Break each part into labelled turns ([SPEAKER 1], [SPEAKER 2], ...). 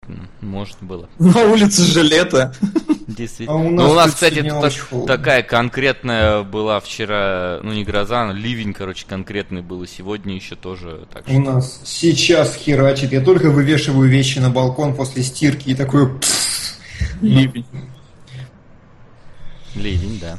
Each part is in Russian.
[SPEAKER 1] может было.
[SPEAKER 2] На улице же лето.
[SPEAKER 1] Действительно. У нас, кстати, такая конкретная была вчера, не гроза, но ливень, конкретный был, и сегодня еще тоже так что...
[SPEAKER 3] У нас сейчас херачит, я только вывешиваю вещи на балкон после стирки и такой...
[SPEAKER 2] Ливень.
[SPEAKER 1] Ливень, да.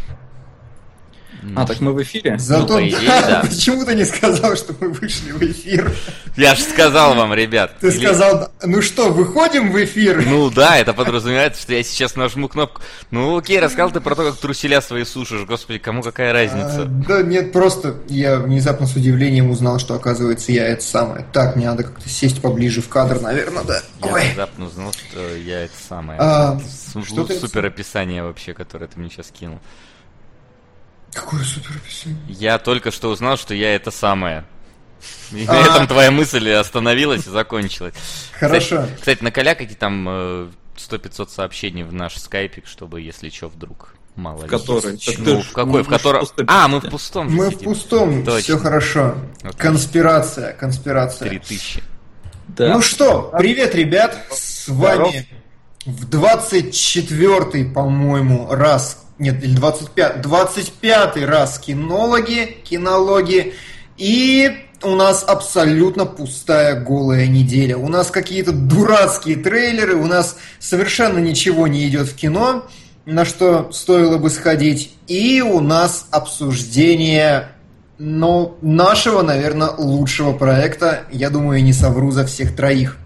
[SPEAKER 2] Так мы в эфире?
[SPEAKER 3] Зато
[SPEAKER 1] по идее, да.
[SPEAKER 3] Почему ты не сказал, что мы вышли в эфир?
[SPEAKER 1] Я же сказал вам, ребят.
[SPEAKER 3] Ты сказал, ну что, выходим в эфир?
[SPEAKER 1] Ну да, это подразумевает, что я сейчас нажму кнопку. Ну окей, рассказал ты про то, как труселя свои сушишь. Господи, кому какая разница?
[SPEAKER 3] Да нет, просто я внезапно с удивлением узнал, что, оказывается, я это самое. Так, мне надо как-то сесть поближе в кадр, наверное, да.
[SPEAKER 1] Я внезапно узнал, что я это самое. Супер описание вообще, которое ты мне сейчас кинул.
[SPEAKER 3] Какое супер описание?
[SPEAKER 1] Я только что узнал, что я это самое. И на этом твоя мысль остановилась и закончилась.
[SPEAKER 3] Хорошо.
[SPEAKER 1] Кстати, накалякайте там 100-500 сообщений в наш скайпик, чтобы, если что, вдруг мало ли.
[SPEAKER 2] В который?
[SPEAKER 1] В какой? В котором? Мы в пустом.
[SPEAKER 3] Мы в пустом, все хорошо. Конспирация.
[SPEAKER 1] 3000.
[SPEAKER 2] Да.
[SPEAKER 3] Ну что, привет, ребят. С вами в 24-й, по-моему, раз... Нет, или 25-й раз кинологи, и у нас абсолютно пустая голая неделя. У нас какие-то дурацкие трейлеры, у нас совершенно ничего не идет в кино, на что стоило бы сходить, и у нас обсуждение, нашего, наверное, лучшего проекта, я думаю, не совру за всех троих.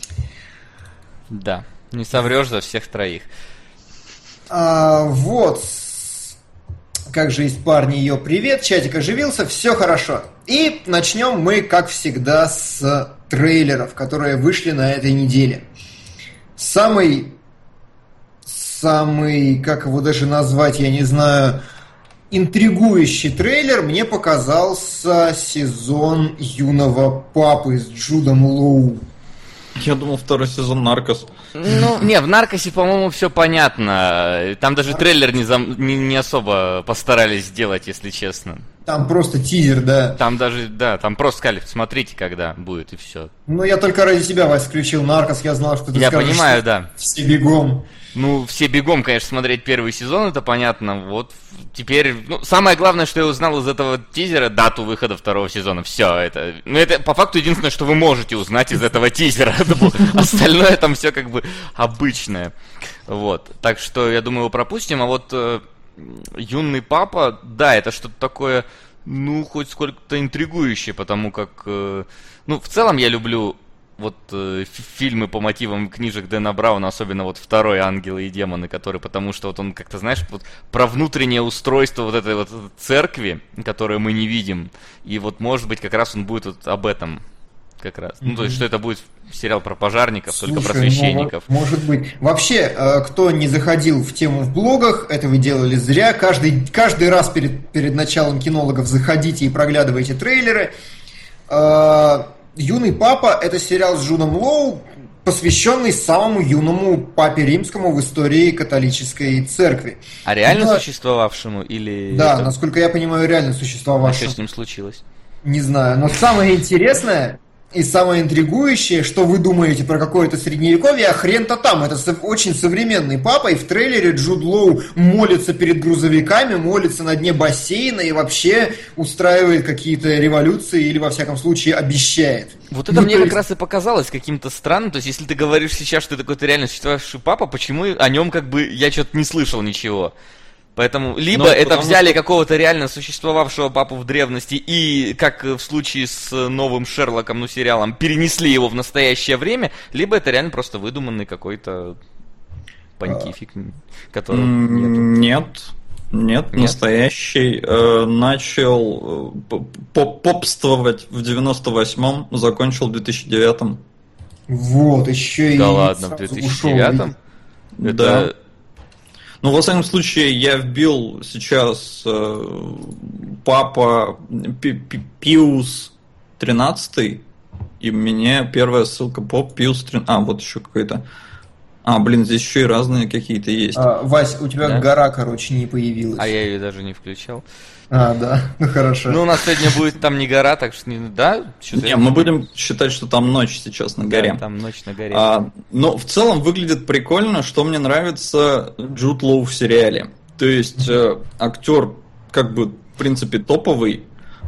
[SPEAKER 1] Да, не соврешь за всех троих.
[SPEAKER 3] Вот, как же есть парни, ее привет, чатик оживился, все хорошо. И начнем мы, как всегда, с трейлеров, которые вышли на этой неделе. Самый, как его даже назвать, я не знаю, интригующий трейлер мне показался сезон «Юного папы» с Джудом Лоу.
[SPEAKER 2] Я думал, второй сезон «Наркос».
[SPEAKER 1] В «Наркосе», по-моему, все понятно. Там даже трейлер не особо постарались сделать, если честно.
[SPEAKER 3] Там просто тизер, да.
[SPEAKER 1] Там даже, там просто сказали, смотрите, когда будет, и все.
[SPEAKER 3] Я только ради себя, Вась, включил «Наркос», я знал, что ты скажешь.
[SPEAKER 1] Я понимаю, да.
[SPEAKER 3] Все бегом.
[SPEAKER 1] Все бегом, конечно, смотреть первый сезон, это понятно. Вот теперь, самое главное, что я узнал из этого тизера, дату выхода второго сезона. Все, это по факту единственное, что вы можете узнать из этого тизера. Остальное там все как бы обычное. Вот. Так что, я думаю, его пропустим. А вот «Юный папа», да, это что-то такое, хоть сколько-то интригующее, потому как, в целом я люблю фильмы по мотивам книжек Дэна Брауна, особенно второй «Ангелы и демоны», который, потому что он как-то, знаешь, про внутреннее устройство этой церкви, которую мы не видим, и может быть как раз он будет об этом как раз. То есть, что это будет сериал про пожарников, только про священников.
[SPEAKER 3] Может быть. Вообще, кто не заходил в тему в блогах, это вы делали зря. Каждый раз перед началом кинологов заходите и проглядывайте трейлеры. «Юный папа» — это сериал с Джудом Лоу, посвященный самому юному папе римскому в истории католической церкви.
[SPEAKER 1] А реально существовавшему или...
[SPEAKER 3] Да, насколько я понимаю, реально существовавшему.
[SPEAKER 1] А что с ним случилось?
[SPEAKER 3] Не знаю, но самое интересное и самое интригующее, что вы думаете про какое-то средневековье, а хрен-то там. Это очень современный папа, и в трейлере Джуд Лоу молится перед грузовиками, молится на дне бассейна и вообще устраивает какие-то революции или, во всяком случае, обещает.
[SPEAKER 1] Вот это мне как раз и показалось каким-то странным. То есть, если ты говоришь сейчас, что ты какой-то реально существовавший папа, почему о нем я что-то не слышал ничего? Поэтому либо это взяли какого-то реально существовавшего папу в древности и, как в случае с новым Шерлоком, сериалом, перенесли его в настоящее время, либо это реально просто выдуманный какой-то понтифик, которого
[SPEAKER 2] Нет, настоящий. Начал попствовать в 98-м, закончил в 2009-м.
[SPEAKER 3] Вот, еще
[SPEAKER 1] да ладно, в 2009-м?
[SPEAKER 2] Да. Во всяком случае, я вбил сейчас папа Пиус 13, и мне первая ссылка Поп Пиус 13. Вот еще какой-то. Блин, здесь еще и разные какие-то есть.
[SPEAKER 3] Вась, у тебя
[SPEAKER 1] Да?
[SPEAKER 3] гора, короче, не появилась.
[SPEAKER 1] А я ее даже не включал.
[SPEAKER 3] Да, ну хорошо.
[SPEAKER 1] Ну, у нас сегодня будет там не гора, так что да? Что-то
[SPEAKER 2] Не, мы будем считать, что там ночь сейчас на горе.
[SPEAKER 1] Да, там ночь на горе.
[SPEAKER 2] Но в целом выглядит прикольно, что мне нравится Джуд Лоу в сериале. То есть актер как бы в принципе топовый,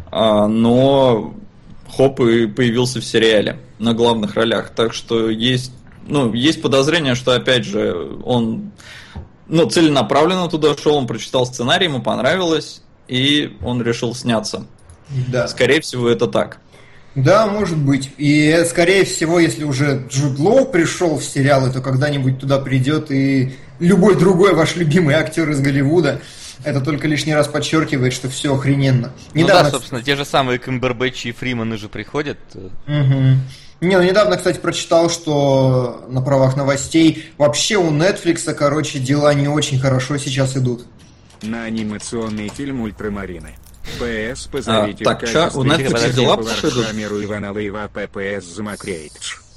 [SPEAKER 2] но хоп и появился в сериале на главных ролях. Так что есть подозрение, что опять же он целенаправленно туда шел, он прочитал сценарий, ему понравилось, и он решил сняться.
[SPEAKER 3] Да.
[SPEAKER 2] Скорее всего, это так.
[SPEAKER 3] Да, может быть. И, скорее всего, если уже Джуд Лоу пришел в сериалы, то когда-нибудь туда придет и любой другой ваш любимый актер из Голливуда. Это только лишний раз подчеркивает, что все охрененно.
[SPEAKER 1] Недавно, да, собственно, те же самые Камбербэтчи и Фриманы же приходят.
[SPEAKER 3] Угу. Недавно, кстати, прочитал, что на правах новостей вообще у Netflix, короче, дела не очень хорошо сейчас идут.
[SPEAKER 4] На анимационный фильм «Ультрамарины». ПС, позовите
[SPEAKER 2] так, что, у Netflix дела плохо идут?
[SPEAKER 4] Иванова ППС замокреет.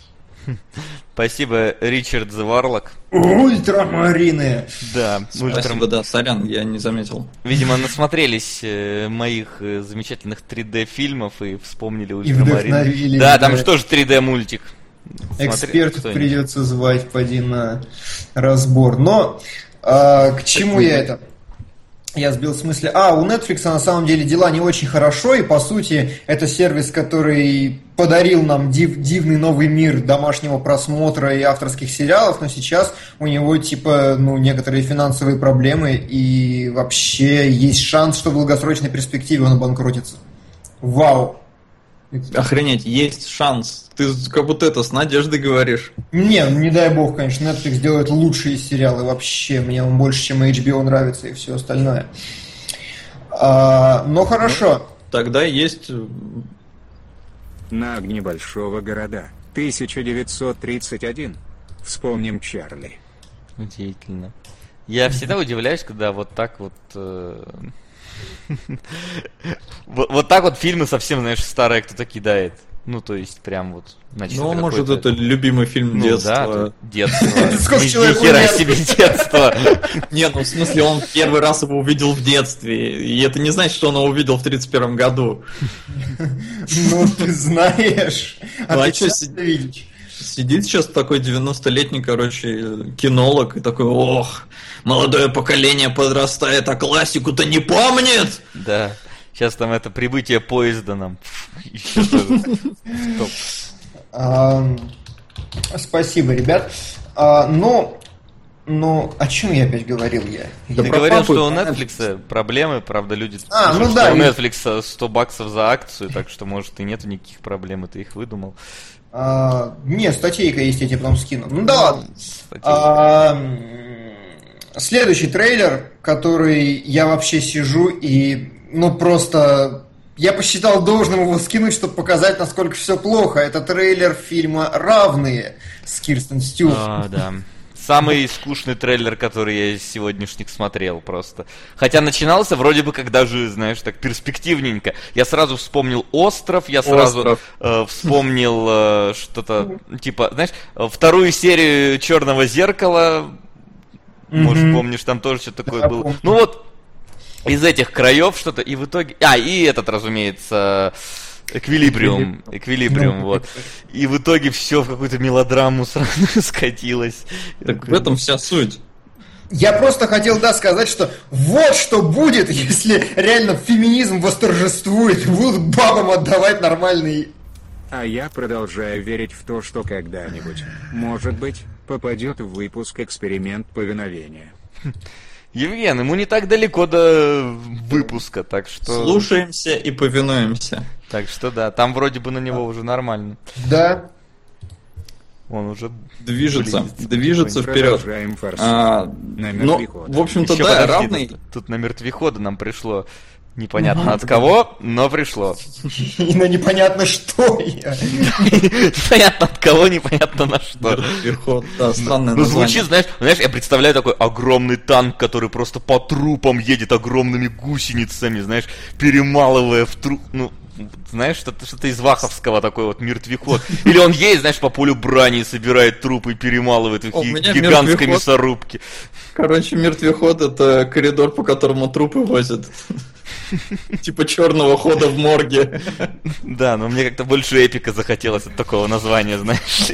[SPEAKER 1] Спасибо, Ричард Заварлок.
[SPEAKER 3] Ультрамарины!
[SPEAKER 1] Да,
[SPEAKER 2] спасибо, да, сорян, я не заметил.
[SPEAKER 1] Видимо, насмотрелись моих замечательных 3D-фильмов и вспомнили Ультрамарины. Да, там что же 3D-мультик.
[SPEAKER 3] Экспертов придется звать, поди на разбор. Но к чему я это? Я сбил с мысли. У Netflix на самом деле дела не очень хорошо, и по сути это сервис, который подарил нам дивный новый мир домашнего просмотра и авторских сериалов, но сейчас у него некоторые финансовые проблемы, и вообще есть шанс, что в долгосрочной перспективе он обанкротится. Вау!
[SPEAKER 2] Охренеть, есть шанс. Ты как будто это с надеждой говоришь.
[SPEAKER 3] Не дай бог, конечно, Netflix делает лучшие сериалы вообще. Мне он больше, чем HBO нравится и все остальное. Но хорошо.
[SPEAKER 2] Тогда есть...
[SPEAKER 4] На огне большого города. 1931. Вспомним Чарли.
[SPEAKER 1] Удивительно. Я всегда удивляюсь, когда вот так вот... Вот так вот фильмы совсем, знаешь, старые кто-то кидает. Ну, то есть, прям вот... Значит,
[SPEAKER 2] может, это любимый фильм детства.
[SPEAKER 1] Да, детство.
[SPEAKER 3] Сколько человек
[SPEAKER 1] Нихера себе детство.
[SPEAKER 2] Нет, в смысле, он первый раз его увидел в детстве. И это не значит, что он его увидел в 31 году.
[SPEAKER 3] Ну, ты знаешь. А ты часто видишь?
[SPEAKER 2] Сидит сейчас такой 90-летний, кинолог, и такой, молодое поколение подрастает, а классику-то не помнит!
[SPEAKER 1] Да, сейчас там это прибытие поезда нам.
[SPEAKER 3] Спасибо, ребят. О чем я опять говорил?
[SPEAKER 1] Ты говорил, что у Netflix проблемы, правда, люди пишут, что у Netflix $100 за акцию, так что, может, и нету никаких проблем, и ты их выдумал.
[SPEAKER 3] Нет, статейка есть, я тебе потом скину. Ну да ладно. Следующий трейлер, который я вообще сижу и, просто... Я посчитал должным его скинуть, чтобы показать, насколько все плохо. Это трейлер фильма «Равные» с Кирстен Стюарт.
[SPEAKER 1] Да. Самый скучный трейлер, который я из сегодняшних смотрел просто. Хотя начинался вроде бы как даже, знаешь, так перспективненько. Я сразу вспомнил «Остров», я сразу вспомнил что-то, типа, знаешь, вторую серию «Черного зеркала». Может, помнишь, там тоже что-то такое было. Ну вот, из этих краев что-то, и в итоге... и этот, разумеется... Эквилибриум, вот. И в итоге все в какую-то мелодраму сразу скатилось.
[SPEAKER 2] Так в этом вся суть.
[SPEAKER 3] Я просто хотел, сказать, что вот что будет, если реально феминизм восторжествует, будут бабам отдавать нормальные...
[SPEAKER 4] А я продолжаю верить в то, что когда-нибудь, может быть, попадет в выпуск «Эксперимент повиновения».
[SPEAKER 1] Евген, ему не так далеко до выпуска, так что...
[SPEAKER 2] Слушаемся и повинуемся.
[SPEAKER 1] Так что да, там вроде бы на него уже нормально.
[SPEAKER 3] Да.
[SPEAKER 1] Он уже
[SPEAKER 2] движется вперед. В общем-то,
[SPEAKER 1] еще
[SPEAKER 2] да, равный.
[SPEAKER 1] Тут на мертвехода нам пришло. Непонятно от кого, но пришло.
[SPEAKER 3] И на непонятно что.
[SPEAKER 1] Непонятно от кого, непонятно на что.
[SPEAKER 2] Мертвеход, да, странное название.
[SPEAKER 1] Звучит, знаешь, я представляю такой огромный танк, который просто по трупам едет огромными гусеницами, знаешь, перемалывая в труп. знаешь, что-то из Ваховского, такой вот мертвеход. Или он едет, знаешь, по полю брани, собирает трупы и перемалывает их в гигантской мясорубке.
[SPEAKER 2] Короче, мертвеход — это коридор, по которому трупы возят. Типа черного хода в морге.
[SPEAKER 1] Да, но мне как-то больше эпика захотелось от такого названия, знаешь.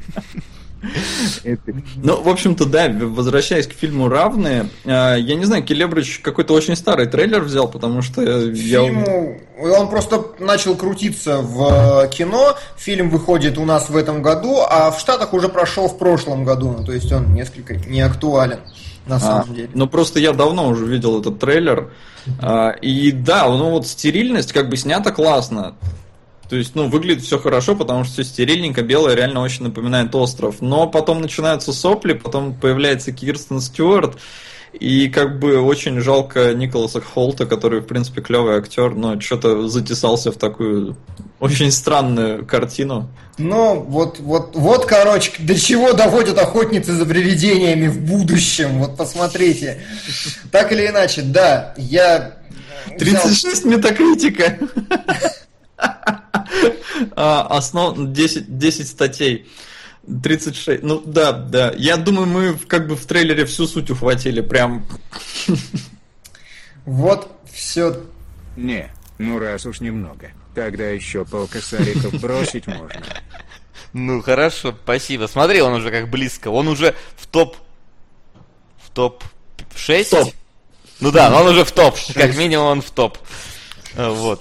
[SPEAKER 2] Ну, в общем-то, да, возвращаясь к фильму «Равные», я не знаю, Келебрыч какой-то очень старый трейлер взял, потому что
[SPEAKER 3] он просто начал крутиться в кино, фильм выходит у нас в этом году, а в Штатах уже прошел в прошлом году, то есть он несколько не актуален на самом деле.
[SPEAKER 2] Ну, просто я давно уже видел этот трейлер, и да, ну вот стерильность как бы снята классно. То есть, ну, выглядит все хорошо, потому что все стерильненько, белое, реально очень напоминает остров. Но потом начинаются сопли, потом появляется Кирстен Стюарт, и как бы очень жалко Николаса Холта, который, в принципе, клевый актер, но что-то затесался в такую очень странную картину.
[SPEAKER 3] Ну, вот, короче, до чего доводят охотницы за привидениями в будущем. Вот посмотрите. Так или иначе, да, я...
[SPEAKER 2] 36 метакритика. Основ 10 статей. 36. Ну да. Я думаю, мы как бы в трейлере всю суть ухватили. Прям.
[SPEAKER 3] Вот все.
[SPEAKER 4] Не, ну раз уж немного. Тогда еще полкосариков бросить можно.
[SPEAKER 1] Ну хорошо, спасибо. Смотри, он уже как близко. Он уже в топ 6?
[SPEAKER 2] Топ.
[SPEAKER 1] Ну да, он уже в топ. Как минимум он в топ. Вот.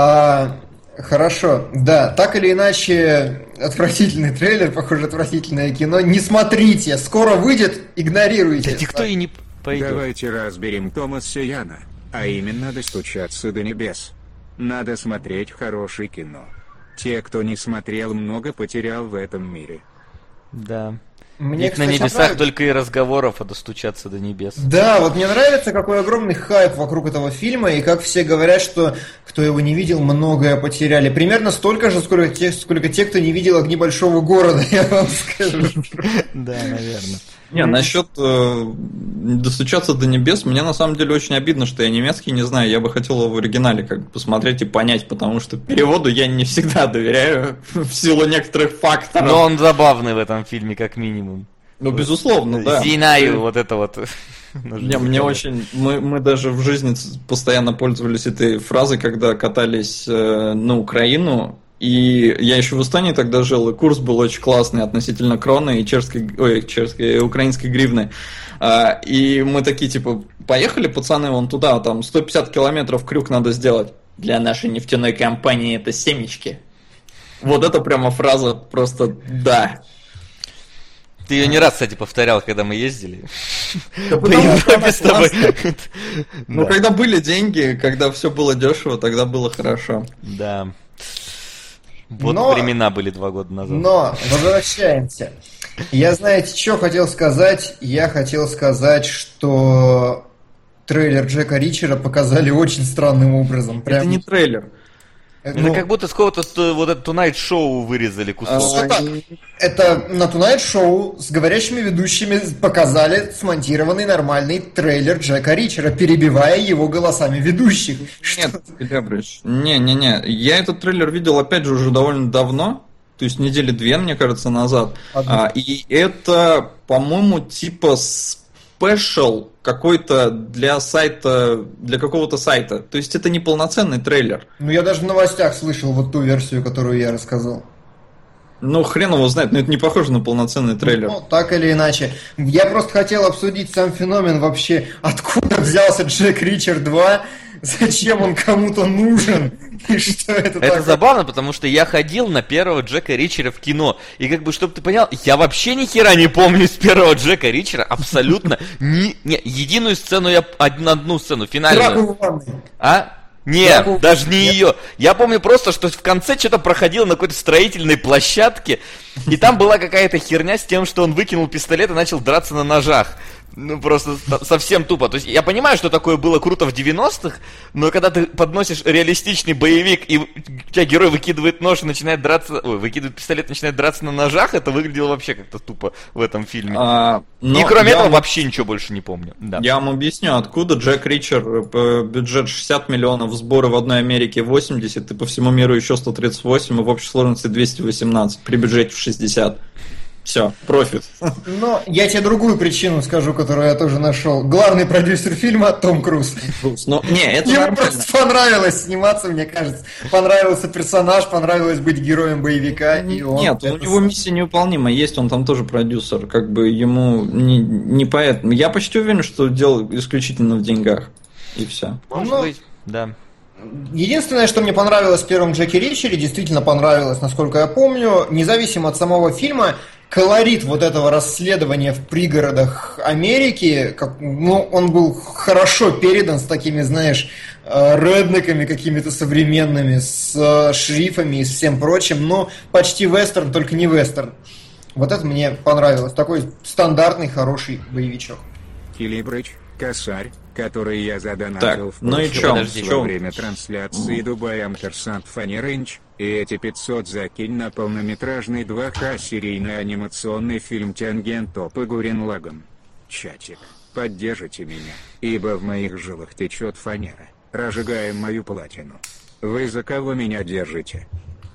[SPEAKER 3] Хорошо, да, так или иначе, отвратительный трейлер, похоже, отвратительное кино. Не смотрите, скоро выйдет, игнорируйте.
[SPEAKER 1] Да никто и не пойдет.
[SPEAKER 4] Давайте разберем Томаса Яна, а именно «Достучаться до небес». Надо смотреть хорошее кино. Те, кто не смотрел, много потерял в этом мире.
[SPEAKER 1] Да.
[SPEAKER 3] Мне,
[SPEAKER 1] кстати, на небесах нравится. Только и разговоров, а достучаться до небес.
[SPEAKER 3] Да, вот мне нравится, какой огромный хайп вокруг этого фильма, и как все говорят, что кто его не видел, многое потеряли. Примерно столько же, сколько те, кто не видел «Огни большого города», я вам скажу.
[SPEAKER 1] Да, наверное.
[SPEAKER 2] Не, насчет достучаться до небес, мне на самом деле очень обидно, что я немецкий не знаю. Я бы хотел его в оригинале как бы посмотреть и понять, потому что переводу я не всегда доверяю в силу некоторых факторов.
[SPEAKER 1] Но он забавный в этом фильме, как минимум.
[SPEAKER 2] Ну, безусловно, да.
[SPEAKER 1] Зинаю, вот это вот.
[SPEAKER 2] Не, мне очень... Мы даже в жизни постоянно пользовались этой фразой, когда катались на Украину. И я еще в Эстонии тогда жил, и курс был очень классный относительно кроны и украинской гривны. И мы такие, типа, поехали, пацаны, вон туда, там 150 километров крюк надо сделать. Для нашей нефтяной компании это семечки. Вот это прямо фраза просто «да».
[SPEAKER 1] Ты ее не раз, кстати, повторял, когда мы ездили.
[SPEAKER 2] Да по Европе с тобой. Ну, когда были деньги, когда все было дешево, тогда было хорошо.
[SPEAKER 1] Да. Вот времена были 2 года назад.
[SPEAKER 3] Но возвращаемся. Я, знаете, что хотел сказать? Я хотел сказать, что трейлер Джека Ричера показали очень странным образом.
[SPEAKER 2] Это не трейлер.
[SPEAKER 1] Это как будто с какого-то вот это Tonight Show вырезали кусок.
[SPEAKER 3] Это на Tonight Show с говорящими ведущими показали смонтированный нормальный трейлер Джека Ричера, перебивая его голосами ведущих.
[SPEAKER 2] Нет, Келебрич, не. Я этот трейлер видел, опять же, уже довольно давно. То есть 2 недели, мне кажется, назад. И это, по-моему, типа спешл какой-то для сайта, для какого-то сайта. То есть это не полноценный трейлер.
[SPEAKER 3] Ну, я даже в новостях слышал вот ту версию, которую я рассказал.
[SPEAKER 2] Ну, хрен его знает, но это не похоже на полноценный трейлер.
[SPEAKER 3] Ну, так или иначе. Я просто хотел обсудить сам феномен вообще, откуда взялся Джек Ричер 2, зачем он кому-то нужен, и что это такое.
[SPEAKER 1] Это забавно, потому что я ходил на первого Джека Ричера в кино, и как бы, чтобы ты понял, я вообще ни хера не помню с первого Джека Ричера, абсолютно, единую сцену, одну сцену, финальную. Нет, даже не ее. Я помню просто, что в конце что-то проходило на какой-то строительной площадке, и там была какая-то херня с тем, что он выкинул пистолет и начал драться на ножах. Ну, просто совсем тупо. То есть, я понимаю, что такое было круто в 90-х, но когда ты подносишь реалистичный боевик, и у тебя герой выкидывает нож и начинает драться... выкидывает пистолет и начинает драться на ножах, это выглядело вообще как-то тупо в этом фильме. И кроме этого вообще ничего больше не помню. Да.
[SPEAKER 2] Я вам объясню, откуда Джек Ричер, бюджет 60 миллионов, сборы в одной Америке 80, и по всему миру еще 138, и в общей сложности 218, при бюджете в 60. Все, профит.
[SPEAKER 3] Но я тебе другую причину скажу, которую я тоже нашел. Главный продюсер фильма Том Круз.
[SPEAKER 2] Ну, не, это
[SPEAKER 3] Ему
[SPEAKER 2] нормально.
[SPEAKER 3] просто понравилось сниматься, мне кажется. Понравился персонаж, понравилось быть героем боевика. И он
[SPEAKER 2] Нет, у него миссия невыполнима. Есть, он там тоже продюсер. Как бы ему не поэтому. Я почти уверен, что дело исключительно в деньгах. И все.
[SPEAKER 1] Может быть, да.
[SPEAKER 3] Единственное, что мне понравилось в первом Джеке Ричере, действительно понравилось, насколько я помню, независимо от самого фильма, колорит вот этого расследования в пригородах Америки, он был хорошо передан с такими, знаешь, реднеками какими-то современными, с шрифами и с всем прочим, но почти вестерн, только не вестерн. Вот это мне понравилось. Такой стандартный, хороший боевичок.
[SPEAKER 4] Килибрыч, косарь, который я задонатил
[SPEAKER 2] Так, ну и
[SPEAKER 4] во время трансляции Дубай Амперсант Фанни Рейндж, и эти 500 закинь на полнометражный 2К серийный анимационный фильм Тянгентоп и Гурен Лаган. Чатик, поддержите меня, ибо в моих жилах течет фанера, разжигаем мою платину. Вы за кого меня держите?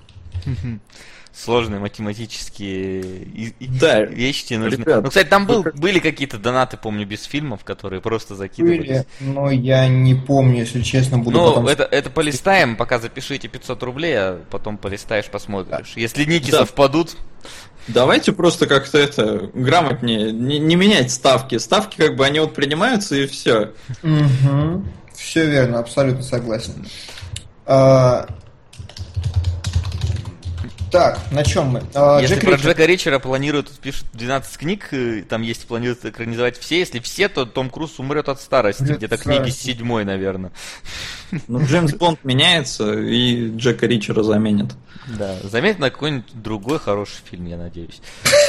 [SPEAKER 1] Сложные математические вещи тебе нужны.
[SPEAKER 2] Ребят,
[SPEAKER 1] ну, кстати, там были какие-то донаты, помню, без фильмов, которые просто закидывались.
[SPEAKER 3] Были, но я не помню, если честно, буду потом...
[SPEAKER 1] это полистаем, пока запишите 500 рублей, а потом полистаешь, посмотришь. Если ники совпадут...
[SPEAKER 2] Давайте просто как-то это грамотнее, не менять ставки. Ставки как бы они вот принимаются и все.
[SPEAKER 3] Угу. Все верно, абсолютно согласен. Так, на чем мы?
[SPEAKER 1] Если про Джека Ричера планируют, пишут 12 книг, там есть, планируют экранизовать все. Если все, то Том Круз умрет от старости, где-то книги с 7-й, наверное.
[SPEAKER 2] Ну, Джеймс Бонд меняется, и Джека Ричера заменят.
[SPEAKER 1] Да, заметь на какой-нибудь другой хороший фильм, я надеюсь.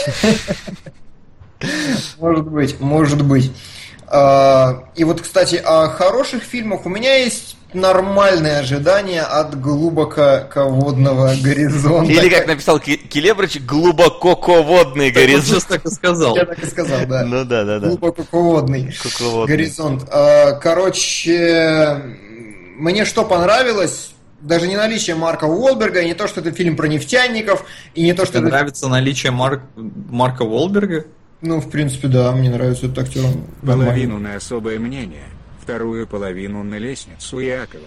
[SPEAKER 3] Может быть. И вот, кстати, о хороших фильмах у меня есть нормальные ожидания от глубоководного горизонта.
[SPEAKER 1] Или, как написал Келебрыч, глубокоководный горизонт.
[SPEAKER 2] Я так и сказал.
[SPEAKER 3] Я так и сказал, да.
[SPEAKER 1] Ну да.
[SPEAKER 3] Глубокоководный горизонт. Короче, мне что понравилось? Даже не наличие Марка Уолберга, и не то, что это фильм про нефтяников, и не то, что...
[SPEAKER 2] Тебе нравится наличие Марка Уолберга?
[SPEAKER 3] Ну, в принципе, да, мне нравится этот актер.
[SPEAKER 4] Половину на особое мнение, вторую половину на лестницу Якова.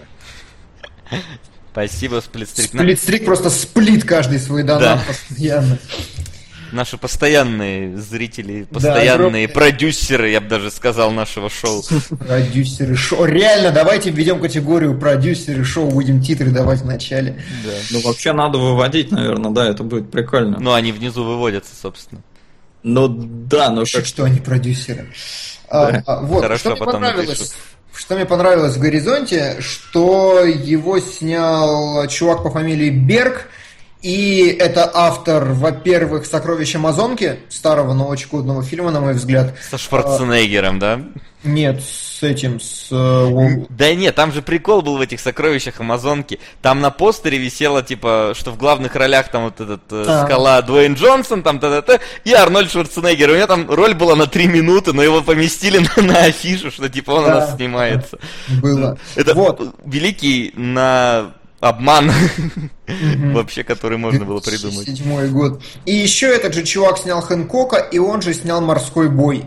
[SPEAKER 1] Спасибо, Сплитстрик.
[SPEAKER 3] Сплитстрик просто сплит каждый свой донат постоянно.
[SPEAKER 1] Наши постоянные зрители, постоянные продюсеры, я бы даже сказал, нашего шоу.
[SPEAKER 3] Продюсеры шоу. Реально, давайте введем категорию продюсеры шоу, будем титры давать в начале.
[SPEAKER 1] Да.
[SPEAKER 2] Ну, вообще надо выводить, наверное, да, это будет прикольно.
[SPEAKER 1] Ну, они внизу выводятся, собственно.
[SPEAKER 2] Ну, да, но как...
[SPEAKER 3] Что они продюсеры.
[SPEAKER 2] Да.
[SPEAKER 3] Вот,
[SPEAKER 1] хорошо,
[SPEAKER 3] что мне понравилось в «Горизонте», что его снял чувак по фамилии Берг, и это автор, во-первых, «Сокровищ Амазонки», старого, но очень годного фильма, на мой взгляд.
[SPEAKER 1] Со Шварценеггером, да?
[SPEAKER 3] Нет, с этим, с...
[SPEAKER 1] Да нет, там же прикол был в этих «Сокровищах Амазонки». Там на постере висело, типа, что в главных ролях там вот этот скала Дуэйн Джонсон, там та-та-та, и Арнольд Шварценеггер. У него там роль была на 3 минуты, но его поместили на афишу, что типа он у нас снимается.
[SPEAKER 3] Было.
[SPEAKER 1] Это великий обман, вообще, который можно было придумать.
[SPEAKER 3] 2007 год. И еще этот же чувак снял Хэнкока, и он же снял «Морской бой».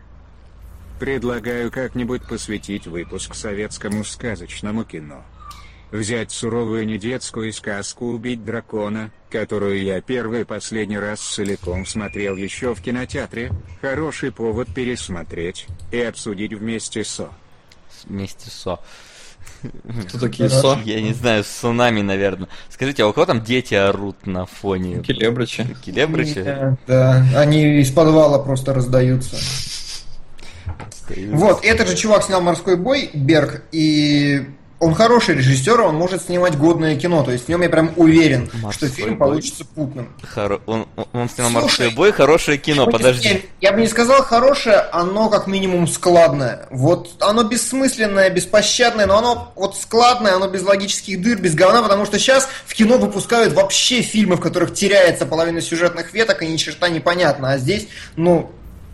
[SPEAKER 4] Предлагаю как-нибудь посвятить выпуск советскому сказочному кино. Взять суровую недетскую сказку «Убить дракона», которую я первый и последний раз целиком смотрел еще в кинотеатре, хороший повод пересмотреть и обсудить вместе со.
[SPEAKER 1] Вместе со.
[SPEAKER 2] Кто такие со?
[SPEAKER 1] Я не знаю, с сонами, наверное. Скажите, а у кого там дети орут на фоне?
[SPEAKER 2] Келебрычи.
[SPEAKER 1] Келебрычи?
[SPEAKER 3] Да, они из подвала просто раздаются. Вот, этот же чувак снял «Морской бой», Берг, и он хороший режиссер, он может снимать годное кино. То есть в нем я прям уверен, что фильм получится путным.
[SPEAKER 1] Он снял «Морской бой», хорошее кино, подожди.
[SPEAKER 3] Я бы не сказал хорошее, оно как минимум складное. Вот оно бессмысленное, беспощадное, но оно вот складное, оно без логических дыр, без говна, потому что сейчас в кино выпускают вообще фильмы, в которых теряется половина сюжетных веток и ни черта непонятно. А здесь, ну...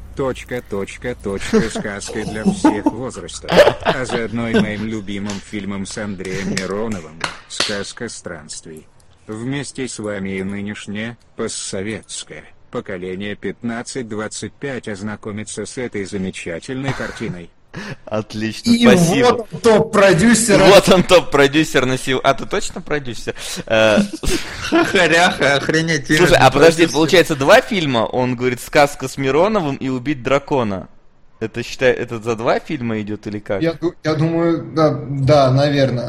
[SPEAKER 4] Сказкой для всех возрастов. А заодно и моим любимым фильмом с Андреем Мироновым «Сказка странствий». Вместе с вами и нынешнее, постсоветское, поколение 15-25 ознакомится с этой замечательной картиной.
[SPEAKER 1] Отлично,
[SPEAKER 3] и
[SPEAKER 1] спасибо.
[SPEAKER 3] Вот он топ-продюсер.
[SPEAKER 1] Вот он топ-продюсер на сил. А ты точно продюсер?
[SPEAKER 2] Хохоряха, охренеть.
[SPEAKER 1] Слушай, а подожди, получается 2 фильма? Он говорит «Сказка с Мироновым» и «Убить дракона». Это считай, это за 2 фильма идет или как?
[SPEAKER 3] Я думаю, да, наверное.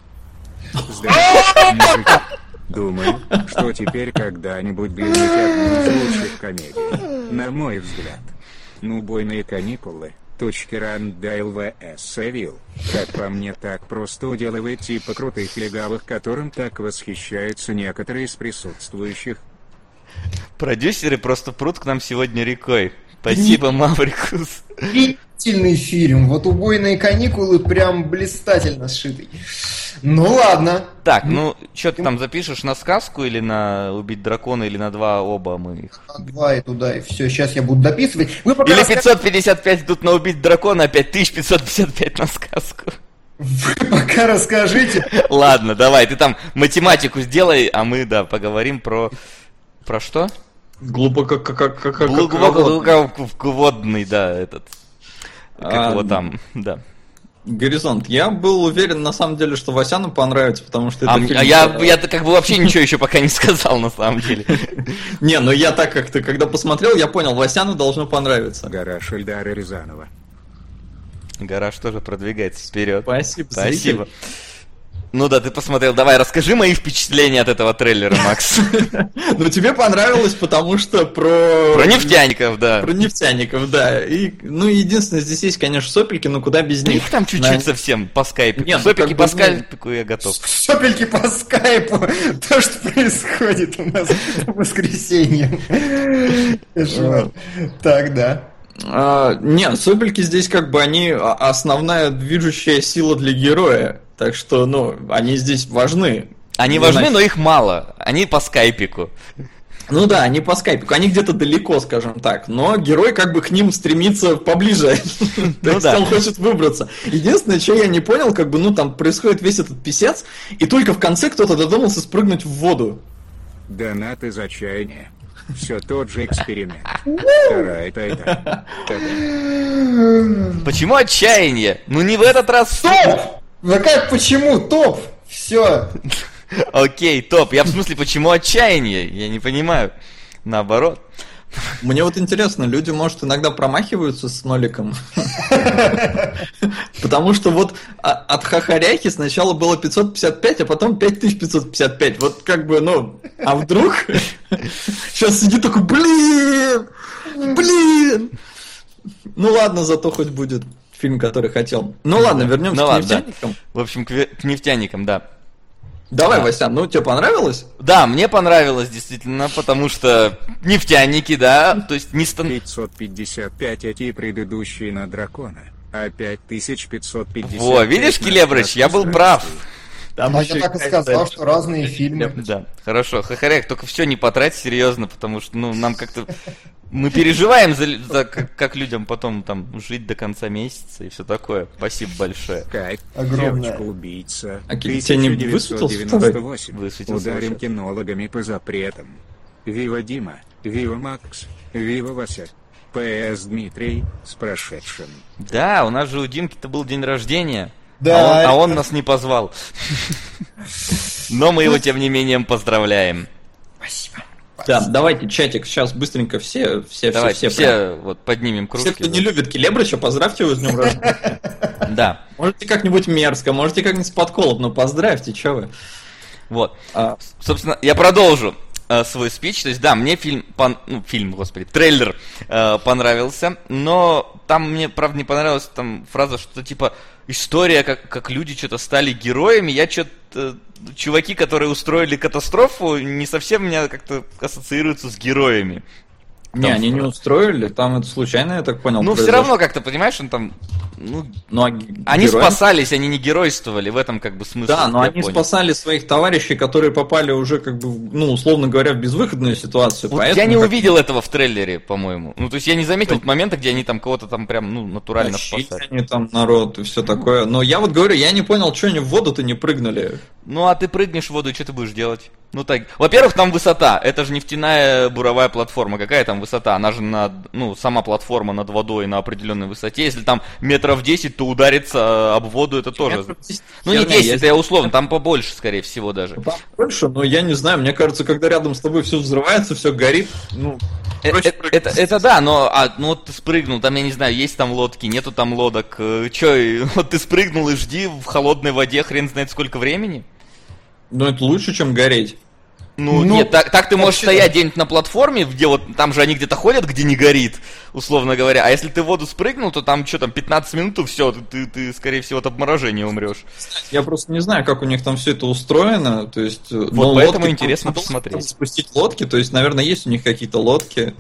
[SPEAKER 4] Думаю, что теперь когда-нибудь близнецы в лучших комедий. На мой взгляд. «Убойные каникулы». Рандейл В.С. Севилл. Как по мне, так просто уделывает типа крутых легавых, которым так восхищаются некоторые из присутствующих.
[SPEAKER 1] Продюсеры просто прут к нам сегодня рекой. Спасибо, Маврикус.
[SPEAKER 3] Охренительный фильм. Вот «Убойные каникулы» прям блистательно сшитый. Ну ладно.
[SPEAKER 1] Так, ну что ты там запишешь, на сказку или на «Убить дракона», или на 2 оба мы их?
[SPEAKER 3] На 2 и туда, и все. Сейчас я буду дописывать.
[SPEAKER 1] Или 555 тут на «Убить дракона», а 5555 на сказку.
[SPEAKER 3] Вы пока расскажите.
[SPEAKER 1] Ладно, давай, ты там математику сделай, а мы, да, поговорим про... Про что? Глубоководный, да, этот... Как его там, да.
[SPEAKER 2] «Горизонт». Я был уверен, на самом деле, что Васяну понравится, потому что это фильм...
[SPEAKER 1] Я как бы вообще ничего еще пока не сказал, на самом деле.
[SPEAKER 2] Не, ну я так как-то, когда посмотрел, я понял, Васяну должно понравиться.
[SPEAKER 4] «Гараж» Эльдара Рязанова.
[SPEAKER 1] «Гараж» тоже продвигается вперед.
[SPEAKER 2] Спасибо.
[SPEAKER 1] Ну да, ты посмотрел. Давай, расскажи мои впечатления от этого трейлера, Макс.
[SPEAKER 2] Ну, тебе понравилось, потому что про...
[SPEAKER 1] Про нефтяников, да.
[SPEAKER 2] Про нефтяников, да. И, ну, единственное, здесь есть, конечно, сопельки, но куда без них.
[SPEAKER 1] Их там чуть-чуть совсем по скайпу.
[SPEAKER 2] Нет,
[SPEAKER 1] сопельки по скайпу я готов.
[SPEAKER 3] Сопельки по скайпу. То, что происходит у нас в воскресенье. Так, да.
[SPEAKER 2] Нет, сопельки здесь как бы они основная движущая сила для героя. Так что, ну, они здесь важны.
[SPEAKER 1] Они важны, но их мало. Они по скайпику.
[SPEAKER 2] Ну да, они по скайпику. Они где-то далеко, скажем так. Но герой как бы к ним стремится поближе. То есть он хочет выбраться. Единственное, что я не понял, как бы, ну, там происходит весь этот писец, и только в конце кто-то додумался спрыгнуть в воду.
[SPEAKER 4] Донат из отчаяния. Все тот же эксперимент. Вторая тайна.
[SPEAKER 1] Почему отчаяние? Ну не в этот раз.
[SPEAKER 3] Топ! Ну как, почему? Топ! Все.
[SPEAKER 1] Окей, топ. Я в смысле, почему отчаяние? Я не понимаю. Наоборот.
[SPEAKER 2] Мне вот интересно, люди, может, иногда промахиваются с ноликом? Потому что вот от хохоряхи сначала было 555, а потом 5555. Вот как бы, ну, а вдруг? Сейчас сидит такой, блин! Ну ладно, зато хоть будет фильм, который хотел. Ну ладно, вернемся к нефтяникам.
[SPEAKER 1] В общем, к нефтяникам, да.
[SPEAKER 2] Давай, Васян, ну тебе понравилось?
[SPEAKER 1] Да, мне понравилось, действительно, потому что нефтяники, да, то есть не
[SPEAKER 4] 555 эти предыдущие на дракона, а 5550.
[SPEAKER 1] Во, видишь, Келебрыч, я был прав.
[SPEAKER 3] Там я так и сказал, что разные фильмы.
[SPEAKER 1] Да, хорошо, хохоряк, только все не потрать серьезно, потому что, ну, нам как-то... Мы переживаем за как людям потом там жить до конца месяца и все такое. Спасибо большое.
[SPEAKER 4] Кайф.
[SPEAKER 3] Огромное.
[SPEAKER 4] Девочка-убийца.
[SPEAKER 1] 1998.
[SPEAKER 4] Ударим кинологами по запретам. Вива Дима, Вива Макс, Вива Вася. П.С. Дмитрий, с прошедшим.
[SPEAKER 1] Да, у нас же у Димки-то был день рождения.
[SPEAKER 3] Да,
[SPEAKER 1] а он нас не позвал. Но мы его, тем не менее, поздравляем.
[SPEAKER 3] Спасибо.
[SPEAKER 2] Да, давайте чатик сейчас быстренько все
[SPEAKER 1] вот поднимем кружки.
[SPEAKER 2] Все, кто не любит Келебрыча, поздравьте его с днем рождения.
[SPEAKER 1] Да.
[SPEAKER 2] Можете как-нибудь мерзко, можете как-нибудь с подколом, но поздравьте, что вы.
[SPEAKER 1] Вот. Собственно, я продолжу. свой спич. То есть, да, мне трейлер понравился, но там мне, правда, не понравилась там фраза, что типа история, как люди что-то стали героями. Я что-то... Чуваки, которые устроили катастрофу, не совсем меня как-то ассоциируются с героями.
[SPEAKER 2] Не, они не устроили, там это случайно, я так понял.
[SPEAKER 1] Ну, все равно как-то, понимаешь, он там... они спасались, они не геройствовали, в этом как бы смысл.
[SPEAKER 2] Да, но они спасали своих товарищей, которые попали уже, как бы, условно говоря, в безвыходную ситуацию.
[SPEAKER 1] Вот я не увидел этого в трейлере, по-моему. Ну, то есть я не заметил момента, где они там кого-то там прям, натурально спасали.
[SPEAKER 2] Они там народ и все такое. Но я вот говорю, я не понял, что они в воду-то не прыгнули.
[SPEAKER 1] Ну, а ты прыгнешь в воду, и что ты будешь делать? Ну так, во-первых, там высота. Это же нефтяная буровая платформа. Какая там высота? Она же сама платформа над водой на определенной высоте. Если там метров 10, то удариться об воду это тоже. Ну не 10, это я условно, там побольше, скорее всего, даже.
[SPEAKER 2] Там больше, но я не знаю. Мне кажется, когда рядом с тобой все взрывается, все горит,
[SPEAKER 1] это да, но вот ты спрыгнул, там, я не знаю, есть там лодки, нету там лодок. Че, вот ты спрыгнул и жди в холодной воде хрен знает сколько времени.
[SPEAKER 2] Ну, это лучше, чем гореть.
[SPEAKER 1] Нет, так ты можешь стоять где-нибудь на платформе, где вот, там же они где-то ходят, где не горит, условно говоря. А если ты в воду спрыгнул, то там, 15 минут, и все, ты, скорее всего, от обморожения умрешь.
[SPEAKER 2] Я просто не знаю, как у них там все это устроено, то есть...
[SPEAKER 1] Вот поэтому интересно посмотреть.
[SPEAKER 2] Спустить лодки, то есть, наверное, есть у них какие-то лодки.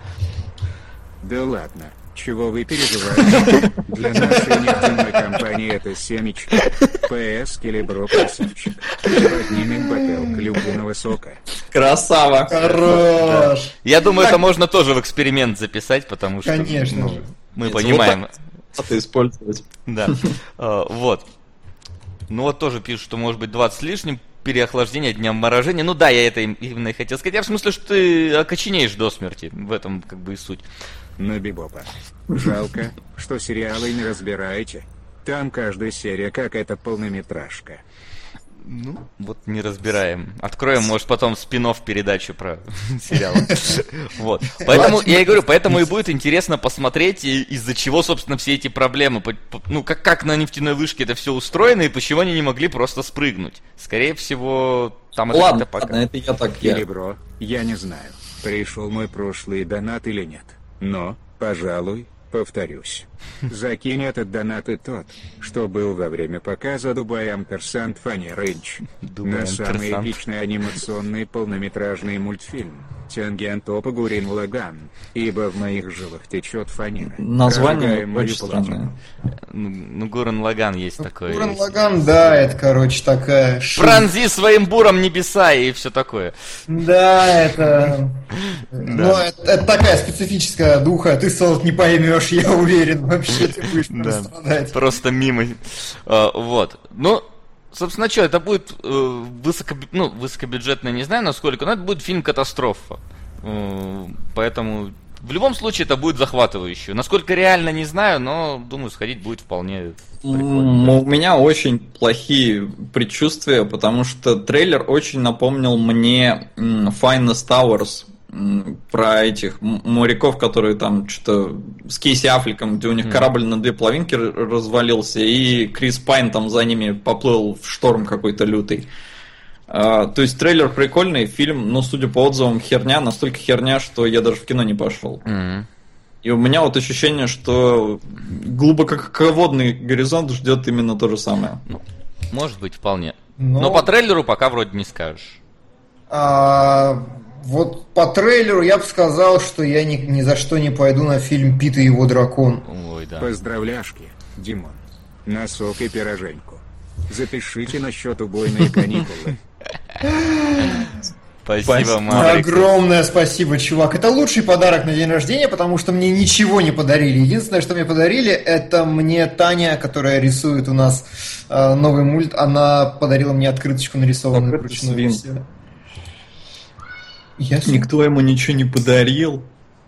[SPEAKER 4] Да ладно. Чего вы переживаете? Для нашей нефтяной компании это семечки. ПС Келебро красавчик. Поднимем бутылку любого сока.
[SPEAKER 2] Красава.
[SPEAKER 3] Хорош.
[SPEAKER 1] Я думаю, это можно тоже в эксперимент записать, потому что...
[SPEAKER 3] Конечно же.
[SPEAKER 1] Мы понимаем.
[SPEAKER 2] Это использовать.
[SPEAKER 1] Да. Вот. Ну вот тоже пишут, что может быть 20 с лишним. Переохлаждение, дня морожения. Ну да, я это именно и хотел сказать. Я в смысле, что ты окоченеешь до смерти. В этом как бы и суть.
[SPEAKER 4] Ну, Бибопа. Жалко, что сериалы не разбираете. Там каждая серия какая-то полнометражка.
[SPEAKER 1] Ну, вот не разбираем. Откроем, может, потом спин-офф передачу про сериал. Вот. Поэтому, я и говорю, поэтому и будет интересно посмотреть, из-за чего, собственно, все эти проблемы. Ну, как на нефтяной вышке это все устроено, и почему они не могли просто спрыгнуть. Скорее всего, там это
[SPEAKER 2] ладно,
[SPEAKER 1] пока.
[SPEAKER 2] Это я так...
[SPEAKER 4] Келебро, я не знаю, пришел мой прошлый донат или нет. Но, пожалуй, повторюсь. Закинь этот донат и тот, что был во время показа Дубай Амперсант Фанни Рейндж. На самый эпичный анимационный полнометражный мультфильм Тянгентопа Гуррен Лаганн, ибо в моих жилах течет фанера.
[SPEAKER 2] Название очень странное.
[SPEAKER 1] Ну, Гуррен Лаганн есть такое.
[SPEAKER 3] Гуррен Лаганн, да, это, короче, такая...
[SPEAKER 1] Пронзи своим буром небеса и все такое.
[SPEAKER 3] Да, это... Ну, это такая специфическая духа, ты, Солод, не поймешь, я уверен, вообще ты будешь страдать.
[SPEAKER 1] Просто мимо. Вот. Ну, собственно, что, это будет высокобюджетно, не знаю насколько, но это будет фильм-катастрофа. Поэтому в любом случае это будет захватывающе. Насколько реально, не знаю, но, думаю, сходить будет вполне прикольно.
[SPEAKER 2] У меня очень плохие предчувствия, потому что трейлер очень напомнил мне Finest Hours, про этих моряков, которые там что-то с Кейси Аффлеком, где у них корабль на две половинки развалился, и Крис Пайн там за ними поплыл в шторм какой-то лютый. То есть трейлер прикольный, фильм, но судя по отзывам, херня, настолько херня, что я даже в кино не пошел. И у меня вот ощущение, что глубоководный горизонт ждет именно то же самое.
[SPEAKER 1] Может быть, вполне. Но по трейлеру пока вроде не скажешь.
[SPEAKER 3] Вот по трейлеру я бы сказал, что я ни за что не пойду на фильм «Пит и его дракон».
[SPEAKER 1] Ой, да.
[SPEAKER 4] Поздравляшки, Димон. На сок и пироженьку. Запишите на счет убойные каникулы.
[SPEAKER 1] Спасибо, Маврик.
[SPEAKER 3] Огромное спасибо, чувак. Это лучший подарок на день рождения, потому что мне ничего не подарили. Единственное, что мне подарили, это мне Таня, которая рисует у нас новый мульт. Она подарила мне открыточку, нарисованную вручную.
[SPEAKER 2] Никто ему ничего не подарил.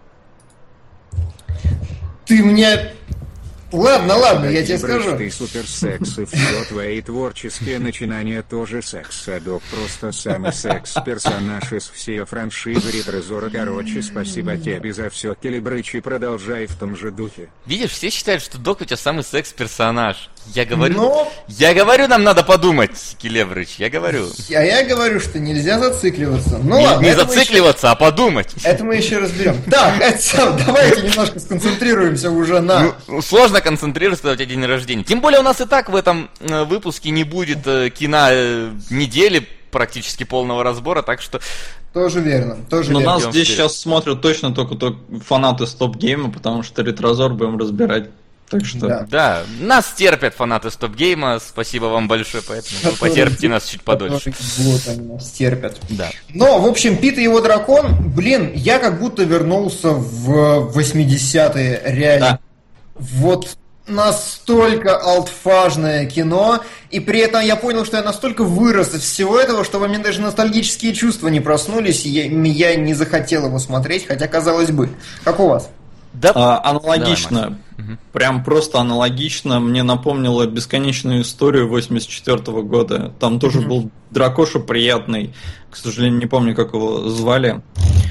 [SPEAKER 3] Ты мне... Ладно, я тебе скажу.
[SPEAKER 4] Ты суперсекс, и все твои творческие начинания тоже секс. Садок просто самый секс-персонаж из всей франшизы Ретрезора. Короче, спасибо тебе за все, Келебрыч, и продолжай в том же духе.
[SPEAKER 1] Видишь, все считают, что Док у тебя самый секс-персонаж. Я говорю,
[SPEAKER 3] Но-
[SPEAKER 1] нам надо подумать, Келебрыч, я говорю.
[SPEAKER 3] А я говорю, что нельзя зацикливаться. Ну
[SPEAKER 1] Не,
[SPEAKER 3] ладно,
[SPEAKER 1] не
[SPEAKER 3] это мы
[SPEAKER 1] зацикливаться, а подумать.
[SPEAKER 3] это мы еще разберем. Так, давайте немножко сконцентрируемся уже на...
[SPEAKER 1] Ну, сложно концентрироваться, когда у тебя день рождения. Тем более у нас и так в этом выпуске не будет кино недели практически полного разбора, так что...
[SPEAKER 3] Тоже верно, тоже
[SPEAKER 2] Но
[SPEAKER 3] верно.
[SPEAKER 2] нас
[SPEAKER 1] Идем
[SPEAKER 2] здесь
[SPEAKER 1] вперед.
[SPEAKER 2] сейчас смотрят точно только фанаты стоп-гейма, потому что ретрозор будем разбирать. Так что...
[SPEAKER 1] Да, нас терпят фанаты стоп-гейма, спасибо вам большое, поэтому вы потерпите нас чуть подольше.
[SPEAKER 3] Вот они нас терпят.
[SPEAKER 1] Да.
[SPEAKER 3] Но, в общем, Пит и его дракон, блин, я как будто вернулся в 80-е, реально.
[SPEAKER 2] Да.
[SPEAKER 3] Вот настолько алтфажное кино, и при этом я понял, что я настолько вырос из всего этого, что во мне даже ностальгические чувства не проснулись, и я не захотел его смотреть, хотя казалось бы. Как у вас?
[SPEAKER 1] Да.
[SPEAKER 2] Аналогично,
[SPEAKER 1] Давай,
[SPEAKER 2] прям просто аналогично, мне напомнило бесконечную историю 84 года. Там тоже был дракоша приятный, к сожалению, не помню, как его звали.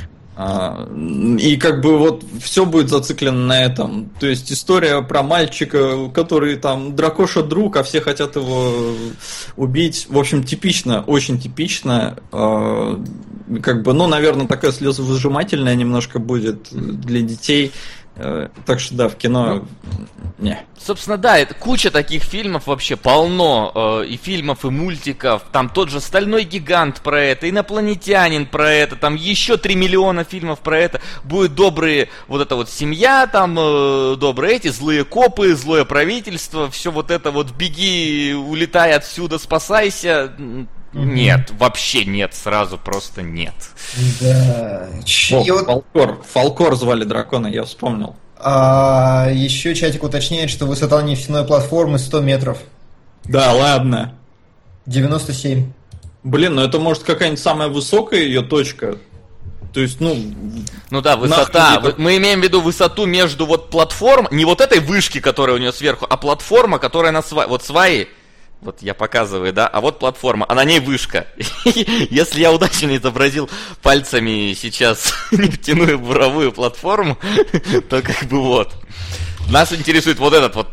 [SPEAKER 2] И как бы вот все будет зациклено на этом. То есть история про мальчика, который там дракоша друг, а все хотят его убить. В общем, типично, очень типично. Как бы, ну, наверное, такая слезовыжимательная немножко будет для детей. Так что да, в кино... Не.
[SPEAKER 1] Собственно, да, это куча таких фильмов вообще полно, и фильмов, и мультиков, там тот же «Стальной гигант» про это, «Инопланетянин» про это, там еще 3 миллиона фильмов про это, будет добрые, вот эта вот семья, там добрые эти, злые копы, злое правительство, все вот это вот беги, улетай отсюда, спасайся. Нет, вообще нет, сразу просто нет.
[SPEAKER 3] Да.
[SPEAKER 2] Фалкор звали дракона, я вспомнил.
[SPEAKER 3] Еще чатик уточняет, что высота нефтяной платформы 100 метров.
[SPEAKER 2] Да, ладно.
[SPEAKER 3] 97.
[SPEAKER 2] Блин, ну это может какая-нибудь самая высокая ее точка. То есть, ну...
[SPEAKER 1] Ну да, высота.
[SPEAKER 2] нахуй это-
[SPEAKER 1] Мы имеем в виду высоту между вот платформ, не вот этой вышки, которая у нее сверху, а платформа, которая на свае. Вот сваи, вот я показываю, да, а вот платформа, а на ней вышка. Если я удачно изобразил пальцами сейчас нефтяную буровую платформу, то как бы вот. Нас интересует вот этот вот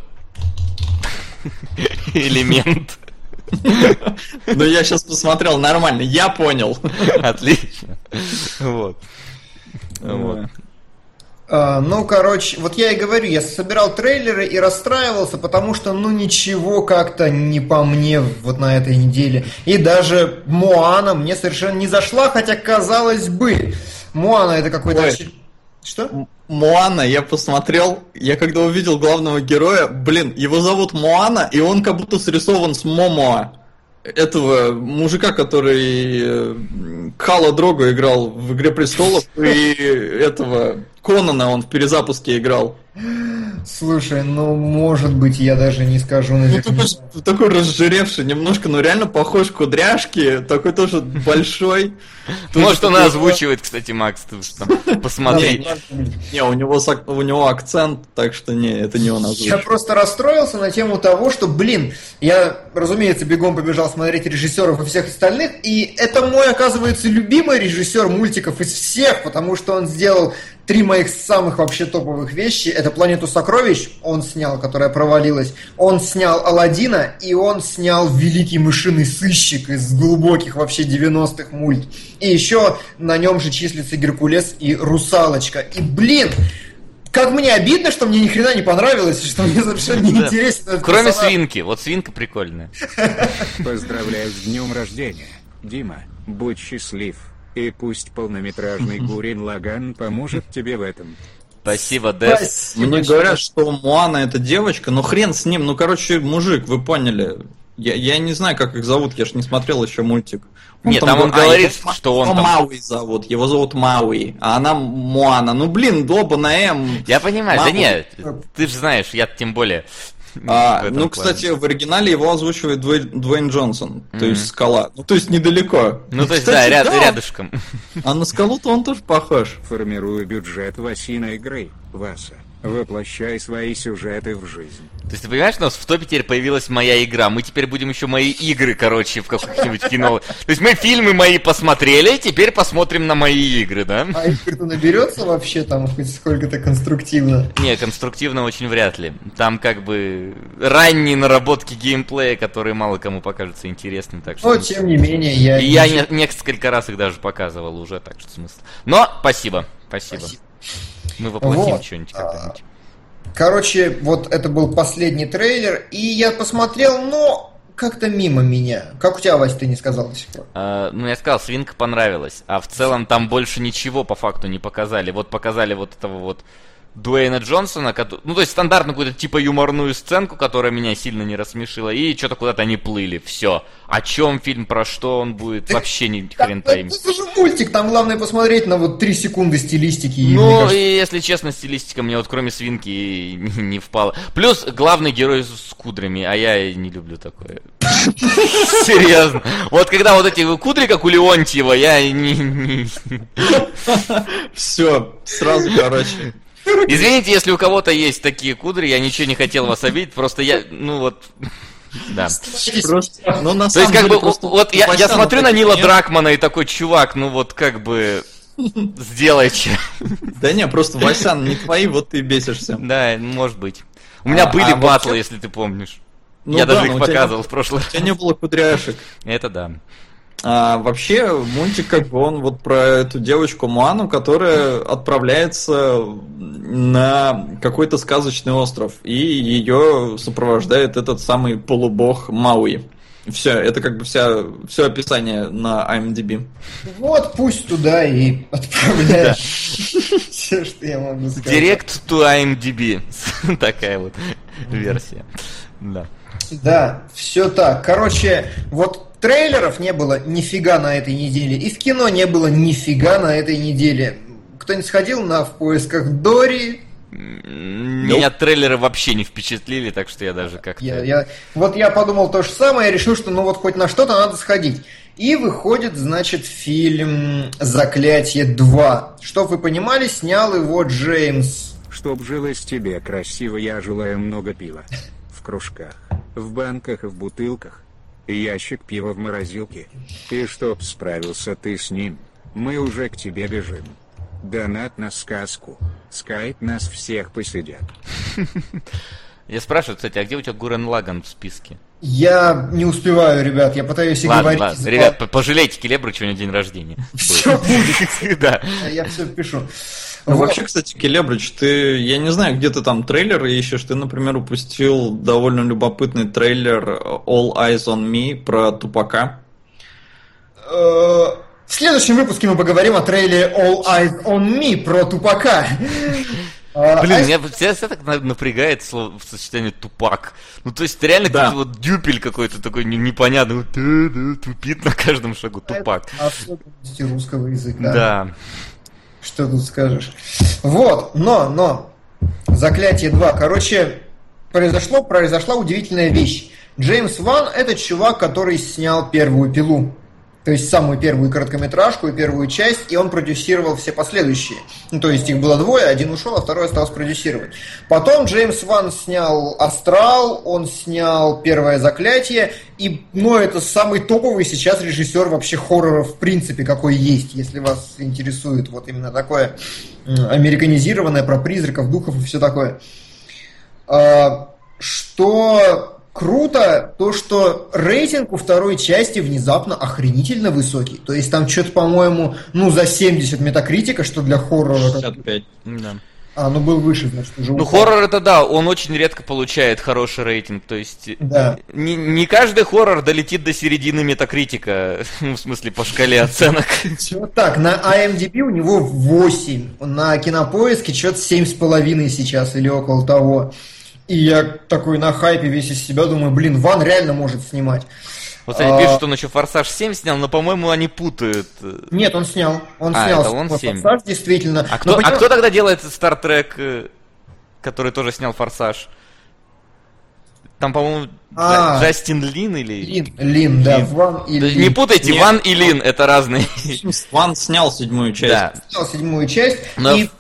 [SPEAKER 1] элемент.
[SPEAKER 2] Ну я сейчас посмотрел, нормально, я понял.
[SPEAKER 1] Отлично. Вот. Вот.
[SPEAKER 3] Ну, короче, вот я и говорю, я собирал трейлеры и расстраивался, потому что, ну, ничего как-то не по мне вот на этой неделе. И даже Моана мне совершенно не зашла, хотя, казалось бы, Моана это какой-то...
[SPEAKER 2] Ой.
[SPEAKER 3] Что?
[SPEAKER 2] Моана, я посмотрел, я когда увидел главного героя, блин, его зовут Моана, и он как будто срисован с Момоа. Этого мужика, который Хала Дрого играл в «Игре престолов», и этого Конана он в перезапуске играл.
[SPEAKER 3] Слушай, ну, может быть, я даже не скажу
[SPEAKER 2] Ну,
[SPEAKER 3] наверняка.
[SPEAKER 2] такой разжиревший немножко, но реально похож кудряшки, такой тоже большой.
[SPEAKER 1] Может, он
[SPEAKER 2] Тоже
[SPEAKER 1] озвучивает, кстати, Макс, ты уж там посмотри.
[SPEAKER 2] Не, у него акцент, так что не, это не он
[SPEAKER 3] Я
[SPEAKER 2] озвучивает.
[SPEAKER 3] просто расстроился на тему того, что, блин, я, разумеется, бегом побежал смотреть режиссеров и всех остальных, и это мой, оказывается, любимый режиссер мультиков из всех, потому что он сделал 3 моих самых вообще топовых вещи. Это «Планету сокровищ» он снял, которая провалилась, он снял «Аладдина», и он снял «Великий мышиный сыщик» из глубоких вообще 90-х мульт. И еще на нем же числится «Геркулес» и «Русалочка». И, блин, как мне обидно, что мне ни хрена не понравилось, и что мне совершенно не
[SPEAKER 1] Да.
[SPEAKER 3] интересно. этот
[SPEAKER 1] Кроме
[SPEAKER 3] персонаж.
[SPEAKER 1] свинки. Вот свинка прикольная.
[SPEAKER 4] Поздравляю с днем рождения, Дима, будь счастлив. И пусть полнометражный Гуррен Лаганн поможет тебе в этом.
[SPEAKER 1] Спасибо, Дэс.
[SPEAKER 3] Спасибо
[SPEAKER 2] Мне
[SPEAKER 3] большое.
[SPEAKER 2] говорят, что Моана это девочка, но хрен с ним, ну короче, мужик, вы поняли. Я не знаю, как их зовут, я ж не смотрел еще мультик.
[SPEAKER 1] Нет, там он говорит,
[SPEAKER 2] его
[SPEAKER 1] что он там-
[SPEAKER 2] Мауи зовут, его зовут Мауи, а она Моана. Ну блин, оба на М.
[SPEAKER 1] Я понимаю, да
[SPEAKER 2] Мама.
[SPEAKER 1] нет, ты же знаешь, я тем более. в этом
[SPEAKER 2] Ну,
[SPEAKER 1] плане.
[SPEAKER 2] кстати, в оригинале его озвучивает Дуэйн Джонсон, то есть Скала. Ну, то есть недалеко.
[SPEAKER 1] Ну, то есть,
[SPEAKER 2] Кстати,
[SPEAKER 1] да, рядышком.
[SPEAKER 2] А на Скалу-то он тоже похож.
[SPEAKER 4] Формирую бюджет Васиной игры, Васа. Воплощай свои сюжеты в жизнь.
[SPEAKER 1] То есть ты понимаешь, у нас в топе теперь появилась моя игра. Мы теперь будем еще мои игры, короче, в каких-нибудь кино. То есть мы фильмы мои посмотрели, теперь посмотрим на мои игры, да?
[SPEAKER 3] А игр-то наберется вообще там хоть сколько-то конструктивно?
[SPEAKER 1] Не, конструктивно очень вряд ли. Там как бы ранние наработки геймплея, которые мало кому покажутся интересными, так что...
[SPEAKER 3] Но, тем не менее, я...
[SPEAKER 1] И я несколько раз их даже показывал уже, так что смысл. Но спасибо. Мы воплотим
[SPEAKER 3] Вот.
[SPEAKER 1] что-нибудь когда-нибудь.
[SPEAKER 3] Короче, вот это был последний трейлер, и я посмотрел, но как-то мимо меня. Как у тебя, Вася, ты не сказал до сих пор?
[SPEAKER 1] Ну, я сказал, свинка понравилась. А в целом там больше ничего по факту не показали. Вот показали вот этого вот Дуэйна Джонсона, ну, то есть стандартную какую-то типа юморную сценку, которая меня сильно не рассмешила, и что-то куда-то они плыли, все. О чем фильм, про что он будет, вообще ни хрен пойми.
[SPEAKER 3] Это же мультик, там главное посмотреть на вот 3 секунды стилистики. И,
[SPEAKER 1] Ну,
[SPEAKER 3] мне кажется,
[SPEAKER 1] и если честно, стилистика мне вот кроме свинки не впала. Плюс главный герой с кудрями, а я не люблю такое. Серьезно. Вот когда вот эти кудри, как у Леонтьева, я не...
[SPEAKER 2] Все, сразу, короче.
[SPEAKER 1] Извините, если у кого-то есть такие кудри, я ничего не хотел вас обидеть, просто я, ну вот, да.
[SPEAKER 2] Просто, ну, на
[SPEAKER 1] То есть,
[SPEAKER 2] самом
[SPEAKER 1] как
[SPEAKER 2] деле,
[SPEAKER 1] бы,
[SPEAKER 2] просто
[SPEAKER 1] вот я
[SPEAKER 2] Васяна
[SPEAKER 1] смотрю на
[SPEAKER 2] таких
[SPEAKER 1] Нила
[SPEAKER 2] нет.
[SPEAKER 1] Дракмана и такой, чувак, ну вот как бы, сделайте.
[SPEAKER 2] Да не, просто Васян не твои, вот ты и бесишься.
[SPEAKER 1] Да, может быть. У меня были
[SPEAKER 2] вообще-
[SPEAKER 1] батлы, если ты помнишь.
[SPEAKER 2] Ну
[SPEAKER 1] Я
[SPEAKER 2] да,
[SPEAKER 1] даже
[SPEAKER 2] но
[SPEAKER 1] их
[SPEAKER 2] у тебя
[SPEAKER 1] показывал
[SPEAKER 2] не-
[SPEAKER 1] в прошлый
[SPEAKER 2] У тебя не было кудряшек.
[SPEAKER 1] Это да.
[SPEAKER 2] Вообще, мультик, как бы, он вот про эту девочку Моану, которая отправляется на какой-то сказочный остров, и ее сопровождает этот самый полубог Мауи. Все, это как бы все описание на IMDb.
[SPEAKER 3] вот пусть туда и отправляешь. Все, что я могу сказать.
[SPEAKER 1] Direct to IMDb. Такая вот версия. Да.
[SPEAKER 3] Да, все так. Короче, вот трейлеров не было нифига на этой неделе, и в кино не было нифига на этой неделе. Кто-нибудь сходил на «В поисках Дори»?
[SPEAKER 1] Меня трейлеры вообще не впечатлили, так что я даже как-то...
[SPEAKER 3] Вот я подумал то же самое, я решил, что ну вот хоть на что-то надо сходить. И выходит, значит, фильм «Заклятие 2». Чтоб вы понимали, снял его Джеймс.
[SPEAKER 4] Чтоб жилось тебе красиво, я желаю много пива. В кружках, в банках и в бутылках. Ящик пива в морозилке. И чтоб справился ты с ним, мы уже к тебе бежим. Донат на сказку. Скайп нас всех посидят.
[SPEAKER 1] Я спрашиваю, кстати, а где у тебя Гурен Лаган в списке?
[SPEAKER 3] Я не успеваю, ребят, я пытаюсь и говорить.
[SPEAKER 1] Ладно, ребят, пожалейте Келебрыча, у него день рождения.
[SPEAKER 3] Все будет.
[SPEAKER 1] Да.
[SPEAKER 3] Я все пишу.
[SPEAKER 2] Ну,
[SPEAKER 3] Вот.
[SPEAKER 2] вообще, кстати, Келебрич, ты, я не знаю, где ты там трейлеры ищешь, ты, например, упустил довольно любопытный трейлер All Eyes on Me про Тупака.
[SPEAKER 3] В следующем выпуске мы поговорим о трейлере All Eyes on Me про Тупака.
[SPEAKER 1] Блин, меня всегда так напрягает слово в сочетании тупак. Ну, то есть, это реально
[SPEAKER 2] Да.
[SPEAKER 1] какой-то вот дюпель какой-то такой непонятный. Вот, тупит на каждом шагу. Тупак.
[SPEAKER 3] Особенности русского языка.
[SPEAKER 1] Да.
[SPEAKER 3] Что тут скажешь? Вот, но «Заклятие 2». Короче, произошла удивительная вещь. Джеймс Ван – это чувак, который снял первую «Пилу». То есть самую первую короткометражку и первую часть, и он продюсировал все последующие. Ну, то есть их было двое, один ушел, а второй остался продюсировать. Потом Джеймс Ван снял «Астрал», он снял «Первое заклятие», и, ну, это самый топовый сейчас режиссер вообще хорроров, в принципе, какой есть, если вас интересует вот именно такое американизированное про призраков, духов и все такое. Что круто, то что рейтинг у второй части внезапно охренительно высокий. То есть там что-то, по-моему, ну за 70 метакритика, что для хоррора.
[SPEAKER 2] 65.
[SPEAKER 1] Да.
[SPEAKER 3] Ну был выше, значит, уже
[SPEAKER 1] Ну,
[SPEAKER 3] упал.
[SPEAKER 1] хоррор это да, он очень редко получает хороший рейтинг. То есть
[SPEAKER 3] Да.
[SPEAKER 1] не каждый хоррор долетит до середины метакритика, ну, в смысле, по шкале оценок.
[SPEAKER 3] Вот так, на IMDb у него 8, на Кинопоиске что-то 7,5 сейчас или около того. И я такой на хайпе весь из себя думаю, блин, Ван реально может снимать.
[SPEAKER 1] Вот, кстати, пишут, что он еще «Форсаж 7» снял, но, по-моему, они путают.
[SPEAKER 3] Нет, он снял. Он
[SPEAKER 1] А,
[SPEAKER 3] снял
[SPEAKER 1] это он
[SPEAKER 3] «Форсаж»,
[SPEAKER 1] 7.
[SPEAKER 3] действительно.
[SPEAKER 1] А кто тогда делает «Стартрек», который тоже снял «Форсаж»? Там, по-моему, Джастин Лин или...
[SPEAKER 3] Лин, да, Ван и
[SPEAKER 1] Да, не
[SPEAKER 3] Лин.
[SPEAKER 1] путайте,
[SPEAKER 2] Нет.
[SPEAKER 1] Ван и Лин, это разные.
[SPEAKER 2] Ван снял 7-ю часть.
[SPEAKER 1] Да.
[SPEAKER 3] Снял 7-ю часть.
[SPEAKER 1] Но
[SPEAKER 3] И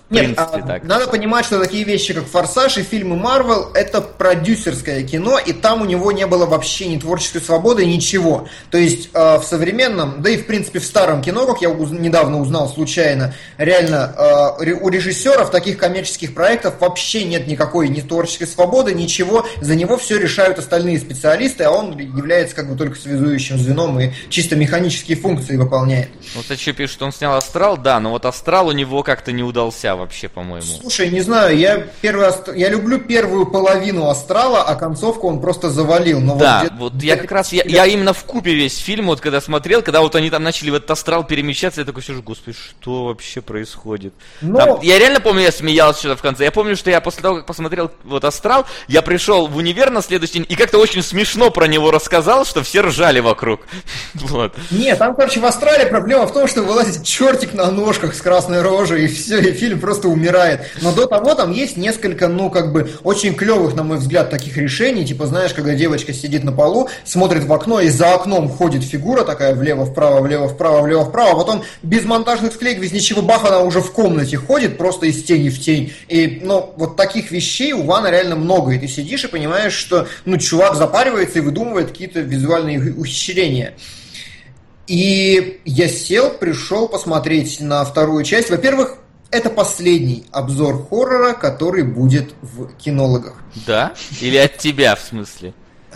[SPEAKER 3] Нет,
[SPEAKER 1] принципе, так.
[SPEAKER 3] надо понимать, что такие вещи, как «Форсаж» и фильмы Марвел, это продюсерское кино, и там у него не было вообще ни творческой свободы, ничего. То есть в современном, да и в принципе в старом кино, как я недавно узнал случайно, реально у режиссеров таких коммерческих проектов вообще нет никакой ни творческой свободы, ничего. За него все решают остальные специалисты, а он является как бы только связующим звеном и чисто механические функции выполняет.
[SPEAKER 1] Вот еще пишут, что он снял «Астрал», да, но вот «Астрал» у него как-то не удался вообще, по-моему.
[SPEAKER 3] Слушай, не знаю, я люблю первую половину «Астрала», а концовку он просто завалил. Но
[SPEAKER 1] да, вот я как раз, я именно вкупе весь фильм, вот когда смотрел, когда вот они там начали в этот «Астрал» перемещаться, я такой сижу, господи, что вообще происходит?
[SPEAKER 3] Но...
[SPEAKER 1] Там, я реально помню, я смеялся что-то в конце. Я помню, что я после того, как посмотрел вот «Астрал», я пришел в универ на следующий день и как-то очень смешно про него рассказал, что все ржали вокруг. Вот.
[SPEAKER 3] Нет, там, короче, в «Астрале» проблема в том, что вылазит чертик на ножках с красной рожей, и все, и фильм просто умирает. Но до того там есть несколько, очень клевых, на мой взгляд, таких решений. Типа, знаешь, когда девочка сидит на полу, смотрит в окно, и за окном ходит фигура такая влево-вправо, влево-вправо, влево-вправо, а потом без монтажных склеек, без ничего, бах, она уже в комнате ходит, просто из тени в тень. И, вот таких вещей у Вана реально много. И ты сидишь и понимаешь, что, чувак запаривается и выдумывает какие-то визуальные ухищрения. И я пришел посмотреть на вторую часть. Во-первых, это последний обзор хоррора, который будет в кинологах.
[SPEAKER 1] Да? Или от тебя, в смысле?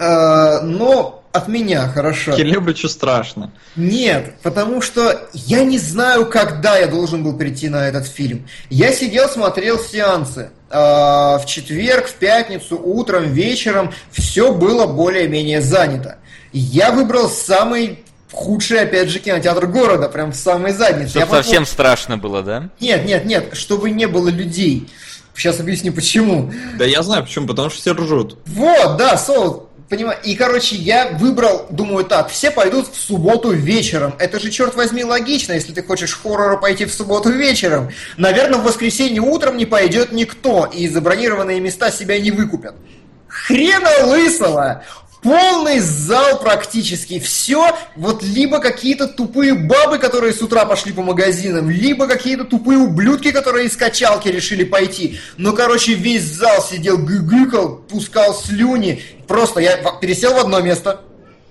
[SPEAKER 3] Но от меня, хорошо.
[SPEAKER 2] Келебричу страшно.
[SPEAKER 3] Нет, потому что я не знаю, когда я должен был прийти на этот фильм. Я сидел, смотрел сеансы. В четверг, в пятницу, утром, вечером. Все было более-менее занято. Я выбрал самый... худший, опять же, кинотеатр города, прям в самой заднице.
[SPEAKER 1] Чтобы совсем страшно было, да?
[SPEAKER 3] Нет, чтобы не было людей. Сейчас объясню, почему.
[SPEAKER 2] Да я знаю почему, потому что все ржут.
[SPEAKER 3] Вот, да, Соул, понимаю. И, короче, я выбрал, думаю так, все пойдут в субботу вечером. Это же, черт возьми, логично, если ты хочешь хоррора пойти в субботу вечером. Наверное, в воскресенье утром не пойдет никто, и забронированные места себя не выкупят. Хрена лысого! Полный зал практически. Все, вот либо какие-то тупые бабы, которые с утра пошли по магазинам, либо какие-то тупые ублюдки, которые из качалки решили пойти. Ну, короче, весь зал сидел, гыгыкал, пускал слюни. Просто я пересел в одно место,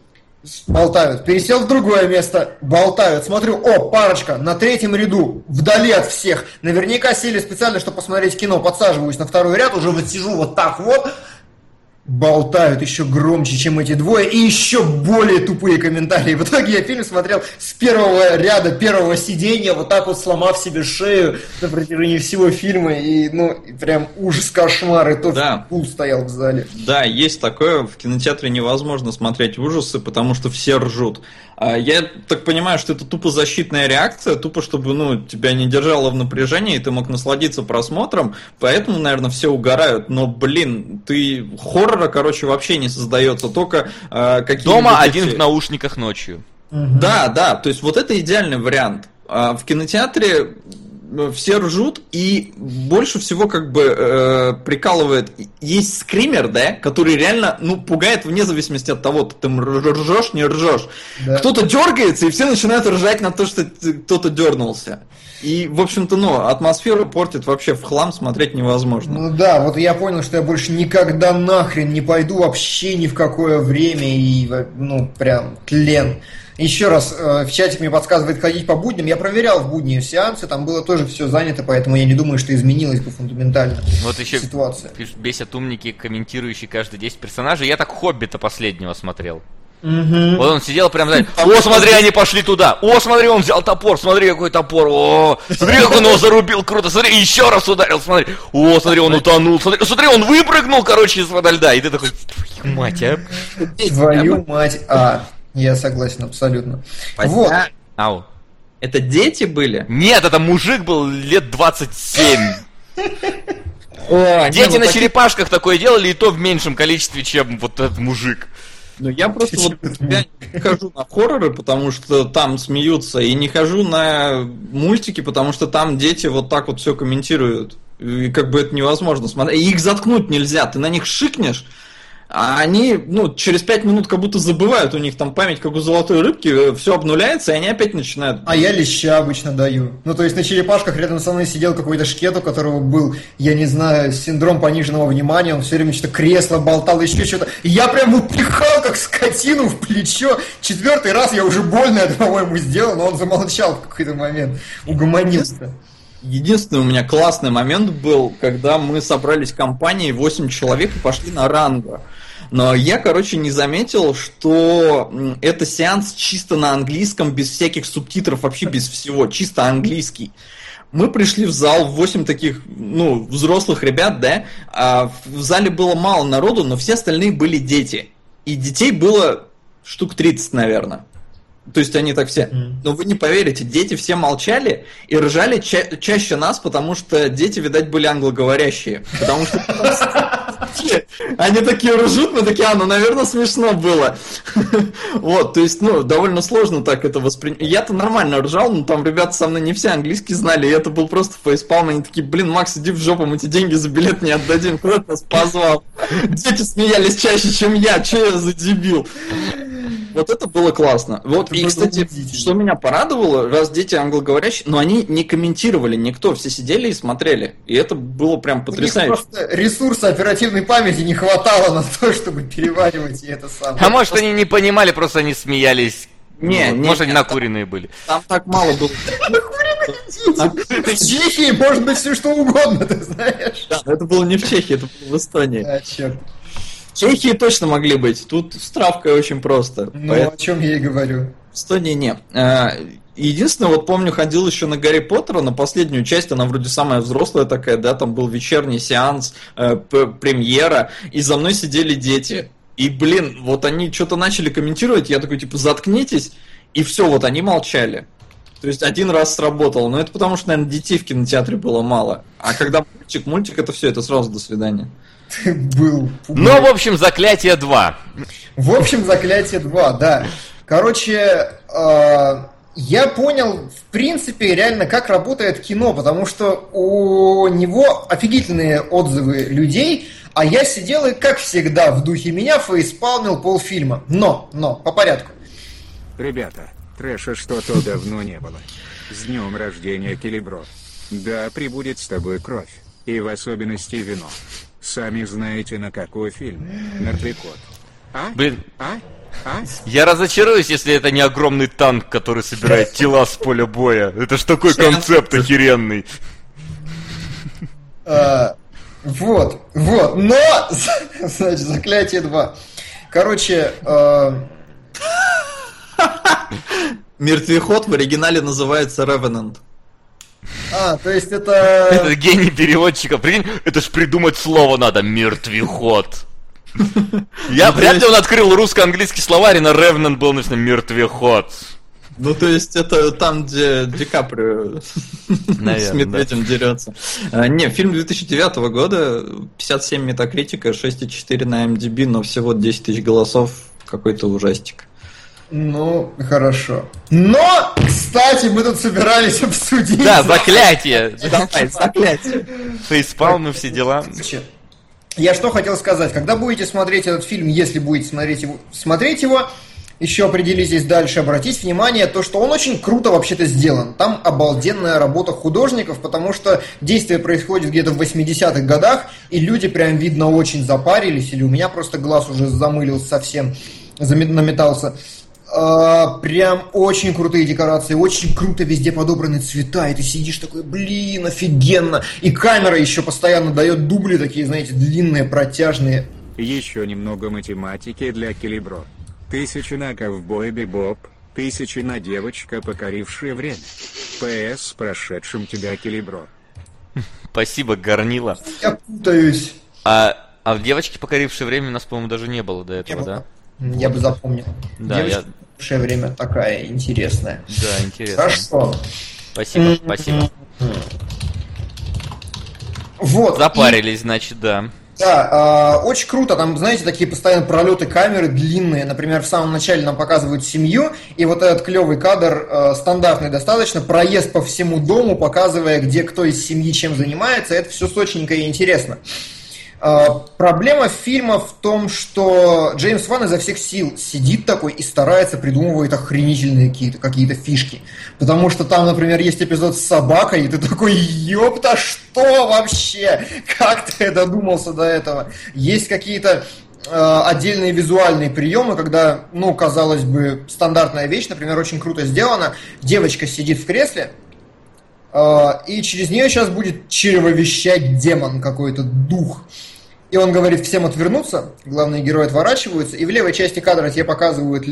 [SPEAKER 3] болтают. Пересел в другое место, болтают. Смотрю, парочка на третьем ряду, вдали от всех. Наверняка сели специально, чтобы посмотреть кино. Подсаживаюсь на второй ряд, уже вот сижу вот так вот. Болтают еще громче, чем эти двое, и еще более тупые комментарии. В итоге я фильм смотрел с первого ряда, первого сиденья, вот так вот сломав себе шею на протяжении всего фильма, и, прям ужас, кошмар, и то пул стоял в зале.
[SPEAKER 2] Да, есть такое, в кинотеатре невозможно смотреть ужасы, потому что все ржут. Я так понимаю, что это тупо защитная реакция, тупо чтобы, тебя не держало в напряжении, и ты мог насладиться просмотром, поэтому, наверное, все угорают. Но, хоррора, вообще не создается, только какие-то...
[SPEAKER 1] Дома один в наушниках ночью.
[SPEAKER 2] Да, то есть вот это идеальный вариант. В кинотеатре все ржут, и больше всего прикалывает. Есть скример, да, который реально, пугает вне зависимости от того, ты ржешь, не ржешь. Да. Кто-то дергается, и все начинают ржать на то, что кто-то дернулся. И, в общем-то, атмосферу портит вообще в хлам, смотреть невозможно.
[SPEAKER 3] Вот я понял, что я больше никогда нахрен не пойду вообще ни в какое время, и, прям тлен. Еще раз, в чатик мне подсказывает ходить по будням. Я проверял в будни сеансы, там было тоже все занято, поэтому я не думаю, что изменилась бы фундаментально ситуация.
[SPEAKER 1] Пишут, бесят умники, комментирующие каждые 10 персонажей. Я так «Хоббита» последнего смотрел.
[SPEAKER 3] Угу.
[SPEAKER 1] Вот он сидел прям, смотри, они пошли туда. Смотри, он взял топор, смотри, какой топор. Смотри, как он его зарубил, круто. Смотри, еще раз ударил, смотри. Смотри, он утонул. Смотри, он выпрыгнул, из-под льда. И ты такой, твою мать, а.
[SPEAKER 3] Твою мать, я согласен абсолютно.
[SPEAKER 2] Вот. Ау. Это дети были?
[SPEAKER 1] Нет, это мужик был лет 27. Дети на черепашках такое делали, и то в меньшем количестве, чем вот этот мужик.
[SPEAKER 2] Я просто я не хожу на хорроры, потому что там смеются, и не хожу на мультики, потому что там дети вот так вот все комментируют. И это невозможно смотреть. И их заткнуть нельзя. Ты на них шикнешь, А они, через 5 минут как будто забывают, у них там память, как у золотой рыбки, все обнуляется, и они опять начинают...
[SPEAKER 3] А я леща обычно даю. То есть на черепашках рядом со мной сидел какой-то шкет, у которого был, я не знаю, синдром пониженного внимания, он все время что-то кресло болтал, еще что-то. И я прям упихал, как скотину, в плечо. 4-й раз я уже больно это, по-моему, сделал, но он замолчал в какой-то момент, угомонился.
[SPEAKER 2] Единственный у меня классный момент был, когда мы собрались компанией 8 человек и пошли на ранго. Но я, не заметил, что это сеанс чисто на английском, без всяких субтитров, вообще без всего, чисто английский. Мы пришли в зал, 8 таких, взрослых ребят, да, а в зале было мало народу, но все остальные были дети. И детей было штук 30, наверное. То есть они так все... Но вы не поверите, дети все молчали и ржали чаще нас, потому что дети, видать, были англоговорящие. Потому что они такие ржут, мы такие, наверное, смешно было. Вот, то есть, довольно сложно так это воспринять. Я-то нормально ржал, но там ребята со мной не все английский знали, и это был просто фейспалм. Они такие, Макс, иди в жопу, мы тебе деньги за билет не отдадим, кто ты нас позвал? Дети смеялись чаще, чем я, че я за дебил? Вот это было классно. Вот, и, кстати, что меня порадовало, раз дети англоговорящие, но они не комментировали никто, все сидели и смотрели. И это было прям потрясающе.
[SPEAKER 3] У них просто ресурса оперативной памяти не хватало на то, чтобы переваривать и это самое.
[SPEAKER 1] А может, они не понимали, просто они смеялись. Может, они накуренные были.
[SPEAKER 2] Там так мало было.
[SPEAKER 3] В Чехии может быть все что угодно, ты знаешь.
[SPEAKER 2] Да, это было не в Чехии, это было в Эстонии.
[SPEAKER 3] А, черт.
[SPEAKER 2] В Чехии точно могли быть. Тут с травкой очень просто.
[SPEAKER 3] О чем я и говорю.
[SPEAKER 2] В Эстонии нет. Единственное, помню, ходил еще на Гарри Поттера, на последнюю часть, она вроде самая взрослая такая, да, там был вечерний сеанс, премьера, и за мной сидели дети. И, они что-то начали комментировать, я такой, заткнитесь, и все, они молчали. То есть один раз сработало, но это потому что, наверное, детей в кинотеатре было мало. А когда мультик это все, это сразу до свидания.
[SPEAKER 3] Был.
[SPEAKER 1] В общем, «Заклятие 2».
[SPEAKER 3] В общем, «Заклятие 2», да. Я понял, в принципе, реально, как работает кино, потому что у него офигительные отзывы людей, а я сидел и, как всегда, в духе меня фейспалмил полфильма. Но, по порядку.
[SPEAKER 4] Ребята, трэша что-то давно не было. С днем рождения, Келебро. Да, прибудет с тобой кровь. И в особенности вино. Сами знаете, на какой фильм? «Мертвый кот».
[SPEAKER 1] Я разочаруюсь, если это не огромный танк, который собирает тела с поля боя. Это ж такой концепт охеренный.
[SPEAKER 3] Вот. Но, значит, «Заклятие 2».
[SPEAKER 2] Мертвеход в оригинале называется Revenant.
[SPEAKER 3] То есть это...
[SPEAKER 1] Это гений переводчика. Прикинь, это ж придумать слово надо. Мертвеход. Вряд ли он открыл русско-английский словарь, и на Revenant был написано «Мертвеход».
[SPEAKER 2] То есть это там, где Ди Каприо с медведем дерется. Не, фильм 2009 года, 57 метакритика, 6,4 на MDB, но всего 10 тысяч голосов, какой-то ужастик.
[SPEAKER 3] Хорошо. Но, кстати, мы тут собирались обсудить...
[SPEAKER 1] Да, «Заклятие».
[SPEAKER 2] «Заклятие».
[SPEAKER 1] Фейспалмы, все дела.
[SPEAKER 3] Я что хотел сказать. Когда будете смотреть этот фильм, если будете смотреть его, еще определитесь дальше, обратите внимание, то, что он очень круто вообще-то сделан. Там обалденная работа художников, потому что действие происходит где-то в 80-х годах, и люди прям, видно, очень запарились, или у меня просто глаз уже замылился совсем, наметался. Прям очень крутые декорации, очень круто везде подобраны цвета, и ты сидишь такой, офигенно. И камера еще постоянно дает дубли такие, знаете, длинные, протяжные.
[SPEAKER 4] Еще немного математики для Келебро. 1000 на ковбой Бибоп, 1000 на девочка, покорившая время. ПС с прошедшим тебя, Келебро.
[SPEAKER 1] Спасибо, Горнила.
[SPEAKER 3] Я путаюсь.
[SPEAKER 1] А в девочке, покорившей время, у нас, по-моему, даже не было до этого, да?
[SPEAKER 3] Я бы запомнил.
[SPEAKER 1] Да,
[SPEAKER 3] девочка, время такая интересная.
[SPEAKER 1] Да, интересно.
[SPEAKER 3] Хорошо.
[SPEAKER 1] Спасибо.
[SPEAKER 3] Вот.
[SPEAKER 1] Запарились, значит, да.
[SPEAKER 3] Да, очень круто, там, знаете, такие постоянно пролеты камеры длинные, например, в самом начале нам показывают семью, и вот этот клевый кадр, стандартный достаточно, проезд по всему дому, показывая, где кто из семьи чем занимается, это все сочненько и интересно. Проблема фильма в том, что Джеймс Ван изо всех сил сидит такой и старается придумывать охренительные какие-то фишки. Потому что там, например, есть эпизод с собакой, и ты такой, ёпта, что вообще? Как ты додумался до этого? Есть какие-то отдельные визуальные приемы, когда, ну, казалось бы, стандартная вещь, например, очень круто сделана. Девочка сидит в кресле, и через нее сейчас будет чревовещать демон, какой-то дух. И он говорит всем отвернуться, главные герои отворачиваются, и в левой части кадра тебе показывают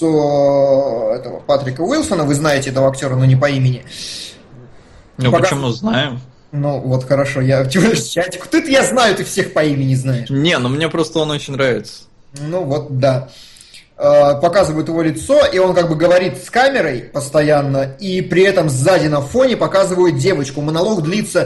[SPEAKER 3] лицо этого Патрика Уилсона, вы знаете этого актера, но не по имени.
[SPEAKER 2] Ну, почему знаем?
[SPEAKER 3] Ну, вот хорошо, я чатик. Тут я знаю, ты всех по имени знаешь.
[SPEAKER 2] Не, ну мне просто он очень нравится.
[SPEAKER 3] Ну вот, да. Показывают его лицо, и он как бы говорит с камерой постоянно, и при этом сзади на фоне показывают девочку. Диалог длится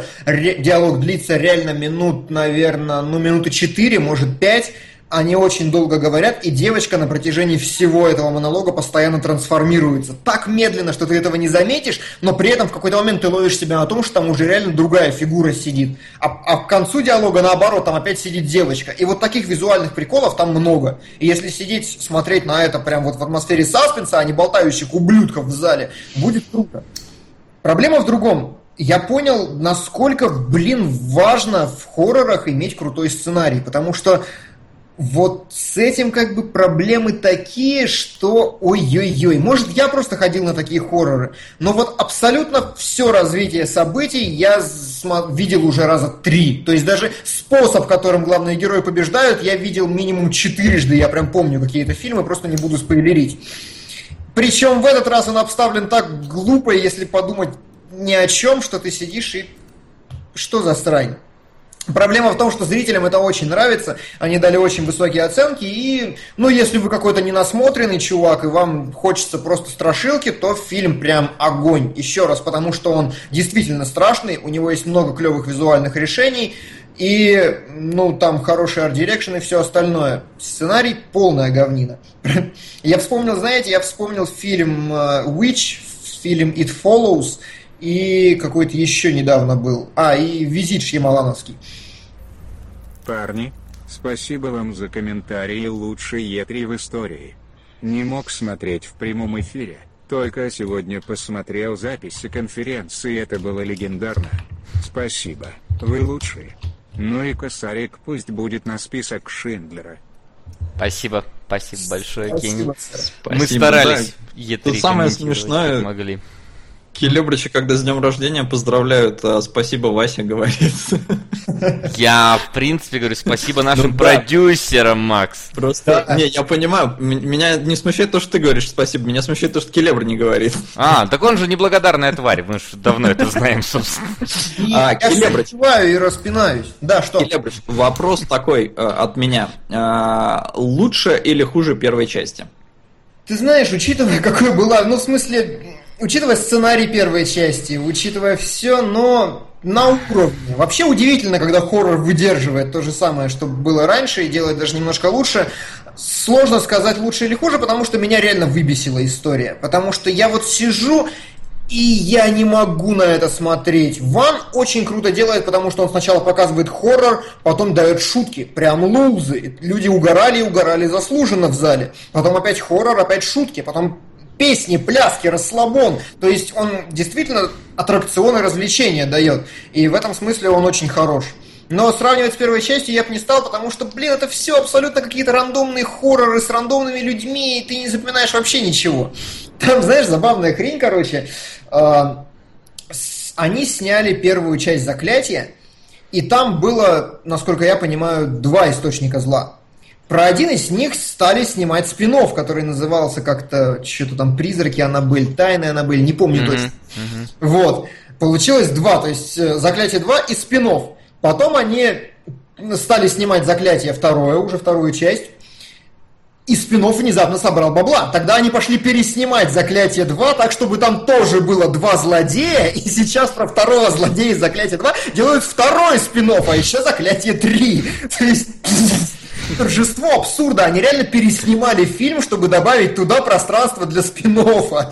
[SPEAKER 3] реально минут, наверное, минуты 4, может 5. Они очень долго говорят, и девочка на протяжении всего этого монолога постоянно трансформируется. Так медленно, что ты этого не заметишь, но при этом в какой-то момент ты ловишь себя на том, что там уже реально другая фигура сидит. А к концу диалога, наоборот, там опять сидит девочка. И вот таких визуальных приколов там много. И если сидеть, смотреть на это прям вот в атмосфере саспенса, а не болтающих ублюдков в зале, будет круто. Проблема в другом. Я понял, насколько, важно в хоррорах иметь крутой сценарий, потому что вот с этим как бы проблемы такие, что ой-ой-ой. Может, я просто ходил на такие хорроры, но вот абсолютно все развитие событий я видел уже раза 3. То есть даже способ, которым главные герои побеждают, я видел минимум 4. Я прям помню какие-то фильмы, просто не буду спойлерить. Причем в этот раз он обставлен так глупо, если подумать ни о чем, что ты сидишь и... Что за срань? Проблема в том, что зрителям это очень нравится, они дали очень высокие оценки, и, если вы какой-то ненасмотренный чувак, и вам хочется просто страшилки, то фильм прям огонь. Еще раз, потому что он действительно страшный, у него есть много клевых визуальных решений, и, там хороший арт-дирекшн и все остальное. Сценарий полная говнина. Я вспомнил фильм Witch, фильм It Follows, и какой-то еще недавно был. И «Визит» Шьямалановский.
[SPEAKER 4] Парни, спасибо вам за комментарии, лучший Е3 в истории. Не мог смотреть в прямом эфире, только сегодня посмотрел записи конференции, это было легендарно. Спасибо, вы лучшие. Ну и косарик пусть будет на список Шиндлера.
[SPEAKER 1] Спасибо большое, Кенни.
[SPEAKER 3] Спасибо.
[SPEAKER 1] Мы старались,
[SPEAKER 2] да.
[SPEAKER 1] Е3
[SPEAKER 2] Тут самое смешное,
[SPEAKER 1] как могли.
[SPEAKER 2] Келебрича, когда с днем рождения поздравляют, спасибо, Вася, говорит.
[SPEAKER 1] Я, в принципе, говорю спасибо нашим продюсерам, Макс.
[SPEAKER 2] Просто, я понимаю, меня не смущает то, что ты говоришь спасибо, меня смущает то, что Келебр не говорит.
[SPEAKER 1] Так он же неблагодарная тварь, мы же давно это знаем, собственно.
[SPEAKER 3] Я переживаю и распинаюсь. Да, что?
[SPEAKER 2] Келебрич, вопрос такой от меня. Лучше или хуже первой части?
[SPEAKER 3] Ты знаешь, учитывая, какой была, учитывая сценарий первой части, учитывая все, но на уровне. Вообще удивительно, когда хоррор выдерживает то же самое, что было раньше, и делает даже немножко лучше. Сложно сказать, лучше или хуже, потому что меня реально выбесила история. Потому что я вот сижу, и я не могу на это смотреть. Ван очень круто делает, потому что он сначала показывает хоррор, потом дает шутки, прям лузы. Люди угорали и угорали заслуженно в зале. Потом опять хоррор, опять шутки, потом песни, пляски, расслабон. То есть он действительно аттракционы, развлечения дает. И в этом смысле он очень хорош. Но сравнивать с первой частью я бы не стал, потому что, это все абсолютно какие-то рандомные хорроры с рандомными людьми, и ты не запоминаешь вообще ничего. Там, знаешь, забавная хрень, короче. Они сняли первую часть «Заклятия», и там было, насколько я понимаю, 2 источника зла. Про один из них стали снимать спин-офф, который назывался как-то, что-то там «Призраки Аннабель», «Тайны Аннабель», не помню точно. Вот. Получилось 2, то есть «Заклятие 2» и спин-офф. Потом они стали снимать «Заклятие» уже вторую часть, и спин-офф внезапно собрал бабла. Тогда они пошли переснимать «Заклятие 2», так, чтобы там тоже было 2 злодея, и сейчас про второго злодея из «Заклятия 2» делают второй спин-офф, а еще «Заклятие 3». То есть... Торжество абсурда. Они реально переснимали фильм, чтобы добавить туда пространство для спин-оффа.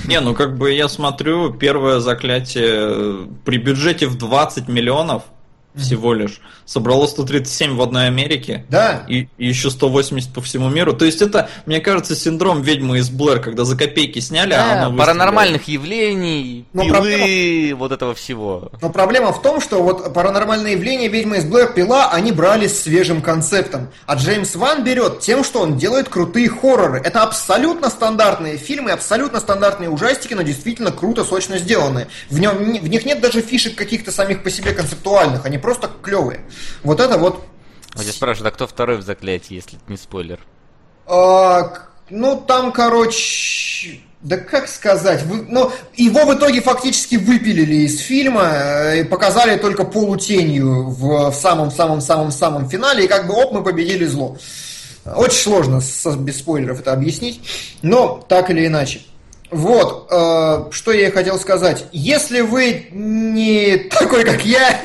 [SPEAKER 2] Я смотрю, первое «Заклятие» при бюджете в 20 миллионов всего лишь. Собрало 137 в одной Америке.
[SPEAKER 3] Да.
[SPEAKER 2] И еще 180 по всему миру. То есть это, мне кажется, синдром «Ведьмы из Блэр», когда за копейки сняли, а оно
[SPEAKER 1] паранормальных явлений, пилы, вот этого всего.
[SPEAKER 3] Но проблема в том, что вот паранормальные явления, «Ведьма из Блэр», «Пила», они брали с свежим концептом. А Джеймс Ван берет тем, что он делает крутые хорроры. Это абсолютно стандартные фильмы, абсолютно стандартные ужастики, но действительно круто, сочно сделанные. В них нет даже фишек каких-то самих по себе концептуальных, они просто клевые. Вот это вот...
[SPEAKER 1] Вот я спрашиваю, а кто второй в «Заклятии», если это не спойлер?
[SPEAKER 3] Ну, там, короче... Да как сказать? Его в итоге фактически выпилили из фильма и показали только полутенью в самом-самом-самом-самом финале, и как бы оп, мы победили зло. Очень сложно без спойлеров это объяснить, но так или иначе. Вот, что я и хотел сказать. Если вы не такой, как я,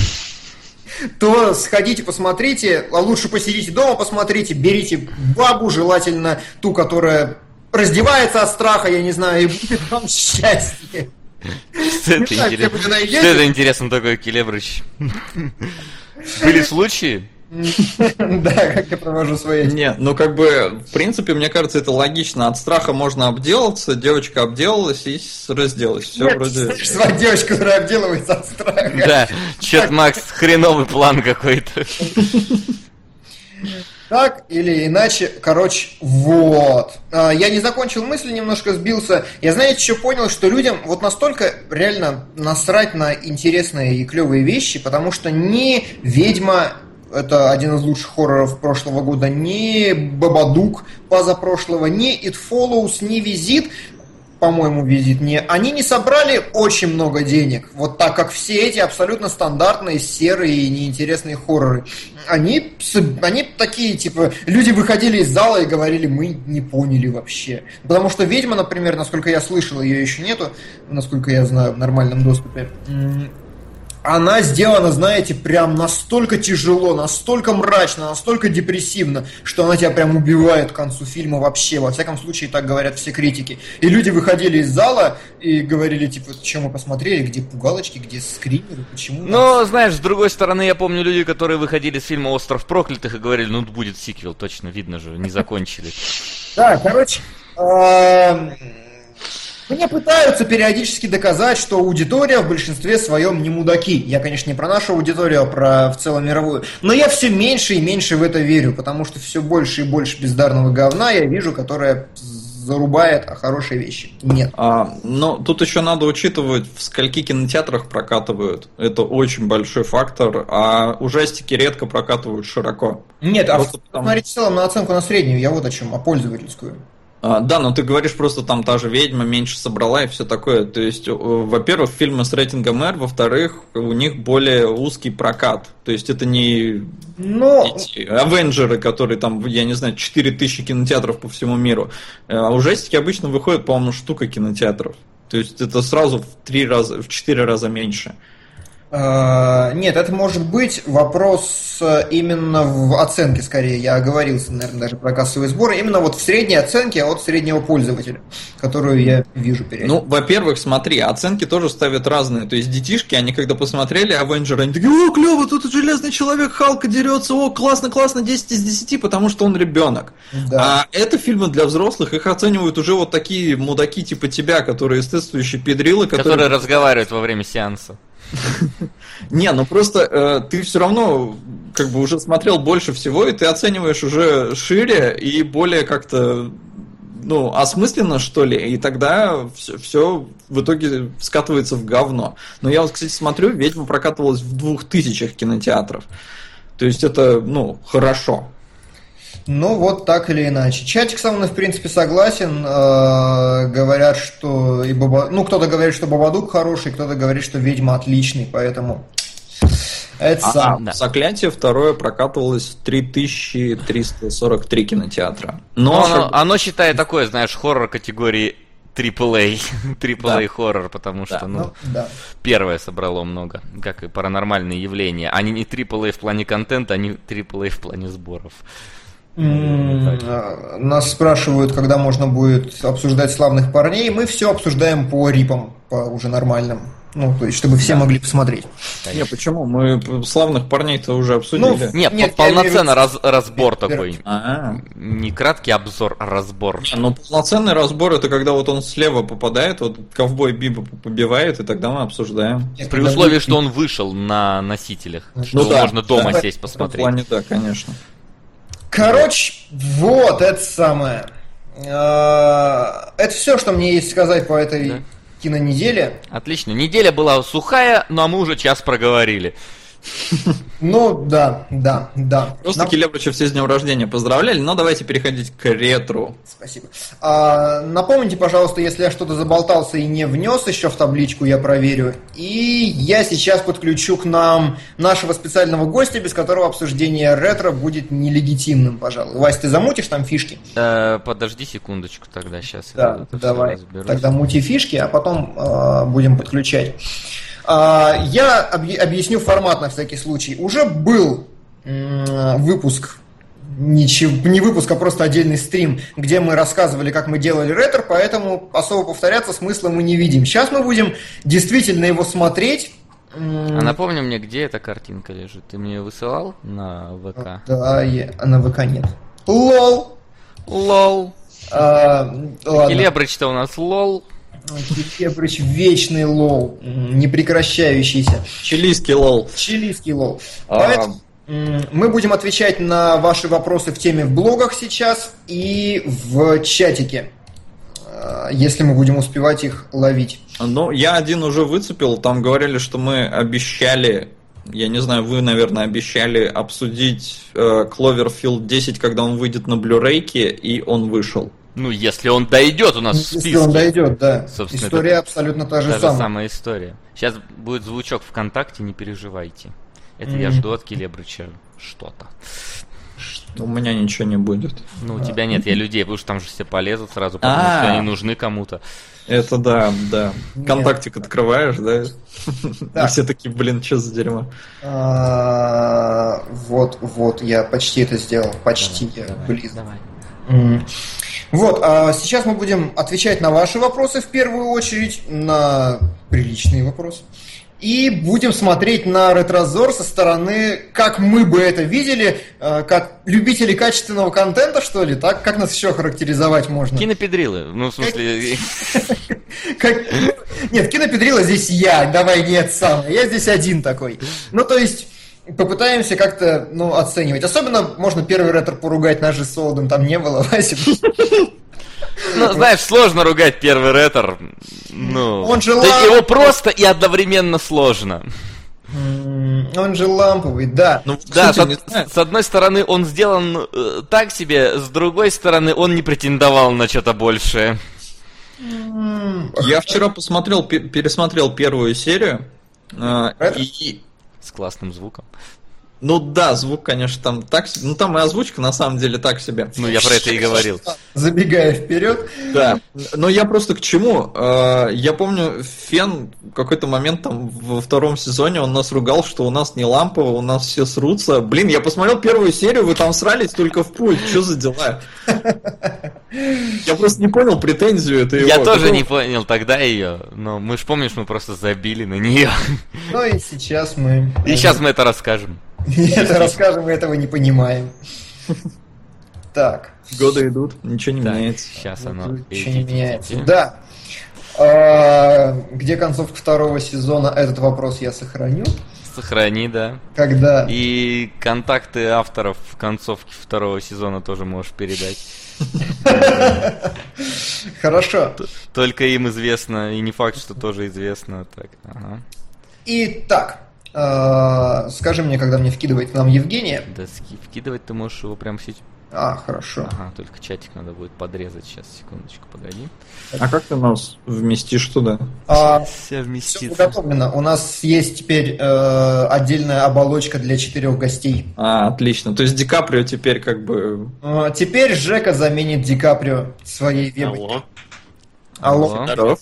[SPEAKER 3] то сходите, посмотрите, а лучше посидите дома, посмотрите, берите бабу, желательно ту, которая раздевается от страха, я не знаю, и будет вам счастье.
[SPEAKER 1] Что это интересно такое, Келебрыч? Были случаи?
[SPEAKER 3] Да, как я провожу свои...
[SPEAKER 2] Не, ну как бы, в принципе, мне кажется, это логично. От страха можно обделаться, девочка обделалась и разделалась. Все вроде...
[SPEAKER 3] Звать девочку, которая обделывается от страха.
[SPEAKER 1] Да, чё-то, Макс, хреновый план какой-то.
[SPEAKER 3] Так или иначе, короче, вот. Я не закончил мысль, немножко сбился. Я, знаете, что понял, что людям вот настолько реально насрать на интересные и клевые вещи, потому что ни «Ведьма», это один из лучших хорроров прошлого года, ни «Бабадук» позапрошлого, ни «It Follows», ни «Визит», по-моему, «Визит» не... Они не собрали очень много денег, вот так как все эти абсолютно стандартные, серые и неинтересные хорроры. Они такие, типа, люди выходили из зала и говорили, мы не поняли вообще. Потому что «Ведьма», например, насколько я слышал, ее еще нету, насколько я знаю, в нормальном доступе. Она сделана, знаете, прям настолько тяжело, настолько мрачно, настолько депрессивно, что она тебя прям убивает к концу фильма вообще. Во всяком случае, так говорят все критики. И люди выходили из зала и говорили, типа, что мы посмотрели, где пугалочки, где скримеры, почему...
[SPEAKER 1] Ну, знаешь, с другой стороны, я помню люди, которые выходили с фильма «Остров проклятых» и говорили, ну, будет сиквел, точно, видно же, не закончили.
[SPEAKER 3] Да, короче... Мне пытаются периодически доказать, что аудитория в большинстве своем не мудаки. Я, конечно, не про нашу аудиторию, а про в целом мировую. Но я все меньше и меньше в это верю, потому что все больше и больше бездарного говна я вижу, которое зарубает, а хорошие вещи нет.
[SPEAKER 2] Но тут еще надо учитывать, в скольки кинотеатрах прокатывают. Это очень большой фактор, а ужастики редко прокатывают широко.
[SPEAKER 3] Нет, смотрите в целом на оценку на среднюю, я вот о чем, о пользовательскую.
[SPEAKER 2] Да, но ты говоришь, просто там та же «Ведьма» меньше собрала и все такое. То есть, во-первых, фильмы с рейтингом R, во-вторых, у них более узкий прокат. То есть это не эти «Авенджеры», которые там, я не знаю, 4000 кинотеатров по всему миру. А ужастики обычно выходят, по-моему, штука кинотеатров. То есть это сразу в 4 раза меньше.
[SPEAKER 3] Нет, это может быть вопрос именно в оценке скорее. Я оговорился, наверное, даже про кассовые сборы. Именно вот в средней оценке от среднего пользователя, которую я вижу периодически.
[SPEAKER 2] Ну, во-первых, смотри, оценки тоже ставят разные. То есть детишки, они когда посмотрели «Авенджера», они такие, о, клево, тут Железный Человек, Халка дерется, о, классно, 10 из 10, потому что он ребенок. Да. А это фильмы для взрослых, их оценивают уже вот такие мудаки типа тебя, которые эстетствующие педрилы,
[SPEAKER 1] которые разговаривают во время сеанса.
[SPEAKER 2] Не, ну просто ты все равно как бы уже смотрел больше всего, и ты оцениваешь уже шире и более как-то, ну, осмысленно, что ли, и тогда все в итоге скатывается в говно. Но я вот, кстати, смотрю, «Ведьма» прокатывалась в 2000 кинотеатров. То есть это, ну, хорошо.
[SPEAKER 3] Ну, вот так или иначе. Чатик со мной, в принципе, согласен. Говорят, что кто-то говорит, что «Бабадук» хороший, кто-то говорит, что «Ведьма» отличный, поэтому... Это
[SPEAKER 2] «Заклятие» второе прокатывалось 3343 кинотеатра.
[SPEAKER 1] Но оно считает такое, знаешь, хоррор категории AAA хоррор, потому что, первое собрало много, как и «Паранормальные явления». Они не AAA в плане контента, они AAA в плане сборов.
[SPEAKER 3] Нас спрашивают, когда можно будет обсуждать «Славных парней». Мы все обсуждаем по рипам, по уже нормальным. Ну, то есть, чтобы все могли посмотреть.
[SPEAKER 2] Не, почему? Мы славных парней-то уже обсудили.
[SPEAKER 1] Нет, полноценный разбор такой.
[SPEAKER 2] А-а.
[SPEAKER 1] Не краткий обзор, а разбор.
[SPEAKER 2] Ну, полноценный разбор это когда вот он слева попадает, вот ковбой Биба побивает, и тогда мы обсуждаем.
[SPEAKER 1] При условии, что он вышел на носителях. Что можно дома сесть посмотреть.
[SPEAKER 2] В плане, да, конечно.
[SPEAKER 3] Короче, вот это самое. Это все, что мне есть сказать по этой кинонеделе.
[SPEAKER 1] Отлично. Неделя была сухая, но мы уже час проговорили.
[SPEAKER 3] Ну, да.
[SPEAKER 2] Просто Келебрыча все с днем рождения поздравляли, но давайте переходить к ретро.
[SPEAKER 3] Спасибо. Напомните, пожалуйста, если я что-то заболтался и не внес еще в табличку, я проверю. И я сейчас подключу к нам нашего специального гостя, без которого обсуждение ретро будет нелегитимным, пожалуй. Вась, ты замутишь там фишки?
[SPEAKER 1] Подожди секундочку тогда, сейчас.
[SPEAKER 3] Да, давай. Тогда мути фишки, а потом будем подключать. Я объясню формат на всякий случай. Уже был выпуск, не выпуск, а просто отдельный стрим, где мы рассказывали, как мы делали ретро, поэтому особо повторяться смысла мы не видим. Сейчас мы будем действительно его смотреть.
[SPEAKER 1] А напомни мне, где эта картинка лежит? Ты мне ее высылал на ВК?
[SPEAKER 3] Да, на ВК нет. Лол.
[SPEAKER 1] Келебрыч-то у нас лол.
[SPEAKER 3] Келебрыч вечный лол, непрекращающийся.
[SPEAKER 2] Чилийский лол.
[SPEAKER 3] Поэтому мы будем отвечать на ваши вопросы в теме в блогах сейчас и в чатике, если мы будем успевать их ловить.
[SPEAKER 2] Ну, я один уже выцепил, там говорили, что мы обещали, я не знаю, вы, наверное, обещали обсудить Cloverfield 10, когда он выйдет на Blu-ray, и он вышел.
[SPEAKER 1] Ну, если он дойдет у нас в списке.
[SPEAKER 3] Если он дойдет, да.
[SPEAKER 1] Собственно,
[SPEAKER 3] история абсолютно та же самая.
[SPEAKER 1] Самая история. Сейчас будет звучок ВКонтакте, не переживайте. Это я жду от Келебрыча что-то.
[SPEAKER 2] У меня ничего не будет.
[SPEAKER 1] Ну, у тебя нет, я людей, потому что там же все полезут сразу, потому что они нужны кому-то.
[SPEAKER 2] Это да. Контактик открываешь, да? И все такие, блин, что за дерьмо?
[SPEAKER 3] Вот, я почти это сделал. Почти, я близко.
[SPEAKER 1] Давай.
[SPEAKER 3] Вот, а сейчас мы будем отвечать на ваши вопросы в первую очередь, на приличные вопросы. И будем смотреть на ретрозор со стороны, как мы бы это видели, как любители качественного контента, что ли, так? Как нас еще характеризовать можно?
[SPEAKER 1] Кинопедрилы, ну, в смысле...
[SPEAKER 3] Нет, кинопедрила здесь я, давай нет сам, я здесь один такой. Ну, то есть... Попытаемся как-то, оценивать. Особенно можно первый ретро поругать, нас же с Солодом там не было, Вася.
[SPEAKER 1] Ну, знаешь, сложно ругать первый ретро. Ну,
[SPEAKER 3] он же
[SPEAKER 1] его просто и одновременно сложно.
[SPEAKER 3] Он же ламповый, да.
[SPEAKER 1] Ну, да, с одной стороны, он сделан так себе, с другой стороны, он не претендовал на что-то большее.
[SPEAKER 2] Я вчера пересмотрел первую серию. И...
[SPEAKER 1] С классным звуком.
[SPEAKER 2] Ну да, звук, конечно, там так себе. Ну там и озвучка на самом деле так себе.
[SPEAKER 1] Ну я про это и говорил.
[SPEAKER 3] Забегая вперед.
[SPEAKER 2] Да. Но я просто к чему? Я помню, Фен в какой-то момент там во втором сезоне он нас ругал, что у нас не лампово, у нас все срутся. Блин, я посмотрел первую серию, вы там срались только в пульт. Что за дела? Я просто не понял претензию этой.
[SPEAKER 1] Я тоже не понял тогда ее, но мы ж помнишь, мы просто забили на нее.
[SPEAKER 3] Ну и сейчас мы.
[SPEAKER 1] И сейчас мы это расскажем.
[SPEAKER 3] Это расскажем, мы этого не понимаем. Так.
[SPEAKER 2] Годы идут, ничего не меняется.
[SPEAKER 1] Сейчас оно.
[SPEAKER 3] Ничего не меняется. Да. Где концовка второго сезона? Этот вопрос я сохраню.
[SPEAKER 1] Сохрани, да.
[SPEAKER 3] Когда?
[SPEAKER 1] И контакты авторов в концовке второго сезона тоже можешь передать.
[SPEAKER 3] Хорошо.
[SPEAKER 1] Только им известно, и не факт, что тоже известно. Так, ага.
[SPEAKER 3] Итак, скажи мне, когда мне вкидывать к нам Евгения.
[SPEAKER 1] Да, вкидывать ты можешь его прямо сейчас.
[SPEAKER 3] Хорошо.
[SPEAKER 1] Ага, только чатик надо будет подрезать. Сейчас, секундочку, погоди.
[SPEAKER 2] А как ты нас вместишь туда?
[SPEAKER 1] Все вместится.
[SPEAKER 3] Все подготовлено. У нас есть теперь отдельная оболочка для 4 гостей.
[SPEAKER 2] Отлично. То есть Ди Каприо теперь как бы...
[SPEAKER 3] Теперь Жека заменит Ди Каприо своей вебой. Алло.
[SPEAKER 2] Здоров.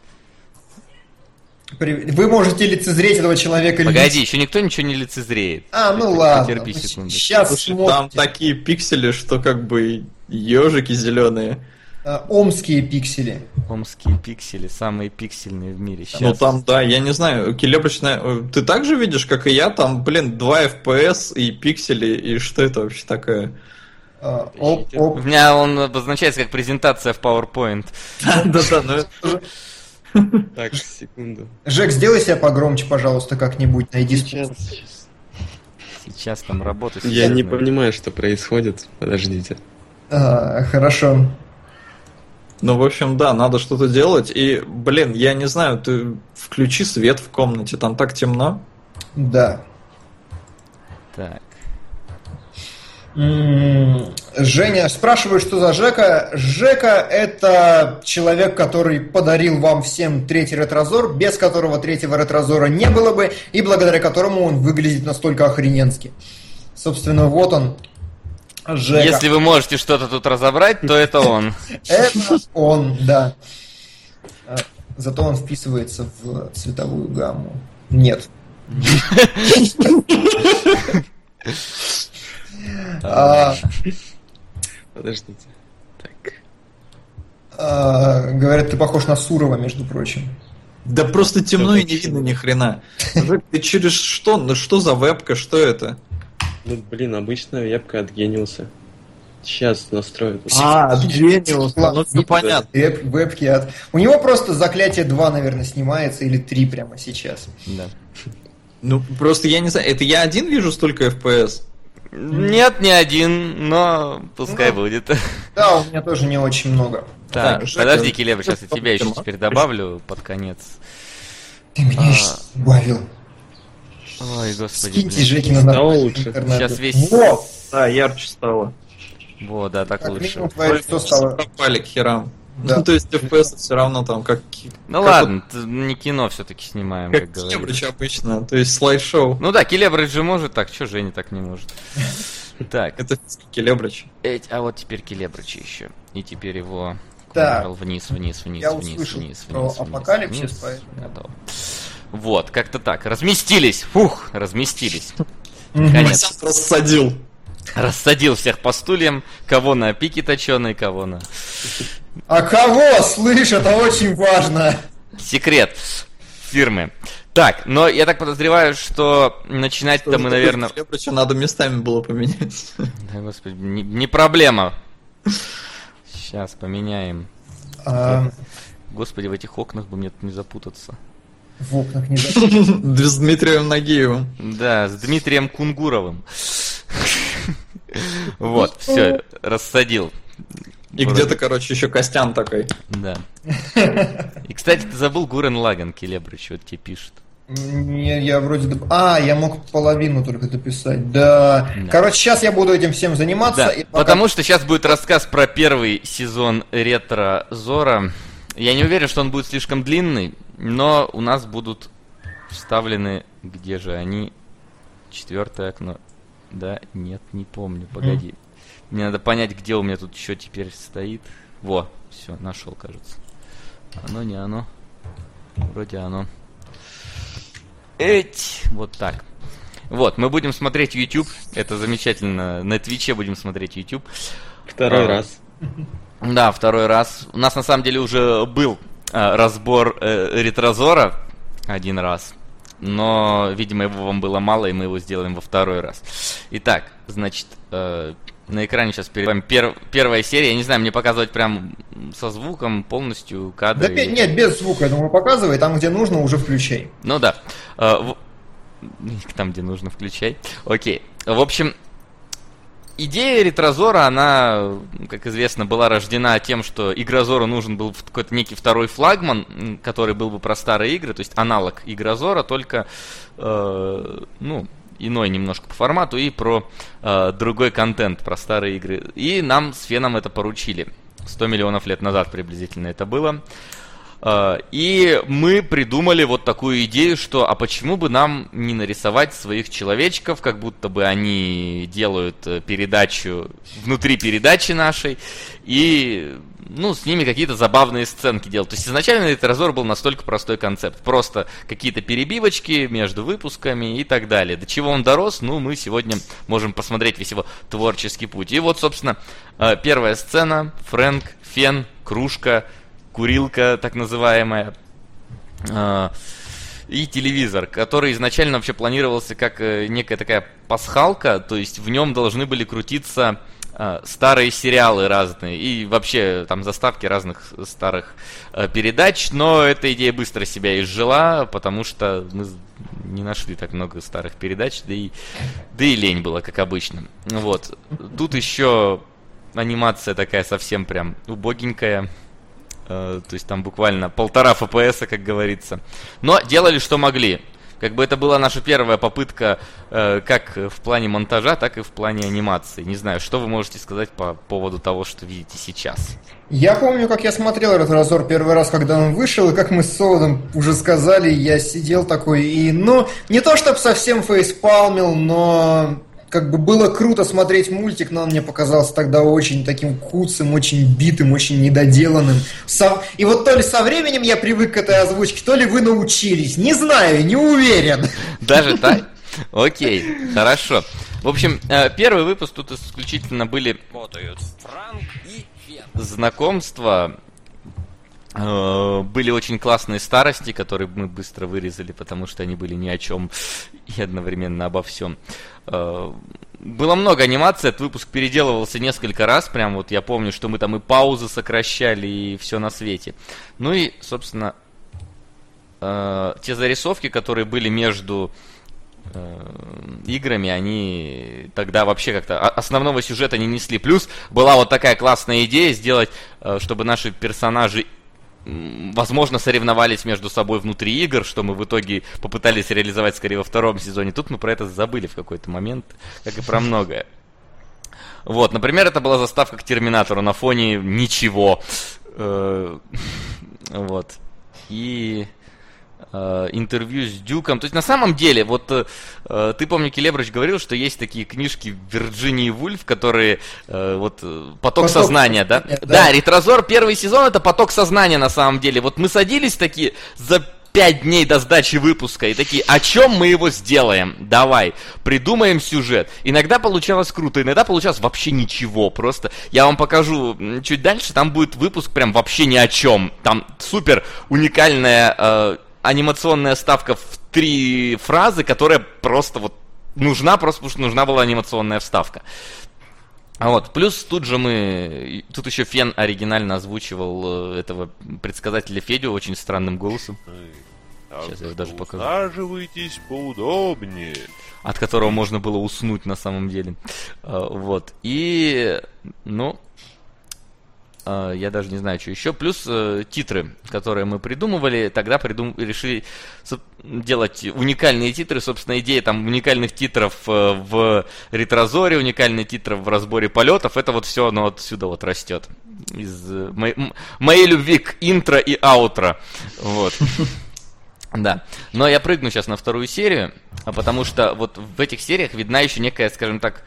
[SPEAKER 3] Вы можете лицезреть этого человека.
[SPEAKER 1] Погоди, еще никто ничего не лицезреет.
[SPEAKER 3] Ну ладно.
[SPEAKER 1] Потерпи секунду.
[SPEAKER 3] Сейчас
[SPEAKER 2] Слушай, там такие пиксели, что как бы ежики зеленые.
[SPEAKER 3] Омские пиксели.
[SPEAKER 1] Омские пиксели, самые пиксельные в мире сейчас.
[SPEAKER 2] Ну там, да, я не знаю, Келеброчная, ты так же видишь, как и я, там, 2 FPS и пиксели, и что это вообще такое?
[SPEAKER 1] У меня он обозначается как презентация в PowerPoint.
[SPEAKER 2] Да-да, ну
[SPEAKER 5] Так, секунду.
[SPEAKER 3] Жек, сделай себя погромче, пожалуйста, как-нибудь. Найди способ.
[SPEAKER 1] Сейчас там работа.
[SPEAKER 5] Я не понимаю, что происходит. Подождите.
[SPEAKER 3] Хорошо.
[SPEAKER 2] Ну, в общем, да, надо что-то делать. И, я не знаю, ты включи свет в комнате, там так темно.
[SPEAKER 3] Да.
[SPEAKER 1] Так.
[SPEAKER 3] Женя спрашивает, что за Жека. Жека — это человек, который подарил вам всем третий ретрозор, без которого третьего ретрозора не было бы, и благодаря которому он выглядит настолько охрененски. Собственно, вот он, Жека.
[SPEAKER 1] Если вы можете что-то тут разобрать, то это он.
[SPEAKER 3] Это он, да. Зато он вписывается в цветовую гамму. Нет.
[SPEAKER 5] Подождите. Так.
[SPEAKER 3] Говорят, ты похож на Сурова, между прочим.
[SPEAKER 2] Да просто темно и не видно ни хрена. Ты через что? Ну что за вебка? Что это?
[SPEAKER 5] Ну, обычная вебка от Genius. Сейчас настрою.
[SPEAKER 2] От Genius. Ну, все понятно.
[SPEAKER 3] Вебки от... У него просто заклятие 2, наверное, снимается, или 3 прямо сейчас.
[SPEAKER 1] Да.
[SPEAKER 2] Ну, просто я не знаю, это я один вижу столько FPS?
[SPEAKER 1] Нет, не один, но пускай будет.
[SPEAKER 3] Да, у меня тоже не очень много.
[SPEAKER 1] Так,
[SPEAKER 2] Да, Жека,
[SPEAKER 1] подожди, Келебр, сейчас я тебя еще теперь добавлю под конец.
[SPEAKER 3] Ты меня сейчас добавил.
[SPEAKER 1] Ой, господи,
[SPEAKER 3] Скиньте
[SPEAKER 1] блин.
[SPEAKER 3] Жеки на
[SPEAKER 5] Стало
[SPEAKER 3] наш
[SPEAKER 5] лучше.
[SPEAKER 3] интернет.
[SPEAKER 1] Сейчас весь...
[SPEAKER 3] Во!
[SPEAKER 2] Да, ярче стало.
[SPEAKER 1] Во, да, так
[SPEAKER 3] Как
[SPEAKER 1] лучше.
[SPEAKER 3] минимум твое лицо стало...
[SPEAKER 2] Пропали к херам.
[SPEAKER 3] Да.
[SPEAKER 2] Ну, то есть FPS все равно там как...
[SPEAKER 1] Ну ладно, не кино все-таки снимаем, как
[SPEAKER 2] Как
[SPEAKER 1] говорится.
[SPEAKER 2] Келебрич обычно, то есть слайд-шоу.
[SPEAKER 1] Ну да, Келебрич же может так, что Женя так не может? Так,
[SPEAKER 2] Это Келебрич.
[SPEAKER 1] а вот теперь Келебрича еще. И теперь его
[SPEAKER 3] Так.
[SPEAKER 1] вниз,
[SPEAKER 3] Я услышал про апокалипсис, поэтому...
[SPEAKER 1] Готово. Вот, как-то так. Разместились. Фух, разместились.
[SPEAKER 3] Мгм.
[SPEAKER 1] Конец.
[SPEAKER 2] Рассадил.
[SPEAKER 1] Рассадил всех по стульям. Кого на пике точеной, кого на...
[SPEAKER 3] А кого? Слышь, это очень важно.
[SPEAKER 1] Секрет фирмы. Так, но я так подозреваю, что начинать-то мы, наверное...
[SPEAKER 2] Келебрича надо местами было поменять.
[SPEAKER 1] Да, господи, не проблема. Сейчас поменяем. Господи, в этих окнах бы мне тут не запутаться.
[SPEAKER 3] В окнах не забыл.
[SPEAKER 2] С Дмитрием Нагиевым.
[SPEAKER 1] Да, с Дмитрием Кунгуровым. Вот, все, рассадил.
[SPEAKER 2] И где-то, короче, еще Костян такой.
[SPEAKER 1] Да. И, кстати, ты забыл Гурен Лаган, Келебрич, вот тебе пишет.
[SPEAKER 3] Я вроде... я мог половину только дописать. Да.
[SPEAKER 1] Да.
[SPEAKER 3] Короче, сейчас я буду этим всем заниматься.
[SPEAKER 1] Да,
[SPEAKER 3] и пока-
[SPEAKER 1] потому что сейчас будет рассказ про первый сезон Ретро Зора. Я не уверен, что он будет слишком длинный, но у нас будут вставлены... Где же они? 4-е окно. Да, нет, не помню, погоди. Мне надо понять, где у меня тут еще теперь стоит. Во, все, нашел, кажется. Оно, не оно. Вроде оно. Вот так. Вот, мы будем смотреть YouTube. Это замечательно. На Твиче будем смотреть YouTube.
[SPEAKER 5] Второй раз.
[SPEAKER 1] Да, второй раз. У нас на самом деле уже был разбор Ретрозора один раз. Но, видимо, его вам было мало, и мы его сделаем во второй раз. Итак, значит, на экране сейчас перед вами первая серия. Я не знаю, мне показывать прям со звуком полностью кадры.
[SPEAKER 3] Да, нет, без звука, я думаю, показывай. Там, где нужно, уже включай.
[SPEAKER 1] Ну да. Там, где нужно, включай. Окей. В общем, идея Ретрозора, она, как известно, была рождена тем, что Игрозору нужен был какой-то некий второй флагман, который был бы про старые игры, то есть аналог Игрозора, только, иной немножко по формату и про другой контент, про старые игры. И нам с Феном это поручили. 100 миллионов лет назад приблизительно это было. И мы придумали вот такую идею, что а почему бы нам не нарисовать своих человечков, как будто бы они делают передачу внутри передачи нашей, и с ними какие-то забавные сценки делать. То есть изначально Ретрозор был настолько простой концепт. Просто какие-то перебивочки между выпусками и так далее. До чего он дорос, мы сегодня можем посмотреть весь его творческий путь. И вот, собственно, первая сцена. Фрэнк, Фен кружка, курилка так называемая, и телевизор, который изначально вообще планировался как некая такая пасхалка, то есть в нем должны были крутиться старые сериалы разные и вообще там заставки разных старых передач, но эта идея быстро себя изжила, потому что мы не нашли так много старых передач, да и лень было, как обычно. Вот. Тут еще анимация такая совсем прям убогенькая. То есть там буквально 1,5 FPS, как говорится. Но делали, что могли. Как бы это была наша первая попытка как в плане монтажа, так и в плане анимации. Не знаю, что вы можете сказать по поводу того, что видите сейчас?
[SPEAKER 3] Я помню, как я смотрел «Ретрозор» первый раз, когда он вышел, и как мы с Солодом уже сказали, я сидел такой и, не то чтобы совсем фейспалмил, но... Как бы было круто смотреть мультик, но он мне показался тогда очень таким куцым, очень битым, очень недоделанным. И вот то ли со временем я привык к этой озвучке, то ли вы научились. Не знаю, не уверен.
[SPEAKER 1] Даже так? Окей, хорошо. В общем, первый выпуск тут исключительно были знакомства. Были очень классные старости, которые мы быстро вырезали, потому что они были ни о чем и одновременно обо всем. Было много анимации, этот выпуск переделывался несколько раз, прям вот я помню, что мы там и паузы сокращали, и все на свете. Ну и, собственно, те зарисовки, которые были между играми, они тогда вообще как-то основного сюжета не несли. Плюс была вот такая классная идея сделать, чтобы наши персонажи возможно, соревновались между собой внутри игр, что мы в итоге попытались реализовать скорее во втором сезоне. Тут мы про это забыли в какой-то момент, как и про многое. Вот, например, это была заставка к Терминатору на фоне ничего. Вот. И интервью с Дюком. То есть на самом деле, вот ты, помню, Келебрыч говорил, что есть такие книжки Вирджинии Вульф, которые вот поток сознания, да? Да, Ретрозор первый сезон — это поток сознания на самом деле. Вот мы садились такие за 5 дней до сдачи выпуска и такие, о чем мы его сделаем? Давай, придумаем сюжет. Иногда получалось круто, иногда получалось вообще ничего. Просто я вам покажу чуть дальше, там будет выпуск прям вообще ни о чем. Там супер уникальная анимационная ставка в 3 фразы, которая просто вот нужна, просто потому что нужна была анимационная вставка. Вот, плюс тут еще Фен оригинально озвучивал этого предсказателя Федю очень странным голосом. Сейчас я даже покажу.
[SPEAKER 6] Усаживайтесь поудобнее.
[SPEAKER 1] От которого можно было уснуть на самом деле. Вот, и, я даже не знаю, что еще. Плюс титры, которые мы придумывали. Тогда решили делать уникальные титры. Собственно, идея там уникальных титров в Ретрозоре, уникальных титров в разборе полетов. Это вот все, оно отсюда вот растет. Из моей любви к интро и аутро. Вот. Да. Но я прыгну сейчас на 2 серию, потому что вот в этих сериях видна еще некая, скажем так,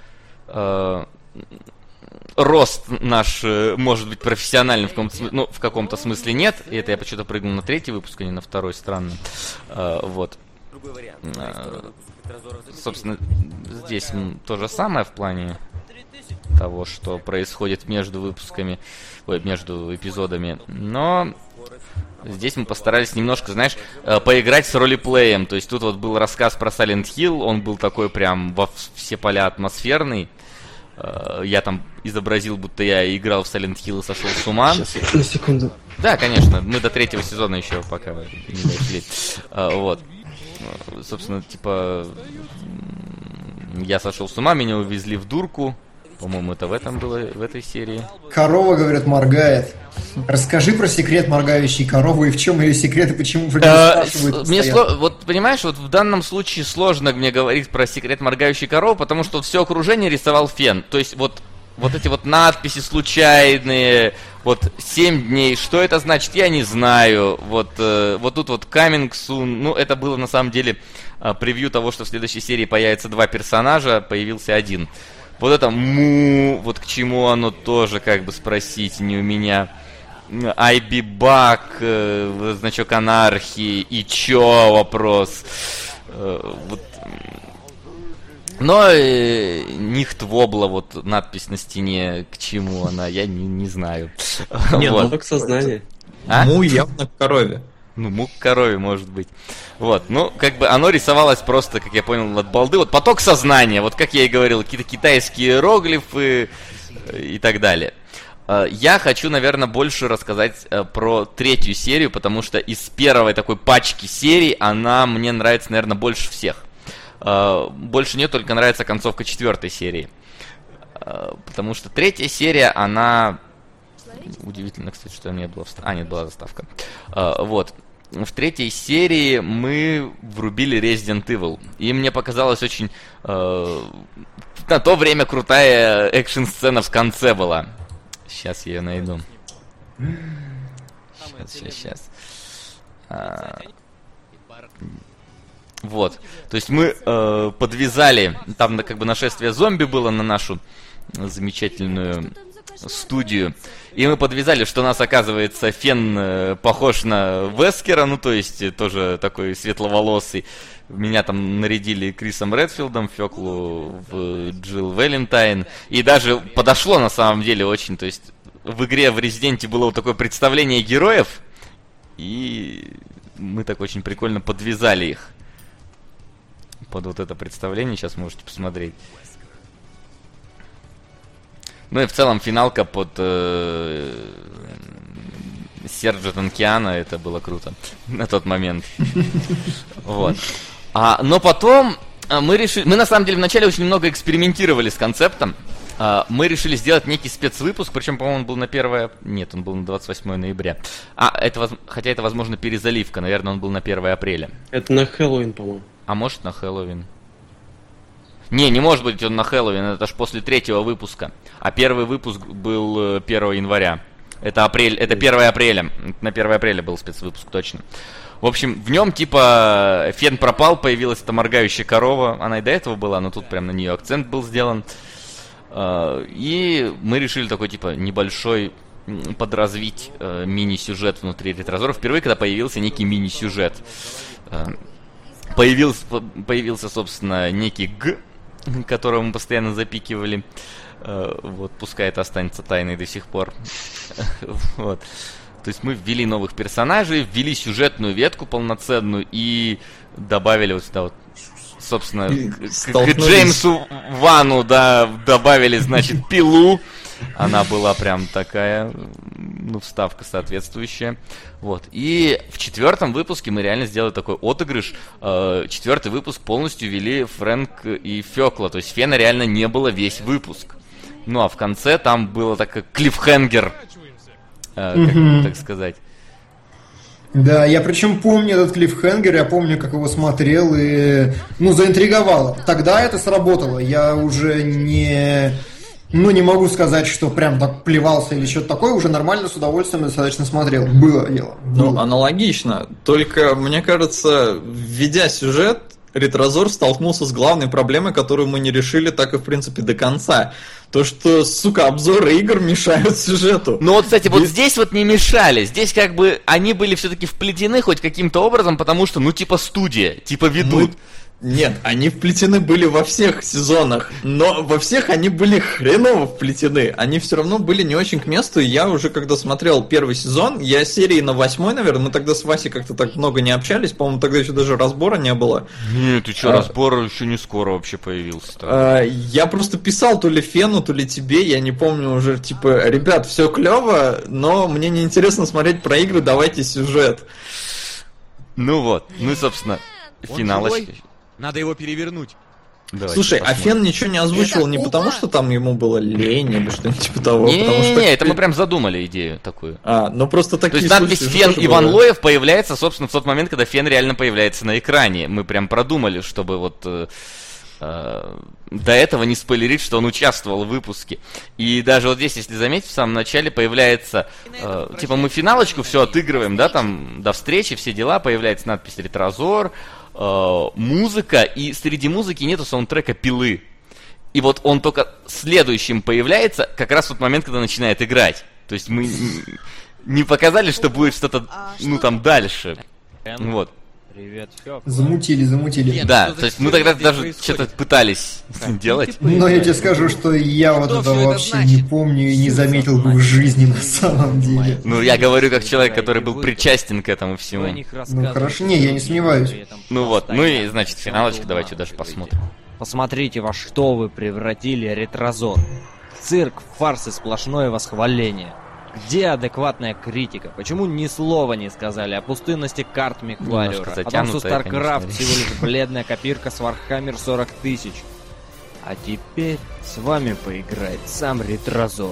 [SPEAKER 1] рост наш, может быть, профессиональный в каком-то смысле нет. И это я почему-то прыгнул на 3 выпуск, а не на 2, странно. Вот. Собственно, здесь то же самое в плане того, что происходит между выпусками, между эпизодами. Но здесь мы постарались немножко, знаешь, поиграть с ролеплеем. То есть тут вот был рассказ про Silent Hill, он был такой прям во все поля атмосферный. Я там изобразил, будто я играл в Silent Hill и сошел с ума.
[SPEAKER 5] Сейчас, на секунду.
[SPEAKER 1] Да, конечно, мы до 3 сезона еще пока не дошли. Вот. Собственно, типа, я сошел с ума, меня увезли в дурку. По-моему, это в этом было, в этой серии.
[SPEAKER 3] Корова, говорят, моргает. Расскажи про секрет моргающей коровы и в чем ее секрет, и почему про него спрашивают.
[SPEAKER 1] Вот понимаешь, вот в данном случае сложно мне говорить про секрет моргающей коровы, потому что все окружение рисовал Фен. То есть вот эти вот надписи случайные, вот 7 дней, что это значит, я не знаю. Вот тут вот coming soon, это было на самом деле превью того, что в следующей серии появится 2 персонажа, появился 1. Вот это вот к чему оно тоже, как бы, спросить не у меня. I be back, значок анархии, и чё вопрос? Вот. Но Нихт Вобла, вот надпись на стене, к чему она, я не знаю.
[SPEAKER 5] Нет,
[SPEAKER 1] Вот.
[SPEAKER 5] поток сознания.
[SPEAKER 1] А?
[SPEAKER 2] Му явно к корове.
[SPEAKER 1] Ну, мук корове, может быть. Вот, ну, как бы оно рисовалось просто, как я понял, от балды. Вот поток сознания, вот как я и говорил, какие-то китайские иероглифы и так далее. Я хочу, наверное, больше рассказать про третью серию, потому что из первой такой пачки серий она мне нравится, наверное, больше всех. Больше мне только нравится концовка четвертой серии. Потому что третья серия, она... Удивительно, кстати, что у меня была вставка. Нет, была заставка. Вот. В третьей серии мы врубили Resident Evil. И мне показалось очень... на то время крутая экшн-сцена в конце была. Сейчас я ее найду. Сейчас. Вот. То есть мы подвязали... Там как бы нашествие зомби было на нашу замечательную студию. И мы подвязали, что у нас, оказывается, Фен похож на Вескера, ну, то есть тоже такой светловолосый. Меня там нарядили Крисом Редфилдом, Феклу в Джилл Валентайн. И даже подошло на самом деле очень. То есть в игре в Резиденте было вот такое представление героев. И мы так очень прикольно подвязали их под вот это представление. Сейчас можете посмотреть. Ну и в целом финалка под Серджо Танкиана, это было круто на тот момент. Вот. Но потом мы на самом деле вначале очень много экспериментировали с концептом. Мы решили сделать некий спецвыпуск, причем, по-моему, он был на 1... Нет, он был на 28 ноября. Хотя это, возможно, перезаливка, наверное, он был на 1 апреля.
[SPEAKER 5] Это на Хэллоуин, по-моему.
[SPEAKER 1] А может, на Хэллоуин. Не может быть он на Хэллоуин, это ж после 3-го выпуска. А первый выпуск был 1 января. Это 1 апреля. На 1 апреля был спецвыпуск, точно. В общем, в нем типа Фен пропал, появилась эта моргающая корова. Она и до этого была, но тут прям на нее акцент был сделан. И мы решили такой типа небольшой подразвить мини-сюжет внутри Ретрозора. Впервые, когда появился некий мини-сюжет. Появился, собственно, некий Г, которого мы постоянно запикивали. Вот, пускай это останется тайной до сих пор. Вот. То есть мы ввели новых персонажей, ввели сюжетную ветку полноценную и добавили вот сюда вот, собственно, к Джеймсу Вану, да, добавили, значит, пилу. Она была прям такая, ну, вставка соответствующая. Вот. И в 4-м выпуске мы реально сделали такой отыгрыш. 4-й выпуск полностью вели Фрэнк и Фёкла. То есть Фена реально не было весь выпуск. Ну, а в конце там было такой клиффхенгер, так сказать.
[SPEAKER 3] Да, я причем помню этот клиффхенгер, я помню, как его смотрел и, ну, заинтриговало. Тогда это сработало. Я уже не могу сказать, что прям так плевался или что-то такое, уже нормально, с удовольствием достаточно смотрел. Было дело.
[SPEAKER 2] Ну, аналогично. Только, мне кажется, введя сюжет, Ретрозор столкнулся с главной проблемой, которую мы не решили так и, в принципе, до конца. То, что, сука, обзоры игр мешают сюжету.
[SPEAKER 1] Ну вот, кстати, вот здесь вот не мешали. Здесь как бы они были все-таки вплетены хоть каким-то образом, потому что, ну, типа студия, типа ведут.
[SPEAKER 2] Нет, они вплетены были во всех сезонах, но во всех они были хреново вплетены. Они все равно были не очень к месту, и я уже, когда смотрел первый сезон, я серии на 8-й, наверное, мы тогда с Васей как-то так много не общались, по-моему, тогда еще даже разбора не было.
[SPEAKER 1] Нет, ты что, разбор еще не скоро вообще появился.
[SPEAKER 2] Я просто писал то ли Фену, то ли тебе, я не помню уже, типа, ребят, все клево, но мне не интересно смотреть про игры, давайте сюжет.
[SPEAKER 1] Ну вот, ну и, собственно, финалочка.
[SPEAKER 7] Надо его перевернуть.
[SPEAKER 2] Давайте. Слушай, а Фен ничего не озвучивал не потому, что там ему было лень или что-нибудь типа того.
[SPEAKER 1] Не, это мы прям задумали идею такую.
[SPEAKER 2] Ну просто такие.
[SPEAKER 1] То есть надпись Фен Иван Лоев появляется, собственно, в тот момент, когда Фен реально появляется на экране. Мы прям продумали, чтобы вот до этого не спойлерить, что он участвовал в выпуске. И даже вот здесь, если заметить, в самом начале появляется, типа мы финалочку все отыгрываем, да, там до встречи, все дела, появляется надпись Ретрозор, музыка, и среди музыки нету саундтрека Пилы. И вот он только следующим появляется как раз в тот момент, когда начинает играть. То есть мы не показали, что будет что-то, ну там дальше. Вот.
[SPEAKER 7] Привет, Фёк.
[SPEAKER 3] Замутили.
[SPEAKER 1] Да, то есть мы тогда даже что-то пытались делать.
[SPEAKER 3] Но я тебе скажу, что я вот
[SPEAKER 8] Что
[SPEAKER 3] это
[SPEAKER 8] всё это
[SPEAKER 3] вообще
[SPEAKER 8] значит?
[SPEAKER 3] не помню и не заметил бы в жизни на самом деле.
[SPEAKER 1] Ну, я говорю как человек, который был причастен к этому всему.
[SPEAKER 3] Ну хорошо, не, я не сомневаюсь.
[SPEAKER 1] Ну вот, ну и, значит, финалочка, давайте даже посмотрим.
[SPEAKER 7] Посмотрите, во что вы превратили ретрозор. Цирк, фарс и сплошное восхваление. Где адекватная критика? Почему ни слова не сказали о пустынности карт Мехвариора?
[SPEAKER 1] Немножко
[SPEAKER 7] О том, что
[SPEAKER 1] затянутая,
[SPEAKER 7] StarCraft
[SPEAKER 1] конечно,
[SPEAKER 7] всего лишь бледная копирка с Warhammer 40 000. А теперь с вами поиграет сам ретрозор.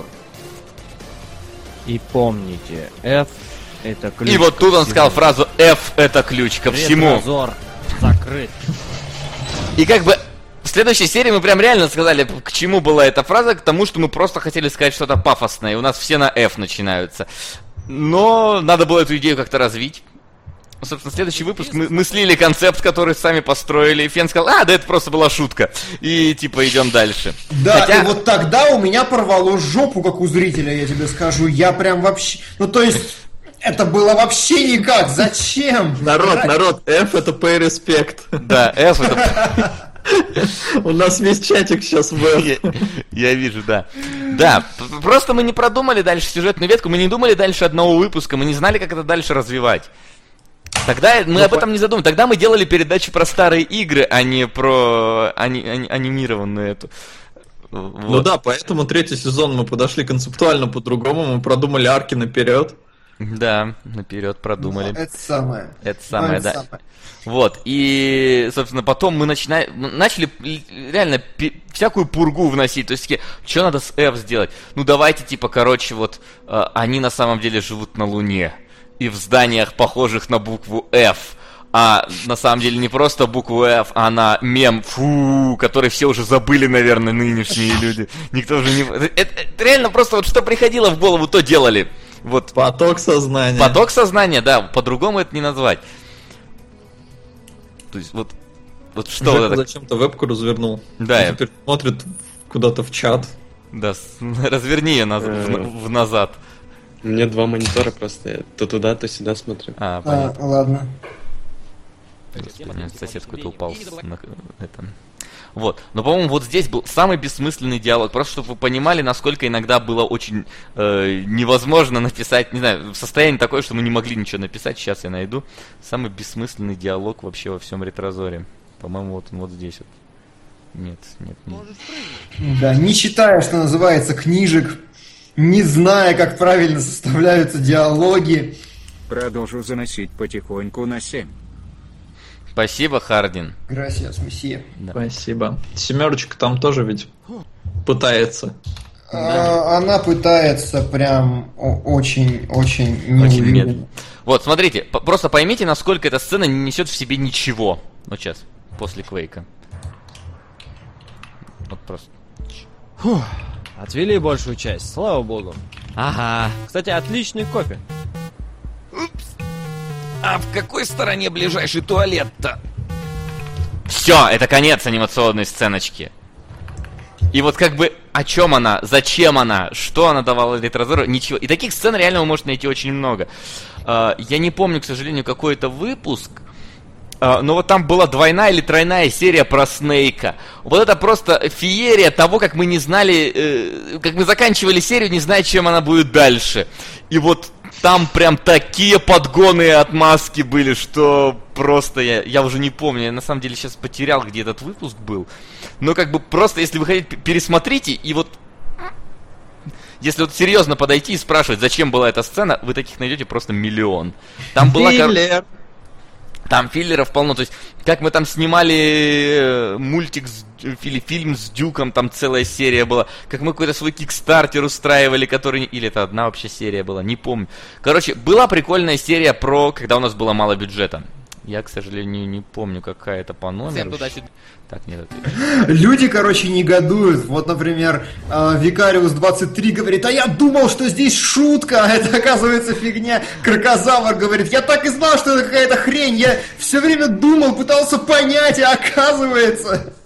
[SPEAKER 7] И помните, F это ключ.
[SPEAKER 1] И вот
[SPEAKER 7] ко
[SPEAKER 1] тут он
[SPEAKER 7] всему.
[SPEAKER 1] сказал фразу F это ключ ко всему.
[SPEAKER 7] Ретрозор закрыт.
[SPEAKER 1] И как бы в следующей серии мы прям реально сказали, к чему была эта фраза, к тому, что мы просто хотели сказать что-то пафосное, и у нас все на F начинаются. Но надо было эту идею как-то развить. Собственно, следующий выпуск мы слили концепт, который сами построили, и Фен сказал, да это просто была шутка. И типа идем дальше.
[SPEAKER 3] Да,
[SPEAKER 1] Хотя-
[SPEAKER 3] и вот тогда у меня порвало жопу, как у зрителя, я тебе скажу. Я прям вообще... Ну, то есть, это было вообще никак. Зачем?
[SPEAKER 2] Народ, F это pay respect.
[SPEAKER 1] Да, F это...
[SPEAKER 2] У нас весь чатик сейчас в F.
[SPEAKER 1] Я вижу, да. Да, просто мы не продумали дальше сюжетную ветку, мы не думали дальше одного выпуска, мы не знали, как это дальше развивать. Тогда мы об этом не задумывались. Тогда мы делали передачу про старые игры, а не про анимированную эту.
[SPEAKER 2] Ну
[SPEAKER 1] Вот.
[SPEAKER 2] да, поэтому третий сезон мы подошли концептуально по-другому, мы продумали арки наперед.
[SPEAKER 1] Да, наперед продумали.
[SPEAKER 3] Ну, это самое.
[SPEAKER 1] Это самое,
[SPEAKER 3] это
[SPEAKER 1] да.
[SPEAKER 3] самое.
[SPEAKER 1] Вот, и, собственно, потом мы начали реально всякую пургу вносить, то есть, что надо с F сделать? Ну, давайте, типа, короче, вот, они на самом деле живут на Луне, и в зданиях, похожих на букву F, а на самом деле не просто букву F, а на мем, который все уже забыли, наверное, нынешние люди. Никто уже не... Это реально просто вот что приходило в голову, то делали. Вот.
[SPEAKER 2] Поток сознания.
[SPEAKER 1] Поток сознания, да, по-другому это не назвать. То есть вот что
[SPEAKER 2] Жека
[SPEAKER 1] вот это...
[SPEAKER 2] зачем-то вебку развернул.
[SPEAKER 1] Да,
[SPEAKER 2] И теперь смотрит куда-то в чат.
[SPEAKER 1] Да, разверни ее в назад.
[SPEAKER 5] У меня два монитора просто, я то туда, то сюда смотрю.
[SPEAKER 1] Понятно.
[SPEAKER 3] Ладно.
[SPEAKER 1] Сосед какой-то упал на это. Вот. Но, по-моему, вот здесь был самый бессмысленный диалог. Просто, чтобы вы понимали, насколько иногда было очень невозможно написать, не знаю, состояние такое, что мы не могли ничего написать. Сейчас я найду. Самый бессмысленный диалог вообще во всем ретрозоре. По-моему, вот он вот здесь вот. Нет.
[SPEAKER 3] Да, не читая, что называется, книжек, не зная, как правильно составляются диалоги.
[SPEAKER 4] Продолжу заносить потихоньку на 7.
[SPEAKER 1] Спасибо, Хардин.
[SPEAKER 3] Грасиас, месье.
[SPEAKER 1] Да.
[SPEAKER 2] Спасибо. Семерочка там тоже ведь пытается.
[SPEAKER 3] Она пытается прям очень неуверенно.
[SPEAKER 1] медленно. Вот, смотрите, просто поймите, насколько эта сцена не несет в себе ничего. Вот сейчас, после Квейка. Вот просто.
[SPEAKER 7] Отвели большую часть, слава богу.
[SPEAKER 1] Ага.
[SPEAKER 7] Кстати, отличный кофе.
[SPEAKER 1] А в какой стороне ближайший туалет-то? Все, это конец анимационной сценочки. И вот как бы о чем она, зачем она, что она давала ретрозору, ничего. И таких сцен реально вы можете найти очень много. Я не помню, к сожалению, какой это выпуск. Но вот там была двойная или тройная серия про Снейка. Вот это просто феерия того, как мы не знали, как мы заканчивали серию, не зная, чем она будет дальше. И вот там прям такие подгоны и отмазки были, что просто я уже не помню. Я на самом деле сейчас потерял, где этот выпуск был. Но как бы просто, если вы хотите, пересмотрите, и вот если вот серьезно подойти и спрашивать, зачем была эта сцена, вы таких найдете просто миллион. Там была... Там филлеров полно, то есть, как мы там снимали мультик или фильм с Дюком, там целая серия была, как мы какой-то свой кикстартер устраивали, который... Или это одна вообще серия была, не помню. Короче, была прикольная серия про, когда у нас было мало бюджета. Я, к сожалению, не помню, какая это по номеру. Так, нет, это...
[SPEAKER 3] Люди, короче, негодуют. Вот, например, Викариус 23 говорит, а я думал, что здесь шутка, а это оказывается фигня. Кракозавр говорит, я так и знал, что это какая-то хрень. Я все время думал, пытался понять, а оказывается...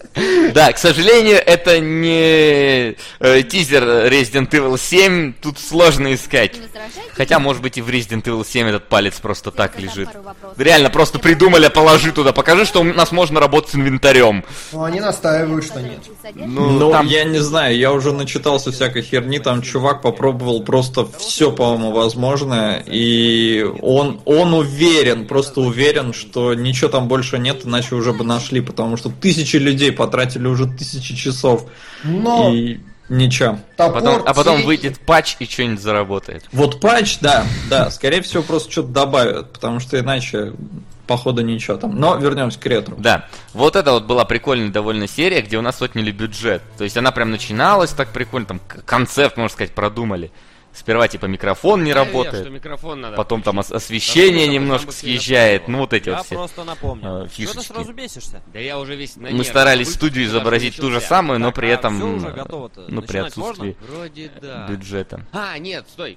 [SPEAKER 1] Да, к сожалению, это не тизер Resident Evil 7, тут сложно искать. Хотя, может быть, и в Resident Evil 7 этот палец просто так лежит. Реально, просто придумали, положи туда, покажи, что у нас можно работать с инвентарем.
[SPEAKER 3] Ну, они настаивают, что нет.
[SPEAKER 2] Ну,
[SPEAKER 1] там-
[SPEAKER 2] я не знаю, я уже начитался всякой херни, там чувак попробовал просто все, по-моему, возможное, и он уверен, просто уверен, что ничего там больше нет, иначе уже бы нашли, потому что тысячи людей потратили уже 1000 часов,
[SPEAKER 3] Но
[SPEAKER 2] и ничего.
[SPEAKER 3] топор,
[SPEAKER 1] А потом
[SPEAKER 3] тень-
[SPEAKER 1] выйдет патч и что-нибудь заработает.
[SPEAKER 2] Вот патч, да, скорее всего, просто что-то добавят, потому что иначе, походу, ничего там. Но вернемся к ретро.
[SPEAKER 1] Да, вот это вот была прикольная довольно серия, где у нас отняли бюджет. То есть она прям начиналась так прикольно, там концепт, можно сказать, продумали. Сперва типа микрофон не работает,
[SPEAKER 8] микрофон надо
[SPEAKER 1] потом там
[SPEAKER 8] включить.
[SPEAKER 1] освещение
[SPEAKER 8] Там
[SPEAKER 1] немножко
[SPEAKER 8] быть
[SPEAKER 1] съезжает,
[SPEAKER 8] микрофон.
[SPEAKER 1] ну вот эти
[SPEAKER 7] Я
[SPEAKER 1] вот все.
[SPEAKER 7] просто напомню. Что ты
[SPEAKER 1] фишечки.
[SPEAKER 7] сразу бесишься?
[SPEAKER 8] Да я уже весь на
[SPEAKER 1] Мы
[SPEAKER 8] нервах.
[SPEAKER 1] старались
[SPEAKER 8] Выключил,
[SPEAKER 1] студию
[SPEAKER 8] даже
[SPEAKER 1] изобразить ту же
[SPEAKER 8] начался.
[SPEAKER 1] самую, но
[SPEAKER 7] Так,
[SPEAKER 1] при
[SPEAKER 7] а
[SPEAKER 1] этом,
[SPEAKER 7] всё уже готово-то?
[SPEAKER 1] ну при
[SPEAKER 7] Начинать
[SPEAKER 1] отсутствии
[SPEAKER 8] Вроде да.
[SPEAKER 1] бюджета.
[SPEAKER 8] А, нет, стой.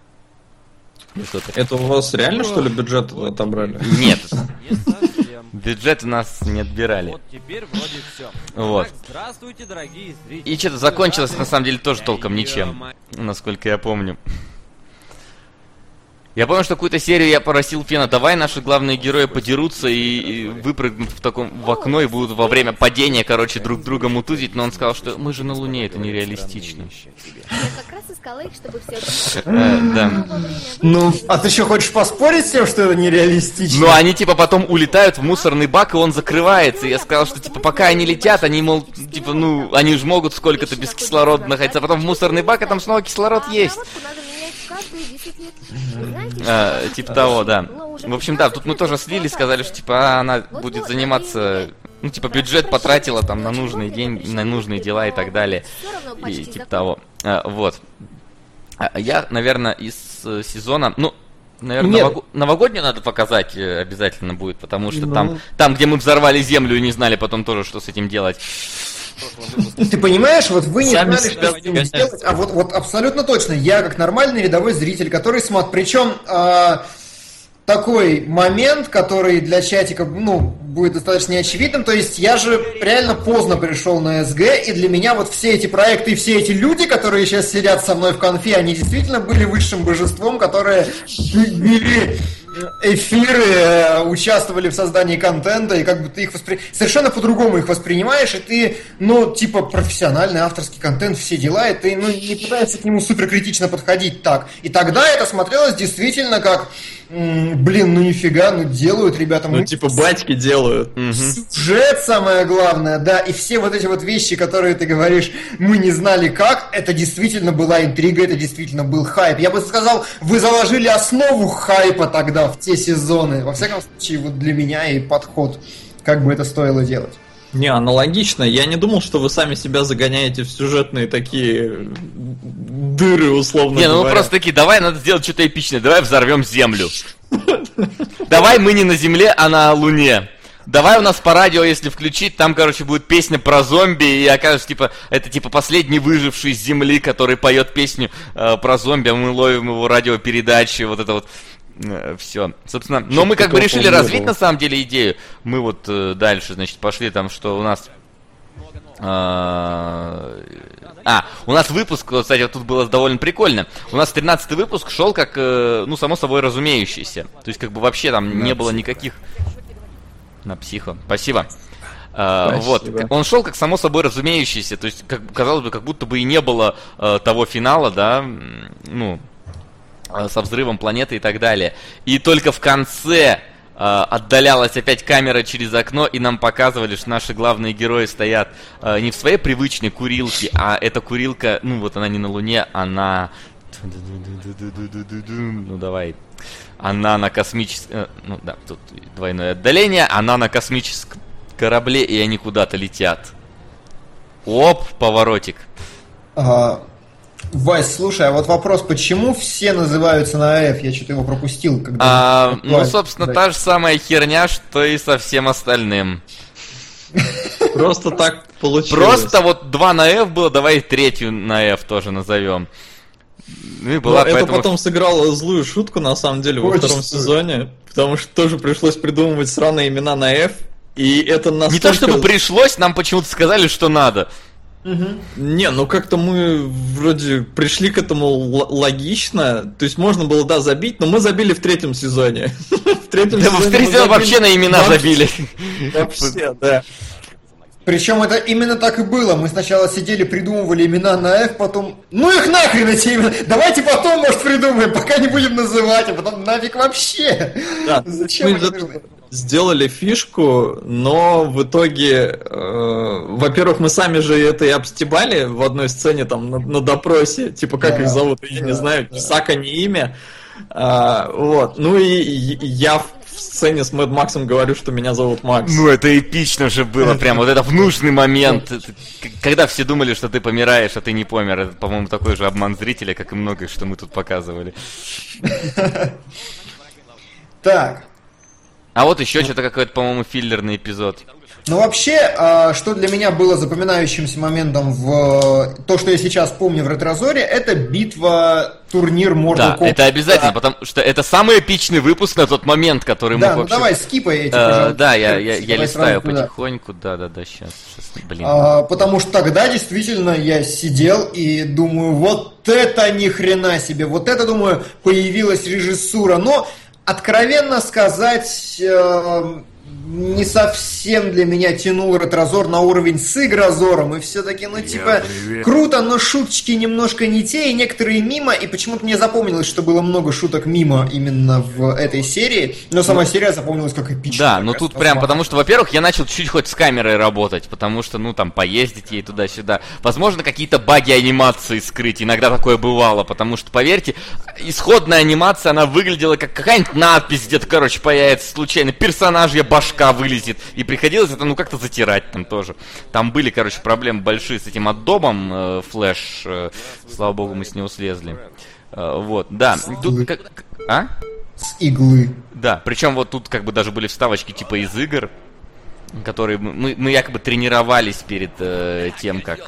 [SPEAKER 2] Это у вас реально, что ли, бюджет отобрали?
[SPEAKER 1] Нет,
[SPEAKER 7] Не совсем.
[SPEAKER 1] бюджет у нас не отбирали.
[SPEAKER 7] Вот теперь вроде все.
[SPEAKER 1] Вот.
[SPEAKER 7] Здравствуйте, дорогие зрители.
[SPEAKER 1] И что-то закончилось на самом деле тоже толком ничем, насколько я помню. Я помню, что какую-то серию я просил Фена, давай наши главные герои подерутся и выпрыгнут в окно и будут во время падения, короче, друг друга мутузить, но он сказал, что мы же на Луне, это нереалистично.
[SPEAKER 9] Я как раз искала их, чтобы все
[SPEAKER 1] Да.
[SPEAKER 3] Ну, а ты что, хочешь поспорить с тем, что это нереалистично?
[SPEAKER 1] Но они типа потом улетают в мусорный бак, и он закрывается. И я сказал, что типа пока они летят, они, мол, типа, ну, они же могут сколько-то без кислорода находиться, а потом в мусорный бак, и там снова кислород есть. Типа того, да. В общем, да, тут мы тоже слили, сказали, что типа она будет заниматься, ну, типа, бюджет потратила там на нужные деньги, на нужные дела и так далее. И типа того. Вот. Я, наверное, из сезона, ну, наверное, новогоднюю надо показать обязательно будет, потому что там, где мы взорвали землю и не знали потом тоже, что с этим делать.
[SPEAKER 3] Ты понимаешь, вот вы не
[SPEAKER 2] Сами
[SPEAKER 3] знали,
[SPEAKER 2] себя
[SPEAKER 3] что с этим сделать, а вот абсолютно точно, я как нормальный рядовой зритель, который смотрит, причем такой момент, который для чатика, ну, будет достаточно неочевидным, то есть я же реально поздно пришел на СГ, и для меня вот все эти проекты и все эти люди, которые сейчас сидят со мной в конфе, они действительно были высшим божеством, которые вели эфиры, участвовали в создании контента, и как бы ты их совершенно по-другому их воспринимаешь, и ты, ну, типа, профессиональный авторский контент, все дела, и ты, ну, не пытаешься к нему суперкритично подходить так. И тогда это смотрелось действительно как, блин, ну нифига, ну делают ребята.
[SPEAKER 2] Ну, типа, батьки делают.
[SPEAKER 3] Сюжет самое главное, да, и все вот эти вот вещи, которые ты говоришь, мы не знали как, это действительно была интрига, это действительно был хайп. Я бы сказал, вы заложили основу хайпа тогда, в те сезоны. Во всяком случае, вот для меня и подход, как бы это стоило делать.
[SPEAKER 2] Не, аналогично. Я не думал, что вы сами себя загоняете в сюжетные такие дыры, условно
[SPEAKER 1] Не, ну мы
[SPEAKER 2] говоря.
[SPEAKER 1] просто такие, давай надо сделать что-то эпичное, давай взорвем Землю. Давай мы не на Земле, а на Луне. Давай у нас по радио, если включить, там, короче, будет песня про зомби, и окажется, типа, это, типа, последний выживший с Земли, который поет песню про зомби, а мы ловим его радиопередачи, вот это вот. Все, собственно, но мы как бы решили развить на самом деле идею. Мы вот дальше, значит, пошли там, что у нас... у нас выпуск, кстати, вот тут было довольно прикольно. У нас 13-й выпуск шел как, ну, само собой разумеющийся. То есть, как бы вообще там не было никаких... На психо. Спасибо. Вот, он шел как само собой разумеющийся. То есть, как, казалось бы, как будто бы и не было того финала, да, ну... со взрывом планеты и так далее. И только в конце отдалялась опять камера через окно, и нам показывали, что наши главные герои стоят не в своей привычной курилке, а эта курилка, ну вот она не на Луне, она... Ну давай. Она на космическом... Ну да, тут двойное отдаление. Она на космическом корабле, и они куда-то летят. Оп, поворотик.
[SPEAKER 3] Вась, слушай, а вот вопрос, почему все называются на F? Я что-то его пропустил. Когда
[SPEAKER 1] ну, собственно, та же самая херня, что и со всем остальным.
[SPEAKER 2] Просто так получилось.
[SPEAKER 1] Просто вот 2 на F было, давай третью на F тоже назовем. Ну и была,
[SPEAKER 2] это
[SPEAKER 1] поэтому...
[SPEAKER 2] потом сыграло злую шутку, на самом деле, во втором сезоне, потому что тоже пришлось придумывать сраные имена на F, И это настолько...
[SPEAKER 1] Не то чтобы пришлось, нам почему-то сказали, что надо.
[SPEAKER 2] Не, ну как-то мы вроде пришли к этому логично. То есть можно было, да, забить, но мы забили в 3-м сезоне. В 3-м
[SPEAKER 1] Да, в 3-м сезоне вообще на имена забили.
[SPEAKER 2] Вообще, да.
[SPEAKER 3] Причем это именно так и было. Мы сначала сидели, придумывали имена на F, потом... Ну их нахрен эти имена! Давайте потом, может, придумаем, пока не будем называть, а потом нафиг вообще!
[SPEAKER 2] Да,
[SPEAKER 3] Зачем
[SPEAKER 2] мы
[SPEAKER 3] это нужно?
[SPEAKER 2] сделали фишку, но в итоге, во-первых, мы сами же это и обстебали в одной сцене там на допросе, типа как их зовут, я не знаю, Сака не имя. Вот, ну и я в сцене с Мэд Максом говорю, что меня зовут Макс.
[SPEAKER 1] Ну это эпично же было, прям вот это в нужный момент. Когда все думали, что ты помираешь, а ты не помер. Это, по-моему, такой же обман зрителя, как и многое, что мы тут показывали.
[SPEAKER 3] Так.
[SPEAKER 1] А вот еще что-то какой-то, по-моему, филлерный эпизод.
[SPEAKER 3] Ну вообще, что для меня было запоминающимся моментом в то, что я сейчас помню в Ретрозоре, это битва, турнир Mortal
[SPEAKER 1] Да,
[SPEAKER 3] Kombat.
[SPEAKER 1] это обязательно, потому что это самый эпичный выпуск на тот момент, который
[SPEAKER 3] Да,
[SPEAKER 1] мы
[SPEAKER 3] ну
[SPEAKER 1] вообще...
[SPEAKER 3] давай, скипай эти, пожалуйста.
[SPEAKER 1] Да, я
[SPEAKER 3] Давай
[SPEAKER 1] листаю
[SPEAKER 3] сразу туда.
[SPEAKER 1] потихоньку, да, сейчас, блин.
[SPEAKER 3] Потому что тогда действительно я сидел и думаю, вот это ни хрена себе, вот это, думаю, появилась режиссура, но, откровенно сказать, не совсем для меня тянул Ретрозор на уровень с Игрозором, и все-таки, ну типа, круто, но шуточки немножко не те, и некоторые мимо, и почему-то мне запомнилось, что было много шуток мимо именно в этой серии, но сама серия запомнилась как эпичная.
[SPEAKER 1] Да, ну тут прям, потому что, во-первых, я начал чуть-чуть хоть с камерой работать, потому что, ну там, поездить ей туда-сюда. Возможно, какие-то баги анимации скрыть, иногда такое бывало, потому что, поверьте, исходная анимация, она выглядела как какая-нибудь надпись где-то, короче, появится случайно, персонажья башка вылезет, и приходилось это, ну, как-то затирать там тоже. Там были, короче, проблемы большие с этим аддобом, флэш, слава богу, мы с него слезли. Вот, да. Тут как... А?
[SPEAKER 3] С иглы.
[SPEAKER 1] Да, причем вот тут как бы даже были вставочки типа из игр, которые мы якобы тренировались перед тем, как...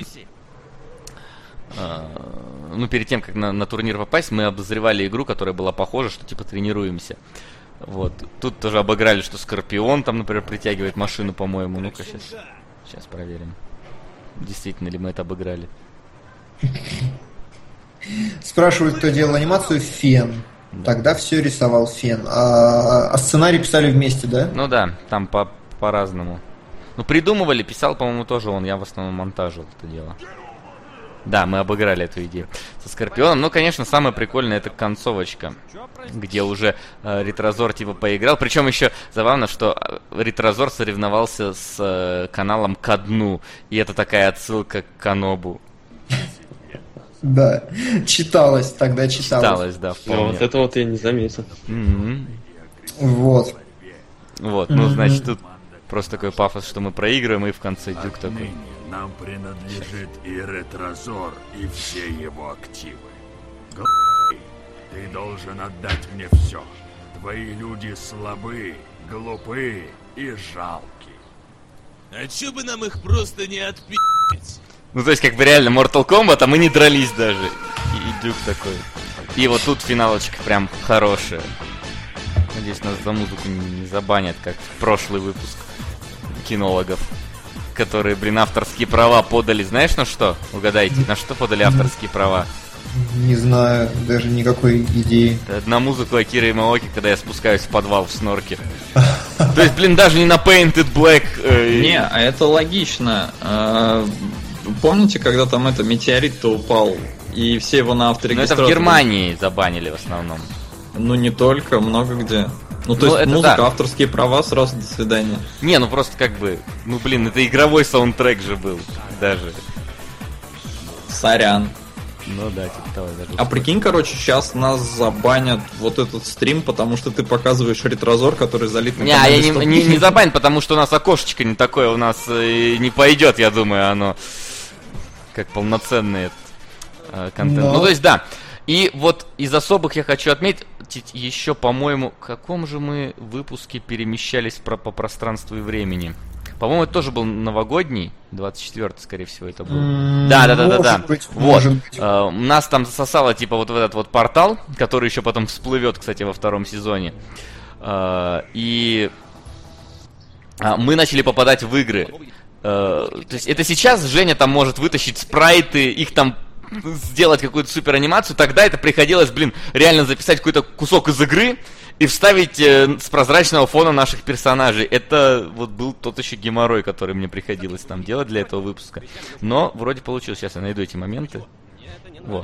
[SPEAKER 1] ну, перед тем, как на турнир попасть, мы обозревали игру, которая была похожа, что типа тренируемся. Вот. Тут тоже обыграли, что Скорпион там, например, притягивает машину, по-моему. Ну-ка, сейчас проверим. Действительно ли мы это обыграли.
[SPEAKER 3] Спрашивают, кто делал анимацию. Фен. Да. Тогда все рисовал Фен. А сценарий писали вместе, да?
[SPEAKER 1] Ну да, там по-разному. Ну, придумывали, писал, по-моему, тоже он. Я в основном монтажил это дело. Да, мы обыграли эту идею со Скорпионом. Ну, конечно, самое прикольное это концовочка, где уже Ретрозор типа поиграл. Причем еще забавно, что Ретрозор соревновался с каналом Ко Дну. И это такая отсылка к Канобу.
[SPEAKER 3] Да, читалось, тогда читалось.
[SPEAKER 1] Читалось, да, вполне.
[SPEAKER 5] Ну, вот это вот я не заметил.
[SPEAKER 3] Вот.
[SPEAKER 1] Вот, ну, значит, тут просто такой пафос, что мы проигрываем, и в конце Дюк такой.
[SPEAKER 6] Нам принадлежит и Ретрозор, и все его активы. Ты должен отдать мне все. Твои люди слабы, глупы и жалки.
[SPEAKER 10] А чё бы нам их просто не отпи***ть?
[SPEAKER 1] Ну, то есть, как бы реально Mortal Kombat, а мы не дрались даже. И Дюк такой. И вот тут финалочка прям хорошая. Надеюсь, нас за музыку не забанят, как в прошлый выпуск кинологов, которые, блин, авторские права подали. Знаешь, на что? Угадайте, на что подали авторские права?
[SPEAKER 3] Не знаю, даже никакой идеи.
[SPEAKER 1] Это на музыку Акиры Ямаоки, когда я спускаюсь в подвал в снорке. То есть, блин, даже не на Painted Black.
[SPEAKER 2] Не, а это логично. Помните, когда там это метеорит-то упал, и все его на
[SPEAKER 1] Ну,
[SPEAKER 2] авторегистраторе...
[SPEAKER 1] это в Германии забанили в основном.
[SPEAKER 2] Ну, не только, много где. Ну, то есть, музыка, да. Авторские права, сразу до свидания.
[SPEAKER 1] Не, ну просто как бы... Ну, блин, это игровой саундтрек же был даже.
[SPEAKER 2] Сорян.
[SPEAKER 1] Ну да, типа того даже.
[SPEAKER 2] А прикинь, короче, сейчас нас забанят вот этот стрим, потому что ты показываешь Ретрозор, который залит на канале.
[SPEAKER 1] Не, не забанят, потому что у нас окошечко не такое, у нас не пойдет, я думаю, оно как полноценный контент.
[SPEAKER 3] Но...
[SPEAKER 1] Ну, то есть, да. И вот из особых я хочу отметить еще, по-моему, в каком же мы выпуске перемещались по пространству и времени. По-моему, это тоже был новогодний, 24-й, скорее всего, это был. Да. Вот. Нас там засосало, типа, вот в этот вот портал, который еще потом всплывет, кстати, во втором сезоне. И мы начали попадать в игры. То есть это сейчас Женя там может вытащить спрайты, их там сделать какую-то супер анимацию, тогда это приходилось, реально записать какой-то кусок из игры и вставить с прозрачного фона наших персонажей. Это вот был тот еще геморрой, который мне приходилось там делать для этого выпуска. Но вроде получилось. Сейчас я найду эти моменты. Вот.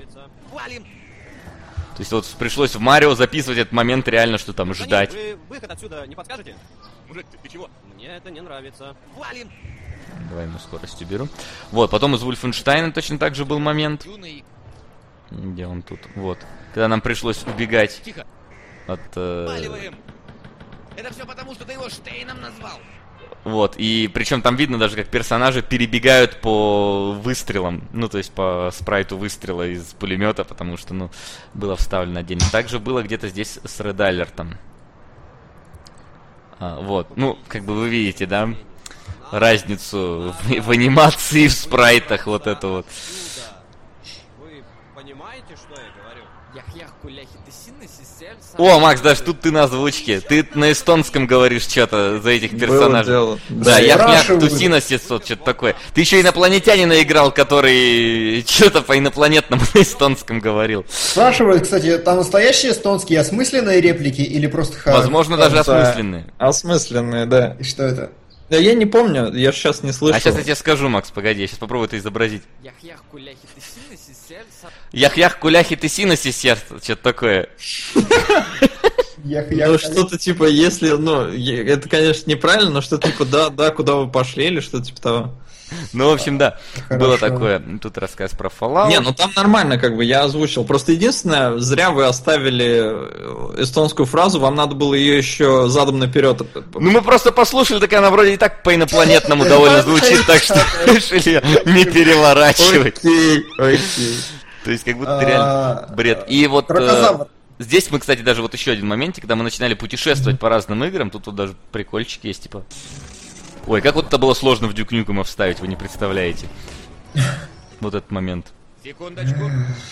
[SPEAKER 1] То есть вот пришлось в Марио записывать этот момент реально, что там ждать.
[SPEAKER 11] Вы выход отсюда не подскажете? Мужик, ты чего? Мне это не нравится. Валим!
[SPEAKER 1] Давай ему скорость уберу. Вот, потом из Вульфенштейна точно так же был момент. Где он тут? Вот. Когда нам пришлось убегать от...
[SPEAKER 10] Валиваем! Это все потому, что ты его Штейном назвал.
[SPEAKER 1] Вот, и причем там видно даже, как персонажи перебегают по выстрелам. Ну, то есть по спрайту выстрела из пулемета, потому что, было вставлено отдельно. Также было где-то здесь с Ред Алертом. Вот, как бы вы видите, да? Разницу в анимации, в спрайтах, вот это вот.
[SPEAKER 11] Вы понимаете, что я говорю?
[SPEAKER 1] О, Макс, даже тут ты на озвучке. Ты на эстонском говоришь что-то за этих персонажей. Да, Ях Тусиносис, что-то такое. Ты еще инопланетянина играл, который что-то по инопланетному на эстонском говорил.
[SPEAKER 3] Спрашивают, кстати, там настоящие эстонские осмысленные реплики или просто
[SPEAKER 1] Возможно, даже осмысленные.
[SPEAKER 2] Осмысленные, да.
[SPEAKER 3] И что это?
[SPEAKER 2] Да я не помню, я же сейчас не слышу.
[SPEAKER 1] А сейчас я тебе скажу, Макс, погоди, я сейчас попробую это изобразить. Ях-ях, куляхи, ты синосис, что-то такое.
[SPEAKER 2] Ну, что-то типа, если, это, конечно, неправильно, но что-то типа, да, куда вы пошли, или что-то типа того.
[SPEAKER 1] Ну, в общем, да, было такое. Тут рассказ про Fallout.
[SPEAKER 2] Не, там нормально, как бы, я озвучил. Просто единственное, зря вы оставили эстонскую фразу, вам надо было ее еще задом наперед.
[SPEAKER 1] Мы просто послушали, так она вроде и так по-инопланетному довольно звучит, так что решили не переворачивать.
[SPEAKER 2] Окей.
[SPEAKER 1] То есть, как будто реально бред. И вот... Здесь мы, кстати, даже вот еще один моментик, когда мы начинали путешествовать по разным играм, тут вот даже прикольчик есть, типа... Ой, как вот это было сложно в Duke Nukem вставить, вы не представляете. Вот этот момент.
[SPEAKER 10] Секундочку.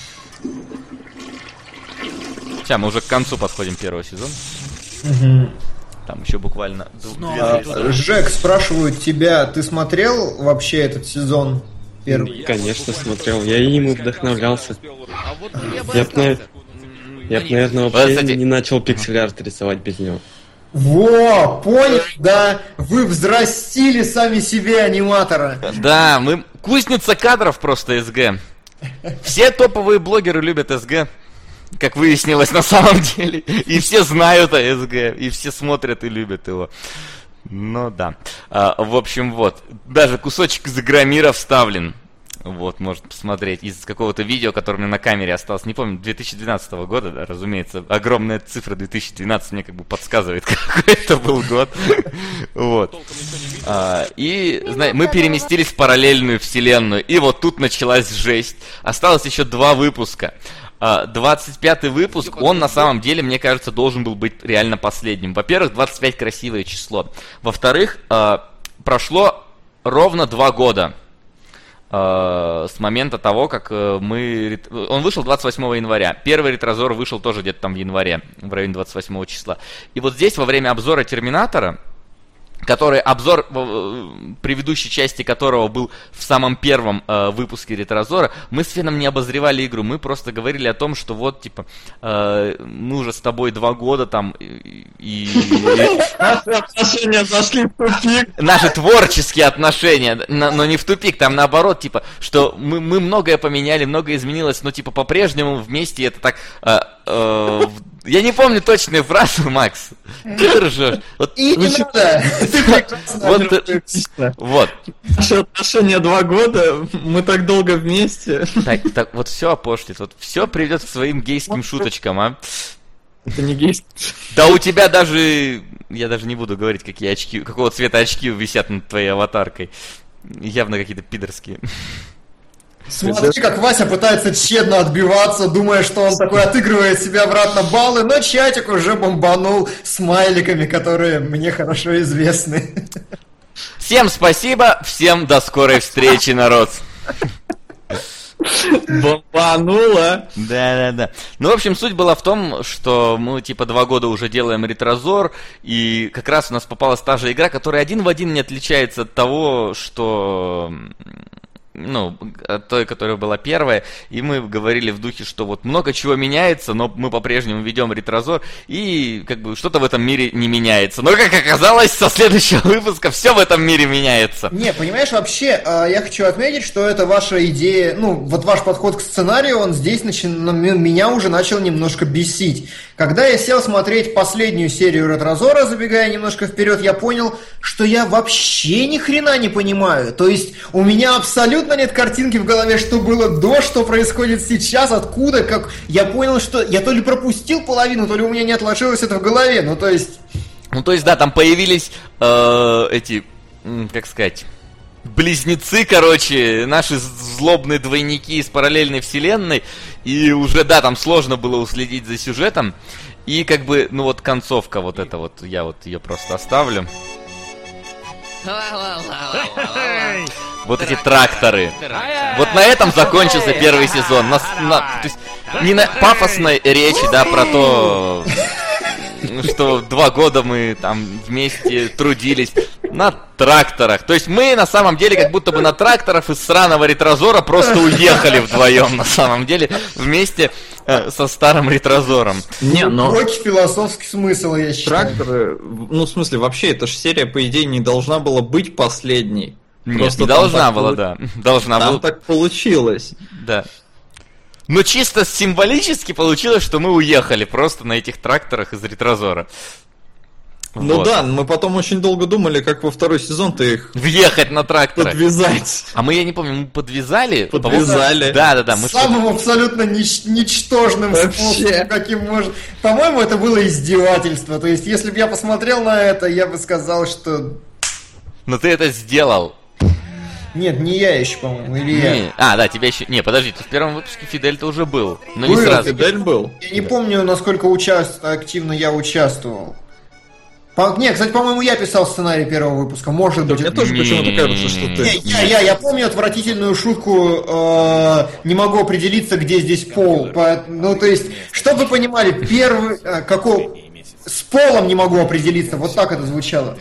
[SPEAKER 1] Сейчас, мы уже к концу подходим первого сезона. Там еще буквально...
[SPEAKER 3] Жек, спрашивают тебя, ты смотрел вообще этот сезон первый?
[SPEAKER 5] Конечно, смотрел. Я им вдохновлялся. Я бы, наверное, вообще не начал пиксель-арт рисовать без него.
[SPEAKER 3] Во, понял, да? Вы взрастили сами себе аниматора.
[SPEAKER 1] Да, мы кузница кадров просто СГ. Все топовые блогеры любят СГ, как выяснилось на самом деле. И все знают о СГ, и все смотрят и любят его. Ну да. В общем, вот. Даже кусочек из Игромира вставлен. Вот, можно посмотреть из какого-то видео, которое у меня на камере осталось, не помню, 2012 года, да, разумеется. Огромная цифра 2012 мне как бы подсказывает, какой это был год. Вот. И, знаете, мы переместились в параллельную вселенную, и вот тут началась жесть. Осталось еще 2 выпуска. 25-й выпуск, он на самом деле, мне кажется, должен был быть реально последним. Во-первых, 25 красивое число. Во-вторых, прошло ровно 2 года с момента того, как мы... Он вышел 28 января. Первый Ретрозор вышел тоже где-то там в январе, в районе 28 числа. И вот здесь во время обзора Терминатора, обзор предыдущей части которого был в самом первом выпуске Ретрозора, мы с Феном не обозревали игру, мы просто говорили о том, что вот, типа, мы уже с тобой 2 года там, и...
[SPEAKER 2] Наши отношения зашли в тупик.
[SPEAKER 1] Наши творческие отношения, но не в тупик, там наоборот, типа, что мы многое поменяли, многое изменилось, но, типа, по-прежнему вместе это так... Я не помню точные фразы, Макс. Ты ржешь. Вот,
[SPEAKER 3] и не надо.
[SPEAKER 1] Вот.
[SPEAKER 2] Наши отношения 2 года, мы так долго вместе.
[SPEAKER 1] Так, вот все опошлит, вот все приведет к своим гейским шуточкам, а?
[SPEAKER 2] Это не гейский.
[SPEAKER 1] Да у тебя даже... Я даже не буду говорить, какие очки, какого цвета очки висят над твоей аватаркой. Явно какие-то пидорские.
[SPEAKER 3] Смотри, как Вася пытается тщетно отбиваться, думая, что он такой отыгрывает себе обратно баллы, но чатик уже бомбанул смайликами, которые мне хорошо известны.
[SPEAKER 1] Всем спасибо, всем до скорой встречи, народ.
[SPEAKER 2] Бомбануло!
[SPEAKER 1] Да. Ну, в общем, суть была в том, что мы, 2 года уже делаем ретрозор, и как раз у нас попалась та же игра, которая один в один не отличается от того, что... от той, которая была первая, и мы говорили в духе, что вот много чего меняется, но мы по-прежнему ведем ретрозор, и что-то в этом мире не меняется. Но, как оказалось, со следующего выпуска все в этом мире меняется.
[SPEAKER 3] Не, понимаешь, вообще, я хочу отметить, что это ваша идея, вот ваш подход к сценарию, он здесь меня уже начал немножко бесить. Когда я сел смотреть последнюю серию ретрозора, забегая немножко вперед, я понял, что я вообще ни хрена не понимаю. То есть у меня абсолютно нет картинки в голове, что было до, что происходит сейчас, откуда, как... Я понял, что я то ли пропустил половину, то ли у меня не отложилось это в голове, то есть,
[SPEAKER 1] да, там появились близнецы, наши злобные двойники из параллельной вселенной, и уже, да, там сложно было уследить за сюжетом, и концовка я ее просто оставлю. Вот эти тракторы. Вот на этом закончился первый сезон. То есть, не на пафосной речи, да, про то, что 2 года мы там вместе трудились на тракторах. То есть мы на самом деле как будто бы на тракторах из сраного ретрозора просто уехали вдвоем на самом деле вместе со старым ретрозором.
[SPEAKER 3] Глубокий философский смысл, я считаю.
[SPEAKER 2] Тракторы, в смысле, вообще, эта же серия, по идее, не должна была быть последней.
[SPEAKER 1] Нет,
[SPEAKER 2] просто
[SPEAKER 1] не должна была, да. Должна была.
[SPEAKER 2] Там так получилось.
[SPEAKER 1] Да. Но чисто символически получилось, что мы уехали просто на этих тракторах из ретрозора.
[SPEAKER 2] Да, мы потом очень долго думали, как во второй сезон-то их...
[SPEAKER 1] Въехать на тракторы.
[SPEAKER 2] Подвязать.
[SPEAKER 1] Я не помню, мы подвязали?
[SPEAKER 2] Подвязали.
[SPEAKER 1] Да.
[SPEAKER 3] Самым абсолютно ничтожным способом, каким можно... По-моему, это было издевательство. То есть, если бы я посмотрел на это, я бы сказал, что...
[SPEAKER 1] Но ты это сделал.
[SPEAKER 3] Нет, не я еще, по-моему, или я.
[SPEAKER 1] Да, тебя еще... Не, подожди, в первом выпуске Фидель-то уже был. Но
[SPEAKER 2] не
[SPEAKER 1] сразу.
[SPEAKER 2] Фидель был.
[SPEAKER 3] Я не помню, насколько активно я участвовал. Кстати, по-моему, я писал сценарий первого выпуска, может быть.
[SPEAKER 2] Мне тоже почему-то кажется, что ты...
[SPEAKER 3] Я помню отвратительную шутку, не могу определиться, где здесь пол. То есть, чтобы вы понимали, с полом не могу определиться, вот так это звучало.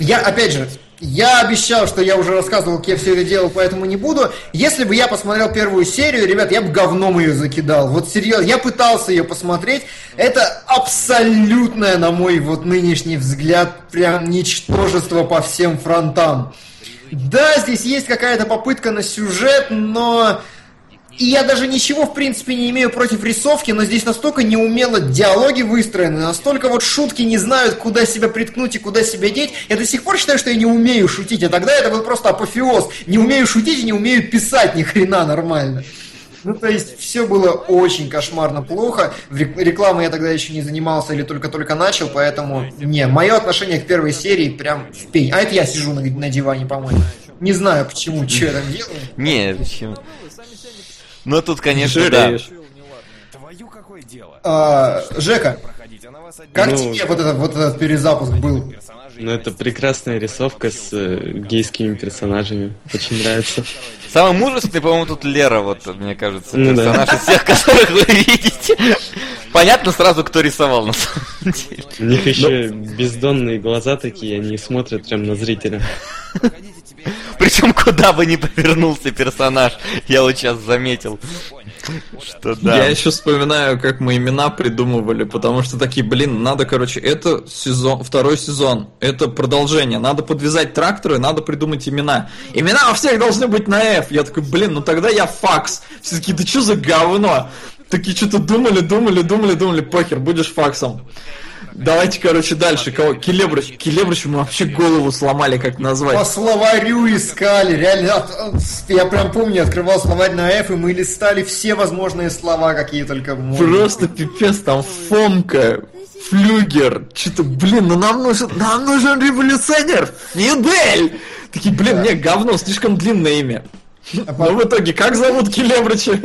[SPEAKER 3] Я обещал, что я уже рассказывал, как я все это делал, поэтому не буду. Если бы я посмотрел первую серию, ребят, я бы говном ее закидал. Вот серьезно, я пытался ее посмотреть. Это абсолютное, на мой нынешний взгляд, прям ничтожество по всем фронтам. Да, здесь есть какая-то попытка на сюжет, но... И я даже ничего, в принципе, не имею против рисовки, но здесь настолько неумело диалоги выстроены, настолько шутки не знают, куда себя приткнуть и куда себя деть. Я до сих пор считаю, что я не умею шутить, а тогда это был просто апофеоз. Не умею шутить и не умею писать ни хрена нормально. То есть, все было очень кошмарно плохо. Рекламой я тогда еще не занимался или только-только начал, поэтому, мое отношение к первой серии прям в пень. А это я сижу на диване, по-моему. Не знаю, почему, что я там делаю.
[SPEAKER 1] Не, почему. Но тут, конечно, да.
[SPEAKER 3] Жека, как тебе вот этот перезапуск был?
[SPEAKER 5] Это прекрасная рисовка с гейскими персонажами. Очень нравится.
[SPEAKER 1] Самый мужественный, по-моему, тут Лера, мне кажется, персонаж из всех, которых вы видите. Понятно сразу, кто рисовал, на самом деле.
[SPEAKER 5] У них еще бездонные глаза такие, они смотрят прям на зрителя.
[SPEAKER 1] Причем куда бы ни повернулся персонаж, я вот сейчас заметил, что да.
[SPEAKER 2] Я еще вспоминаю, как мы имена придумывали, потому что такие, надо, это второй сезон, это продолжение, надо подвязать тракторы, надо придумать имена. Имена у всех должны быть на F. Я такой, тогда я факс. Все такие, да что за говно? Такие что-то думали, похер, будешь факсом. Давайте, дальше. Кого? Келебрыч. Келебрычу мы вообще голову сломали, как назвать.
[SPEAKER 3] По словарю искали, реально. Я прям помню, открывал словарь на F, и мы листали все возможные слова, какие только можно.
[SPEAKER 2] Просто пипец, там Фомка, Флюгер. Что-то, нам нужен революционер. Фидель. Такие, говно, слишком длинное имя. Но в итоге, как зовут Келебрыча?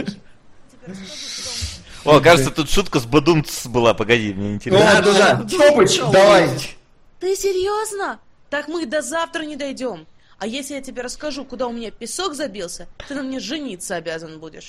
[SPEAKER 1] Кажется, тут шутка с Бадумц была, погоди, мне интересно.
[SPEAKER 3] Да. Топыч, давай.
[SPEAKER 12] Ты серьезно? Так мы до завтра не дойдем. А если я тебе расскажу, куда у меня песок забился, ты на мне жениться обязан будешь.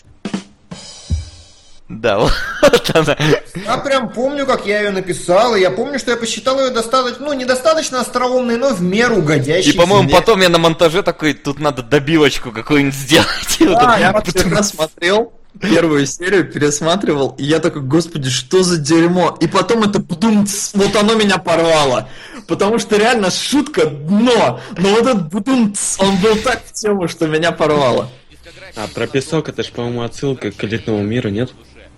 [SPEAKER 1] Да, вот она.
[SPEAKER 3] Я прям помню, как я ее написал, и я помню, что я посчитал ее достаточно, недостаточно остроумной, но в меру годящей.
[SPEAKER 1] И, по-моему, потом я на монтаже такой, тут надо добивочку какую-нибудь сделать.
[SPEAKER 2] Я потом смотрел первую серию, пересматривал, и я такой, господи, что за дерьмо? И потом это бдумц, вот оно меня порвало. Потому что реально шутка дно, но вот этот бдумц, он был так в тему, что меня порвало.
[SPEAKER 5] А про песок, это ж, по-моему, отсылка к «Элитному миру», нет?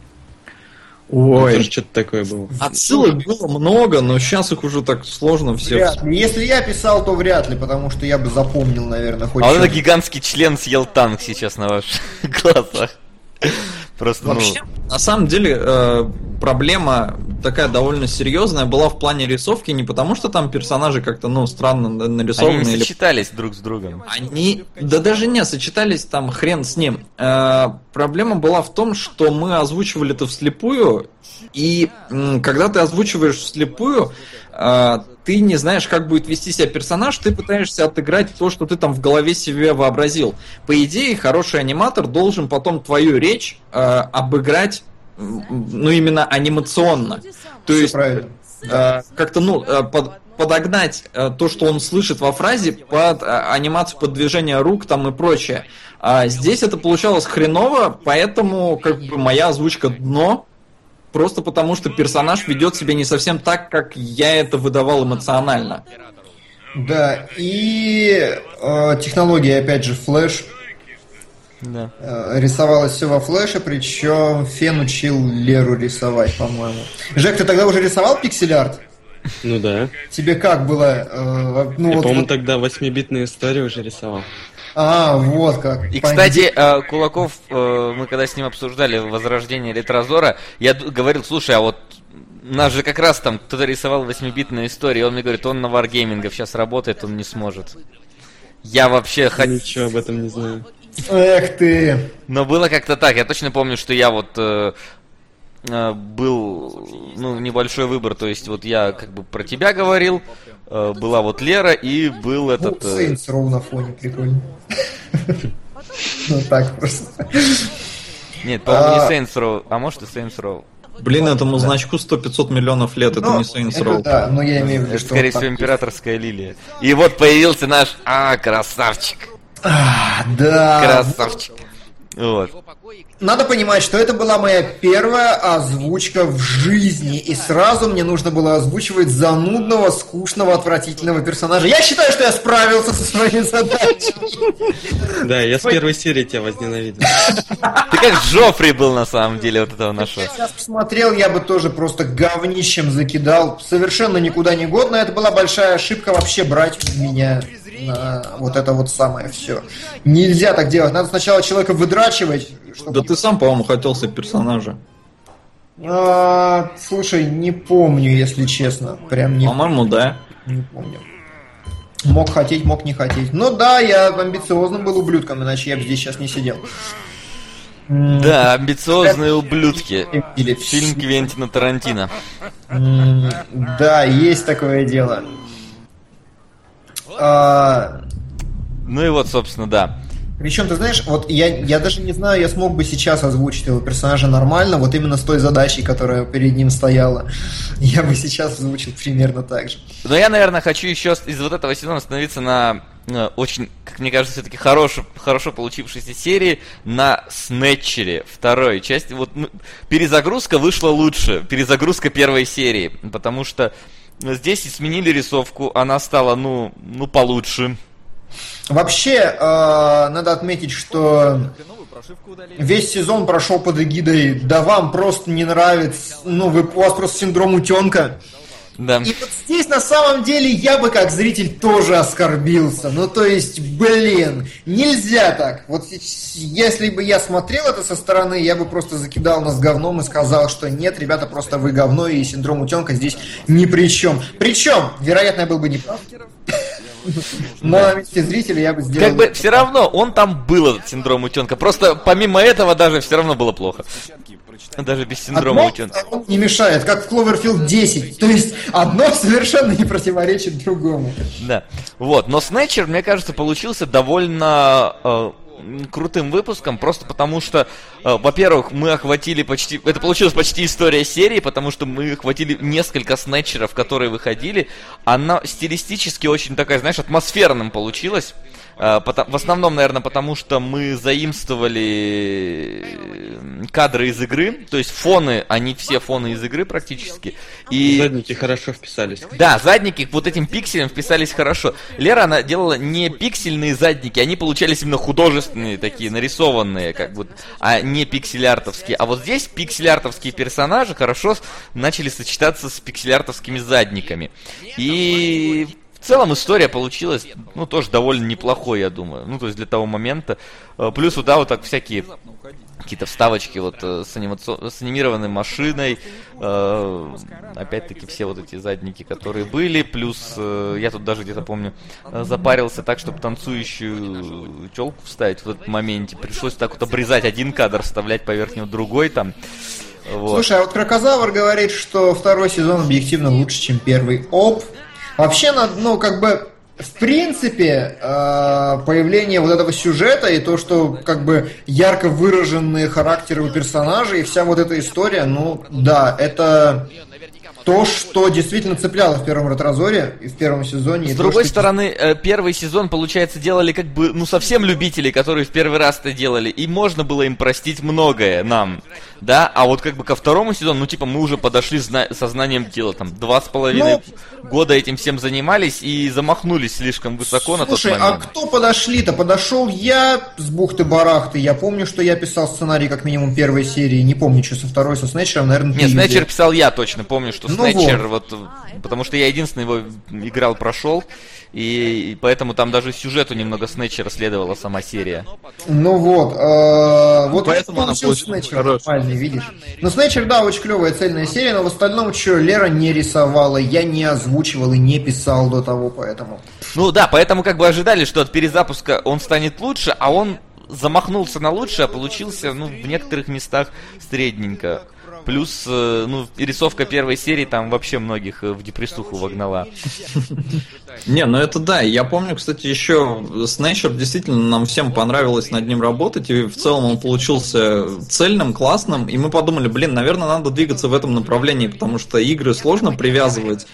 [SPEAKER 2] Ой.
[SPEAKER 5] Это же что-то такое было.
[SPEAKER 2] Отсылок было много, но сейчас их уже так сложно все.
[SPEAKER 3] Вряд ли. Если я писал, то вряд ли, потому что я бы запомнил, наверное, хоть
[SPEAKER 1] А вот
[SPEAKER 3] что-то.
[SPEAKER 1] это гигантский член съел танк сейчас на ваших глазах. Просто,
[SPEAKER 2] вообще, на самом деле, проблема такая довольно серьезная была в плане рисовки, не потому что там персонажи как-то, странно нарисованы.
[SPEAKER 1] Они не сочетались друг с другом.
[SPEAKER 2] Да даже не, сочетались там хрен с ним. Проблема была в том, что мы озвучивали это вслепую, и когда ты озвучиваешь вслепую, ты не знаешь, как будет вести себя персонаж, ты пытаешься отыграть то, что ты там в голове себе вообразил. По идее, хороший аниматор должен потом твою речь обыграть, именно анимационно. То есть, как-то, подогнать то, что он слышит во фразе, под анимацию, под движение рук там и прочее. А здесь это получалось хреново, поэтому, моя озвучка дно. Просто потому, что персонаж ведет себя не совсем так, как я это выдавал эмоционально.
[SPEAKER 3] Да, и технология, опять же, флэш.
[SPEAKER 1] Да.
[SPEAKER 3] Рисовалось все во флэше, причем Фен учил Леру рисовать, по-моему. Жек, ты тогда уже рисовал пиксель-арт?
[SPEAKER 5] Ну да.
[SPEAKER 3] Тебе как было?
[SPEAKER 5] Я, по-моему, тогда 8-битные истории уже рисовал.
[SPEAKER 3] Вот как.
[SPEAKER 1] И, кстати, Кулаков, мы когда с ним обсуждали возрождение Ретрозора, я говорил, слушай, а вот нас же как раз там кто-то рисовал 8-битные истории, и он мне говорит, он на Wargaming сейчас работает, он не сможет. Я вообще
[SPEAKER 5] ничего об этом не знаю.
[SPEAKER 3] Эх ты!
[SPEAKER 1] Но было как-то так, я точно помню, что я вот был, небольшой выбор, то есть вот я как бы про тебя говорил, была вот Лера и был этот...
[SPEAKER 3] Saints Row на фоне, прикольно. Так просто.
[SPEAKER 1] Нет, по-моему, не Saints Row, а может и Saints Row.
[SPEAKER 2] Блин, этому значку 100-500 миллионов лет, это не Saints Row.
[SPEAKER 3] Да, но я имею в виду,
[SPEAKER 1] это, скорее всего, императорская лилия. И вот появился наш, красавчик.
[SPEAKER 3] Да.
[SPEAKER 1] Красавчик. Вот.
[SPEAKER 3] Надо понимать, что это была моя первая озвучка в жизни, и сразу мне нужно было озвучивать занудного, скучного, отвратительного персонажа. Я считаю, что я справился со своей задачей.
[SPEAKER 5] Да, я с первой серии тебя возненавидел.
[SPEAKER 1] Ты как Джоффри был на самом деле, вот этого нашего.
[SPEAKER 3] Сейчас посмотрел, я бы тоже просто говнищем закидал. Совершенно никуда не годно. Это была большая ошибка вообще брать меня на вот это вот самое все. Нельзя так делать. Надо сначала человека выдрачивать.
[SPEAKER 2] Да ты сам, по-моему, хотел себе персонажа.
[SPEAKER 3] Слушай, не помню, если честно. Прям не.
[SPEAKER 2] По-моему, да.
[SPEAKER 3] Не помню. Мог хотеть, мог не хотеть. Ну да, я амбициозным был ублюдком, иначе я бы здесь сейчас не сидел.
[SPEAKER 1] Да, амбициозные ублюдки. Фильм Квентина Тарантино.
[SPEAKER 3] Да, есть такое дело.
[SPEAKER 1] Ну и вот, собственно, да.
[SPEAKER 3] Причем, ты знаешь, вот я даже не знаю, я смог бы сейчас озвучить этого персонажа нормально, вот именно с той задачей, которая перед ним стояла. Я бы сейчас озвучил примерно так же.
[SPEAKER 1] Но я, наверное, хочу еще из вот этого сезона остановиться на очень, как мне кажется, все-таки хорошо получившейся серии на Снетчере второй части. Вот перезагрузка вышла лучше, перезагрузка первой серии, потому что здесь сменили рисовку, она стала, получше.
[SPEAKER 3] Вообще, надо отметить, что весь сезон прошел под эгидой «Да вам просто не нравится», у вас просто синдром утенка.
[SPEAKER 1] Да.
[SPEAKER 3] И вот здесь на самом деле я бы как зритель тоже оскорбился. То есть, нельзя так. Вот если бы я смотрел это со стороны, я бы просто закидал нас говном и сказал, что нет, ребята, просто вы говно, и синдром утенка здесь ни при чем. Причем, вероятно, я был бы не прав. Но на месте зрителя я бы сделал...
[SPEAKER 1] Как бы все равно, он там был, этот синдром утенка. Просто помимо этого даже все равно было плохо. Даже без синдрома утенка.
[SPEAKER 3] Не мешает, как в Cloverfield 10. То есть одно совершенно не противоречит другому.
[SPEAKER 1] Да. Вот. Но Снэчер, мне кажется, получился довольно крутым выпуском, просто потому что, во-первых, мы охватили почти... Это получилась почти история серии, потому что мы охватили несколько снэчеров, которые выходили. Она стилистически очень такая, знаешь, атмосферным получилась. В основном, наверное, потому что мы заимствовали кадры из игры, то есть фоны, они все фоны из игры практически. И...
[SPEAKER 5] Задники хорошо вписались.
[SPEAKER 1] Да, задники вот этим пикселем вписались хорошо. Лера, она делала не пиксельные задники, они получались именно художественные такие, нарисованные, как бы, а не пиксель-артовские. А вот здесь пиксель-артовские персонажи хорошо начали сочетаться с пиксель-артовскими задниками. И... В целом история получилась, ну, тоже довольно неплохой, я думаю. Ну, то есть для того момента. Плюс, да, вот так всякие какие-то вставочки вот с анимированной машиной. Опять-таки все вот эти задники, которые были. Плюс я тут даже где-то помню запарился так, чтобы танцующую телку вставить в этот моменте. Пришлось так вот обрезать один кадр, вставлять поверх него другой там. Вот.
[SPEAKER 3] Слушай, а вот Кракозавр говорит, что второй сезон объективно лучше, чем первый. Вообще, ну, как бы, в принципе, появление вот этого сюжета и то, что, как бы, ярко выраженные характеры у персонажей и вся вот эта история, ну, да, это то, что действительно цепляло в первом Ретрозоре и в первом сезоне.
[SPEAKER 1] С другой стороны, первый сезон, получается, делали как бы, ну, совсем любители, которые в первый раз это делали, и можно было им простить многое нам, да, а вот как бы ко второму сезону, ну, типа, мы уже подошли со знанием дела, там, 2,5 года этим всем занимались и замахнулись слишком высоко на тот момент.
[SPEAKER 3] Слушай, а кто подошли-то? Подошел я с бухты-барахты, я помню, что я писал сценарий как минимум первой серии, не помню, что со второй, со Снэчером, наверное,
[SPEAKER 1] Нет, Снэчер писал я точно, помню, что Снэчер, вот, потому что я единственный его играл, прошел, и поэтому там даже сюжету немного Снэчера следовала сама серия.
[SPEAKER 3] Ну вот, вот
[SPEAKER 2] поэтому она
[SPEAKER 3] Снэчер нормальный, видишь. Но Снэчер, да, очень клевая цельная серия, но в остальном, что, Лера не рисовала, я не озвучивал и не писал до того, поэтому.
[SPEAKER 1] Ну да, поэтому как бы ожидали, что от перезапуска он станет лучше, а он замахнулся на лучше, а получился, ну, в некоторых местах средненько. Плюс, ну, рисовка первой серии там вообще многих в депрессуху вогнала.
[SPEAKER 2] Не, ну это да. Я помню, кстати, еще Снэчер действительно нам всем понравилось над ним работать, и в целом он получился цельным, классным, и мы подумали, блин, наверное, надо двигаться в этом направлении, потому что игры сложно привязывать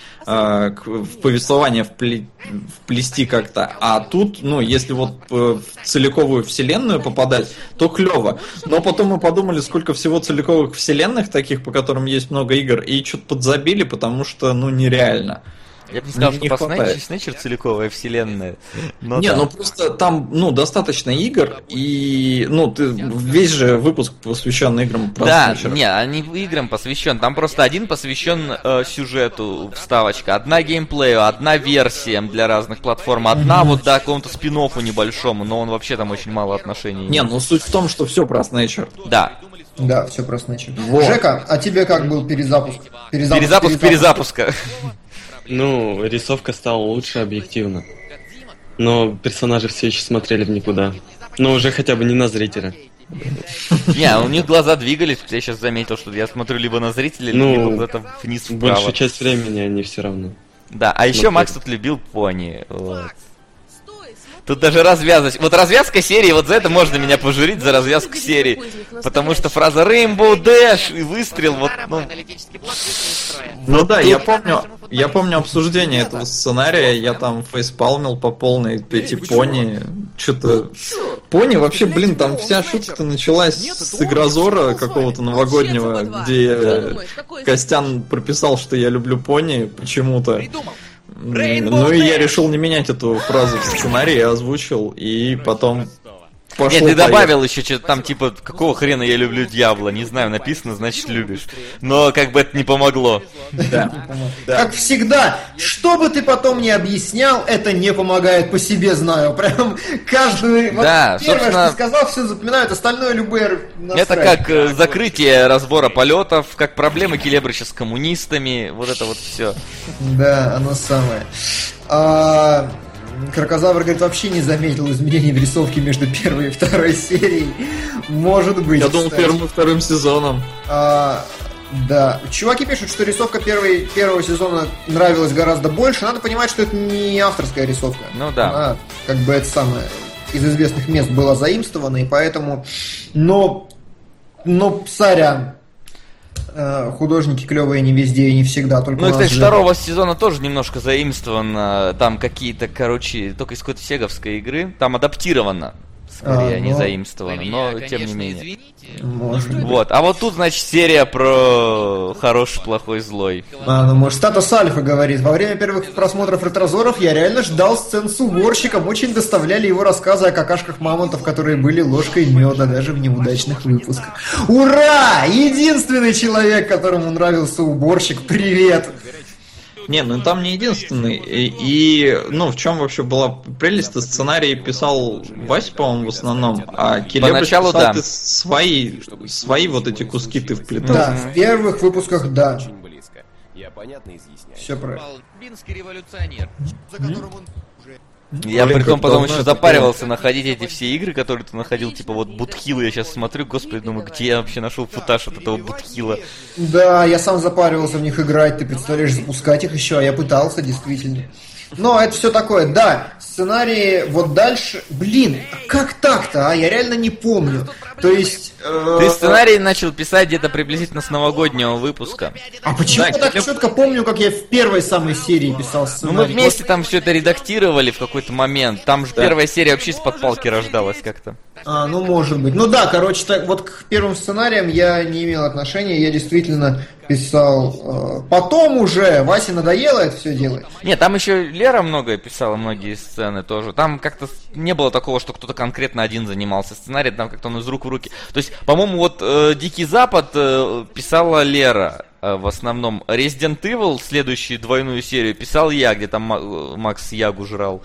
[SPEAKER 2] в повествование, вплести как-то, а тут, ну, если вот в целиковую вселенную попадать, то клево. Но потом мы подумали, сколько всего целиковых вселенных таких, по которым есть много игр, и что-то подзабили, потому что, ну, нереально.
[SPEAKER 1] Я бы не сказал, что по Снэчер целиковая вселенная. Но
[SPEAKER 2] не, да. Ну просто там, ну, достаточно игр, и, ну, ты весь же выпуск посвящен играм про Снэчера.
[SPEAKER 1] Да, не, они играм посвящен. Там просто один посвящен сюжету, вставочка, одна геймплею, одна версиям для разных платформ, одна вот, да, какому-то спин-оффу небольшому, но он вообще там очень мало отношений.
[SPEAKER 2] Не, ну суть в том, что все про Снэчер.
[SPEAKER 1] Да.
[SPEAKER 3] Да, все про Снэчер. Вот. Жека, а тебе как был перезапуск?
[SPEAKER 1] Перезапуск перезапуска.
[SPEAKER 5] Ну, рисовка стала лучше объективно. Но персонажи все еще смотрели в никуда. Но уже хотя бы не на зрителя.
[SPEAKER 1] Не, у них глаза двигались. Я сейчас заметил, что я смотрю либо на зрителя, либо куда-то вниз вправо.
[SPEAKER 5] Большую часть времени они все равно.
[SPEAKER 1] Да, а еще Макс тут любил пони. Вот. Тут даже развязывать. Вот развязка серии, вот за это можно меня пожурить, за развязку серии. Потому что фраза Rainbow Dash и выстрел, вот, ну...
[SPEAKER 2] Ну да, я помню обсуждение этого сценария, я там фейспалмил по полной, эти пони, что-то... Пони, вообще, блин, там вся шутка началась с Игрозора какого-то новогоднего, где Костян прописал, что я люблю пони почему-то. Ну и я решил не менять эту фразу в сценарии, озвучил, и потом пошел.
[SPEAKER 1] Нет, ты добавил еще что-то там, типа, какого хрена я люблю дьявола, не знаю, написано, значит любишь. Но как бы это не помогло.
[SPEAKER 3] Да. Как всегда, что бы ты потом ни объяснял, это не помогает, по себе знаю. Прям каждый...
[SPEAKER 1] Да,
[SPEAKER 3] вот первое, что ты сказал, все запоминают, остальное любые...
[SPEAKER 1] Это как закрытие разбора полетов, как проблемы Келебрыча с коммунистами, вот это вот все.
[SPEAKER 3] Да, оно самое. Кракозавр, говорит, вообще не заметил изменений в рисовке между первой и второй серией. Может быть.
[SPEAKER 2] Я думал, первым и вторым сезоном.
[SPEAKER 3] Да. Чуваки пишут, что рисовка первого сезона нравилась гораздо больше. Надо понимать, что это не авторская рисовка.
[SPEAKER 1] Ну да.
[SPEAKER 3] Она, как бы, это самое, из известных мест была заимствована, и поэтому... Но сорян. Художники клевые не везде и не всегда, только
[SPEAKER 1] ну и,
[SPEAKER 3] у нас
[SPEAKER 1] кстати,
[SPEAKER 3] же...
[SPEAKER 1] второго сезона тоже немножко заимствовано. Там какие-то, короче, только из какой-то сеговской игры. Там адаптировано, скорее, не заимствовано, но тем не менее. Вот. А вот тут, значит, серия про хороший, плохой, злой.
[SPEAKER 3] Ну может, статус Альфа говорит. Во время первых просмотров ретрозоров я реально ждал сцен с уборщиком. Очень доставляли его рассказы о какашках мамонтов, которые были ложкой меда даже в неудачных выпусках. Ура! Единственный человек, которому нравился уборщик. Привет!
[SPEAKER 2] Не, ну там не единственный. И ну, в чем вообще была прелесть? Сценарий писал Вася, по-моему, в основном, а Келебрич писал
[SPEAKER 1] да.
[SPEAKER 2] свои вот эти куски ты вплетал.
[SPEAKER 3] Да, в первых выпусках, да.
[SPEAKER 11] Я понятно изъясняю.
[SPEAKER 3] Все правильно.
[SPEAKER 8] Бинский революционер, за которым он уже...
[SPEAKER 1] Я при том потом еще запаривался находить эти все игры, которые ты находил, типа вот Бутхилл, я сейчас смотрю, господи, думаю, где я вообще нашел футаж от этого Бутхилла.
[SPEAKER 3] Да, я сам запаривался в них играть, ты представляешь, запускать их еще, а я пытался, действительно. Но это все такое, да, сценарии вот дальше, блин, как так-то, а? Я реально не помню. То есть...
[SPEAKER 1] Ты сценарий начал писать где-то приблизительно с новогоднего выпуска.
[SPEAKER 3] А почему я так четко помню, как я в первой самой серии писал сценарий?
[SPEAKER 1] Ну мы вместе там все это редактировали в какой-то момент. Там же первая серия вообще из-под палки рождалась как-то.
[SPEAKER 3] Ну может быть. Ну да, короче, так, вот к первым сценариям я не имел отношения, я действительно писал. Потом уже Васе надоело это все делать.
[SPEAKER 1] Нет, там еще Лера многое писала, многие сцены тоже. Там как-то не было такого, что кто-то конкретно один занимался сценарием, там как-то он из рук в руки. То есть, по-моему, вот Дикий Запад писала Лера в основном. Resident Evil, следующую двойную серию, писал я, где там Макс Ягу жрал.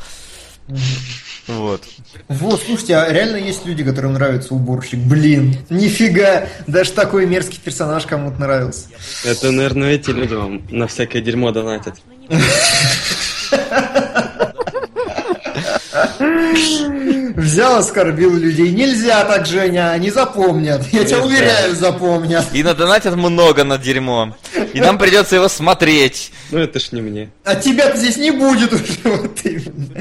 [SPEAKER 1] Вот.
[SPEAKER 3] Вот, слушайте, а реально есть люди, которым нравится уборщик? Блин, нифига, даже такой мерзкий персонаж кому-то нравился.
[SPEAKER 5] Это, наверное, эти люди вам на всякое дерьмо донатят.
[SPEAKER 3] Взял, оскорбил людей. Нельзя так, Женя, они запомнят. Я тебя уверяю, запомнят.
[SPEAKER 1] И надонатят много на дерьмо. И нам придется его смотреть.
[SPEAKER 5] Ну это ж не мне.
[SPEAKER 3] А тебя-то здесь не будет уже, вот именно.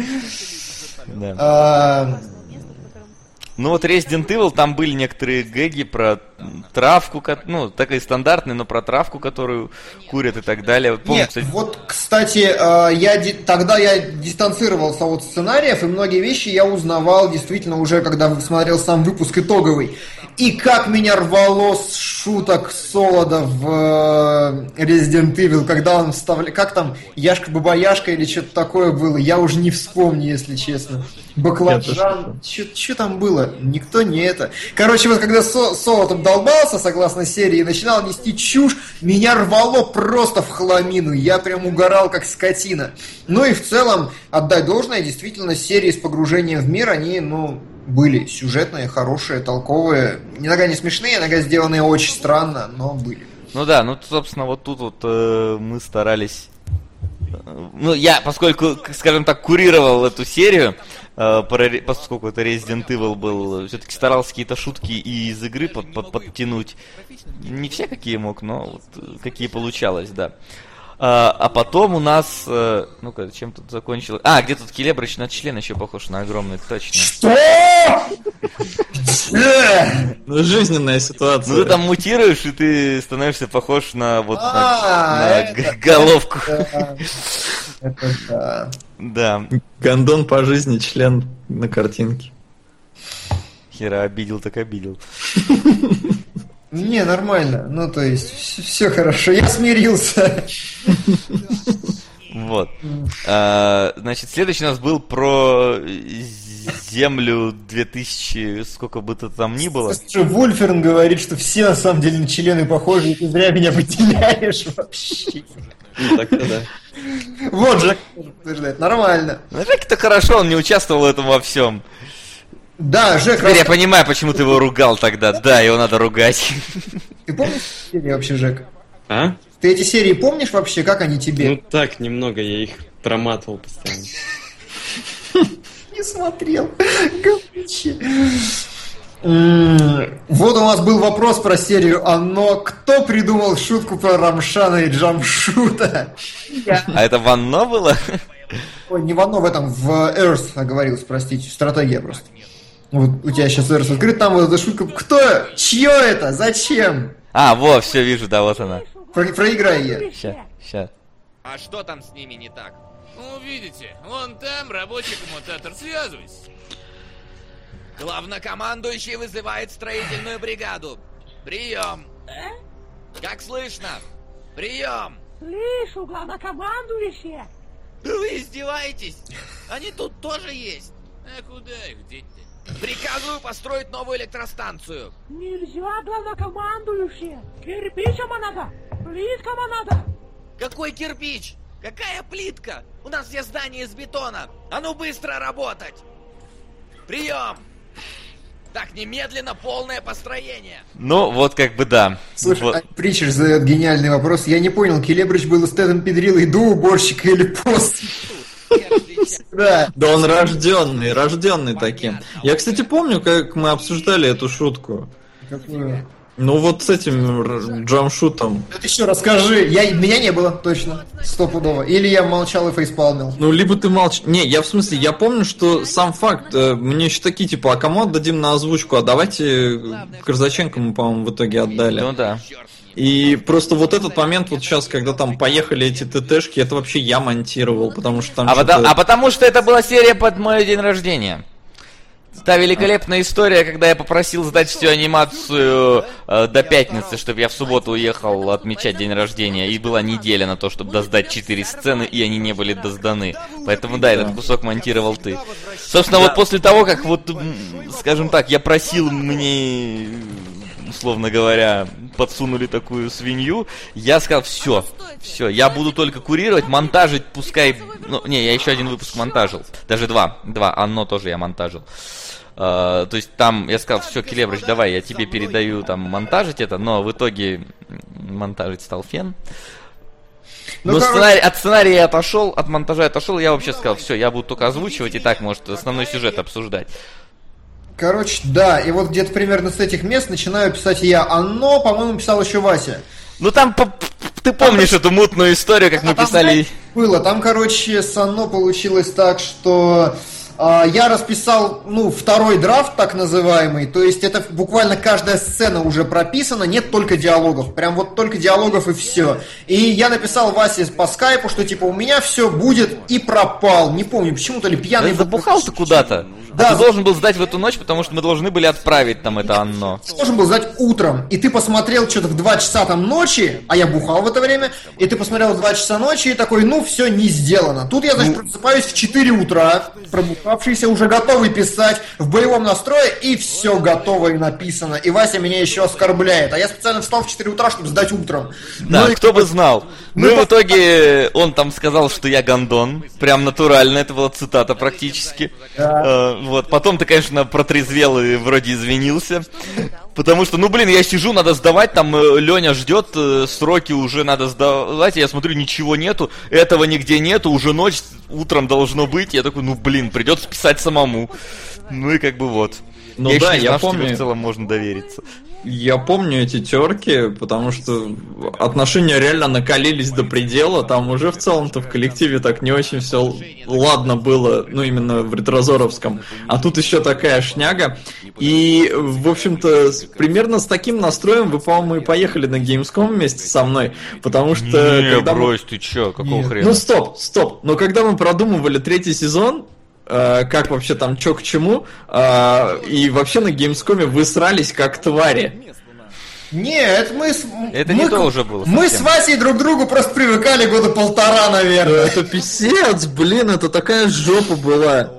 [SPEAKER 1] Да. Ну вот Resident Evil, там были некоторые гэги про травку, ну, такой стандартный, но про травку, которую курят и так далее. Помню,
[SPEAKER 3] нет,
[SPEAKER 1] кстати...
[SPEAKER 3] вот, кстати, тогда я дистанцировался от сценариев, и многие вещи я узнавал действительно уже, когда смотрел сам выпуск итоговый. И как меня рвало с шуток Солода в Resident Evil, когда он вставлял... Как там, Яшка-бабаяшка или что-то такое было, я уже не вспомню, если честно. Баклажан, что там было? Никто не это. Короче, вот когда Солод долбался, согласно серии, и начинал нести чушь, меня рвало просто в хламину. Я прям угорал, как скотина. Ну и в целом, отдать должное, действительно, серии с погружением в мир, они, были сюжетные, хорошие, толковые. Иногда не смешные, иногда сделанные очень странно, но были.
[SPEAKER 1] Ну да, собственно, вот тут вот мы старались... Ну, я, поскольку, скажем так, курировал эту серию, поскольку это Resident Evil был, все-таки старался какие-то шутки и из игры подтянуть. Не все, какие мог, но вот какие получалось, да. А потом у нас... Ну-ка, чем тут закончилось? Где тут Келебрич на член еще похож на огромный, точно.
[SPEAKER 3] Что?
[SPEAKER 2] Ну, жизненная ситуация.
[SPEAKER 1] Ну, ты там мутируешь, и ты становишься похож на вот на головку.
[SPEAKER 3] Это да.
[SPEAKER 1] Да.
[SPEAKER 2] Гондон по жизни, член на картинке.
[SPEAKER 1] Хера обидел, так обидел.
[SPEAKER 3] Не, нормально. Ну, то есть, все хорошо. Я смирился.
[SPEAKER 1] Вот. Значит, следующий у нас был про Землю 2000, сколько бы то там ни было.
[SPEAKER 3] Вульферн говорит, что все на самом деле на члены похожи, и ты зря меня выделяешь вообще.
[SPEAKER 5] Ну, так-то да.
[SPEAKER 3] Вот Джек утверждает. Нормально.
[SPEAKER 1] Ну, Джек-то хорошо, он не участвовал в этом во всем.
[SPEAKER 3] Да, Жек...
[SPEAKER 1] Теперь я понимаю, почему ты его ругал тогда. Да, его надо ругать.
[SPEAKER 3] Ты помнишь серии вообще, Жек?
[SPEAKER 5] А?
[SPEAKER 3] Ты эти серии помнишь вообще, как они тебе?
[SPEAKER 5] Ну так, немного, я их проматывал постоянно.
[SPEAKER 3] не смотрел. Говнище. Вот у нас был вопрос про серию «Анно». Кто придумал шутку про Рамшана и Джамшута?
[SPEAKER 1] А это в Анно было?
[SPEAKER 3] Ой, не в Анно, в этом, в Earth оговорился, простите, стратегия просто. Вот у тебя сейчас Earth открыт, там вот эта шутка. Кто? Чье это? Зачем?
[SPEAKER 1] Во, все вижу, да, вот она.
[SPEAKER 3] Проиграй ее.
[SPEAKER 1] Ща.
[SPEAKER 8] А что там с ними не так?
[SPEAKER 10] Ну, видите, вон там рабочий коммутатор. Связывайся.
[SPEAKER 8] Главнокомандующий вызывает строительную бригаду. Прием. Как слышно? Прием.
[SPEAKER 13] Слышу, главнокомандующий.
[SPEAKER 8] Да вы издеваетесь? Они тут тоже есть.
[SPEAKER 10] А куда их деть-то?
[SPEAKER 8] Приказываю построить новую электростанцию.
[SPEAKER 13] Нельзя, главнокомандующий. Кирпичом надо. Плиткам надо.
[SPEAKER 8] Какой кирпич? Какая плитка? У нас все здания из бетона. А ну быстро работать. Прием. Так, немедленно полное построение.
[SPEAKER 1] Ну, вот как бы да.
[SPEAKER 3] Слушай,
[SPEAKER 1] вот.
[SPEAKER 3] Притчер задает гениальный вопрос. Я не понял, Келебрич был эстетом педрилой до уборщика или после?
[SPEAKER 2] Да, он рожденный таким. Я, кстати, помню, как мы обсуждали эту шутку.
[SPEAKER 3] Какую?
[SPEAKER 2] Ну вот с этим джамшутом.
[SPEAKER 3] Это еще расскажи. Меня не было, точно. Стопудово. Или я молчал и фейспалмил.
[SPEAKER 2] Ну, либо ты молчишь. Не, я в смысле, я помню, что сам факт, мне еще такие, типа, а кому отдадим на озвучку? А давайте Корзаченко мы, по-моему, в итоге отдали.
[SPEAKER 1] Ну да.
[SPEAKER 2] И просто вот этот момент вот сейчас, когда там поехали эти ТТшки, это вообще я монтировал, потому что там
[SPEAKER 1] потому что это была серия под мой день рождения. Та великолепная история, когда я попросил сдать всю анимацию до пятницы, чтобы я в субботу уехал отмечать день рождения, и была неделя на то, чтобы доздать 4 сцены, и они не были дозданы. Поэтому да, этот кусок монтировал ты. Собственно, вот после того, как вот, скажем так, я просил мне, условно говоря, подсунули такую свинью, я сказал, все, я буду только курировать, монтажить, пускай... Ну, не, я еще один выпуск монтажил, даже два, Анно тоже я монтажил. То есть там я сказал, все, Келебрич, давай, я тебе передаю там монтажить это, но в итоге монтажить стал Фен. Но от сценария я отошел, от монтажа я отошел, я вообще сказал, все, я буду только озвучивать и так, может, основной сюжет обсуждать.
[SPEAKER 3] Короче, да, и вот где-то примерно с этих мест начинаю писать я. Анно, по-моему, писал еще Вася.
[SPEAKER 1] Ну там, ты помнишь эту мутную историю, как мы писали...
[SPEAKER 3] Было, там, короче, с Анно получилось так, что... Я расписал, второй драфт, так называемый, то есть это буквально каждая сцена уже прописана, нет только диалогов, прям вот только диалогов и все. И я написал Васе по скайпу, что типа у меня все будет и пропал, не помню, почему-то ли пьяный...
[SPEAKER 1] Да забухал ты куда-то. Да, ты должен был сдать в эту ночь, потому что мы должны были отправить там это Анно.
[SPEAKER 3] Ты должен был сдать утром, и ты посмотрел что-то в 2 часа там ночи, а я бухал в это время, и ты посмотрел в 2 часа ночи и такой, все, не сделано. Тут я, значит, просыпаюсь в 4 утра, пробухавшийся, уже готовый писать, в боевом настрое, и все готово и написано. И Вася меня еще оскорбляет, а я специально встал в 4 утра, чтобы сдать утром.
[SPEAKER 1] Да, кто бы знал. Ну и в итоге он там сказал, что я гондон, прям натурально, это была цитата практически. Вот, потом ты, конечно, протрезвел и вроде извинился. Потому что, я сижу, надо сдавать, там Леня ждет, сроки уже надо сдавать, я смотрю, ничего нету, этого нигде нету, уже ночь, утром должно быть, я такой, придется писать самому. Ну и как бы вот.
[SPEAKER 2] Ну
[SPEAKER 1] я
[SPEAKER 2] да,
[SPEAKER 1] не знал,
[SPEAKER 2] я помню.
[SPEAKER 1] Что тебе в целом можно довериться.
[SPEAKER 2] Я помню эти терки, потому что отношения реально накалились до предела. Там уже в целом-то в коллективе так не очень все ладно было, именно в ретрозоровском. А тут еще такая шняга. И, в общем-то, примерно с таким настроем вы, по-моему, и поехали на Gamescom вместе со мной. Потому что...
[SPEAKER 1] Не, брось, ты че, какого хрена?
[SPEAKER 2] Стоп. Но когда мы продумывали 3-й сезон, как вообще там, чё к чему, и вообще на Gamescom вы срались как твари.
[SPEAKER 3] Нет,
[SPEAKER 1] это не то уже было.
[SPEAKER 3] Мы с Васей друг к другу просто привыкали 1.5 года, наверное.
[SPEAKER 2] Это писец, это такая жопа была.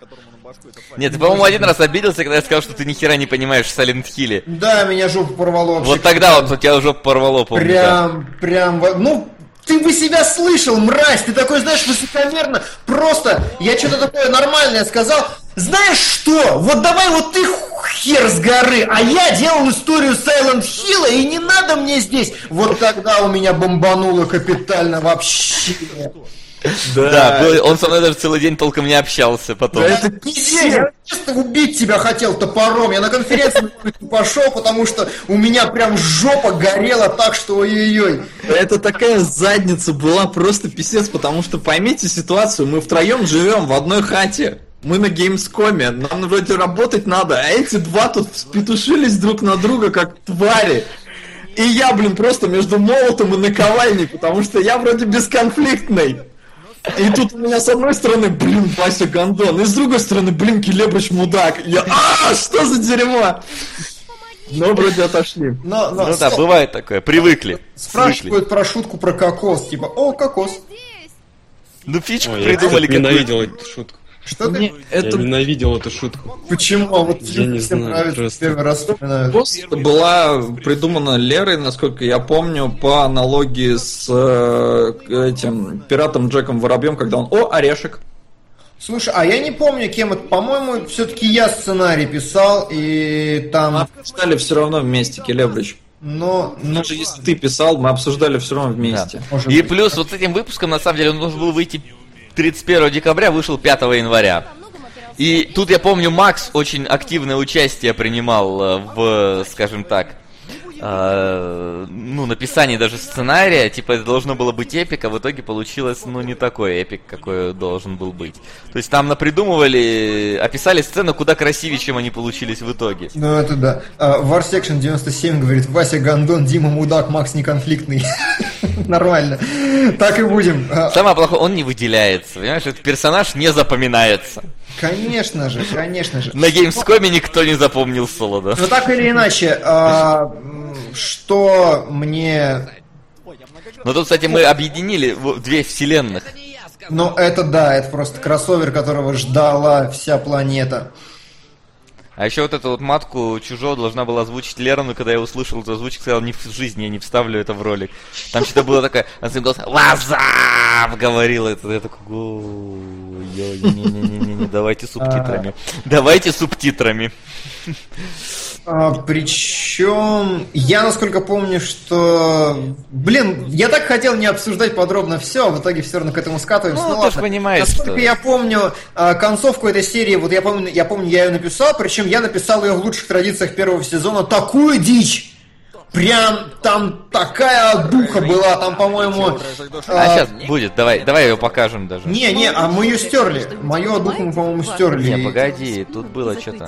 [SPEAKER 1] Нет, ты, по-моему, один раз обиделся, когда я сказал, что ты ни хера не понимаешь в Silent Hill.
[SPEAKER 3] Да, меня жопу порвало вообще.
[SPEAKER 1] Вот тогда вот у тебя жопу порвало, помню.
[SPEAKER 3] Прям, ты бы себя слышал, мразь, ты такой, знаешь, высокомерно, просто, я что-то такое нормальное сказал, знаешь что, вот давай вот ты хер с горы, а я делал историю Silent Hill, и не надо мне здесь, вот тогда у меня бомбануло капитально вообще.
[SPEAKER 1] Да, он со мной даже целый день толком не общался потом.
[SPEAKER 3] Да это пиздец, я честно убить тебя хотел топором. Я на конференцию пошел, потому что у меня прям жопа горела так, что ой-ой-ой.
[SPEAKER 2] Это такая задница была, просто писец, потому что поймите ситуацию, мы втроем живем в одной хате. Мы на Gamescom, нам вроде работать надо, а эти два тут спетушились друг на друга, как твари. И я, просто между молотом и наковальней, потому что я вроде бесконфликтный. И тут у меня с одной стороны, Вася Гондон, и с другой стороны, Келебрыч мудак. Я, что за дерьмо? Но вроде отошли.
[SPEAKER 1] Ну да, бывает такое, привыкли.
[SPEAKER 3] Спрашивают про шутку про кокос, типа, о, кокос.
[SPEAKER 1] Ну фичку придумали.
[SPEAKER 5] Я ненавидел эту шутку.
[SPEAKER 3] Что ты?
[SPEAKER 5] Я ненавидел эту шутку.
[SPEAKER 3] Почему? А вот
[SPEAKER 5] я не знаю,
[SPEAKER 3] нравится, первый раз вспоминаю.
[SPEAKER 2] Была придумана Лерой, насколько я помню, по аналогии с этим пиратом Джеком Воробьем, когда он орешек.
[SPEAKER 3] Слушай, а я не помню, кем это. По-моему, все-таки я сценарий писал, и там...
[SPEAKER 2] Мы обсуждали все равно вместе, Келебрич.
[SPEAKER 3] Но
[SPEAKER 2] даже если ты писал, мы обсуждали все равно вместе.
[SPEAKER 1] Да. И плюс вот с этим выпуском, на самом деле, он должен был выйти 31 декабря, вышел 5 января. И тут я помню, Макс очень активное участие принимал в, скажем так, написании даже сценария. Типа это должно было быть эпик, а в итоге получилось, не такой эпик, какой должен был быть. То есть там напридумывали, описали сцену куда красивее, чем они получились в итоге.
[SPEAKER 3] Ну это да. Warsection 97 говорит: Вася Гондон, Дима мудак, Макс неконфликтный. Нормально. Так и будем.
[SPEAKER 1] Самое плохое, он не выделяется. Понимаешь, этот персонаж не запоминается.
[SPEAKER 3] Конечно же.
[SPEAKER 1] На Gamescom никто не запомнил Солода.
[SPEAKER 3] Но так или иначе, что мне...
[SPEAKER 1] Ну тут, кстати, мы объединили две вселенных.
[SPEAKER 3] Ну это да, это просто кроссовер, которого ждала вся планета.
[SPEAKER 1] А еще вот эту вот матку Чужого должна была озвучить Лера, но когда я услышал эту озвучку, сказал, ни в жизни я не вставлю это в ролик. Там что-то было такое, она своим голосом «Вазап!» говорила. Это я такой, не-не-не, давайте субтитрами. Давайте субтитрами.
[SPEAKER 3] Причем, я насколько помню, что... я так хотел не обсуждать подробно все, а в итоге все равно к этому скатываемся.
[SPEAKER 1] Ну ты же понимаешь,
[SPEAKER 3] насколько я помню, концовку этой серии, вот я помню, я ее написал, причем я написал ее в лучших традициях первого сезона. Такую дичь! Прям там такая духа была, там, по-моему...
[SPEAKER 1] сейчас будет, давай ее покажем даже.
[SPEAKER 3] Не, а мы ее стерли. Мою духу мы, по-моему, стерли.
[SPEAKER 1] Не, погоди, тут было что-то.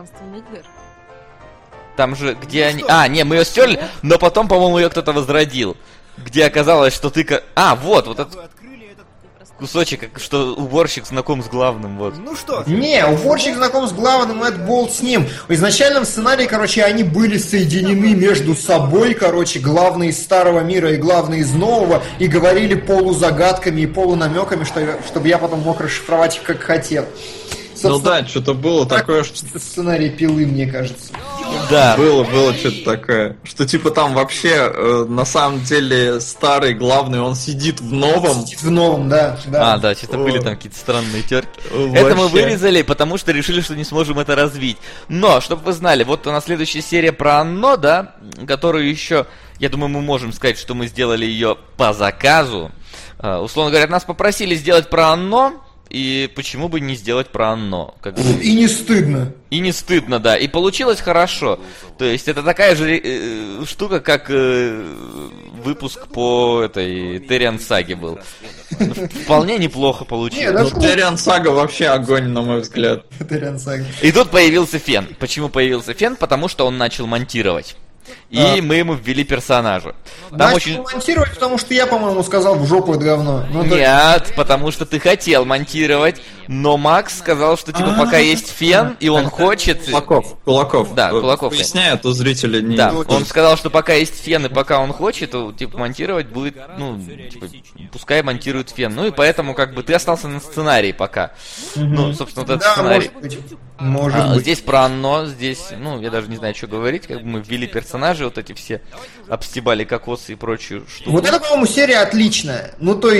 [SPEAKER 1] Там же, где они... мы ее стерли, но потом, по-моему, ее кто-то возродил. Где оказалось, что ты... вот этот кусочек, что уборщик знаком с главным, вот.
[SPEAKER 3] Ну что? Не, уборщик знаком с главным, это болт с ним. В изначальном сценарии, они были соединены между собой, главный из старого мира и главный из нового, и говорили полузагадками и полунамеками, чтобы я потом мог расшифровать их, как хотел.
[SPEAKER 2] Собственно, что-то было такое, что...
[SPEAKER 3] Сценарий Пилы, мне кажется.
[SPEAKER 2] Да. Было что-то такое. Что типа там вообще на самом деле старый главный, он сидит в новом.
[SPEAKER 3] Сидит в новом, да.
[SPEAKER 1] Да, что-то были там какие-то странные терки. Это мы вырезали, потому что решили, что не сможем это развить. Но, чтобы вы знали, вот у нас следующая серия про Анно, да, которую еще, я думаю, мы можем сказать, что мы сделали ее по заказу. Условно говоря, нас попросили сделать про Анно. И почему бы не сделать про Анно?
[SPEAKER 3] И не стыдно.
[SPEAKER 1] И не стыдно, да. И получилось хорошо. То есть это такая же штука, как выпуск по этой Терриан Саге был. Вполне неплохо получилось.
[SPEAKER 2] Терриан Сага вообще огонь, на мой взгляд.
[SPEAKER 1] И тут появился Фен. Почему появился Фен? Потому что он начал монтировать. И мы ему ввели персонажа.
[SPEAKER 3] Начал монтировать, потому что я, по-моему, сказал в жопу это говно.
[SPEAKER 1] Нет, потому что ты хотел монтировать, но Макс сказал, что типа пока есть Фен, и он хочет...
[SPEAKER 2] Кулаков.
[SPEAKER 1] Да, Кулаков.
[SPEAKER 2] Поясняю, а то зрители не...
[SPEAKER 1] Да, он сказал, что пока есть Фен, и пока он хочет, то типа монтировать будет, пускай монтирует Фен. Ну и поэтому ты остался на сценарии пока. Ну, собственно, вот этот сценарий.
[SPEAKER 3] Может быть.
[SPEAKER 1] Здесь про Анно, здесь, я даже не знаю, что говорить, мы ввели персонажи, вот эти все обстебали кокосы и прочую штуку.
[SPEAKER 3] Вот это, по-моему, серия отличная. Ну, то есть,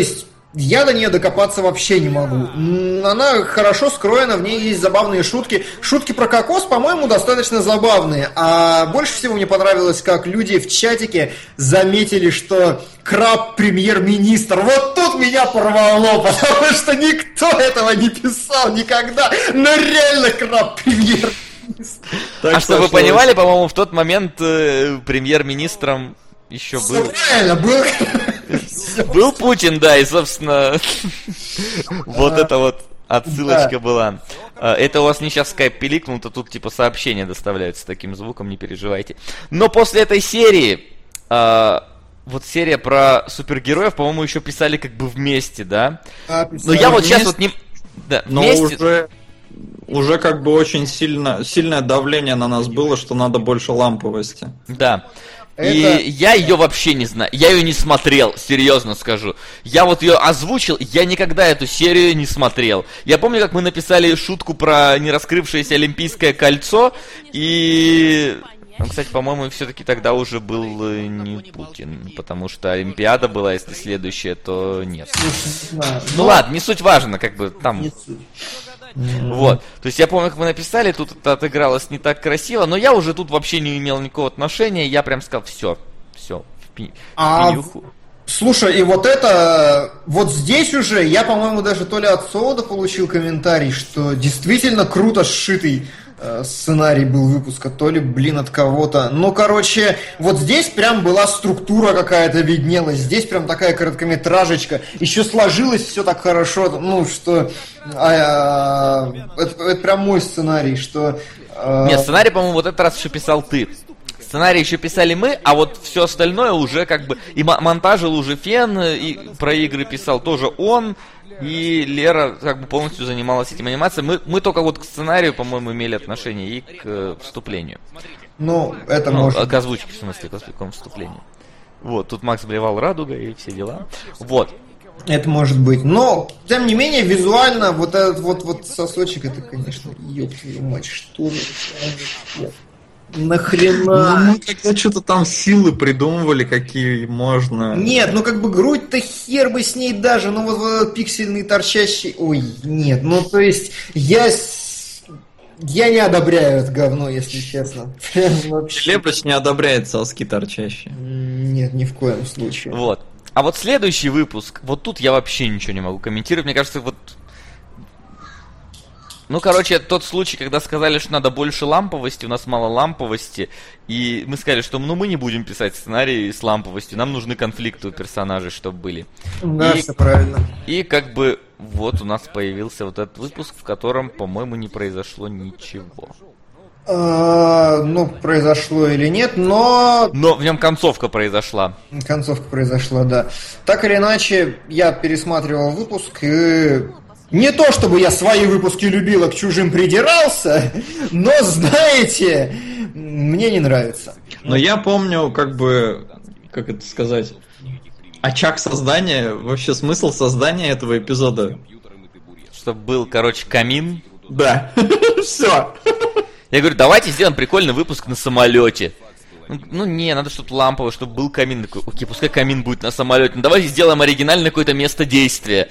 [SPEAKER 3] я до нее докопаться вообще не могу. Она хорошо скроена, в ней есть забавные шутки. Шутки про кокос, по-моему, достаточно забавные. А больше всего мне понравилось, как люди в чатике заметили, что Краб премьер-министр. Вот тут меня порвало, потому что никто этого не писал никогда. Но реально Краб премьер-министр.
[SPEAKER 1] А чтобы вы понимали, по-моему, в тот момент премьер-министром еще был...
[SPEAKER 3] Правильно, был...
[SPEAKER 1] Был Путин, да, и, собственно, вот эта вот отсылочка была. Это у вас не сейчас скайп пиликнул, то тут типа сообщения доставляются с таким звуком, не переживайте. Но после этой серии, вот серия про супергероев, по-моему, еще писали как бы вместе, да? Но я вот сейчас вот не... Да,
[SPEAKER 2] но уже как бы очень сильное давление на нас было, что надо больше ламповости.
[SPEAKER 1] Да. И я ее вообще не знаю, я ее не смотрел, серьезно скажу. Я вот ее озвучил, я никогда эту серию не смотрел. Я помню, как мы написали шутку про нераскрывшееся Олимпийское кольцо, и... Кстати, по-моему, все-таки тогда уже был не Путин, потому что Олимпиада была, если следующая, то нет. Ну ладно, не суть важно, как бы там... Вот, то есть я помню, как мы написали, тут это отыгралось не так красиво, но я уже тут вообще не имел никакого отношения, я прям сказал, все, в пенюху.
[SPEAKER 3] Слушай, и вот это, вот здесь уже, я, по-моему, даже то ли от Солода получил комментарий, что действительно круто сшитый сценарий был выпуска, то ли, от кого-то. Ну, короче, вот здесь прям была структура какая-то виднелась, здесь прям такая короткометражечка. Еще сложилось все так хорошо, ну, что... это прям мой сценарий, что...
[SPEAKER 1] Нет, сценарий, по-моему, вот этот раз еще писал ты. Сценарий еще писали мы, а вот все остальное уже как бы... И монтажил уже Фен, и про игры писал тоже он... И Лера как бы полностью занималась этим анимацией. Мы только вот к сценарию, по-моему, имели отношение и к вступлению.
[SPEAKER 3] Ну, это может...
[SPEAKER 1] К озвучке, в смысле, к вступлению. Вот, тут Макс блевал радугой и все дела. Вот.
[SPEAKER 3] Это может быть. Но, тем не менее, визуально вот этот вот сосочек, это, конечно, ёб твою мать, что же... Нахрена?
[SPEAKER 2] Ну, мы когда что-то там силы придумывали, какие можно.
[SPEAKER 3] Нет, ну как бы грудь-то хер бы с ней даже, ну вот этот пиксельный торчащий. Ой, нет, ну то есть я не одобряю это говно, если честно.
[SPEAKER 2] Леприч не одобряет соски торчащие.
[SPEAKER 3] Нет, ни в коем случае.
[SPEAKER 1] Вот. А вот следующий выпуск, вот тут я вообще ничего не могу комментировать. Мне кажется, вот... Ну, короче, тот случай, когда сказали, что надо больше ламповости, у нас мало ламповости, и мы сказали, что мы не будем писать сценарий с ламповостью, нам нужны конфликты у персонажей, чтобы были.
[SPEAKER 3] Да, все правильно.
[SPEAKER 1] И как бы вот у нас появился вот этот выпуск, в котором, по-моему, не произошло ничего.
[SPEAKER 3] Ну, произошло или нет, но...
[SPEAKER 1] Но в нем концовка произошла.
[SPEAKER 3] Концовка произошла, да. Так или иначе, я пересматривал выпуск и... Не то, чтобы я свои выпуски любил, а к чужим придирался, но, знаете, мне не нравится.
[SPEAKER 2] Но я помню, как бы, как это сказать, очаг создания, вообще смысл создания этого эпизода.
[SPEAKER 1] Чтобы был, короче, камин.
[SPEAKER 2] Да, все.
[SPEAKER 1] Я говорю, давайте сделаем прикольный выпуск на самолете. Ну не, надо что-то ламповое, чтобы был камин. Окей, пускай камин будет на самолете. Ну давайте сделаем оригинальное какое-то место действия.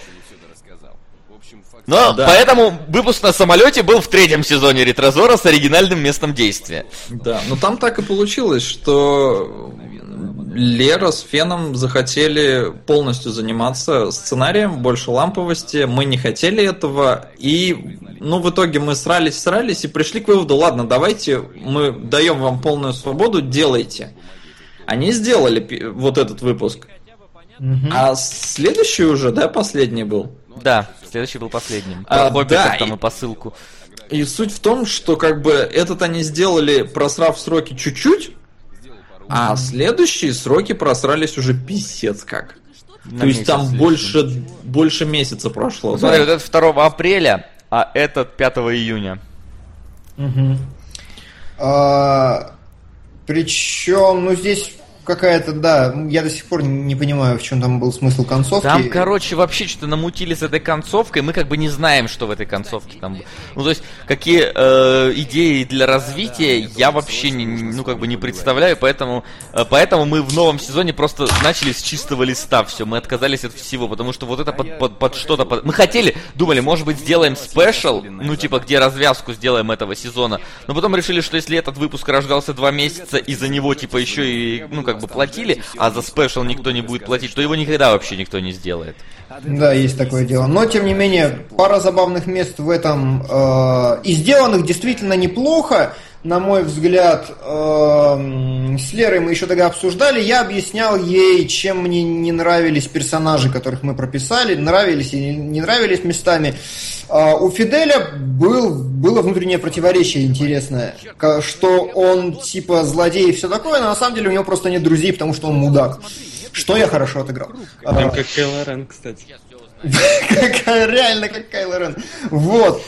[SPEAKER 1] Но да. Поэтому выпуск на самолете был в 3-м сезоне Ретрозора с оригинальным местом действия.
[SPEAKER 2] Да, но там так и получилось, что Лера с Феном захотели полностью заниматься сценарием, больше ламповости. Мы не хотели этого. И, в итоге мы срались и пришли к выводу, ладно, давайте мы даем вам полную свободу, делайте. Они сделали вот этот выпуск. А следующий уже, да, последний был?
[SPEAKER 1] Да, следующий был последним. Да, там и посылку.
[SPEAKER 2] И суть в том, что как бы этот они сделали, просрав сроки чуть-чуть, а следующие сроки просрались уже писец как. То есть там больше месяца прошло.
[SPEAKER 1] Смотри, вот это 2 апреля, а этот 5 июня.
[SPEAKER 3] Причем, здесь... какая-то, да, я до сих пор не понимаю, в чем там был смысл концовки.
[SPEAKER 1] Там, короче, вообще что-то намутили с этой концовкой, мы как бы не знаем, что в этой концовке там. Ну, то есть, какие идеи для развития я вообще не представляю, поэтому мы в новом сезоне просто начали с чистого листа все, мы отказались от всего, потому что вот это под что-то... Мы думали, может быть, сделаем спешл, ну, типа, где развязку сделаем этого сезона, но потом решили, что если этот выпуск рождался 2 месяца, и за него, типа, еще и, ну, как бы платили, а за спешл никто не будет платить, то его никогда вообще никто не сделает.
[SPEAKER 3] Да, есть такое дело. Но, тем не менее, пара забавных мест в этом и сделанных действительно неплохо, на мой взгляд. С Лерой мы еще тогда обсуждали, я объяснял ей, чем мне не нравились персонажи, которых мы прописали, нравились и не нравились местами. У Фиделя было внутреннее противоречие интересное, что он типа злодей и все такое, но на самом деле у него просто нет друзей, потому что он мудак. Что я хорошо отыграл.
[SPEAKER 5] Прям как Кайло Рен, кстати.
[SPEAKER 3] Реально как Кайло Рен. Вот.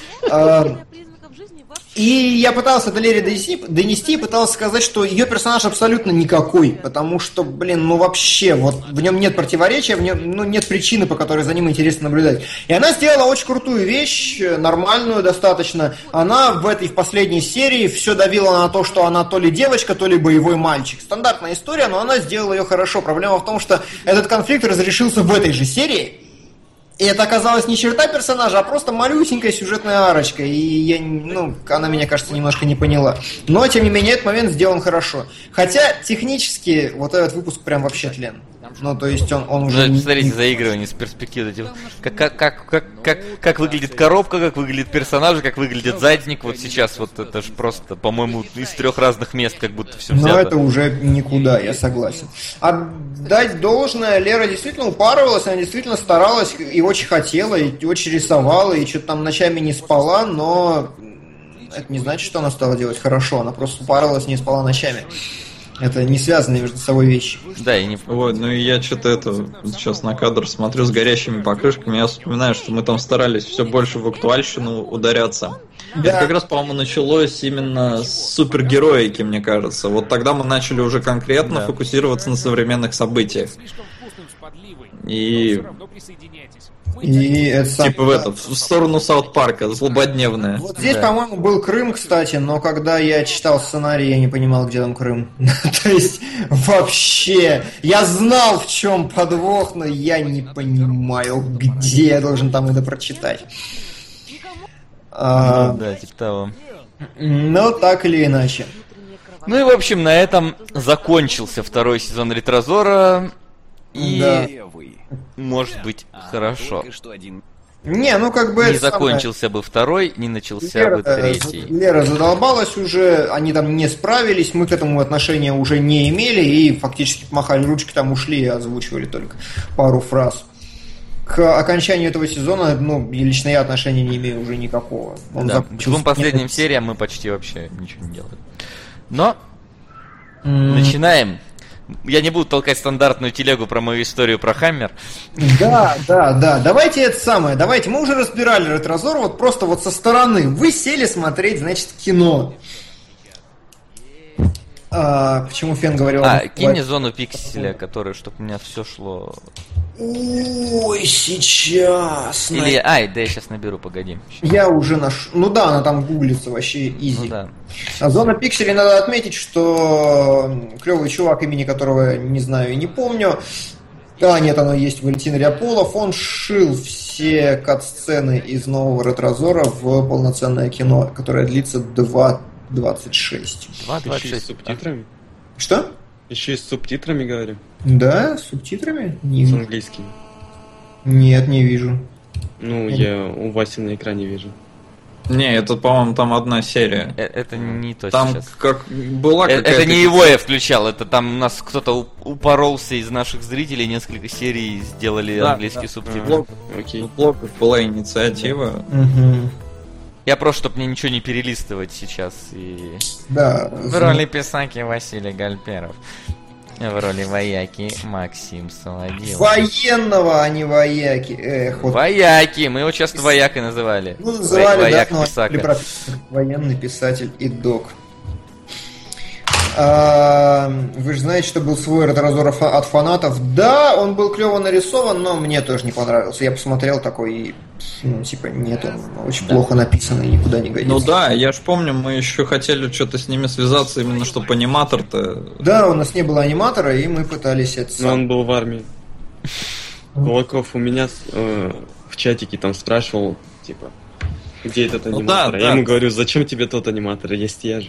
[SPEAKER 3] И я пытался до Лере донести, пытался сказать, что ее персонаж абсолютно никакой, потому что, вообще, вот в нем нет противоречия, в нем нет причины, по которой за ним интересно наблюдать. И она сделала очень крутую вещь, нормальную достаточно. Она в последней серии все давила на то, что она то ли девочка, то ли боевой мальчик. Стандартная история, но она сделала ее хорошо. Проблема в том, что этот конфликт разрешился в этой же серии. И это оказалось не черта персонажа, а просто малюсенькая сюжетная арочка. И она меня, кажется, немножко не поняла. Но, тем не менее, этот момент сделан хорошо. Хотя, технически, вот этот выпуск прям вообще тлен. Ну, то есть он уже...
[SPEAKER 1] Посмотрите, заигрывание с перспективы. Как выглядит коробка, как выглядит персонажи, как выглядит задник. Вот сейчас вот это же просто, по-моему, из 3 разных мест как будто все взято.
[SPEAKER 3] Но это уже никуда, я согласен. Отдать должное, Лера действительно упарывалась, она действительно старалась и очень хотела, и очень рисовала, и что-то там ночами не спала, но это не значит, что она стала делать хорошо, она просто упарывалась, не спала ночами. Это не связанные между собой вещи.
[SPEAKER 1] Да, и не...
[SPEAKER 2] Вот, ну и я что-то сейчас на кадр смотрю с горящими покрышками, я вспоминаю, что мы там старались все больше в актуальщину ударяться. Да. Это как раз, по-моему, началось именно с супергероики, мне кажется. Вот тогда мы начали уже конкретно фокусироваться на современных событиях. И это типа в сторону Саут-Парка, злободневная.
[SPEAKER 3] Вот здесь, по-моему, был Крым, кстати, но когда я читал сценарий, я не понимал, где там Крым. То есть, вообще, я знал, в чем подвох, но я не понимаю, где я должен там это прочитать.
[SPEAKER 1] Да, типа того.
[SPEAKER 3] Но так или иначе.
[SPEAKER 1] Ну и, в общем, на этом закончился 2-й сезон Ретрозора. И, может быть, хорошо.
[SPEAKER 3] Не,
[SPEAKER 1] не закончился бы 2-й, не начался бы 3-й.
[SPEAKER 3] Лера задолбалась уже, они там не справились, мы к этому отношения уже не имели и фактически помахали ручки, там ушли и озвучивали только пару фраз. К окончанию этого сезона, лично я отношения не имею уже никакого.
[SPEAKER 1] К 2 последним сериям мы почти вообще ничего не делаем. Но начинаем. Я не буду толкать стандартную телегу про мою историю про Хаммер.
[SPEAKER 3] Да. Давайте это самое. Давайте. Мы уже разбирали Ретрозор вот просто вот со стороны. Вы сели смотреть, значит, кино. Почему Фен говорил?
[SPEAKER 1] Кинь мне зону пикселя, которая, чтобы у меня все шло.
[SPEAKER 3] Ой, сейчас.
[SPEAKER 1] Да я сейчас наберу, погоди.
[SPEAKER 3] Я уже нашел. Ну да, она там гуглится вообще изи.
[SPEAKER 1] Ну да.
[SPEAKER 3] Зона пикселей, надо отметить, что клевый чувак, имени которого не знаю и не помню. Нет, оно есть, Валентин Ряполов. Он сшил все кат-сцены из нового Ретрозора в полноценное кино, которое длится 2.26.
[SPEAKER 5] 2.26 с субтитрами?
[SPEAKER 3] Что?
[SPEAKER 5] Еще и с субтитрами, говорю.
[SPEAKER 3] Да, с субтитрами? Не
[SPEAKER 5] с английским.
[SPEAKER 3] Нет, не вижу.
[SPEAKER 5] Я у Васи на экране вижу.
[SPEAKER 2] Не, это, по-моему, там одна серия.
[SPEAKER 1] Это не то
[SPEAKER 2] там
[SPEAKER 1] сейчас.
[SPEAKER 2] Как была какая-то...
[SPEAKER 1] Это не его я включал, это там у нас кто-то упоролся из наших зрителей, несколько серий сделали английский субтитр.
[SPEAKER 2] Окей. У блогов была инициатива.
[SPEAKER 1] Я просто, чтобы мне ничего не перелистывать сейчас. И...
[SPEAKER 3] Да.
[SPEAKER 1] В роли писаки Василий Гальперов. В роли вояки Максим Солодилов.
[SPEAKER 3] Военного, а не вояки.
[SPEAKER 1] Вояки, мы его часто воякой называли.
[SPEAKER 3] Называли,
[SPEAKER 1] вояк-писака.
[SPEAKER 3] Военный писатель и док. Вы же знаете, что был свой ретро-разор от фанатов. Да, он был клево нарисован, но мне тоже не понравился. Я посмотрел такой, и, нет, он очень плохо написан и никуда не годится.
[SPEAKER 2] Ну да, я ж помню, мы еще хотели что-то с ними связаться, именно чтобы аниматор-то...
[SPEAKER 3] Да, у нас не было аниматора, и мы пытались это...
[SPEAKER 5] Но он был в армии. Кулаков у меня в чатике там спрашивал, типа, где этот аниматор? Я ему говорю, зачем тебе тот аниматор, есть я же.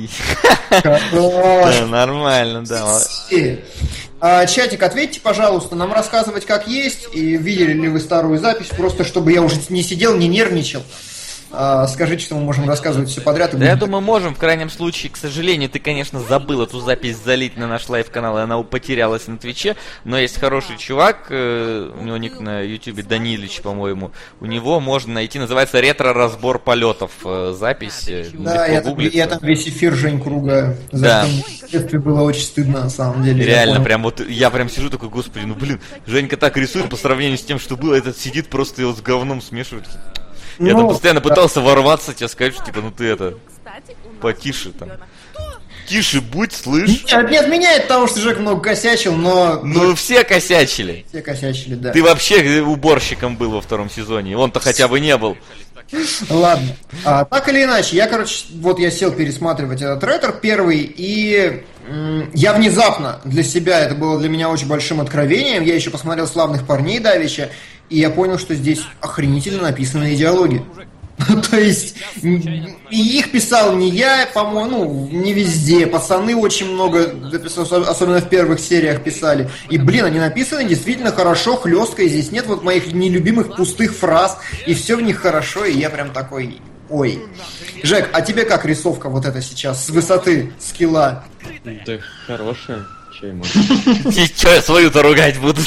[SPEAKER 1] Да, нормально, да.
[SPEAKER 3] Чатик, ответьте, пожалуйста, нам рассказывать как есть, и видели ли вы старую запись, просто чтобы я уже не сидел, не нервничал. Скажите, что мы можем рассказывать все подряд.
[SPEAKER 1] Да, я думаю, можем. В крайнем случае, к сожалению, ты, конечно, забыл эту запись залить на наш лайв-канал, и она потерялась на Твиче, но есть хороший чувак, у него ник на Ютубе Данилич, по-моему, у него можно найти, называется «Ретро-разбор полетов» запись.
[SPEAKER 3] Да, я там весь эфир Женьку ругаю.
[SPEAKER 1] Да.
[SPEAKER 3] В детстве было очень стыдно, на самом деле.
[SPEAKER 1] Реально, прям вот, я прям сижу такой, господи, Женька так рисует по сравнению с тем, что было, этот сидит просто его с говном смешивает. Я там постоянно пытался ворваться, тебе сказать, что типа, ты это, потише там. Тише будь, слышь.
[SPEAKER 3] Не отменяет того, что Жек много косячил, но...
[SPEAKER 1] Ну, все косячили.
[SPEAKER 3] Все косячили, да.
[SPEAKER 1] Ты вообще уборщиком был во втором сезоне, он-то хотя бы не был.
[SPEAKER 3] Ладно. Так или иначе, я сел пересматривать этот ретро первый, и я внезапно для себя, это было для меня очень большим откровением, я еще посмотрел «Славных парней» давеча, и я понял, что здесь охренительно написанные диалоги. То есть, и их писал не я, по-моему, не везде. Пацаны очень много, особенно в первых сериях, писали. И, они написаны действительно хорошо, хлестко, и здесь нет вот моих нелюбимых пустых фраз, и все в них хорошо, и я прям такой... Ой. Жек, а тебе как рисовка вот эта сейчас, с высоты скилла?
[SPEAKER 5] Да хорошая. Че ему?
[SPEAKER 1] Че я свою-то ругать буду?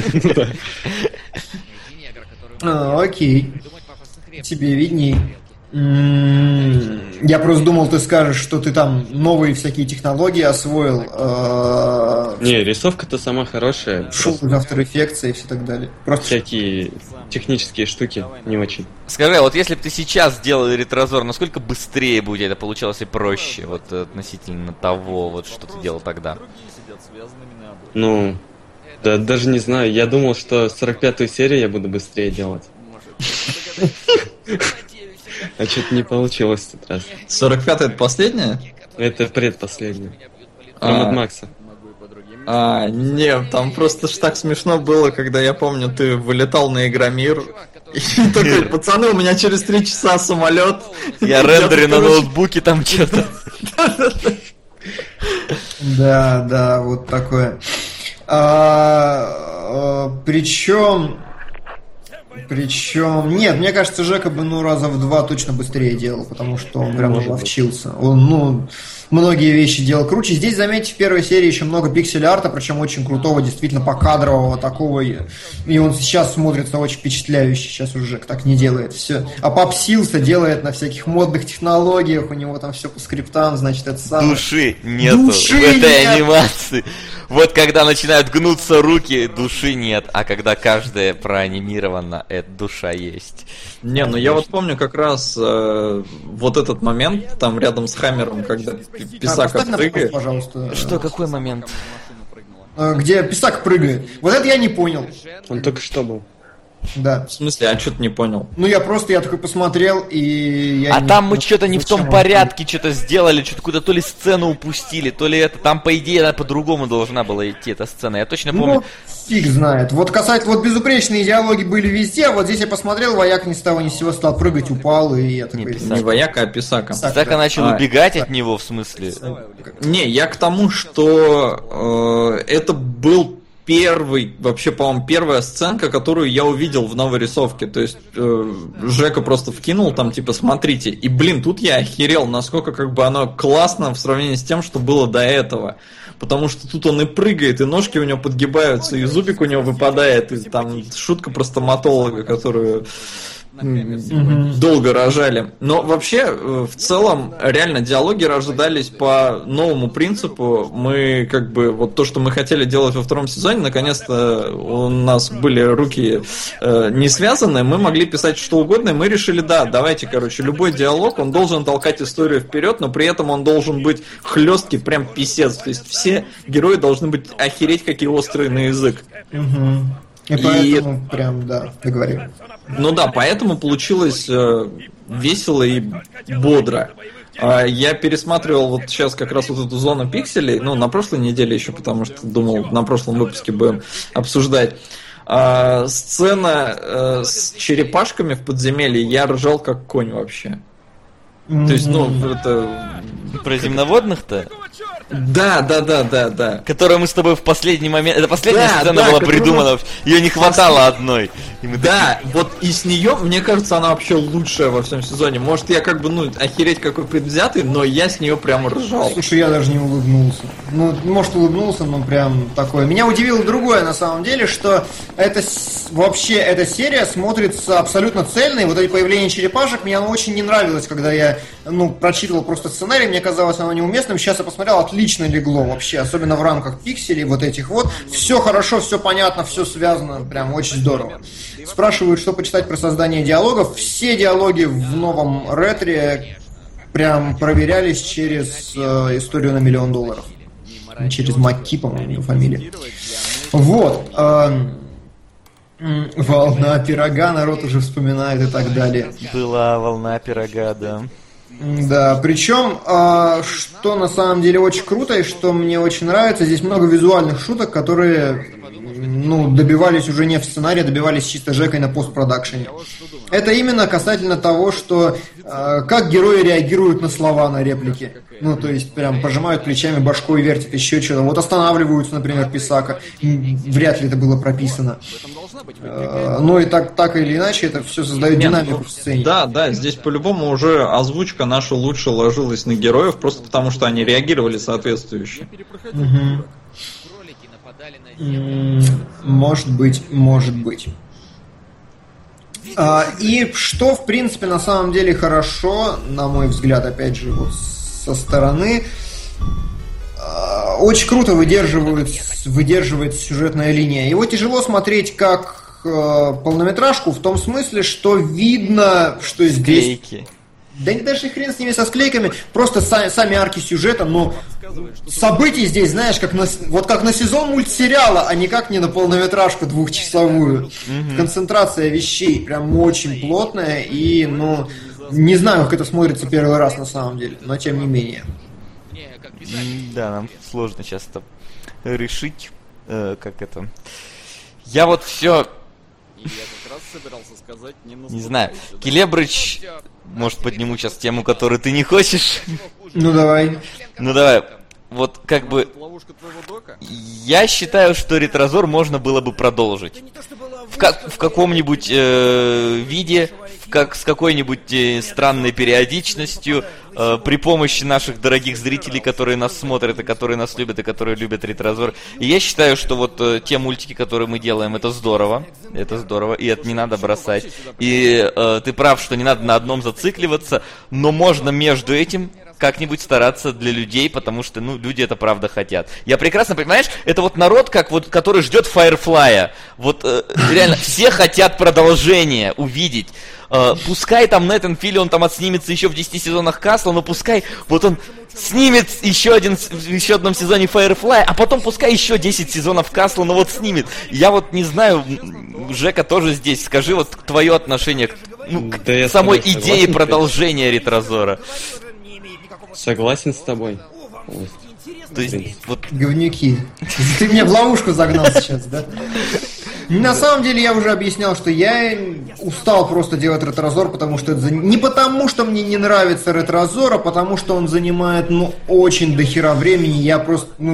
[SPEAKER 3] Окей. Тебе видней. Я просто думал, ты скажешь, что ты там новые всякие технологии освоил.
[SPEAKER 5] Не, рисовка-то сама хорошая.
[SPEAKER 3] Шел в After Effects и все так далее.
[SPEAKER 5] Просто всякие технические штуки не очень.
[SPEAKER 1] Скажи, а вот если бы ты сейчас сделал ретрозор, насколько быстрее будет это получалось и проще, вот относительно того, вот что ты делал тогда?
[SPEAKER 5] Ну, да, даже не знаю. Я думал, что 45-ю серию я буду быстрее делать. А что-то не получилось в этот раз.
[SPEAKER 2] 45-я это последняя?
[SPEAKER 5] Это предпоследняя. Про Мад Макса.
[SPEAKER 2] Нет, там просто ж так смешно было, когда, я помню, ты вылетал на Игромир, и такой, пацаны, у меня через 3 часа самолет.
[SPEAKER 1] Я рендерю на ноутбуке там что-то.
[SPEAKER 3] Да, вот такое. Причем, нет, мне кажется, Жека бы раза в 2 точно быстрее делал, потому что он прям ловчился. Он, многие вещи делал круче. Здесь, заметьте, в первой серии еще много пиксель-арта, причем очень крутого, действительно покадрового такого. И он сейчас смотрится очень впечатляюще. Сейчас уже Жек так не делает. Все. А попсился, делает на всяких модных технологиях, у него там все по скриптам, значит, это самое.
[SPEAKER 1] Души нету в этой анимации. Вот когда начинают гнуться руки, души нет. А когда каждая проанимирована, эта душа есть.
[SPEAKER 2] Не, я вот помню как раз вот этот момент, там рядом с Хаммером, когда Писака прыгает.
[SPEAKER 3] Пожалуйста.
[SPEAKER 1] Что, какой момент?
[SPEAKER 3] Где Писак прыгает. Вот это я не понял.
[SPEAKER 5] Он только что был.
[SPEAKER 3] Да.
[SPEAKER 2] В смысле, а что-то не понял?
[SPEAKER 3] Я такой посмотрел, и...
[SPEAKER 1] там мы что-то не в том порядке что-то сделали, что-то куда-то ли сцену упустили, то ли это... Там, по идее, она по-другому должна была идти, эта сцена. Я точно помню...
[SPEAKER 3] Фиг знает. Вот касательно... Вот безупречные диалоги были везде, а вот здесь я посмотрел, вояк ни с того ни с сего стал прыгать, упал, и я такой...
[SPEAKER 2] Не вояка, а Писака.
[SPEAKER 1] Писака начал убегать от него, в смысле...
[SPEAKER 2] Не, я к тому, что это был... вообще, по-моему, первая сценка, которую я увидел в новой рисовке. То есть Жека просто вкинул там, типа, смотрите. И, тут я охерел, насколько оно классно в сравнении с тем, что было до этого. Потому что тут он и прыгает, и ножки у него подгибаются, и зубик у него выпадает, и там шутка про стоматолога, которую долго рожали. Но вообще, в целом, реально диалоги рождались по новому принципу. Мы как бы, вот то, что мы хотели делать во втором сезоне, наконец-то у нас были руки не связаны, мы могли писать что угодно, и мы решили, да, давайте, короче, любой диалог, он должен толкать историю вперед, но при этом он должен быть хлесткий, прям писец. То есть все герои должны быть охереть какие острые на язык.
[SPEAKER 3] И поэтому прям, да, договорим.
[SPEAKER 2] Ну да, поэтому получилось весело и бодро. Я пересматривал вот сейчас как раз вот эту зону пикселей, ну, на прошлой неделе еще, потому что думал, на прошлом выпуске будем обсуждать. Сцена с черепашками в подземелье, я ржал как конь вообще. То есть, ну, это...
[SPEAKER 1] Про земноводных-то?
[SPEAKER 2] Да.
[SPEAKER 1] Которую мы с тобой в последний момент... Это последняя сцена была придумана, ее не хватало одной.
[SPEAKER 2] Да, вот и с нее, мне кажется, она вообще лучшая во всем сезоне. Может, я как бы, ну, охереть какой предвзятый, но я с нее прям ржал.
[SPEAKER 3] Слушай, я даже не улыбнулся. Ну, может, улыбнулся, но прям такое. Меня удивило другое, на самом деле, что вообще эта серия смотрится абсолютно цельно, и вот эти появления черепашек мне оно очень не нравилось, когда я, прочитывал просто сценарий, мне казалось оно неуместным. Сейчас я посмотрел, отлично легло вообще, особенно в рамках пикселей вот этих вот. Все хорошо, все понятно, все связано, прям очень здорово. Спрашивают, что почитать про создание диалогов. Все диалоги в новом ретре прям проверялись через историю на $1 миллион. Через Макки, по-моему, его фамилия. Вот. Волна пирога, народ уже вспоминает и так далее.
[SPEAKER 1] Была волна пирога, да.
[SPEAKER 3] Да, причем, что на самом деле очень круто и что мне очень нравится, здесь много визуальных шуток, которые, добивались уже не в сценарии, добивались чисто Жекой на постпродакшене. Это именно касательно того, что как герои реагируют на слова, на реплики. То есть прям пожимают плечами, башкой вертят, еще что-то. Вот останавливаются, например, Писака. Вряд ли это было прописано. И так или иначе, это все создает динамику в сцене.
[SPEAKER 2] Да, здесь по-любому уже озвучка наша лучше ложилась на героев, просто потому что они реагировали соответствующе.
[SPEAKER 3] Может быть. И что, в принципе, на самом деле хорошо, на мой взгляд, опять же, вот со стороны, очень круто выдерживает сюжетная линия. Его тяжело смотреть как полнометражку, в том смысле, что видно, что здесь...
[SPEAKER 1] Склейки.
[SPEAKER 3] Да даже хрен с ними со склейками, просто сами арки сюжета, но событий здесь, знаешь, как на сезон мультсериала, а никак не на полнометражку двухчасовую. Концентрация вещей прям очень плотная, и, не знаю, как это смотрится первый раз на самом деле, но тем не менее.
[SPEAKER 1] Да, нам сложно часто решить, как это... Я вот все... Не знаю, Келебрыч... Может, подниму сейчас тему, которую ты не хочешь?
[SPEAKER 3] Давай.
[SPEAKER 1] Вот как бы... Я считаю, что Ретрозор можно было бы продолжить. В каком-нибудь виде, с какой-нибудь странной периодичностью, при помощи наших дорогих зрителей, которые нас смотрят, и которые нас любят, и которые любят Ретрозор. И я считаю, что вот те мультики, которые мы делаем, это здорово, и это не надо бросать. И ты прав, что не надо на одном зацикливаться, но можно между этим как-нибудь стараться для людей, потому что, люди это правда хотят. Я прекрасно, понимаешь, это вот народ, который ждет Firefly. Вот реально, все хотят продолжения увидеть. Пускай там Нэттан Филлион там отснимется еще в 10 сезонах Касла, но пускай вот он снимет в еще одном сезоне Firefly, а потом пускай еще 10 сезонов Касла, но вот снимет. Я вот не знаю, Жека тоже здесь, скажи вот твое отношение к самой идее продолжения Ретрозора.
[SPEAKER 5] Согласен с тобой.
[SPEAKER 1] То есть,
[SPEAKER 3] говнюки. Ты меня в ловушку загнал сейчас, да? На самом деле я уже объяснял, что я устал просто делать Ретрозор, потому что это не потому, что мне не нравится Ретрозор, а потому что он занимает очень дохера времени. Я просто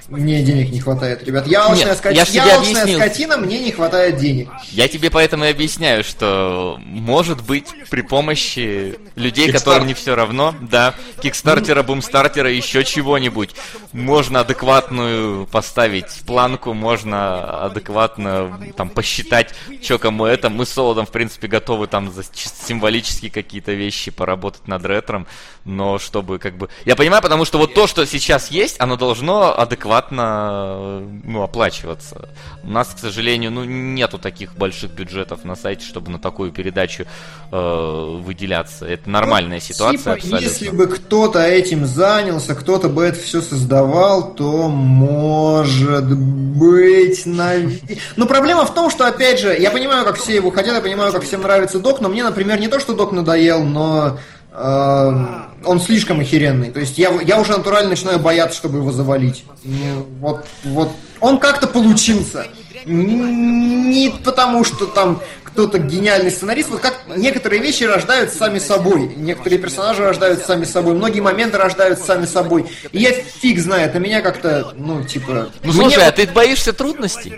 [SPEAKER 3] мне денег не хватает, ребят. Ялочная скотина, мне не хватает денег.
[SPEAKER 1] Я тебе поэтому и объясняю, что может быть при помощи людей, которым не все равно, да, кикстартера, бумстартера, еще чего-нибудь, можно адекватную поставить планку, можно адекватно там посчитать, что кому это. Мы с Солодом, в принципе, готовы там за символические какие-то вещи поработать над ретром, но чтобы как бы... Я понимаю, потому что вот то, что сейчас есть, оно должно адекватно, ну, оплачиваться. У нас, к сожалению, ну, нету таких больших бюджетов на сайте, чтобы на такую передачу выделяться. Это нормальная ситуация, абсолютно.
[SPEAKER 3] Если бы кто-то этим занялся, кто-то бы это все создавал, то может быть... Но проблема в том, что, опять же, я понимаю, как все его хотят, я понимаю, как всем нравится Док, но мне, например, не то, что Док надоел, но он слишком охеренный. То есть я уже натурально начинаю бояться, чтобы его завалить. Вот он как-то получился. Не потому, что там кто-то гениальный сценарист. Вот как некоторые вещи рождаются сами собой. Некоторые персонажи рождаются сами собой. Многие моменты рождаются сами собой. И я фиг знает, а меня как-то, ну, типа...
[SPEAKER 1] Ну, слушай, а ты боишься трудностей?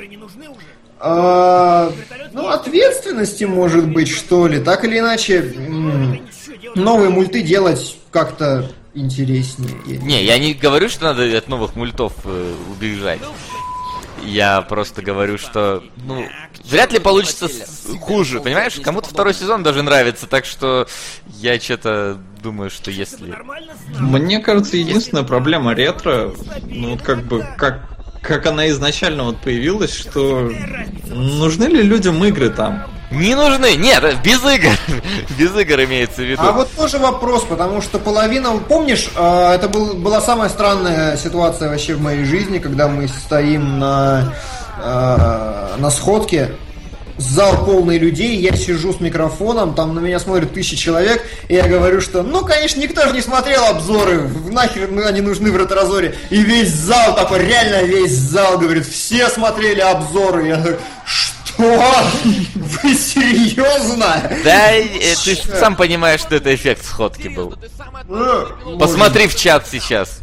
[SPEAKER 3] Ответственности, может быть, что ли. Так или иначе, новые мульты делать как-то интереснее.
[SPEAKER 1] Не, я не говорю, что надо от новых мультов убежать. Я просто говорю, что, ну, вряд ли получится хуже, понимаешь? Кому-то второй сезон даже нравится, так что я что-то думаю, что если...
[SPEAKER 2] Мне кажется, единственная проблема ретро, ну, как бы, как она изначально вот появилась, что нужны ли людям игры там?
[SPEAKER 1] Не нужны, нет, без игр. Без игр имеется в виду.
[SPEAKER 3] А вот тоже вопрос, потому что половина... Помнишь, это была самая странная ситуация вообще в моей жизни, когда мы стоим на сходке, зал полный людей, я сижу с микрофоном, там на меня смотрят 1000 человек, и я говорю, что, ну, конечно, никто же не смотрел обзоры, нахер они нужны в Ретрозоре. И весь зал такой, реально весь зал говорит, все смотрели обзоры. Я говорю, что? Вы серьезно?
[SPEAKER 1] Да, ты сам понимаешь, что это эффект сходки был. Посмотри в чат сейчас.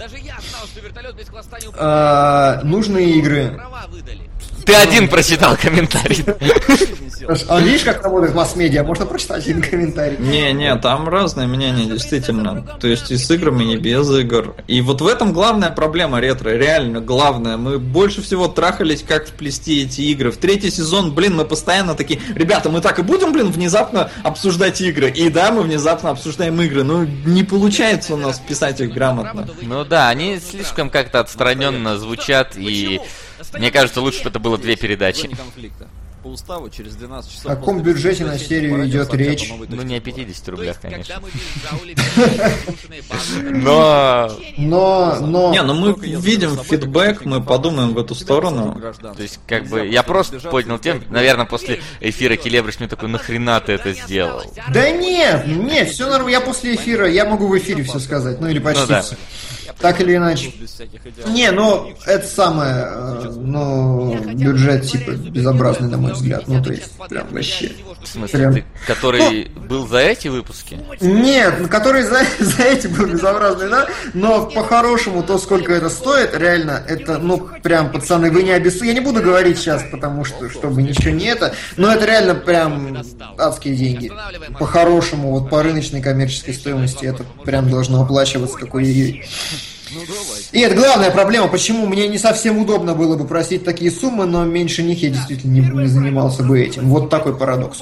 [SPEAKER 3] Нужные игры.
[SPEAKER 1] Ты один прочитал комментарий.
[SPEAKER 3] А видишь, как работает масс-медиа? Можно прочитать один комментарий.
[SPEAKER 2] Не, там разные мнения, действительно. То есть и с играми, и без игр. И вот в этом главная проблема ретро. Реально главная. Мы больше всего трахались, как вплести эти игры. В 3-й сезон, мы постоянно такие, ребята, мы так и будем, внезапно обсуждать игры. И да, мы внезапно обсуждаем игры. Но не получается у нас писать их грамотно.
[SPEAKER 1] Ну да, они слишком как-то отстраненно звучат, и мне кажется, лучше бы это было 2 передачи.
[SPEAKER 7] По уставу через 12 часов...
[SPEAKER 3] О каком бюджете на серию идет речь?
[SPEAKER 1] Ну, не о 50 рублях, конечно.
[SPEAKER 3] Но...
[SPEAKER 2] Не, мы видим фидбэк, мы подумаем в эту сторону.
[SPEAKER 1] То есть, как бы, я просто поднял тему, наверное, после эфира Келебрич мне такой, нахрена ты это сделал?
[SPEAKER 3] Да нет, все нормально, я после эфира, я могу в эфире все сказать, ну или почти все. Так или иначе. Не, это самое, бюджет, типа, безобразный, на мой взгляд. Ну, то есть, прям вообще.
[SPEAKER 1] В смысле, который был за эти выпуски?
[SPEAKER 3] Нет, который за эти был безобразный, да? Но по-хорошему, то, сколько это стоит, реально, это, прям, пацаны, вы не обессудьте. Я не буду говорить сейчас, потому что, чтобы ничего не это, но это реально прям адские деньги. По-хорошему, вот по рыночной коммерческой стоимости, это прям должно оплачиваться какой игрой. И это главная проблема, почему мне не совсем удобно было бы просить такие суммы, но меньше них я действительно не занимался бы этим. Вот такой парадокс.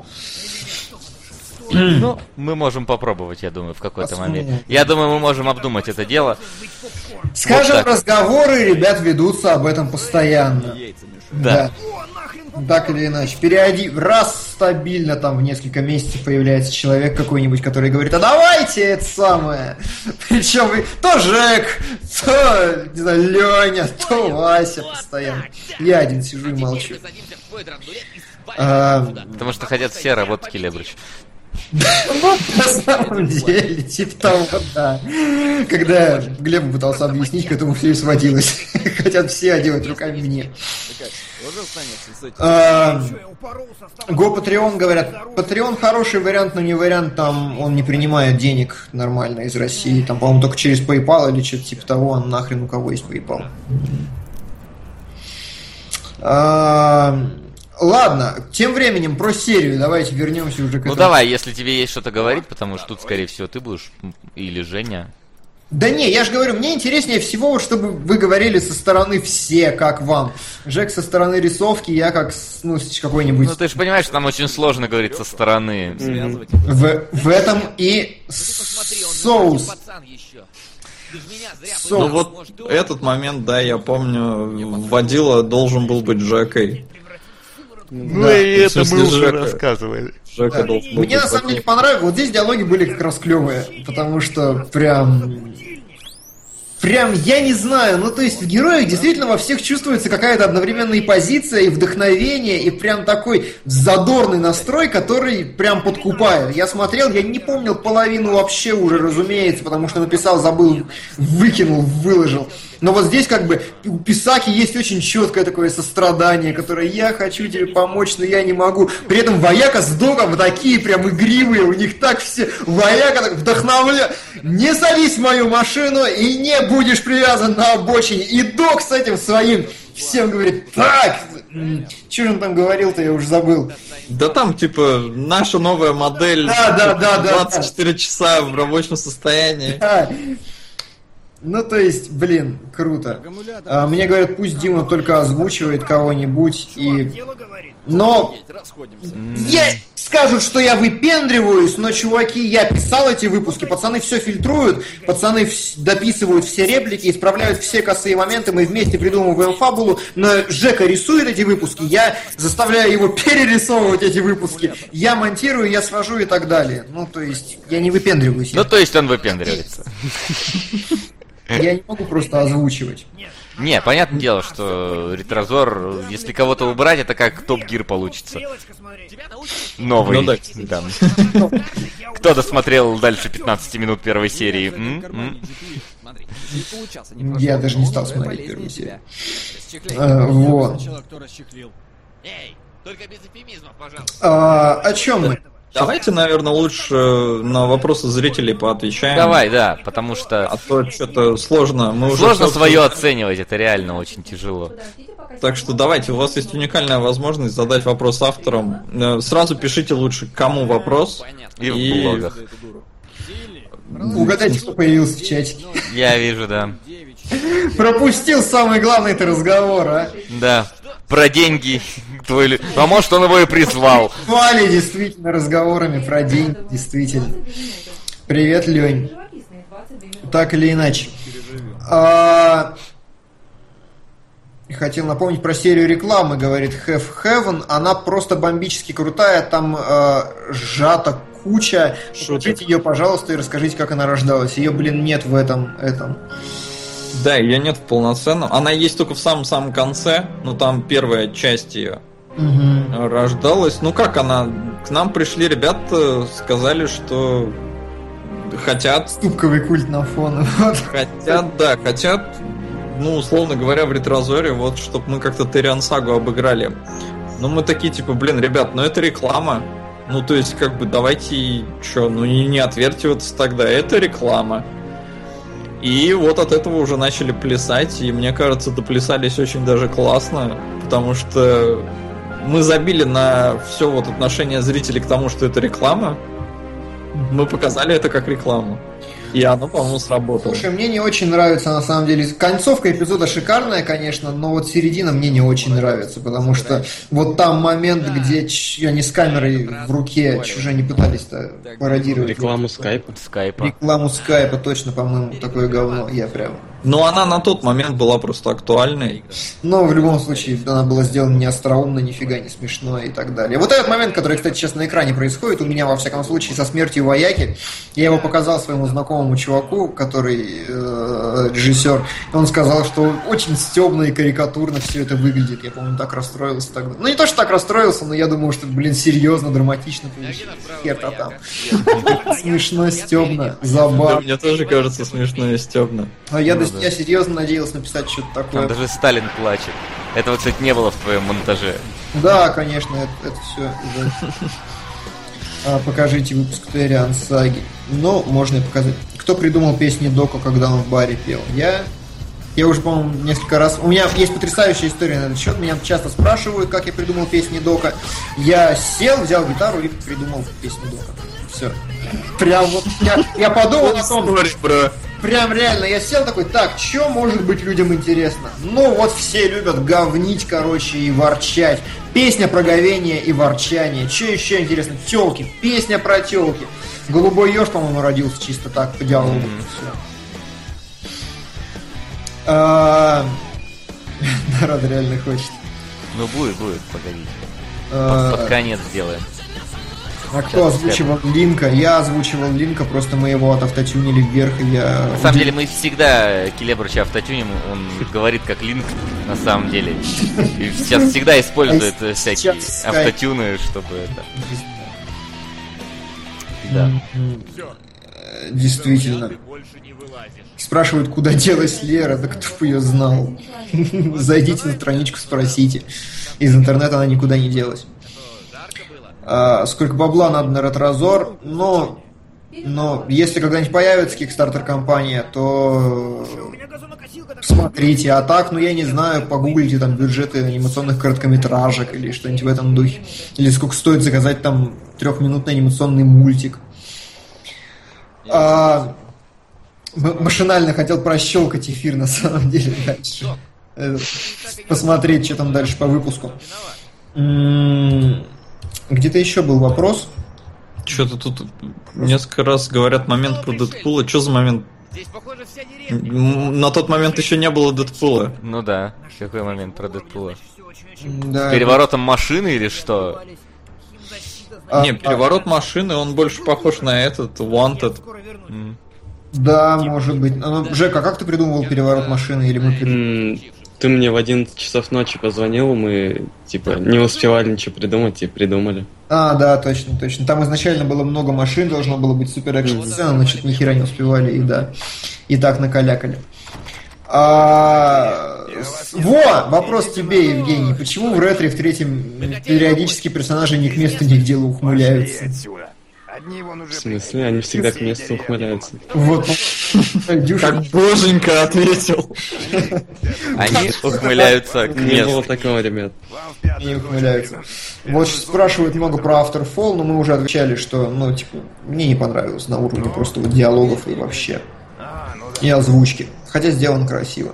[SPEAKER 1] Ну, мы можем попробовать, я думаю, в какой-то момент. Я думаю, мы можем обдумать это дело.
[SPEAKER 3] Скажем, вот разговоры, ребят, ведутся об этом постоянно.
[SPEAKER 1] Да.
[SPEAKER 3] Так или иначе. Раз стабильно там в несколько месяцев появляется человек какой-нибудь, который говорит, а давайте это самое. Причем то Жек, то, не знаю, Леня, то Вася постоянно. Я один сижу и молчу.
[SPEAKER 1] Потому что хотят все работать Келебрич.
[SPEAKER 3] Вот на самом деле, типа того, да. Когда Глеб пытался объяснить, к этому все и сводилось. Хотят все делать руками мне. Го Патреон говорят, Патреон хороший вариант, но не вариант, там он не принимает денег нормально из России, там, по-моему, только через PayPal или что-то типа того, нахрен у кого есть PayPal. Ладно, тем временем про серию давайте вернемся уже к этому.
[SPEAKER 1] Ну давай, если тебе есть что-то говорить, потому что тут, скорее всего, ты будешь, или Женя.
[SPEAKER 3] Да не, я же говорю, мне интереснее всего, вот, чтобы вы говорили со стороны все, как вам. Жек со стороны рисовки, я как, ну, какой-нибудь...
[SPEAKER 1] Ну ты же понимаешь, что нам очень сложно говорить со стороны.
[SPEAKER 3] В этом и соус.
[SPEAKER 2] Ну вот этот момент, да, я помню, водила должен был быть Жекой.
[SPEAKER 1] Ну да. И это мы уже рассказывали.
[SPEAKER 3] Да. Мне на самом деле понравилось, вот здесь диалоги были как раз клевые, потому что прям, я не знаю, ну то есть в героях действительно во всех чувствуется какая-то одновременно и позиция, и вдохновение, и прям такой задорный настрой, который прям подкупает. Я смотрел, я не помнил половину вообще уже, разумеется, потому что написал, забыл, выкинул, выложил. Но вот здесь как бы у Писаки есть очень четкое такое сострадание, которое я хочу тебе помочь, но я не могу. При этом Вояка с Догом такие прям игривые, у них так все... Вояка так вдохновляет. Не садись в мою машину и не будешь привязан на обочине. И Дог с этим своим всем говорит, так, что же он там говорил-то, я уже забыл.
[SPEAKER 2] Да там типа наша новая модель,
[SPEAKER 3] да,
[SPEAKER 2] 24 часа в рабочем состоянии.
[SPEAKER 3] Да. Ну, то есть, блин, круто. Мне говорят, пусть Дима только озвучивает кого-нибудь, и... Но... Скажут, что я выпендриваюсь, но, чуваки, я писал эти выпуски, пацаны все фильтруют, пацаны дописывают все реплики, исправляют все косые моменты, мы вместе придумываем фабулу, но Жека рисует эти выпуски, я заставляю его перерисовывать эти выпуски, я монтирую, я свожу и так далее. Ну, то есть, я не выпендриваюсь.
[SPEAKER 1] Ну, то есть, он выпендривается.
[SPEAKER 3] Я не могу просто озвучивать.
[SPEAKER 1] Не, понятное дело, что Ретрозор, если кого-то убрать, это как Топ Гир получится. Новый. Ну, да. Кто досмотрел дальше 15 минут первой серии?
[SPEAKER 3] Я даже не стал смотреть первую серию. Вот.
[SPEAKER 8] Эй, только без эфемизмов, пожалуйста.
[SPEAKER 3] О чем мы?
[SPEAKER 2] Давайте, наверное, лучше на вопросы зрителей поотвечаем.
[SPEAKER 1] Давай, да, потому что...
[SPEAKER 2] А то что-то сложно.
[SPEAKER 1] Сложно свое оценивать, это реально очень тяжело.
[SPEAKER 2] Так что давайте, у вас есть уникальная возможность задать вопрос авторам. Сразу пишите лучше, кому вопрос.
[SPEAKER 1] И в блогах.
[SPEAKER 3] Угадайте, кто появился в чатике.
[SPEAKER 1] Я вижу, да.
[SPEAKER 3] Пропустил самый главный-то разговор, а?
[SPEAKER 1] Да. Про деньги. А может, он его и призвал.
[SPEAKER 3] Звали действительно разговорами про деньги, действительно. Привет, Лень. Так или иначе. Хотел напомнить про серию рекламы, говорит Have Heaven. Она просто бомбически крутая, там сжата куча. Покажите ее, пожалуйста, и расскажите, как она рождалась. Ее, блин, нет в этом.
[SPEAKER 2] Да, ее нет в полноценном. Она есть только в самом-самом конце, но там первая часть ее рождалась. Ну как она? К нам пришли ребята, сказали, что хотят...
[SPEAKER 3] Ступковый культ на фоне.
[SPEAKER 2] Хотят, ну, условно говоря, в Ретрозоре, вот, чтобы мы как-то Териан Сагу обыграли. Ну, мы такие, типа, блин, ребят, ну это реклама. Ну, то есть, как бы, давайте, не отвертываться тогда. Это реклама. И вот от этого уже начали плясать, и мне кажется, доплясались очень даже классно, потому что мы забили на все вот отношение зрителей к тому, что это реклама. Мы показали это как рекламу. И оно, по-моему, сработало.
[SPEAKER 3] Слушай, мне не очень нравится, на самом деле. Концовка эпизода шикарная, конечно, но вот середина мне не очень нравится, потому что вот там момент, где они с камерой в руке чужие не пытались-то пародировать.
[SPEAKER 5] Рекламу скайпа.
[SPEAKER 3] Рекламу скайпа, точно, по-моему, такое говно. Я прям...
[SPEAKER 2] Но она на тот момент была просто актуальной.
[SPEAKER 3] Но в любом случае она была сделана не остроумно, нифига не смешно и так далее. Вот этот момент, который, кстати, сейчас на экране происходит, у меня, во всяком случае, со смертью Вояки, я его показал своему знакомому чуваку, который режиссер, он сказал, что очень стебно и карикатурно все это выглядит. Я, по-моему, так расстроился тогда. Ну, не то, что так расстроился, но я думал, что, блин, серьезно, драматично получилось. Хер-то там. Смешно, стебно, забавно.
[SPEAKER 2] Мне тоже кажется смешно и стебно.
[SPEAKER 3] А я серьезно надеялся написать что-то такое.
[SPEAKER 1] Там даже Сталин плачет. Этого, кстати, не было в твоем монтаже.
[SPEAKER 3] Да, конечно, это все. Покажите выпуск Териан Саги. Ну, можно и показать. Кто придумал песни Доко, когда он в баре пел? Я. Я уже, по-моему, несколько раз... У меня есть потрясающая история на этот счет. Меня часто спрашивают, как я придумал песни Дока. Я сел, взял гитару и придумал песню Дока. Все. Прям вот я подумал о том... Прям реально, я сел такой, так, что может быть людям интересно? Ну вот все любят говнить, короче, и ворчать. Песня про говение и ворчание. Что еще интересно? Тёлки. Песня про тёлки. Голубой еж, по-моему, родился чисто так, по диалогу. Народ реально хочет.
[SPEAKER 1] Ну будет, погодите. Под конец сделаем.
[SPEAKER 3] А кто озвучивал Линка? Я озвучивал Линка, просто мы его автотюнили вверх, и я...
[SPEAKER 1] На самом деле мы всегда Келебрыча автотюним, он говорит как Линк, на самом деле. И сейчас всегда использует всякие автотюны, чтобы это... Да.
[SPEAKER 3] Действительно. Спрашивают, куда делась Лера, да кто бы ее знал. Зайдите на страничку, спросите. Из интернета она никуда не делась. Сколько бабла надо на Ретрозор, но если когда-нибудь появится Kickstarter-компания, то смотрите, а так, я не знаю, погуглите там бюджеты анимационных короткометражек или что-нибудь в этом духе. Или сколько стоит заказать там 3-минутный анимационный мультик. Машинально хотел прощелкать эфир на самом деле дальше. Посмотреть, что там дальше по выпуску. Где-то еще был вопрос.
[SPEAKER 2] Что-то тут несколько раз говорят момент про Дэдпула. Что за момент? На тот момент еще не было Дэдпула.
[SPEAKER 1] Ну да, какой момент про Дэдпула?
[SPEAKER 3] Да,
[SPEAKER 1] с переворотом машины или что?
[SPEAKER 2] Не, переворот машины, он больше похож на этот Wanted.
[SPEAKER 3] Да, может быть. Жека, как ты придумывал переворот машины? Или мы
[SPEAKER 5] Ты мне в 11 часов ночи позвонил, мы, не успевали ничего придумать и придумали.
[SPEAKER 3] Да, точно. Там изначально было много машин, должно было быть супер экшн-сцена, но что-то ни хера не успевали, и да. И так накалякали. Вопрос тебе, Евгений. Почему в ретре в третьем периодически персонажи ни к месту, ни к делу ухмыляются?
[SPEAKER 5] В смысле? Они всегда к месту ухмыляются.
[SPEAKER 3] Вот.
[SPEAKER 2] Как боженька ответил.
[SPEAKER 1] Они ухмыляются к месту.
[SPEAKER 5] Не было такого, ребят.
[SPEAKER 3] Не ухмыляются. Вот спрашивают много про Afterfall, но мы уже отвечали, что, мне не понравилось на уровне просто диалогов и вообще. И озвучки. Хотя сделано красиво.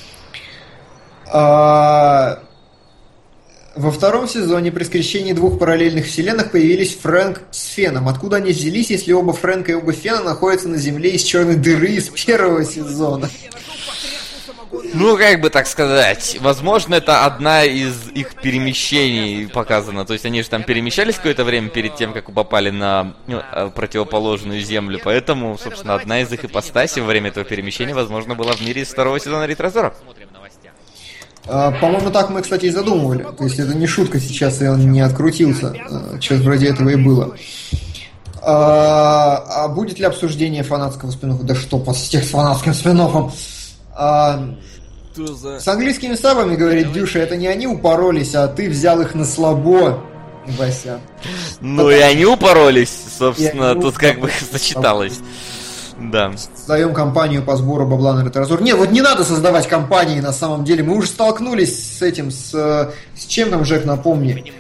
[SPEAKER 3] Во втором сезоне при скрещении двух параллельных вселенных появились Фрэнк с Феном. Откуда они взялись, если оба Фрэнка и оба Фена находятся на Земле из черной дыры из первого сезона?
[SPEAKER 1] Как бы так сказать, возможно, это одна из их перемещений показана. То есть они же там перемещались какое-то время перед тем, как попали на противоположную Землю. Поэтому, собственно, одна из их ипостасей во время этого перемещения, возможно, была в мире из второго сезона Ретрозора.
[SPEAKER 3] По-моему, так мы, кстати, и задумывали. То есть это не шутка сейчас, и он не открутился. Что-то вроде этого и было. А будет ли обсуждение фанатского спин-оффа? Да что, с фанатским спин-оффом? С английскими сабами, говорит Дюша, это не они упоролись, а ты взял их на слабо, Вася.
[SPEAKER 1] И они упоролись, собственно, тут как бы сочеталось. Да.
[SPEAKER 3] Создаем компанию по сбору бабла на Ретрозор. Не надо создавать компании на самом деле. Мы уже столкнулись с этим, с чем там, Жек, напомни?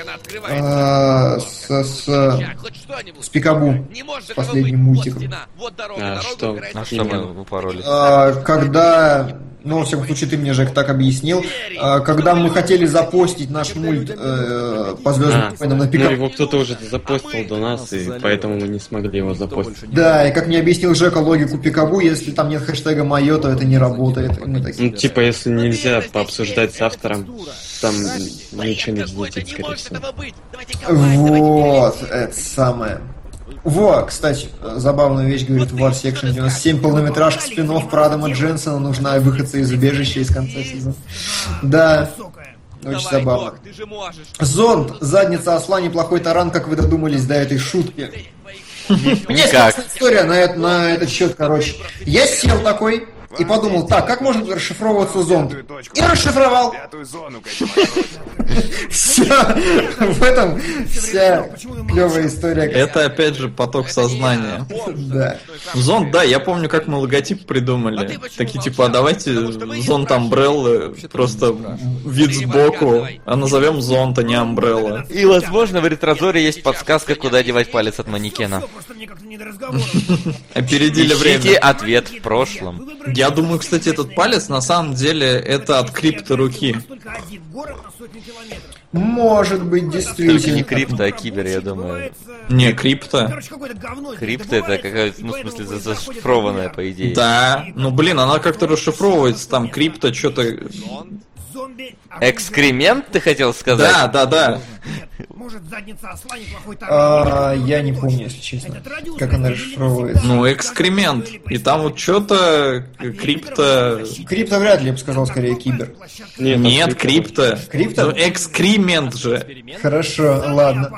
[SPEAKER 3] С Пикабу. С последним мультиком.
[SPEAKER 5] Что
[SPEAKER 1] мы упоролись?
[SPEAKER 3] Когда... во всяком случае, ты мне, Жек, так объяснил. Когда мы хотели запостить наш мульт по Звездным войнам на Пикабу.
[SPEAKER 5] Его кто-то уже запостил до нас, и поэтому мы не смогли его запостить.
[SPEAKER 3] Да, и как мне объяснил Жека логику Пикабу, если там нет хэштега «моё», то это не работает.
[SPEAKER 5] Если нельзя пообсуждать с автором, там ничего не взлетит, скорее всего.
[SPEAKER 3] Вот, это самое. Кстати, забавную вещь говорит War Section 97, полнометражка спин-офф про Адама Дженсона, нужна выходца из убежища из конца сезона. Да, очень забавно. Зонд, задница осла, неплохой таран, как вы додумались до этой шутки. Есть история на этот счет, короче. Я сел такой, и подумал, так, как может расшифровываться зонд? И расшифровал. Все. В этом вся клевая история.
[SPEAKER 2] Это опять же поток сознания.
[SPEAKER 3] Да.
[SPEAKER 2] Зонд, да, я помню, как мы логотип придумали. Такие типа, а давайте зонд Umbrella, просто вид сбоку, а назовем зонд, а не Umbrella.
[SPEAKER 1] И, возможно, в Ретрозоре есть подсказка, куда девать палец от манекена.
[SPEAKER 2] Опередили
[SPEAKER 1] Ищите
[SPEAKER 2] время.
[SPEAKER 1] ответ в прошлом.
[SPEAKER 2] Я думаю, кстати, этот палец на самом деле это от крипто руки.
[SPEAKER 3] Может быть,
[SPEAKER 1] Только
[SPEAKER 3] действительно.
[SPEAKER 1] не крипто, а кибер, я думаю.
[SPEAKER 2] Не, крипто.
[SPEAKER 1] Крипто это какая-то, ну, в смысле, зашифрованная, по идее.
[SPEAKER 2] Да, ну блин, она как-то расшифровывается, там крипто, что-то...
[SPEAKER 1] Экскремент, ты хотел сказать?
[SPEAKER 2] Да.
[SPEAKER 3] Я не помню, если честно, как она расшифровывается.
[SPEAKER 2] Ну, экскремент. И там вот что-то крипто...
[SPEAKER 3] Крипто вряд ли, я бы сказал, скорее кибер.
[SPEAKER 2] Нет, крипто.
[SPEAKER 3] Крипто?
[SPEAKER 2] Ну, экскремент же.
[SPEAKER 3] Хорошо, ладно.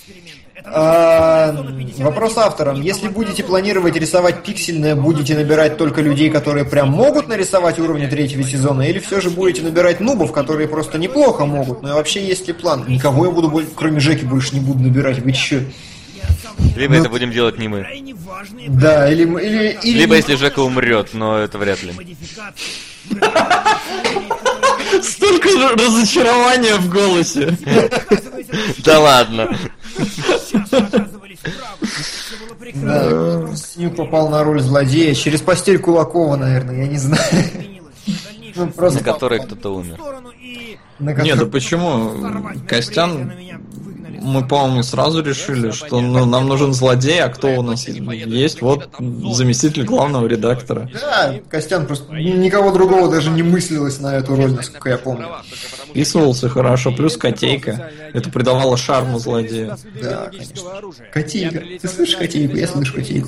[SPEAKER 3] Вопрос авторам. Если будете планировать рисовать пиксельное, будете набирать только людей, которые прям могут нарисовать уровни 3-го сезона, или все же будете набирать нубов, которые просто неплохо могут? Ну и вообще, есть ли план? Никого я буду, кроме Жеки, больше не буду набирать. Вы че?
[SPEAKER 1] Либо это будем делать не мы.
[SPEAKER 3] Да, или
[SPEAKER 1] Либо если Жека умрет, но это вряд ли.
[SPEAKER 2] Столько разочарования в голосе.
[SPEAKER 1] Да ладно.
[SPEAKER 3] Да, Снюк попал на роль злодея через постель Кулакова, наверное, я не знаю. Ну, просто
[SPEAKER 1] на которой кто-то умер.
[SPEAKER 2] Нет, да почему? Костян, мы, по-моему, сразу решили, что нам нужен злодей, а кто у нас есть? Вот заместитель главного редактора.
[SPEAKER 3] Да, Костян просто никого другого даже не мыслилось на эту роль, насколько я помню.
[SPEAKER 2] Вписывался хорошо, плюс котейка. Это придавало шарму злодею.
[SPEAKER 3] Да, конечно. Котейка. Ты слышишь котейку? Я слышу котейку.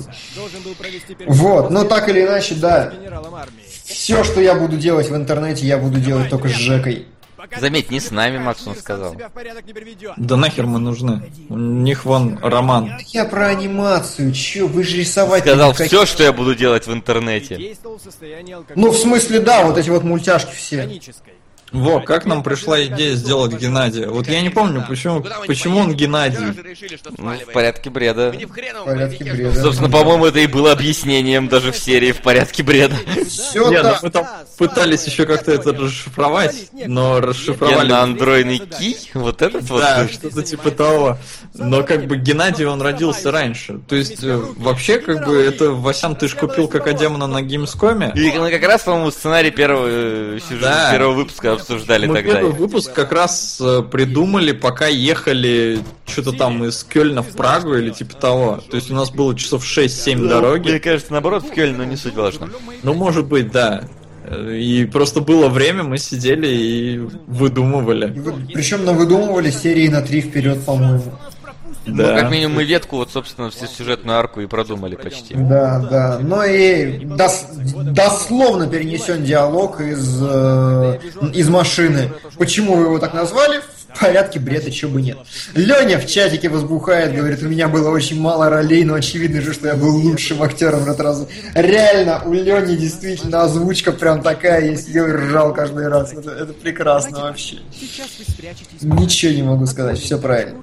[SPEAKER 3] Вот, но так или иначе, да. Все, что я буду делать в интернете, я буду делать только с Жекой.
[SPEAKER 1] Заметь, не с нами, Макс, он сказал.
[SPEAKER 2] Да нахер мы нужны? У них вон роман.
[SPEAKER 3] Я про анимацию, чё, вы же рисовать...
[SPEAKER 1] Сказал все, что я буду делать в интернете.
[SPEAKER 3] Ну, в смысле, да, вот эти вот мультяшки все.
[SPEAKER 2] Во, как нам пришла идея сделать Геннадия? Вот я не помню, почему он Геннадий.
[SPEAKER 1] Ну, в порядке бреда.
[SPEAKER 3] В порядке бреда.
[SPEAKER 1] Собственно, по-моему, это и было объяснением даже в серии «В порядке бреда».
[SPEAKER 3] Все
[SPEAKER 2] Нет,
[SPEAKER 3] так.
[SPEAKER 2] мы там пытались еще как-то это расшифровать, но расшифровали...
[SPEAKER 1] Генно-андроидный кий? Вот этот вот?
[SPEAKER 2] Да, что-то типа того. Но как бы Геннадий, он родился раньше. То есть, вообще, как бы, это, Васян, ты ж купил как Демона на Gamescom.
[SPEAKER 1] И мы как раз, по-моему, сценарий первого выпуска обсуждали
[SPEAKER 2] Мы
[SPEAKER 1] тогда.
[SPEAKER 2] первый выпуск как раз придумали, пока ехали что-то там из Кёльна в Прагу или типа того. То есть у нас было часов 6-7 дороги.
[SPEAKER 1] Мне кажется, наоборот, в Кёльн, но не суть важно.
[SPEAKER 2] Ну, может быть, да. И просто было время, мы сидели и выдумывали.
[SPEAKER 3] Причем выдумывали серии на 3 вперед, по-моему.
[SPEAKER 2] Да.
[SPEAKER 1] Ну, как минимум, мы ветку, вот, собственно, всю сюжетную арку и продумали почти.
[SPEAKER 3] Да. Но и дословно перенесен диалог из машины. Почему вы его так назвали? В порядке бреда, чего бы нет. Леня в чатике возбухает, говорит, у меня было очень мало ролей, но очевидно же, что я был лучшим актером в этот раз. Реально, у Лени действительно озвучка прям такая, я сидел и ржал каждый раз. Это прекрасно вообще. Ничего не могу сказать, все правильно.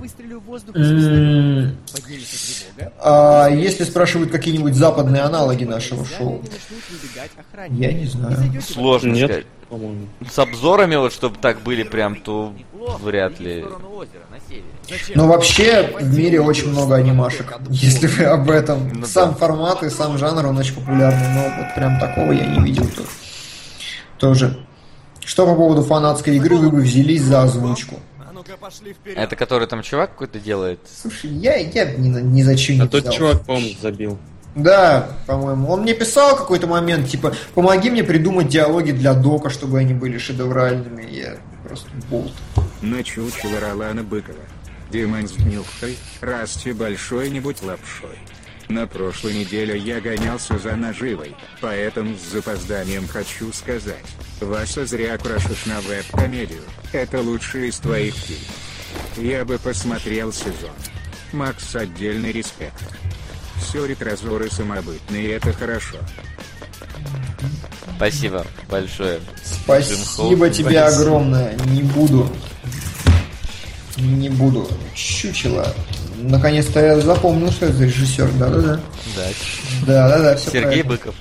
[SPEAKER 3] Если спрашивают какие-нибудь западные аналоги нашего шоу, я не знаю.
[SPEAKER 1] Сложно сказать. С обзорами, вот, чтобы так были прям, то вряд ли.
[SPEAKER 3] Но вообще в мире очень много анимашек, если вы об этом.
[SPEAKER 1] Ну,
[SPEAKER 3] сам
[SPEAKER 1] да.
[SPEAKER 3] формат и сам жанр, он очень популярный, но вот прям такого я не видел тоже. Что по поводу фанатской игры вы бы взялись за озвучку?
[SPEAKER 1] Это который там чувак какой-то делает?
[SPEAKER 3] Слушай, я ни за что не
[SPEAKER 5] А тот
[SPEAKER 3] взял.
[SPEAKER 5] чувак, по-моему, забил.
[SPEAKER 3] Да, по-моему. Он мне писал какой-то момент, типа, помоги мне придумать диалоги для дока, чтобы они были шедевральными. Я просто болт.
[SPEAKER 4] На чучело Ролана Быкова. Димань с днюхой, расти большой, не будь лапшой. На прошлой неделе я гонялся за наживой, поэтому с запозданием хочу сказать. Вася, зря крошишь на веб-комедию. Это лучший из твоих фильмов. Я бы посмотрел сезон. Макс, отдельный респект. Все ретрозоры самобытные, это хорошо.
[SPEAKER 1] Спасибо большое.
[SPEAKER 3] Спасибо тебе огромное. Не буду. Чучело. Наконец-то я запомнил, что это режиссер. Да-да-да. Да, все
[SPEAKER 1] Сергей Быков.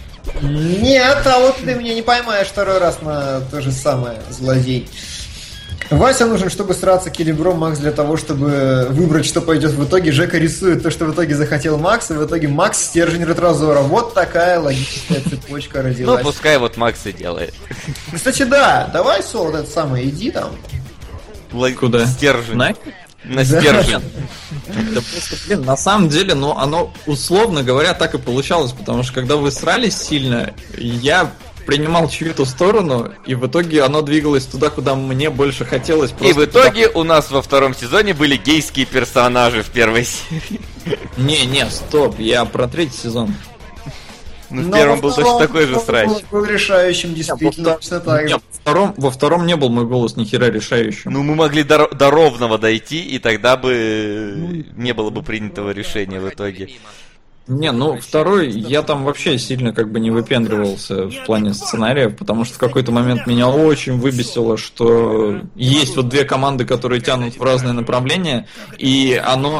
[SPEAKER 3] Нет, а вот ты меня не поймаешь второй раз на то же самое, злодей. Вася нужен, чтобы сраться килибром, Макс для того, чтобы выбрать, что пойдет в итоге. Жека рисует то, что в итоге захотел Макс, и в итоге Макс стержень ретрозора. Вот такая логическая цепочка родилась.
[SPEAKER 1] Ну, пускай вот Макс и делает.
[SPEAKER 3] Кстати, да, давай, Сол, вот это самое, иди там.
[SPEAKER 1] Куда? Стержень. На стержень.
[SPEAKER 2] Да просто, на самом деле, оно, условно говоря, так и получалось, потому что когда вы срались сильно, я принимал чью-то сторону, и в итоге оно двигалось туда, куда мне больше хотелось.
[SPEAKER 1] И в итоге у нас во втором сезоне были гейские персонажи в первой серии.
[SPEAKER 2] Не, стоп, я про третий сезон.
[SPEAKER 1] Ну, в первом был точно такой же срач.
[SPEAKER 3] Был решающим, действительно, точно так же.
[SPEAKER 2] Во втором не был мой голос ни хера решающим.
[SPEAKER 1] Ну, мы могли до ровного дойти, и тогда бы не было бы принятого решения в итоге.
[SPEAKER 2] Не, второй, я там вообще сильно не выпендривался в плане сценария, потому что в какой-то момент меня очень выбесило, что есть вот две команды, которые тянут в разные направления, и оно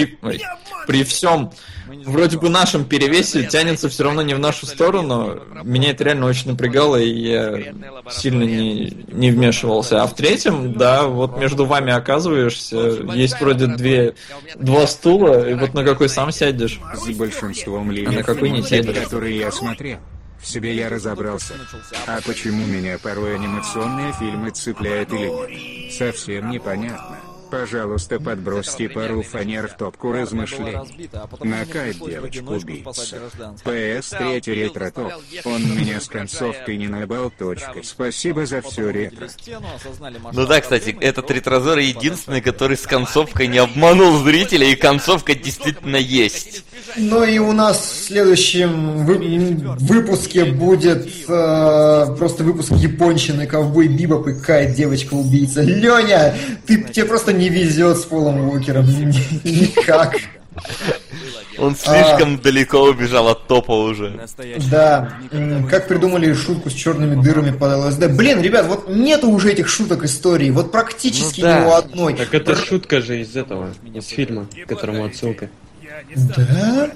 [SPEAKER 2] при всем вроде бы нашем перевесе тянется все равно не в нашу сторону. Меня это реально очень напрягало, и я сильно не вмешивался. А в третьем, да, вот между вами оказываешься, есть вроде два стула, и вот на какой сам сядешь.
[SPEAKER 4] С большинством линий, которые я смотрел, в себе я разобрался. А почему меня порой анимационные фильмы цепляют или нет, совсем непонятно. Пожалуйста, подбросьте пару фанер в топку размышлений. Накать девочку-убийцу. ПС 3 ретро-топ. Он меня с концовкой не набал точкой. Спасибо за все ретро.
[SPEAKER 1] Ну да, кстати, этот ретрозор единственный, который с концовкой не обманул зрителя, и концовка действительно есть.
[SPEAKER 3] Ну и у нас в следующем выпуске будет просто выпуск японщины, ковбой Бибоп и Кайт, девочка-убийца. Леня, тебе просто не везет с Полом Уокером никак.
[SPEAKER 1] Он слишком далеко убежал от топа уже.
[SPEAKER 3] Да. Как придумали шутку с черными дырами под ЛСД. Блин, ребят, вот нету уже этих шуток истории. Вот практически ни у одной.
[SPEAKER 5] Так это шутка же из этого, из фильма, к которому отсылка.
[SPEAKER 3] Да?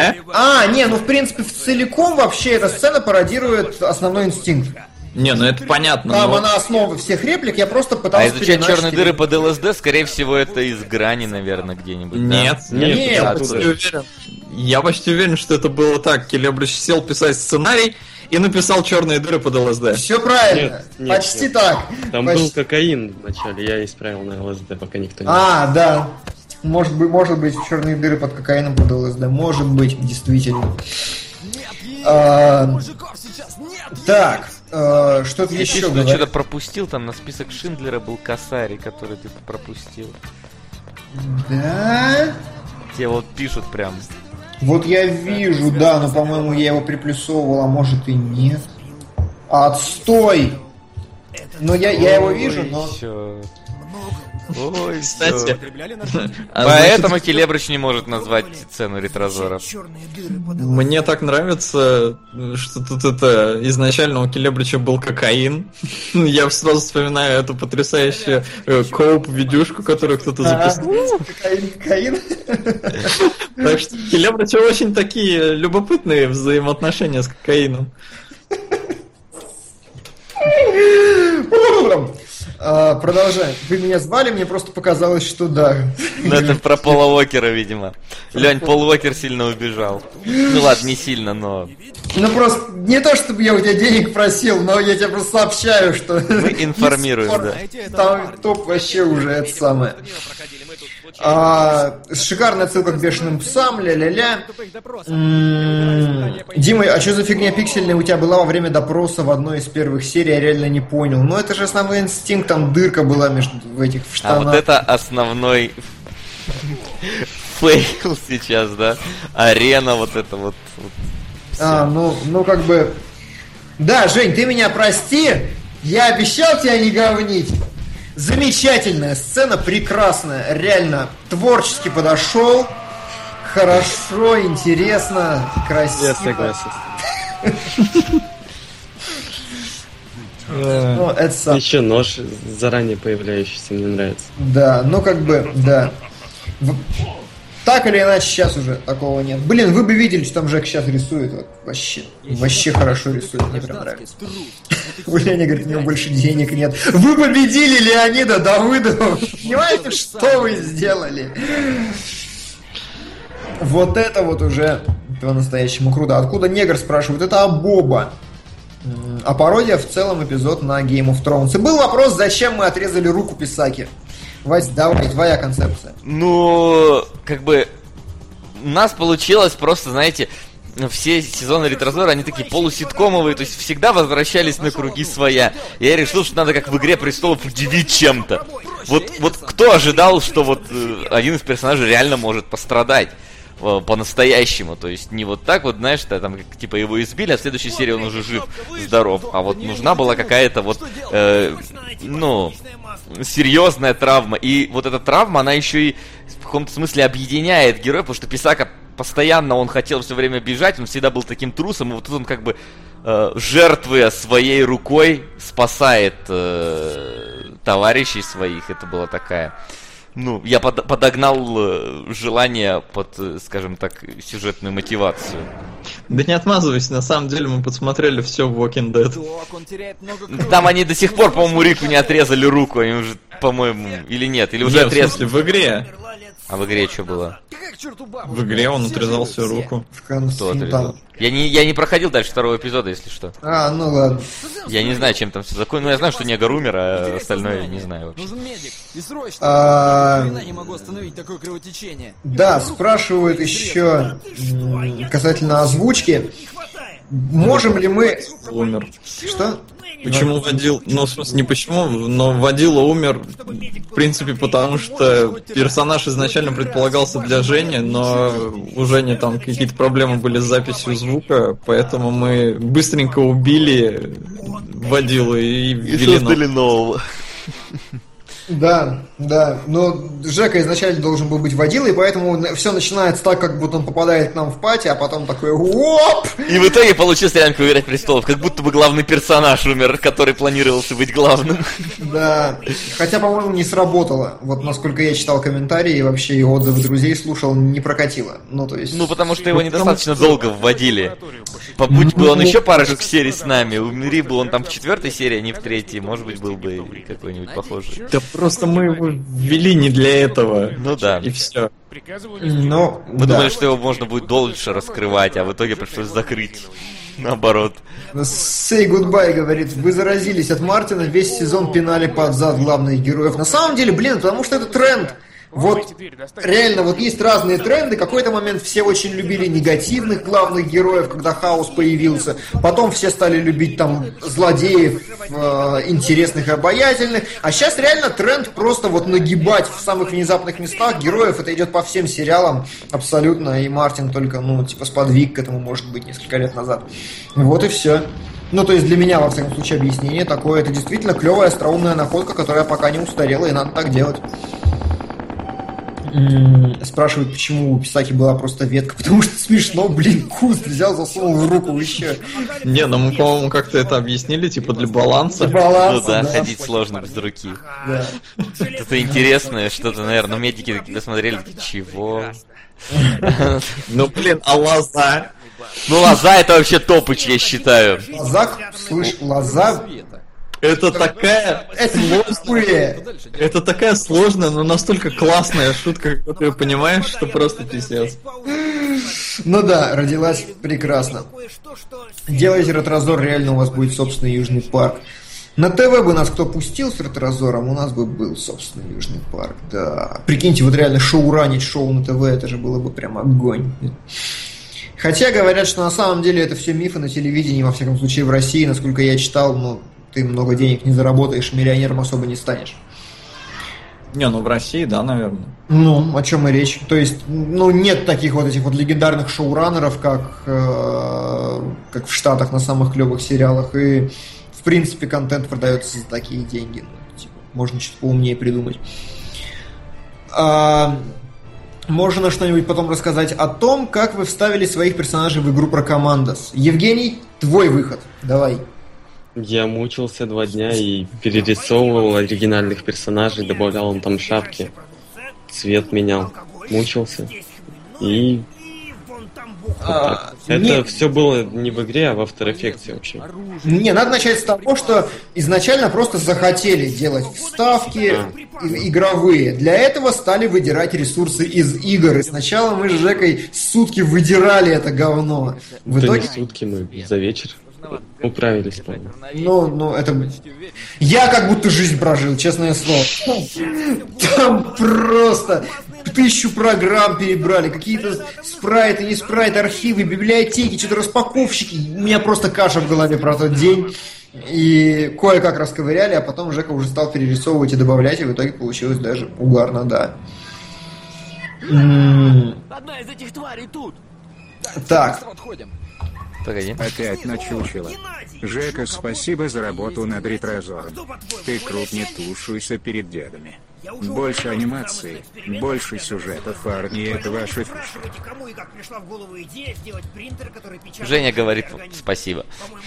[SPEAKER 3] В принципе, целиком вообще эта сцена пародирует «Основной инстинкт».
[SPEAKER 2] Не, это понятно.
[SPEAKER 3] Там она основа всех реплик, я просто пытался...
[SPEAKER 1] А изучать черные дыры под ЛСД, скорее всего, это из Грани, наверное, где-нибудь.
[SPEAKER 2] Нет. Я почти уверен, что это было так. Келебрич сел писать сценарий и написал черные дыры под ЛСД.
[SPEAKER 3] Все правильно. Почти так.
[SPEAKER 5] Там был кокаин вначале, я исправил на ЛСД, пока никто не...
[SPEAKER 3] Да. Может быть, черные дыры под кокаином под ЛСД. Может быть, действительно. Так, что-то еще говорить.
[SPEAKER 1] Что-то пропустил, там на список Шиндлера был Косари, который ты пропустил.
[SPEAKER 3] Да?
[SPEAKER 1] Тебе вот пишут прям.
[SPEAKER 3] Вот я вижу, да, но, по-моему, я его приплюсовывал, а может и нет. Отстой! Но я его вижу, но...
[SPEAKER 1] Ой, кстати. Поэтому Келебрич не может назвать цену ретрозора.
[SPEAKER 2] Мне так нравится, что тут изначально у Келебрича был кокаин. Я сразу вспоминаю эту потрясающую коуп-видюшку, которую кто-то записал.
[SPEAKER 3] Кокаин.
[SPEAKER 2] Так что у Келебрича очень такие любопытные взаимоотношения с кокаином.
[SPEAKER 3] Продолжаем. Вы меня звали, мне просто показалось, что да.
[SPEAKER 1] Ну это про Пола Уокера, видимо. Лень, Пол Уокер сильно убежал. Ну ладно, не сильно, но...
[SPEAKER 3] Ну просто, не то чтобы я у тебя денег просил, но я тебе просто сообщаю, что...
[SPEAKER 1] Мы информируем, да.
[SPEAKER 3] Там топ вообще уже это самое. Шикарная отсылка к бешеным псам, ля-ля-ля. Дима, а что за фигня пиксельная у тебя была во время допроса в одной из первых серий, я реально не понял. Ну это же основной инстинкт, там дырка была в этих штанах.
[SPEAKER 1] А вот это основной фейл сейчас, да? Арена вот это вот.
[SPEAKER 3] Ну как бы... Да, Жень, ты меня прости, я обещал тебя не говнить. Замечательная сцена, прекрасная, реально творчески подошел, хорошо, интересно, красиво.
[SPEAKER 5] Я согласен.
[SPEAKER 3] Ну, это сам.
[SPEAKER 5] Еще нож заранее появляющийся, мне нравится.
[SPEAKER 3] Да, ну как бы, да. Так или иначе, сейчас уже такого нет. Блин, вы бы видели, что там Жек сейчас рисует. Вот, вообще хорошо рисует, мне прям нравится. У Лени говорит, у него больше денег нет. Вы победили Леонида Давыдова. Понимаете, что вы сделали? Вот это вот уже по-настоящему круто. Откуда негр спрашивает? Это Абоба. А пародия в целом эпизод на Game of Thrones. И был вопрос, зачем мы отрезали руку Писаки. Вась, давай, твоя концепция.
[SPEAKER 1] Ну, как бы, у нас получилось просто, знаете, все сезоны Ретрозора, они такие полуситкомовые, то есть всегда возвращались на круги своя. Я решил, что надо, как в «Игре престолов», удивить чем-то. Вот кто ожидал, что вот один из персонажей реально может пострадать по-настоящему, то есть не вот так вот, знаешь, там типа его избили, а в следующей серии он уже жив, здоров, а вот нужна была какая-то вот, серьезная травма, и вот эта травма, она еще и в каком-то смысле объединяет героя, потому что Писака постоянно, он хотел все время бежать, он всегда был таким трусом, и вот тут он как бы жертвуя своей рукой спасает товарищей своих, это была такая... Ну, я подогнал желание под, скажем так, сюжетную мотивацию.
[SPEAKER 2] Да не отмазывайся, на самом деле мы подсмотрели все в Walking Dead.
[SPEAKER 1] Там они до сих пор, по-моему, Рику не отрезали руку, они уже, по-моему, или нет, или уже отрезали.
[SPEAKER 2] В игре.
[SPEAKER 1] А в игре что было?
[SPEAKER 2] В игре он отрезал всю руку.
[SPEAKER 1] Кто отрезал? Я не проходил дальше второго эпизода, если что.
[SPEAKER 3] А, ну ладно.
[SPEAKER 1] Я не знаю, чем там все закончилось. Ну, я знаю, что негр умер, а остальное я не знаю вообще.
[SPEAKER 14] Нужен медик. И срочно. Я не могу остановить такое кровотечение.
[SPEAKER 3] Да, спрашивают еще касательно озвучки. Можем ли мы...
[SPEAKER 2] Умер.
[SPEAKER 3] Что?
[SPEAKER 2] Почему водил? Ну, в смысле, не почему, но водила умер, в принципе, потому что персонаж изначально предполагался для Жени, но у Жени там какие-то проблемы были с записью звука, поэтому мы быстренько убили водилу и ввели
[SPEAKER 1] создали нового.
[SPEAKER 3] Да, да, но Жека изначально должен был быть водилой, поэтому все начинается так, как будто он попадает к нам в пати, а потом такой оп!
[SPEAKER 1] И в итоге получился реально как «Игра престолов», как будто бы главный персонаж умер, который планировался быть главным.
[SPEAKER 3] Да, хотя, по-моему, не сработало. Вот насколько я читал комментарии и вообще и отзывы друзей слушал, не прокатило. Ну, то есть...
[SPEAKER 1] Ну, потому что его недостаточно долго вводили. Побудь бы он еще парочку серий с нами, умери бы он там в 4-й серии, а не в 3-й, может быть, был бы какой-нибудь похожий.
[SPEAKER 2] Да просто мы его ввели не для этого.
[SPEAKER 1] Ну да.
[SPEAKER 2] И все.
[SPEAKER 3] Но
[SPEAKER 1] мы думали, что его можно будет дольше раскрывать, а в итоге пришлось закрыть. Наоборот.
[SPEAKER 3] Say goodbye, говорит, вы заразились от Мартина, весь сезон пинали под зад главных героев. На самом деле, потому что это тренд. Вот реально, вот есть разные тренды. В какой-то момент все очень любили негативных главных героев, когда Хаос появился. Потом все стали любить там злодеев, интересных и обаятельных. А сейчас реально тренд просто вот нагибать в самых внезапных местах героев. Это идет по всем сериалам абсолютно. И Мартин только, сподвиг к этому, может быть, несколько лет назад. Вот и все. Ну, то есть для меня, во всяком случае, объяснение такое. Это действительно клевая, остроумная находка, которая пока не устарела, и надо так делать. Спрашивают, почему у Писаки была просто ветка. Потому что смешно, куст взял, засунул в руку еще.
[SPEAKER 2] Не, ну мы, по-моему, как-то это объяснили, типа для баланса.
[SPEAKER 1] Ну да, ходить сложно без руки. Да. Что-то интересное, что-то, наверное, медики такие досмотрели, чего?
[SPEAKER 2] Ну, а лоза?
[SPEAKER 1] Ну, лоза это вообще топыч, я считаю.
[SPEAKER 3] Лоза, лоза...
[SPEAKER 2] Это такая сложная, но настолько классная шутка, когда ты понимаешь, что просто пиздец.
[SPEAKER 3] Ну да, родилась прекрасно. Делайте Ретрозор, реально у вас будет собственный Южный парк. На ТВ бы нас кто пустил с Ретрозором, у нас бы был собственный Южный парк. Да. Прикиньте, вот реально шоуранить шоу на ТВ, это же было бы прям огонь. Хотя говорят, что на самом деле это все мифы на телевидении, во всяком случае в России, насколько я читал, ты много денег не заработаешь, миллионером особо не станешь.
[SPEAKER 2] Не, в России, да, наверное.
[SPEAKER 3] Ну, о чем и речь. То есть, нет таких вот этих вот легендарных шоураннеров, как в Штатах на самых клевых сериалах. И, в принципе, контент продается за такие деньги. Можно что-то поумнее придумать. можно что-нибудь потом рассказать о том, как вы вставили своих персонажей в игру про Командос. Евгений, твой выход. Давай.
[SPEAKER 5] Я мучился 2 дня и перерисовывал оригинальных персонажей, добавлял им там шапки, цвет менял. Мучился. И... Это все было не в игре, а в After Effects вообще.
[SPEAKER 3] Не, надо начать с того, что изначально просто захотели делать вставки игровые. Для этого стали выдирать ресурсы из игр. И сначала мы с Жекой сутки выдирали это говно. В итоге...
[SPEAKER 5] не сутки, мы за вечер управились, по-моему.
[SPEAKER 3] Ну, это... Я как будто жизнь прожил, честное слово. Там просто 1000 программ перебрали, какие-то спрайты, не спрайты, архивы, библиотеки, что-то распаковщики. У меня просто каша в голове про тот день. И кое-как расковыряли, а потом Жека уже стал перерисовывать и добавлять, и в итоге получилось даже угарно, да.
[SPEAKER 8] Одна из этих тварей тут.
[SPEAKER 3] Так.
[SPEAKER 1] Погоди.
[SPEAKER 4] Опять начучило. Жека, спасибо за работу над ретрозором. Ты крут, не тушуйся перед дедами. Больше анимации, больше сюжетов, парни, это ваша фишка.
[SPEAKER 1] Женя говорит спасибо.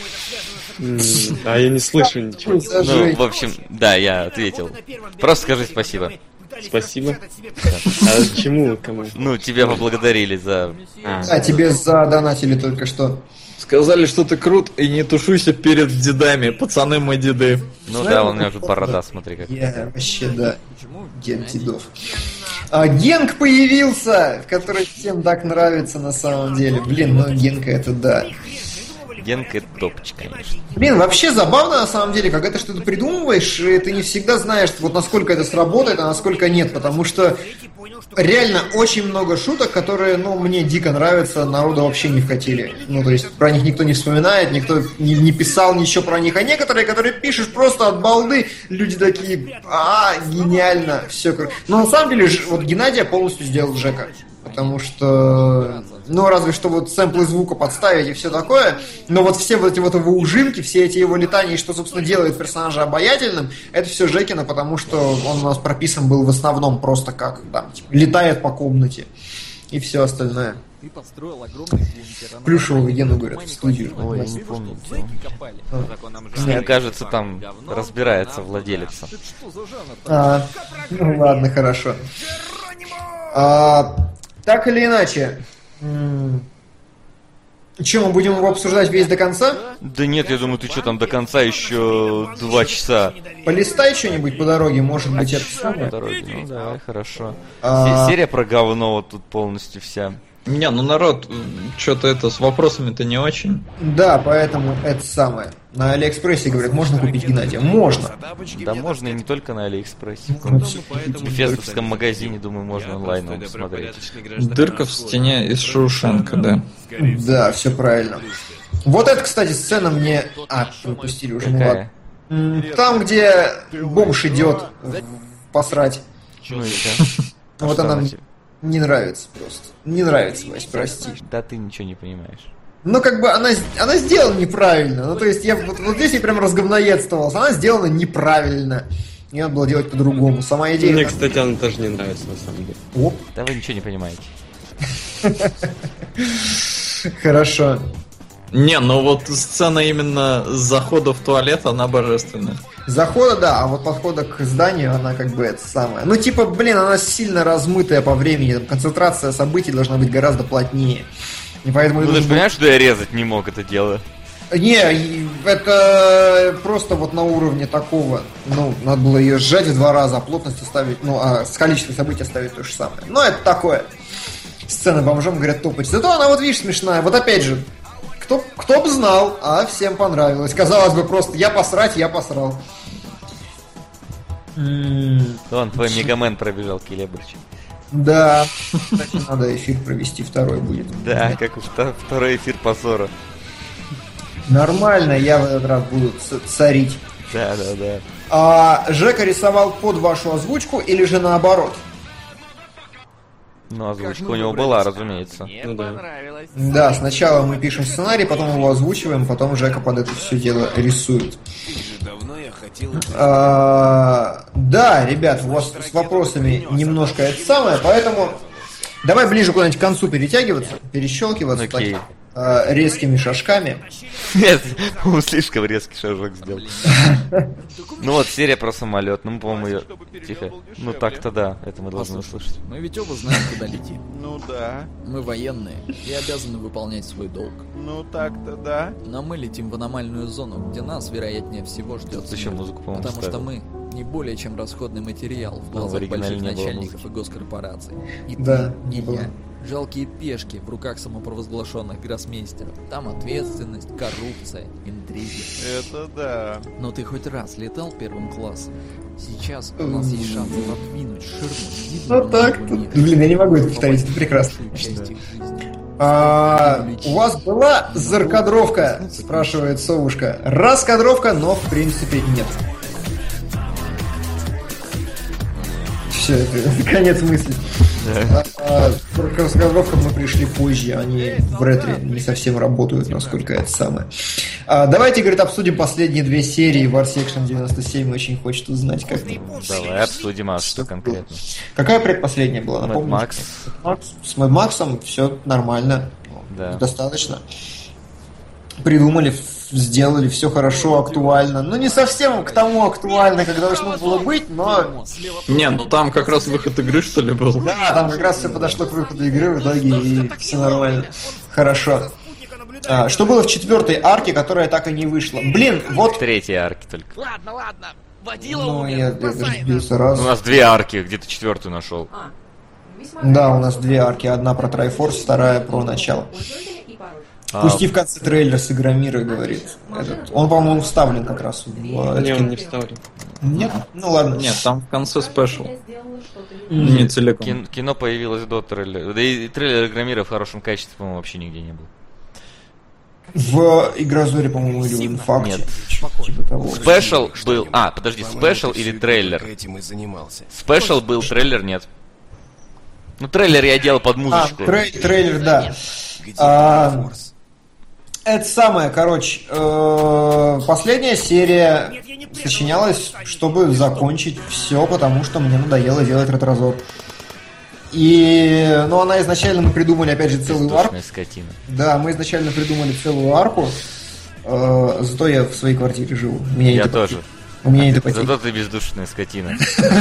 [SPEAKER 5] А я не слышу ничего.
[SPEAKER 1] Ну, в общем, да, я ответил. Просто скажи спасибо.
[SPEAKER 5] Спасибо. А чему, кому?
[SPEAKER 1] Ну, тебя поблагодарили за...
[SPEAKER 3] А тебе задонатили только что.
[SPEAKER 2] Сказали, что ты крут, и не тушуйся перед дедами. Пацаны, мы деды.
[SPEAKER 1] Ну да, у меня уже борода, смотри как.
[SPEAKER 3] Я вообще, да. Дед дедов. Генк появился, который всем так нравится на самом деле. Блин, ну Генка это да.
[SPEAKER 1] Генка это топчик, конечно.
[SPEAKER 3] Блин, вообще забавно на самом деле, когда ты что-то придумываешь, и ты не всегда знаешь, вот насколько это сработает, а насколько нет, потому что реально очень много шуток, которые, ну, мне дико нравятся, народу вообще не вкатили. Ну, то есть про них никто не вспоминает, никто не писал ничего про них, а некоторые, которые пишешь просто от балды, люди такие, гениально, все. Но на самом деле, вот Геннадия полностью сделал Жека. Потому что, ну, разве что вот сэмплы звука подставить и все такое, но вот все вот эти вот его ужимки, все эти его летания, и что, собственно, делает персонажа обаятельным, это все Жекина, потому что он у нас прописан был в основном просто как, да, типа, летает по комнате и все остальное.
[SPEAKER 7] Ты построил огромный бункер.
[SPEAKER 3] Плюшевого Гену, говорят, в студию.
[SPEAKER 1] Ой, я не помню. Мне кажется, там разбирается владелец.
[SPEAKER 3] Ну ладно, хорошо. Так или иначе, что, мы будем его обсуждать весь до конца?
[SPEAKER 1] Да нет, я думаю, ты что там до конца еще 2 часа.
[SPEAKER 3] Полистай что-нибудь по дороге, может быть, это самое.
[SPEAKER 1] По дороге, ну давай, хорошо. Серия про говно вот тут полностью вся.
[SPEAKER 2] Не, ну народ, что-то это с вопросами-то не очень.
[SPEAKER 3] Да, поэтому это самое. На Алиэкспрессе, говорят, можно купить Геннадия? Можно.
[SPEAKER 1] Да можно и не только на Алиэкспрессе. В Бефестовском магазине, думаю, можно онлайн посмотреть.
[SPEAKER 2] Дырка в стене из Шоушенка, да.
[SPEAKER 3] Да, все правильно. Вот это, кстати, сцена мне... пропустили уже, ну ладно. Там, где бомж идет посрать.
[SPEAKER 1] Ну и все.
[SPEAKER 3] Вот она... Не нравится просто. Не нравится, Вась, прости.
[SPEAKER 1] Да ты ничего не понимаешь.
[SPEAKER 3] Ну, как бы она сделана неправильно. Ну, то есть, я вот здесь я прям разговноедствовался. Она сделана неправильно. И надо было делать по-другому. Сама идея...
[SPEAKER 5] Мне, кстати, она тоже не нравится, на самом деле.
[SPEAKER 3] Оп.
[SPEAKER 1] Да вы ничего не понимаете.
[SPEAKER 3] Хорошо.
[SPEAKER 2] Не, ну вот сцена именно захода в туалет, она божественная.
[SPEAKER 3] Захода, да, а вот подхода к зданию, она как бы это самое. Ну, типа, блин, она сильно размытая по времени. Там концентрация событий должна быть гораздо плотнее. И поэтому...
[SPEAKER 1] Ну, ты же понимаешь, что я резать не мог это дело?
[SPEAKER 3] Не, это просто вот на уровне такого. Ну, надо было ее сжать в 2 раза, а плотность оставить, ну, а с количеством событий оставить то же самое. Но это такое. Сцена бомжом, говорят, топать. Зато она, вот видишь, смешная. Вот опять же, кто бы знал, а всем понравилось. Казалось бы, просто я посрать, я посрал.
[SPEAKER 1] Вон, твой Мегамен пробежал, Келебрыч.
[SPEAKER 3] Да. Надо эфир провести, 2-й будет.
[SPEAKER 1] Да, как уж 2-й эфир позора.
[SPEAKER 3] Нормально, я в этот раз буду царить.
[SPEAKER 1] Да.
[SPEAKER 3] А Жека рисовал под вашу озвучку или же наоборот?
[SPEAKER 1] Ну, озвучка у него была, разумеется.
[SPEAKER 8] Ну, да.
[SPEAKER 3] Да, сначала мы пишем сценарий, потом его озвучиваем, потом Жека под это все дело рисует. Да, ребят, у вас с вопросами немножко это самое, поэтому Давай ближе куда-нибудь к концу перещелкиваться
[SPEAKER 1] Окей.
[SPEAKER 3] Резкими шажками.
[SPEAKER 1] Нет, он слишком резкий шажок сделал. Ну вот, серия про самолет. Ну, по-моему, ее... Тихо. Ну так-то да, это мы должны услышать.
[SPEAKER 14] Мы ведь оба знаем, куда летим.
[SPEAKER 15] Ну да.
[SPEAKER 14] Мы военные и обязаны выполнять свой долг.
[SPEAKER 15] Ну так-то да.
[SPEAKER 14] Но мы летим в аномальную зону, где нас, вероятнее всего, ждет
[SPEAKER 1] Еще
[SPEAKER 14] смерть.
[SPEAKER 1] музыку, по-моему,
[SPEAKER 14] Потому что
[SPEAKER 1] ставил.
[SPEAKER 14] мы не более чем расходный материал в
[SPEAKER 1] в
[SPEAKER 14] глазах
[SPEAKER 1] оригинале
[SPEAKER 14] больших
[SPEAKER 1] не было
[SPEAKER 14] начальников и госкорпораций. И
[SPEAKER 3] Да,
[SPEAKER 14] ты,
[SPEAKER 3] не
[SPEAKER 14] и
[SPEAKER 3] было.
[SPEAKER 14] я. Жалкие пешки в руках самопровозглашенных гроссмейстеров. Там ответственность, коррупция, интриги.
[SPEAKER 15] Это да.
[SPEAKER 14] Но ты хоть раз летал первым классом? Сейчас у нас есть шанс подвинуть ширму.
[SPEAKER 3] Вот так-то. Блин, я не могу это повторить, это прекрасно. У вас была заркадровка? Спрашивает совушка. Раскадровка, но в принципе нет. Все, это конец мысли. К раскадровкам мы пришли позже, они в ретре не совсем работают, насколько это самое. Давайте, говорит, обсудим последние две серии. War Section 97 очень хочет узнать, как.
[SPEAKER 1] Давай обсудим, а что конкретно.
[SPEAKER 3] Какая предпоследняя была?
[SPEAKER 1] Mad Max.
[SPEAKER 3] С Mad Max'ом все нормально.
[SPEAKER 1] Да.
[SPEAKER 3] Достаточно. Придумали, сделали, все хорошо, актуально. Ну, не совсем к тому актуально, как должно было быть, но...
[SPEAKER 2] Не, ну там как раз выход игры, что ли, был.
[SPEAKER 3] Да, там как раз все подошло к выходу игры в итоге, и все нормально. Хорошо. Что было в 4-й арке, которая так и не вышла? Блин, вот...
[SPEAKER 1] 3-й арки только.
[SPEAKER 8] Ладно. Водила
[SPEAKER 3] Ну,
[SPEAKER 8] умер,
[SPEAKER 3] я
[SPEAKER 8] бросай
[SPEAKER 3] разбился раз.
[SPEAKER 1] У нас 2 арки, где ты 4-ю нашел.
[SPEAKER 3] Да, у нас 2 арки. Одна про Трайфорс, вторая про начало. Пусти в конце трейлер с Игромира, говорит. Он, по-моему, вставлен как раз в...
[SPEAKER 5] Не, он не вставлен.
[SPEAKER 3] Нет? Ну ладно.
[SPEAKER 2] Нет, там в конце спешл. Не целиком.
[SPEAKER 1] Кино появилось до трейлера. Да и трейлер Игромира в хорошем качестве, по-моему, вообще нигде не был.
[SPEAKER 3] В Игрозоре, по-моему, или в Инфакте.
[SPEAKER 1] Нет.
[SPEAKER 3] Типа того.
[SPEAKER 1] Спешл был... подожди, спешл или трейлер?
[SPEAKER 16] Этим и занимался.
[SPEAKER 1] Спешл был, трейлер нет. Ну, трейлер я делал под музычку.
[SPEAKER 3] Трейлер, да. Это самое, короче, последняя серия сочинялась, чтобы закончить все, потому что мне надоело делать ретрозор. И, она изначально мы придумали, опять же, целую арку.
[SPEAKER 1] Скотина.
[SPEAKER 3] Да, мы изначально придумали целую арку. Зато я в своей квартире живу.
[SPEAKER 1] Я тоже.
[SPEAKER 3] У меня нет ипотеки.
[SPEAKER 1] Зато ты бездушная скотина.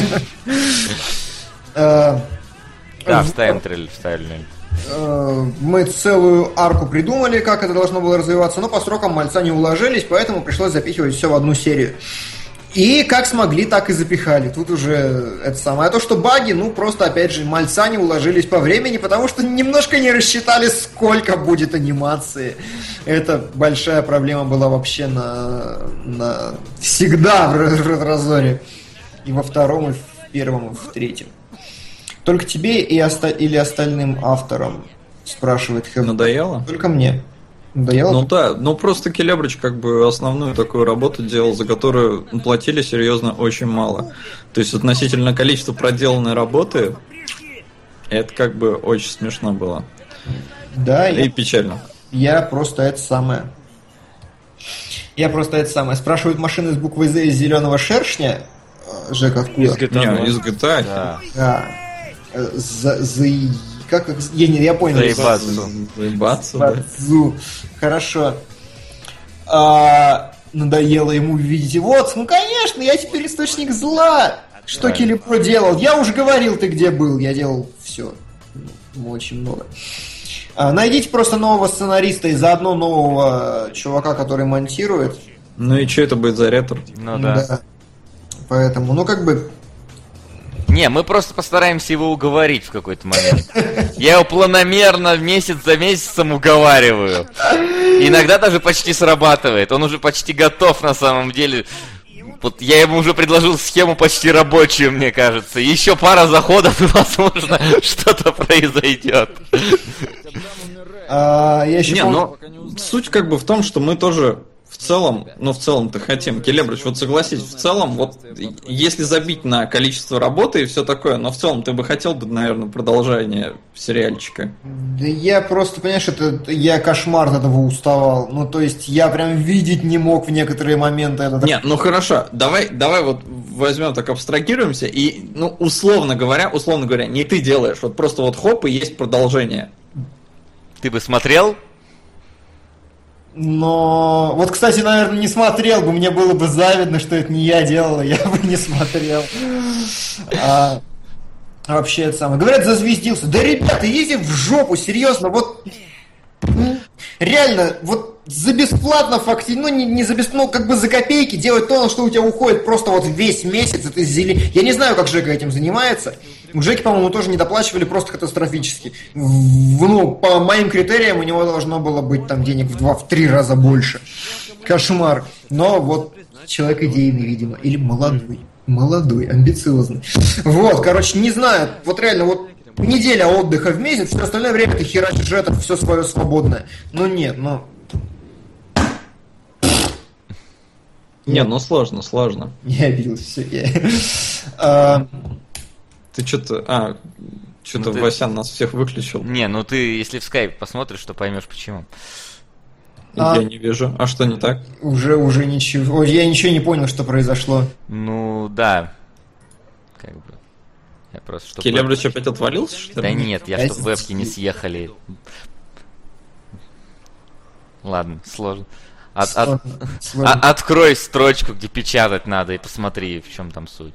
[SPEAKER 1] Да, вставим трейлер, вставили.
[SPEAKER 3] Мы целую арку придумали, как это должно было развиваться, но по срокам мальца не уложились, поэтому пришлось запихивать все в одну серию. И как смогли, так и запихали. Тут уже это самое. А то, что баги, просто, опять же, мальца не уложились по времени, потому что немножко не рассчитали, сколько будет анимации. Это большая проблема была вообще на всегда в Ретрозоре. И во втором, и в первом, и в третьем. Только тебе или остальным авторам, спрашивает Хэм.
[SPEAKER 2] Надоело?
[SPEAKER 3] Только мне. Надоело?
[SPEAKER 2] Ну да, просто Келебрич основную такую работу делал, за которую платили серьезно очень мало. То есть относительно количества проделанной работы, это очень смешно было.
[SPEAKER 3] Да,
[SPEAKER 2] и печально.
[SPEAKER 3] Я просто это самое. Спрашивают машины с буквой Z из зеленого шершня. Жека, откуда?
[SPEAKER 2] Из GTA. Из GTA.
[SPEAKER 3] Да. Я понял.
[SPEAKER 2] Заебаться, да.
[SPEAKER 3] Хорошо. Надоело ему видеть. Вот, конечно, я теперь источник зла. Что Келепро делал? Я уже говорил, ты где был. Я делал все. Очень много. Найдите просто нового сценариста и заодно нового чувака, который монтирует.
[SPEAKER 2] Ну и что это будет за ретро?
[SPEAKER 1] Ну да.
[SPEAKER 3] Поэтому,
[SPEAKER 1] Не, мы просто постараемся его уговорить в какой-то момент. Я его планомерно месяц за месяцем уговариваю. Иногда даже почти срабатывает. Он уже почти готов на самом деле. Вот я ему уже предложил схему почти рабочую, мне кажется. Еще пара заходов, и, возможно, что-то произойдет.
[SPEAKER 2] Суть в том, что мы тоже в целом-то хотим. Келебрич, согласись, в целом, если забить на количество работы и все такое, но в целом ты бы хотел бы, наверное, продолжение сериальчика.
[SPEAKER 3] Да я просто, понимаешь, я кошмар от этого уставал. То есть я прям видеть не мог в некоторые моменты.
[SPEAKER 2] Нет, хорошо, давай в возьмем, так абстрагируемся, и, ну, условно говоря, не ты делаешь, вот просто вот хоп, и есть продолжение.
[SPEAKER 1] Ты бы смотрел?
[SPEAKER 3] Но... Вот, кстати, наверное, не смотрел бы, мне было бы завидно, что это не я делал, я бы не смотрел. Вообще это самое. Говорят, зазвездился. Да, ребята, идите в жопу, серьезно, вот... Реально, вот за бесплатно фактически, ну не за бесплатно, как бы за копейки делать то, на что у тебя уходит просто вот весь месяц, это Я не знаю, как Жека этим занимается. У Жеки, по-моему, тоже не доплачивали просто катастрофически. Ну, по моим критериям у него должно было быть там денег в 2-3 раза больше. Кошмар. Но вот человек идейный, видимо, или молодой, амбициозный. Вот, короче, не знаю, вот реально, вот неделя отдыха в месяц, все остальное время ты херачишь это все свое свободное. Ну нет, ну...
[SPEAKER 2] Не, ну сложно.
[SPEAKER 3] Я обиделся, все.
[SPEAKER 2] Ты что-то... Что-то Васян нас всех выключил.
[SPEAKER 1] Не, ну ты, если в скайп посмотришь, то поймешь почему.
[SPEAKER 2] Я не вижу. А что не так?
[SPEAKER 3] Уже ничего. Я ничего не понял, что произошло.
[SPEAKER 1] Ну, да. Как бы. Я просто, чтобы...
[SPEAKER 2] Келебрич опять отвалился, что ли?
[SPEAKER 1] Да нет, я чтобы вебки не съехали.
[SPEAKER 2] Ладно, сложно.
[SPEAKER 1] Открой строчку, где печатать надо, и посмотри, в чем там суть.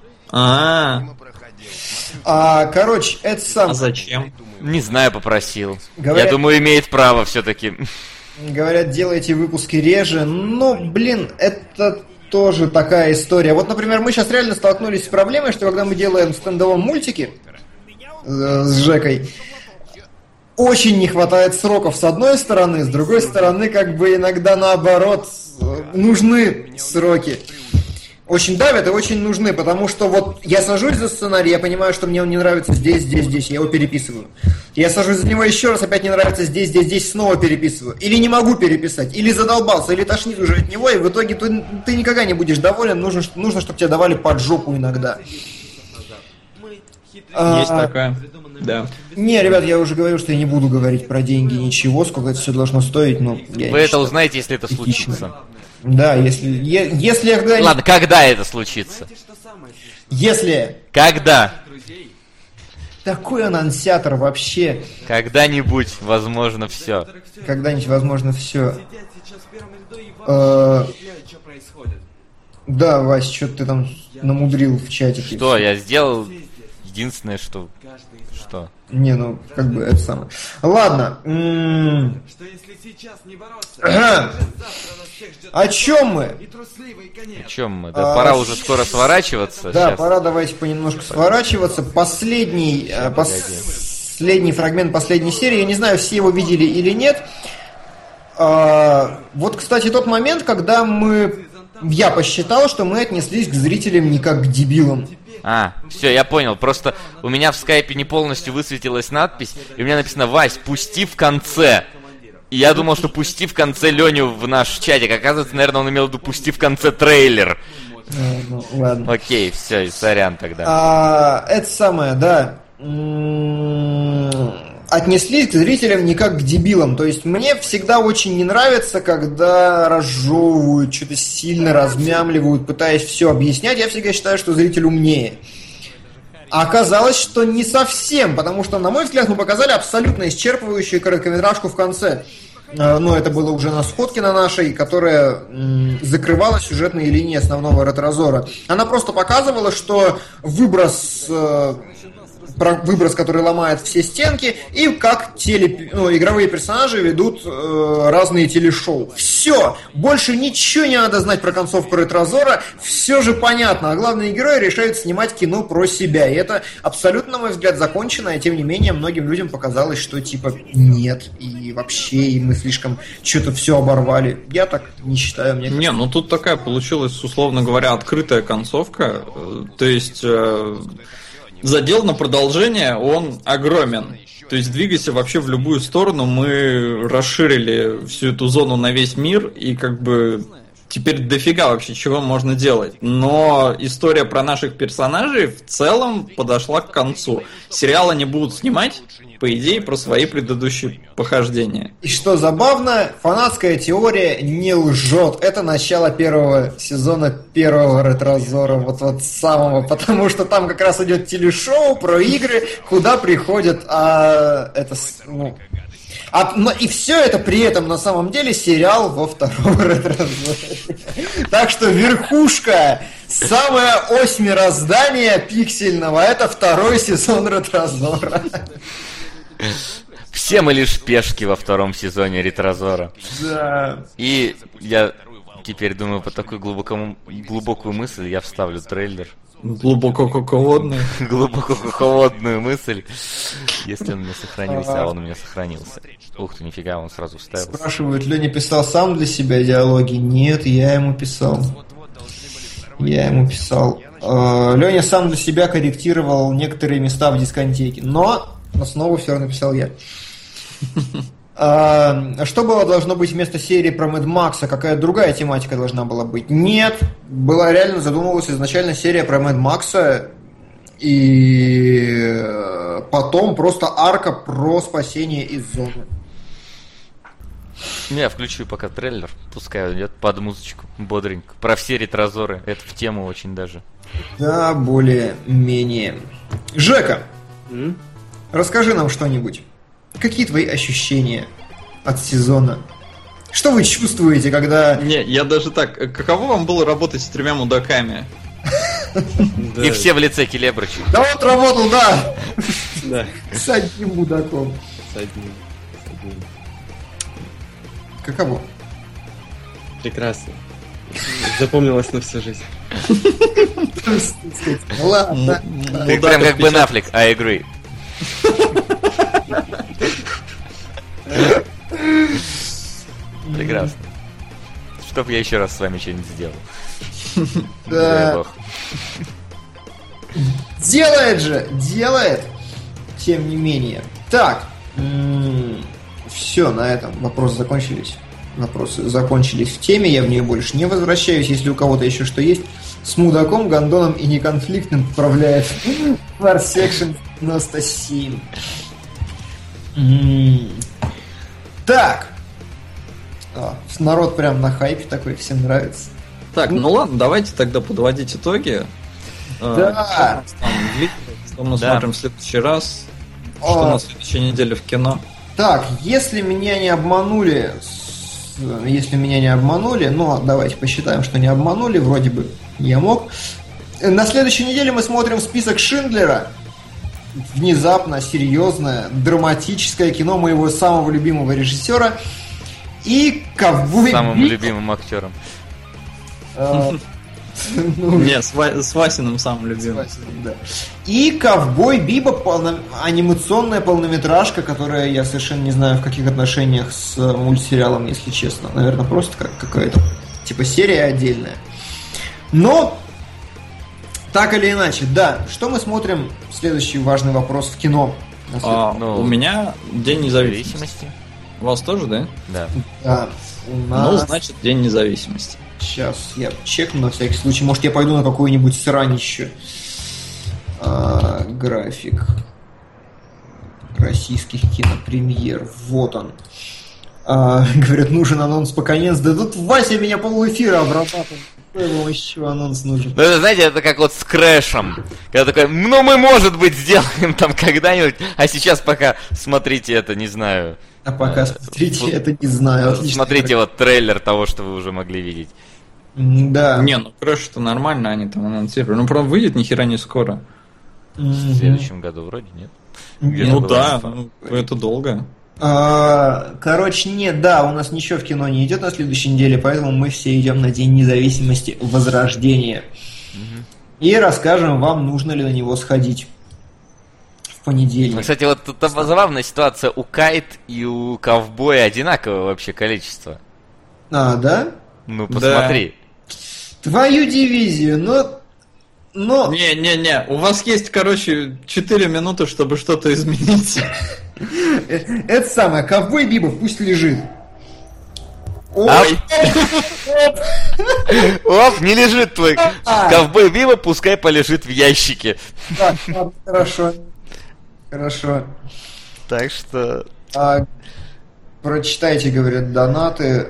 [SPEAKER 3] Короче, это сам...
[SPEAKER 2] А зачем?
[SPEAKER 1] Не знаю, попросил. Я думаю, имеет право все-таки.
[SPEAKER 3] Говорят, делайте выпуски реже. Но, блин, это тоже такая история. Вот, например, мы сейчас реально столкнулись с проблемой, что когда мы делаем стендовом мультики с Жекой, очень не хватает сроков с одной стороны, с другой стороны, как бы иногда наоборот, нужны сроки. Очень давят и очень нужны, потому что вот я сажусь за сценарий, я понимаю, что мне он не нравится здесь, я его переписываю. Я сажусь за него еще раз, опять не нравится здесь, снова переписываю. Или не могу переписать, или задолбался, или тошнит уже от него, и в итоге ты никогда не будешь доволен, нужно, чтобы тебе давали под жопу иногда.
[SPEAKER 2] Есть такая, да.
[SPEAKER 3] Не, ребят, я уже говорил, что я не буду говорить про деньги, ничего, сколько это все должно стоить, но...
[SPEAKER 1] Вы это узнаете, если это случится.
[SPEAKER 3] Да, если я когда-нибудь...
[SPEAKER 1] Ладно, когда это случится?
[SPEAKER 3] Если...
[SPEAKER 1] Когда?
[SPEAKER 3] Такой анонсятор вообще.
[SPEAKER 1] Когда-нибудь, возможно, все.
[SPEAKER 3] Когда-нибудь, возможно, все. Да, Вась, что ты там намудрил в чате?
[SPEAKER 1] Что, я сделал единственное, что... Что?
[SPEAKER 3] Не, ну, как бы, это самое. Ладно.
[SPEAKER 10] Что если сейчас не бороться,
[SPEAKER 3] о чем мы?
[SPEAKER 1] О чем мы? Да пора уже скоро сворачиваться.
[SPEAKER 3] Да,
[SPEAKER 1] сейчас.
[SPEAKER 3] Пора давайте понемножку сворачиваться. Последний фрагмент последней серии. Я не знаю, все его видели или нет. Вот, кстати, тот момент, когда я посчитал, что мы отнеслись к зрителям не как к дебилам.
[SPEAKER 1] Все, я понял. Просто у меня в скайпе не полностью высветилась надпись, и у меня написано: Вась, пусти в конце. И я думал, что пусти в конце Леню в наш чатик. Оказывается, наверное, он имел в виду пусти в конце трейлер.
[SPEAKER 3] Ну, ладно.
[SPEAKER 1] Окей, все, сорян тогда.
[SPEAKER 3] Это самое, да. Отнеслись к зрителям не как к дебилам. То есть мне всегда очень не нравится, когда разжевывают, что-то сильно размямливают, пытаясь все объяснять. Я всегда считаю, что зритель умнее. А оказалось, что не совсем, потому что, на мой взгляд, мы показали абсолютно исчерпывающую короткометражку в конце. Но это было уже на сходке на нашей, которая закрывала сюжетные линии основного Ретрозора. Она просто показывала, что выброс, который ломает все стенки, и как игровые персонажи ведут разные телешоу. Все! Больше ничего не надо знать про концовку Ретрозора, все же понятно. А главные герои решают снимать кино про себя. И это абсолютно, на мой взгляд, закончено, и тем не менее многим людям показалось, что типа нет, и вообще, и мы слишком что-то все оборвали. Я так не считаю.
[SPEAKER 2] Не, ну тут такая получилась, условно говоря, открытая концовка. То есть... Задел на продолжение, он огромен. То есть двигайся вообще в любую сторону. Мы расширили всю эту зону на весь мир. И как бы теперь дофига вообще чего можно делать. Но история про наших персонажей в целом подошла к концу. Сериал они будут снимать, по идее, про свои предыдущие похождения.
[SPEAKER 3] И что забавно, фанатская теория не лжет. Это начало первого сезона первого Ретрозора, вот самого, потому что там как раз идет телешоу про игры, куда приходят, но и все это при этом на самом деле сериал во втором Ретрозоре. Так что верхушка, самая ось мироздания пиксельного, это второй сезон Ретрозора.
[SPEAKER 1] Все мы лишь пешки во втором сезоне Ретрозора.
[SPEAKER 3] Да.
[SPEAKER 1] И я теперь думаю, по такой глубокую мысль я вставлю трейлер.
[SPEAKER 2] Глубоко куководную.
[SPEAKER 1] Глубоко куководную мысль. Если он мне сохранился, а он у меня сохранился. Ух ты, нифига, он сразу вставил.
[SPEAKER 3] Спрашивают, Леня писал сам для себя диалоги? Нет, я ему писал. Леня сам для себя корректировал некоторые места в дискотеке, но основу все равно писал я. Что было должно быть вместо серии про Мэд Макса? Какая другая тематика должна была быть? Нет, была реально задумывалась изначально серия про Мэд Макса, и потом просто арка про спасение из зоны.
[SPEAKER 1] Я включу пока трейлер, пускай он идет под музычку, бодренько. Про все ретрозоры, это в тему очень даже.
[SPEAKER 3] Да, более-менее. Жека, расскажи нам что-нибудь. Какие твои ощущения от сезона? Что вы чувствуете, когда...
[SPEAKER 2] Не, я даже так. Каково вам было работать с 3 мудаками?
[SPEAKER 1] И все в лице Келебрыча.
[SPEAKER 3] Да вот работал, да.
[SPEAKER 5] Да.
[SPEAKER 3] С одним мудаком.
[SPEAKER 5] С одним.
[SPEAKER 3] Каково?
[SPEAKER 5] Прекрасно. Запомнилось на всю жизнь.
[SPEAKER 3] Ладно.
[SPEAKER 1] Ты прям как Бен Аффлек, I agree. Прекрасно. Чтоб я еще раз с вами что-нибудь сделал.
[SPEAKER 3] Да. Делает же! Делает! Тем не менее. Так. Все, на этом вопросы закончились. Вопросы закончились в теме. Я в нее больше не возвращаюсь. Если у кого-то еще что есть, с мудаком, гондоном и неконфликтным отправляет War Section 97. Так. Народ прям на хайпе такой, всем нравится.
[SPEAKER 2] Так, ну ладно, давайте тогда подводить итоги.
[SPEAKER 3] Да.
[SPEAKER 2] Что мы смотрим в следующий раз? Что на следующей неделе в кино?
[SPEAKER 3] Так, если меня не обманули, ну, давайте посчитаем, что не обманули, вроде бы я мог. На следующей неделе мы смотрим список Шиндлера. Внезапно, серьезное, драматическое кино моего самого любимого режиссера. И ковбой...
[SPEAKER 1] Самым любимым актером.
[SPEAKER 2] Не, с Васиным самым любимым.
[SPEAKER 3] И «Ковбой Бибоп», анимационная полнометражка, которая я совершенно не знаю в каких отношениях с мультсериалом, если честно. Наверное, просто как какая-то типа серия отдельная. Но так или иначе, да. Что мы смотрим? Следующий важный вопрос в кино.
[SPEAKER 2] У меня День независимости. У вас тоже, да?
[SPEAKER 1] Да.
[SPEAKER 3] Да.
[SPEAKER 2] Ну, значит, День независимости.
[SPEAKER 3] Сейчас я чекну на всякий случай. Может, я пойду на какое-нибудь сранище. График российских кинопремьер. Вот он. Говорят, нужен анонс по конец. Да тут Вася меня полэфира обрабатывает. Какой вам еще анонс нужен?
[SPEAKER 1] Ну, это, знаете, это как вот с Крэшем. Когда такой, ну мы, может быть, сделаем там когда-нибудь, а сейчас пока смотрите это, не знаю.
[SPEAKER 3] А пока смотрите это, не знаю. Отлично.
[SPEAKER 1] Смотрите вот трейлер того, что вы уже могли видеть.
[SPEAKER 3] Да.
[SPEAKER 2] Не, ну Крэш-то нормально, они там анонсировали. Ну, правда, выйдет ни хера не скоро.
[SPEAKER 1] В следующем году вроде нет.
[SPEAKER 2] Ну да, это долго.
[SPEAKER 3] Короче, нет, да, у нас ничего в кино не идет на следующей неделе, поэтому мы все идем на День независимости Возрождения. И расскажем вам, нужно ли на него сходить в понедельник.
[SPEAKER 1] Кстати, вот тут забавная ситуация. У Кайт и у Ковбоя одинаковое вообще количество.
[SPEAKER 3] Да?
[SPEAKER 1] Ну, посмотри.
[SPEAKER 3] Да. Твою дивизию, но...
[SPEAKER 2] Не, у вас есть, короче, 4 минуты, чтобы что-то изменить.
[SPEAKER 3] Это самое, Ковбой Бибоп пусть лежит.
[SPEAKER 2] Ой!
[SPEAKER 1] Оп, не лежит твой ковбой Бибоп, пускай полежит в ящике.
[SPEAKER 3] Так, ладно, хорошо. Хорошо.
[SPEAKER 1] Так что...
[SPEAKER 3] Прочитайте, говорят, донаты.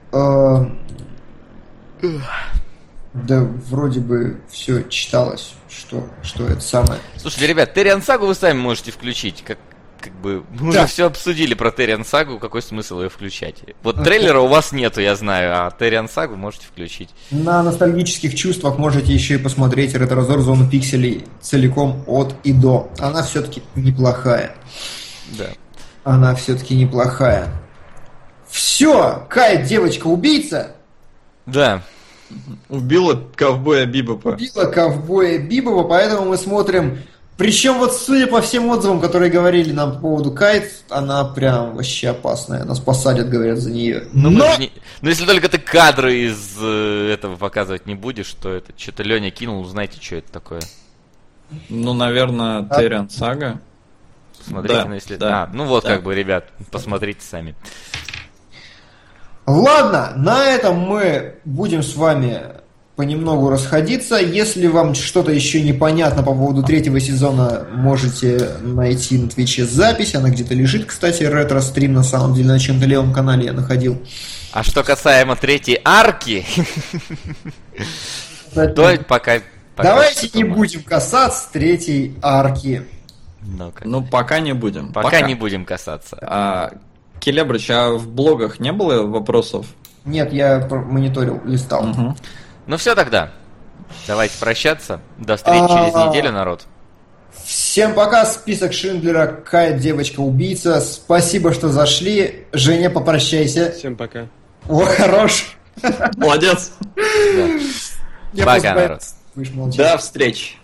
[SPEAKER 3] Да, вроде бы все читалось, что это самое.
[SPEAKER 1] Слушайте, ребят, Терриан Сагу вы сами можете включить. Как бы мы уже все обсудили про Терриан Сагу, какой смысл ее включать? Вот трейлера у вас нету, я знаю, а Терриан Сагу можете включить.
[SPEAKER 3] На ностальгических чувствах можете еще и посмотреть Ретрозор Зону Пикселей целиком от и до. Она все-таки неплохая.
[SPEAKER 1] Да.
[SPEAKER 3] Она все-таки неплохая. Все, Кайт, девочка-убийца.
[SPEAKER 1] Да.
[SPEAKER 2] Убила ковбоя Бибопа.
[SPEAKER 3] Убила ковбоя Бибопа, поэтому мы смотрим. Причем вот судя по всем отзывам, которые говорили нам по поводу Кайт, она прям вообще опасная. Нас посадят, говорят, за нее.
[SPEAKER 1] Но если только ты кадры из этого показывать не будешь, то это что-то Леня кинул, узнаете, что это такое.
[SPEAKER 2] Ну, наверное, Терриан Сага.
[SPEAKER 1] Смотрите, да, если... Да. Ну вот, да. Как бы, ребят, посмотрите сами.
[SPEAKER 3] Ладно, на этом мы будем с вами понемногу расходиться. Если вам что-то еще непонятно по поводу третьего сезона, можете найти на Твиче запись. Она где-то лежит, кстати, ретро-стрим, на самом деле, на чем-то левом канале я находил.
[SPEAKER 1] А что касаемо третьей арки, то пока...
[SPEAKER 3] Давайте не будем касаться третьей арки.
[SPEAKER 2] Ну, пока не будем.
[SPEAKER 1] Пока не будем касаться.
[SPEAKER 2] Келебрыч, а в блогах не было вопросов?
[SPEAKER 3] Нет, я мониторил, листал.
[SPEAKER 2] Угу.
[SPEAKER 1] Ну все тогда. Давайте прощаться. До встречи через неделю, народ.
[SPEAKER 3] Всем пока. Список Шиндлера, Кайт, девочка-убийца. Спасибо, что зашли. Женя, попрощайся.
[SPEAKER 5] Всем пока.
[SPEAKER 3] О, хорош.
[SPEAKER 2] Молодец.
[SPEAKER 1] Пока, народ.
[SPEAKER 2] До встречи.